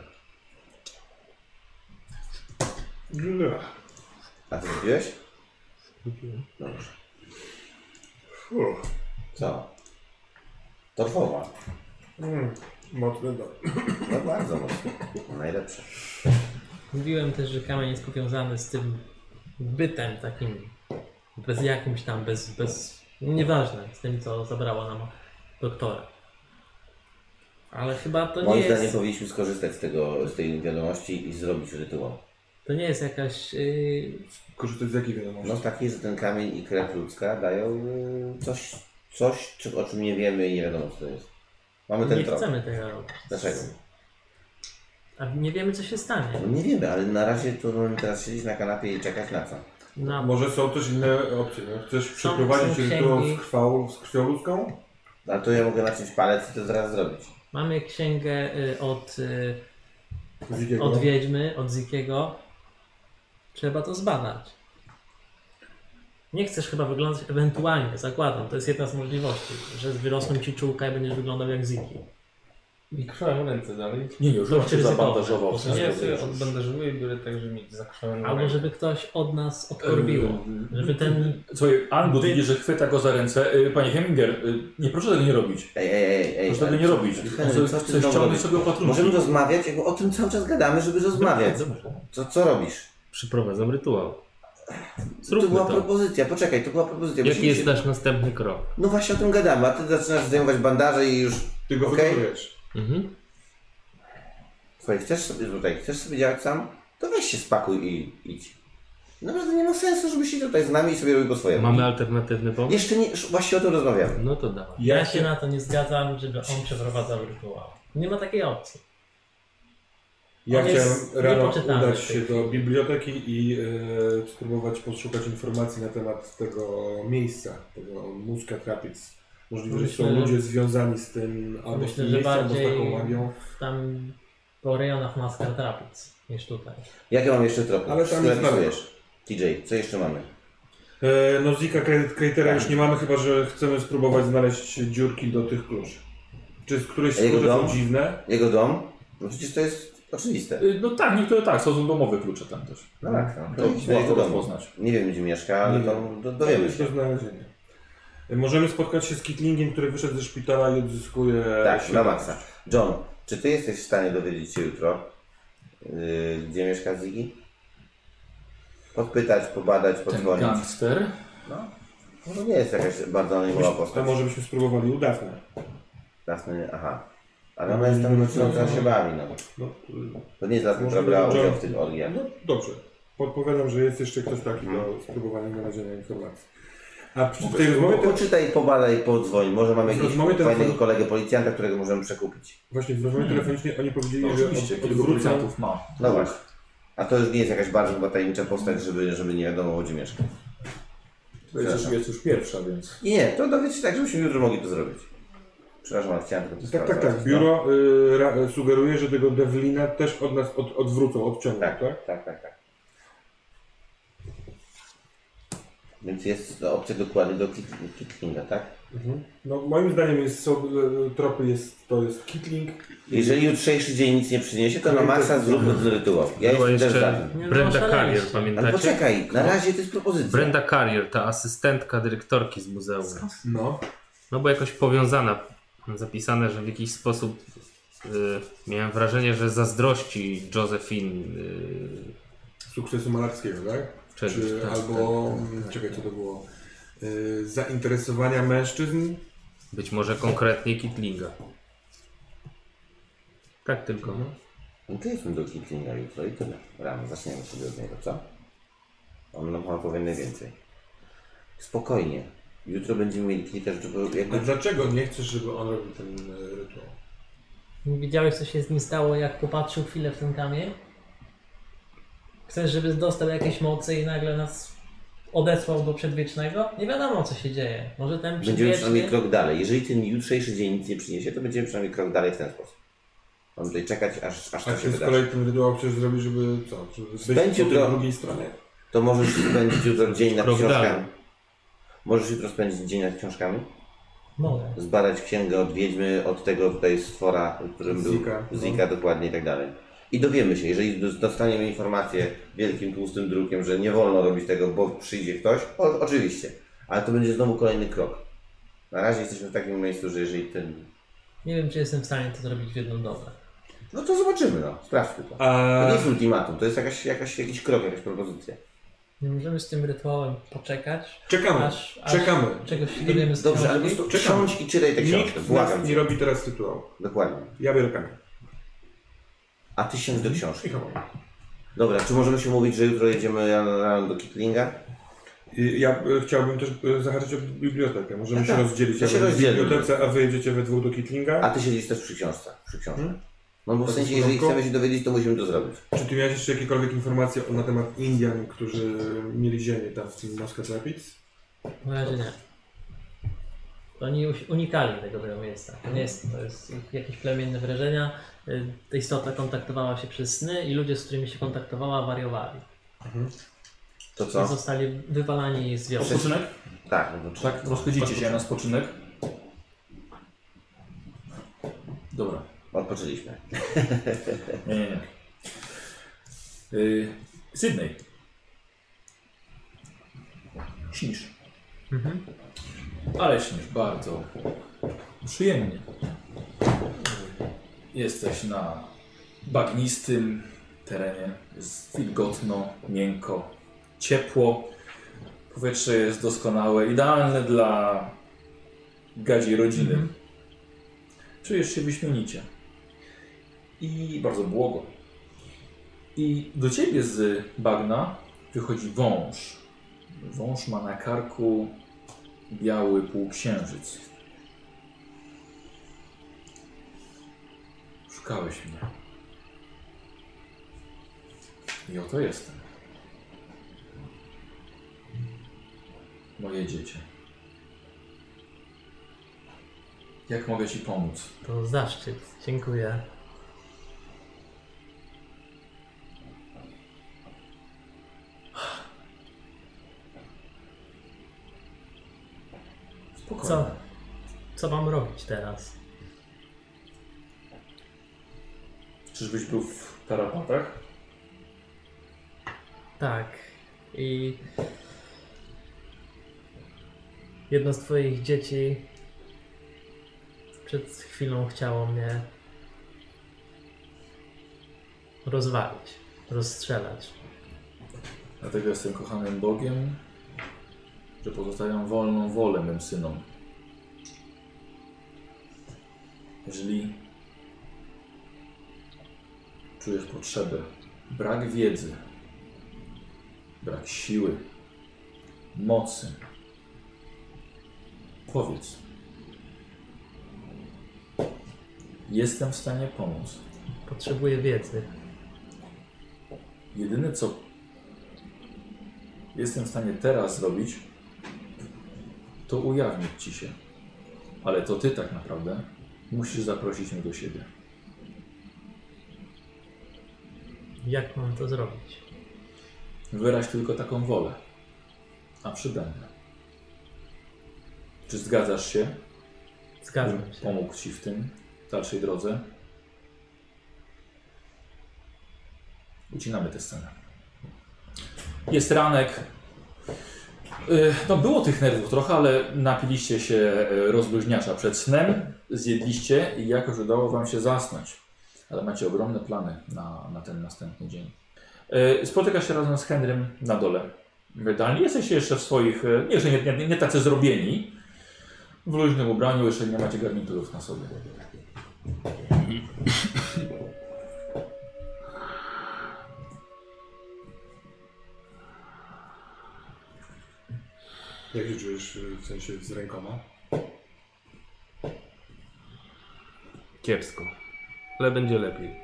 A ty zrobiłeś? Dobrze. Co? Torfowa. Mocny No bardzo mocno. Najlepsze. Mówiłem też, że kamień jest powiązany z tym bytem takim, bez jakimś tam, bez nieważne, z tym co zabrało nam doktora. Ale chyba to nie Moim zdaniem jest, powinniśmy skorzystać z tej wiadomości i zrobić rytuał. to nie jest jakaś, Korzystać z jakiej wiadomości? No takiej, że ten kamień i krew ludzka dają coś, o czym nie wiemy i nie wiadomo co to jest. Mamy ten nie trop. chcemy tego robić. Dlaczego? A nie wiemy co się stanie. No nie wiemy, ale na razie to możemy teraz siedzieć na kanapie i czekać na co? No, Może są też inne opcje. No? Chcesz przeprowadzić rytuał z krwią ludzką? Ale to ja mogę naciąć palec i to zaraz zrobić. mamy księgę Zikiego? od wiedźmy, od Zikiego. Trzeba to zbadać. Nie chcesz chyba wyglądać ewentualnie, zakładam, to jest jedna z możliwości, że wyrosną ci czułka i będziesz wyglądał jak Ziki. I krwawą ręce dalej. Nie, już To się ryzykowne. zabandażował. To wszystko Ja nie, sobie wiesz. odbandażuję i biorę tak, żeby mieć zakrwawioną Albo rękę. żeby ktoś od nas odkorbiło. Żeby ten... Słuchaj, Angut widzi, że chwyta go za ręce. Panie Heminger, nie proszę tego nie robić. Ej. Proszę tego ale nie co- robić. Henry, On co ty chce znowu ściągnąć robisz? sobie opatrunki. Możemy rozmawiać, jak o tym cały czas gadamy, żeby rozmawiać. Co robisz? Przyprowadzam rytuał. To Zróbmy była to. propozycja, poczekaj, to była propozycja. Jaki Musimy jest się- nasz następny krok? No właśnie o tym gadamy, a ty zaczynasz zdejmować bandaże i już... Ty go Okej. wykonujesz. Mhm. Słuchaj, chcesz sobie działać sam? To weź się spakuj i idź. Naprawdę nie ma sensu, żebyś się tutaj z nami i sobie robił po swojemu. Mamy alternatywny pomysł? Jeszcze nie, właśnie o tym rozmawiamy. No to dawaj. Ja się na to nie zgadzam, żeby on przeprowadzał rytuał. Nie ma takiej opcji. Ja On jest chciałem rano niepoczytalny udać w tej się do chwili. biblioteki i spróbować poszukać informacji na temat tego miejsca, tego Muscat Rapids. Możliwe, że są Myślę, ludzie związani z tym albo z Myślę, tym że miejscem, albo z bardziej taką magią. tam po rejonach Muscat Rapids niż tutaj. Jakie mam jeszcze tropy? Ale tam Wszystko jest napisujesz. TJ, co jeszcze mamy? No Zika Kratera już nie mamy, chyba że chcemy spróbować znaleźć dziurki do tych kluczy. Czy z któreś A jego skróty są dom? dziwne? Jego dom? No przecież to jest oczywiste. No tak, niektóre tak, są domowe klucze tam też. No tak, no. To To idź do łatwo jego domu. rozpoznać. Nie wiem, gdzie mieszka, ale Nie to dowiemy jest się. do znalezienia. Możemy spotkać się z Kitlingiem, który wyszedł ze szpitala i odzyskuje Tak, na świadomość. maksa. John, czy ty jesteś w stanie dowiedzieć się jutro, gdzie mieszka Ziggy? Podpytać, pobadać, Ten podzwonić. gangster. No to nie jest jakaś bardzo anonimowa A postać. może byśmy spróbowali u Daphne? Jasne, aha. Ale ona jest tam nocą się bawi, no. No, To nie jest ta, która Może brała John- udział w tych orgiach. no dobrze. Podpowiadam, że jest jeszcze ktoś taki Mhm. do spróbowania znalezienia informacji. A przy tej rozmowie też, Poczytaj, pobadaj, podzwoń. Może mamy W jakiegoś rozmowie fajnego telefonu- kolegę policjanta, którego możemy przekupić. właśnie w rozmowie telefonicznej oni powiedzieli, No że oczywiście, kilku odwrócą. policjantów ma. No właśnie. A to już nie jest jakaś bardzo chyba tajemnicza postać, żeby nie wiadomo gdzie mieszka. To jest już pierwsza, więc... Nie, to dowiedz się tak, żebyśmy jutro mogli to zrobić. Przepraszam, ale chciałem tylko to Tak. sprawdzić. Biuro sugeruje, że tego Devlina też od nas odwrócą, odciągną, tak? Tak. Więc jest to opcja dokładnie do Kittlinga, tak? Mhm. No moim zdaniem tropy to jest Kittling. Jeżeli jutrzejszy dzień nic nie przyniesie, to na maksa zróbmy ten rytuał. Ja Była jestem też za jeszcze tym. Nie, no, Brenda szaleliście. Carrier, Ale pamiętacie? poczekaj, na razie to jest propozycja. Brenda Carrier, ta asystentka dyrektorki z muzeum. No. No bo jakoś powiązana. Zapisane, że w jakiś sposób miałem wrażenie, że zazdrości Josephine. Sukcesu malarskiego, tak? Czegoś, Czy tak, albo, czekaj, co to było? Zainteresowania mężczyzn? Być może konkretnie Kittlinga. Tak tylko. No to jedźmy do Kittlinga jutro i tyle. Rano zaczniemy sobie od niego, co? On nam powie najwięcej. Spokojnie. Jutro będziemy mieli kilka rzeczy, bo A jakby... dlaczego nie chcesz, żeby on robił ten rytuał? Widziałeś, co się z nim stało, jak popatrzył chwilę w ten kamień? Chcesz, żeby dostał jakieś moce i nagle nas odesłał do przedwiecznego? Nie wiadomo, co się dzieje. Może ten Będziemy przedwieczny... przynajmniej krok dalej. Jeżeli ten jutrzejszy dzień nic nie przyniesie, to będziemy przynajmniej krok dalej w ten sposób. Mamy tutaj czekać, aż A to się ty z wydarzy. kolei ten rytuał chcesz zrobić, żeby co? Żeby Spędź być po tej jutro. drugiej stronie? To możesz spędzić jutro dzień nad Krok książkami. dalej. Możesz jutro spędzić dzień nad książkami? Mogę. Zbadać księgę od wiedźmy, od tego tutaj stwora, którym był Zika dokładnie i tak dalej. I dowiemy się, jeżeli dostaniemy informację wielkim tłustym drukiem, że nie wolno robić tego, bo przyjdzie ktoś, oczywiście. Ale to będzie znowu kolejny krok. Na razie jesteśmy w takim miejscu, że jeżeli ten... Nie wiem, czy jestem w stanie to zrobić w jedną dobę. No to zobaczymy, no. Sprawdźmy to. To nie jest ultimatum, to jest jakiś krok, jakaś propozycja. Nie możemy z tym rytuałem poczekać. Czekamy, Aż czekamy. czegoś się dowiemy z Dobrze, ale po książki. prostu siądź i czytaj tę książkę. Nikt z Błagam nas cię. nie robi teraz rytuału. Dokładnie. Ja biorę kamień. A ty siądź do książki. I chowam. Dobra, czy możemy się mówić, że jutro jedziemy rano do Kitlinga? Ja chciałbym też zahaczyć o bibliotekę. Możemy Ja się tak. rozdzielić. To Ja się będę w rozdzielmy. bibliotece, a wy jedziecie we dwóch do Kitlinga. A ty siedzisz też przy książce. No bo w To sensie, jest jeżeli porządku? chcemy się dowiedzieć, to musimy to zrobić. Czy ty miałeś jeszcze jakiekolwiek informacje na temat Indian, którzy mieli ziemię tam w tym Muscat Rapids? Na razie nie. Oni unikali tego miejsca. To nie jest, to jest jakieś plemienne wrażenia. Ta istota kontaktowała się przez sny i ludzie, z którymi się kontaktowała, wariowali. To I co? zostali wywalani z wioski. Odpoczynek? Tak, no to Tak, rozchodzicie się na spoczynek. Dobra. odpoczęliśmy. Nie. Sydney. Śnisz. Ale śnisz bardzo przyjemnie. Jesteś na bagnistym terenie. Jest wilgotno, miękko, ciepło. Powietrze jest doskonałe, idealne dla gadziej rodziny. Czujesz się wyśmienicie. I bardzo błogo. I do ciebie z bagna wychodzi wąż. Wąż ma na karku biały półksiężyc. Szukałeś mnie. I oto jestem. Moje dziecię. Jak mogę ci pomóc? To zaszczyt. Dziękuję. Spokojnie. Co mam robić teraz? Czyżbyś był w tarapatach? Tak. I jedno z twoich dzieci przed chwilą chciało mnie rozwalić, rozstrzelać. Dlatego jestem kochanym Bogiem, że pozostawiam wolną wolę mym synom. Jeżeli czujesz potrzebę, brak wiedzy, brak siły, mocy, powiedz. Jestem w stanie pomóc. Potrzebuję wiedzy. Jedyne co jestem w stanie teraz zrobić, to ujawnić ci się. Ale to ty tak naprawdę musisz zaprosić mnie do siebie. Jak mam to zrobić? Wyraź tylko taką wolę, a przybędę. Czy zgadzasz się? Zgadzam Bym się. pomógł ci w tym dalszej drodze? Ucinamy tę scenę. Jest ranek. No było tych nerwów trochę, ale napiliście się rozluźniacza przed snem, zjedliście i jakoś udało wam się zasnąć. Ale macie ogromne plany na ten następny dzień. Spotykasz się razem z Henrym na dole. Wydalnie jesteście jeszcze w swoich, nie tacy zrobieni. W luźnym ubraniu, jeszcze nie macie garniturów na sobie. Jak się czujesz w sensie z rękoma? Kiepsko. Ale będzie lepiej.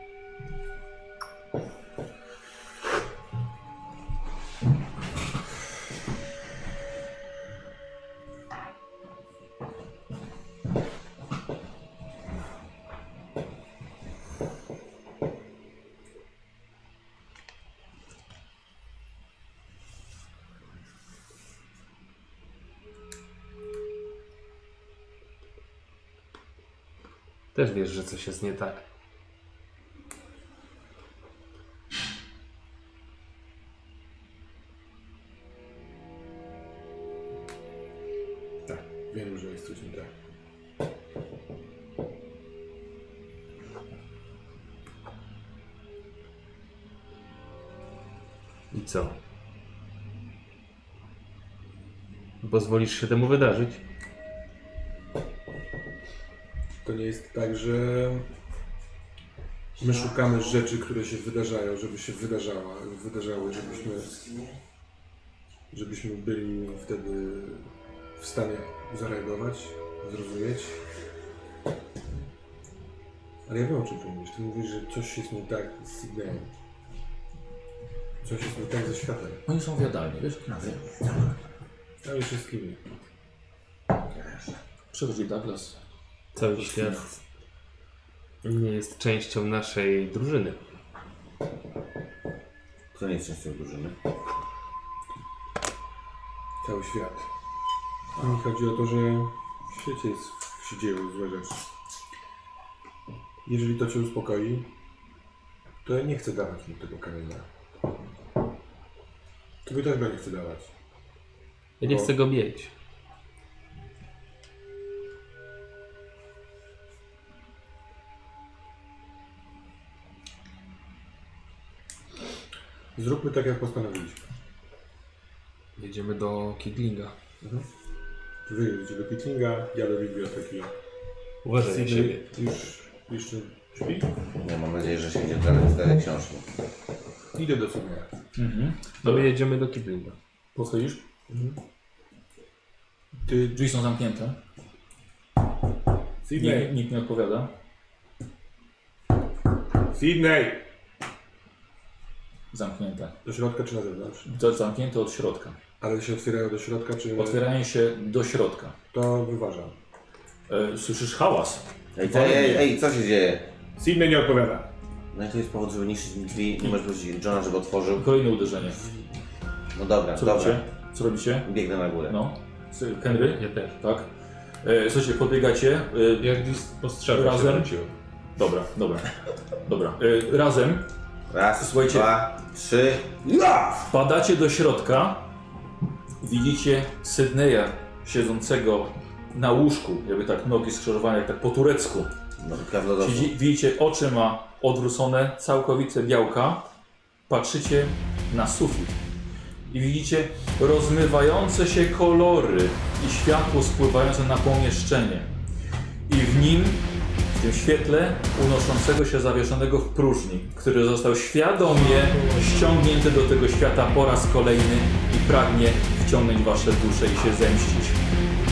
Też wiesz, że coś jest nie tak. Tak, wiem, że jest coś nie tak. I co? Pozwolisz się temu wydarzyć? To nie jest tak, że my szukamy rzeczy, które się wydarzają, żeby się wydarzały, żebyśmy byli wtedy w stanie zareagować, zrozumieć. Ale ja wiem, o czym ty mówisz. Ty mówisz, że coś jest nie tak z Sydneyem. Coś jest nie tak ze światem. Oni są w jadalni, wiesz? Ale wszystkimi. Przychodzi Douglas. Cały świat nie jest częścią naszej drużyny. Kto nie jest częścią drużyny? Cały świat. Mi chodzi o to, że w świecie się dzieją złe rzeczy. Jeżeli to cię uspokoi, to ja nie chcę dawać mu tego kamienia. Tobie też go nie chcę dawać. Ja nie chcę go mieć. Zróbmy tak, jak postanowiliśmy. Jedziemy do Kidlinga. Wy jedziecie do Pitlinga, ja do biblioteki. Uważaj na siebie. Już jeszcze śpi? Nie, mam nadzieję, że się nie dalej książki. Idę do Sydneya. To my jedziemy do Kidlinga. Podchodzisz? Drzwi są zamknięte. Sydney! Nikt nie odpowiada. Sydney! Zamknięte. Do środka czy na zewnątrz? To zamknięte od środka. Ale się otwierają do środka, czy... Otwierają się do środka. To wyważam. Słyszysz hałas. Ej, co się dzieje? Sydney nie odpowiada. No i to jest powód, żeby niszczyć drzwi. Nie możesz prosić Johna, żeby otworzył. Kolejne uderzenie. No dobra, Co dobra. robicie? Co robicie? Biegnę na górę. No. Henry? Ja też. Tak. Słuchajcie, podbiegacie. Jak gdzieś postrzegam Razem? się Dobra. Razem Raz, Słuchajcie. 2, 3. Ja! wpadacie do środka. Widzicie Sydneya siedzącego na łóżku, jakby tak nogi skrzyżowane, jak tak po turecku. No, prawdopodobnie. Widzicie, oczy ma odwrócone, całkowicie białka. Patrzycie na sufit i widzicie rozmywające się kolory i światło spływające na pomieszczenie. I w nim, w tym świetle unoszącego się zawieszonego w próżni, który został świadomie ściągnięty do tego świata po raz kolejny i pragnie wciągnąć wasze dusze i się zemścić.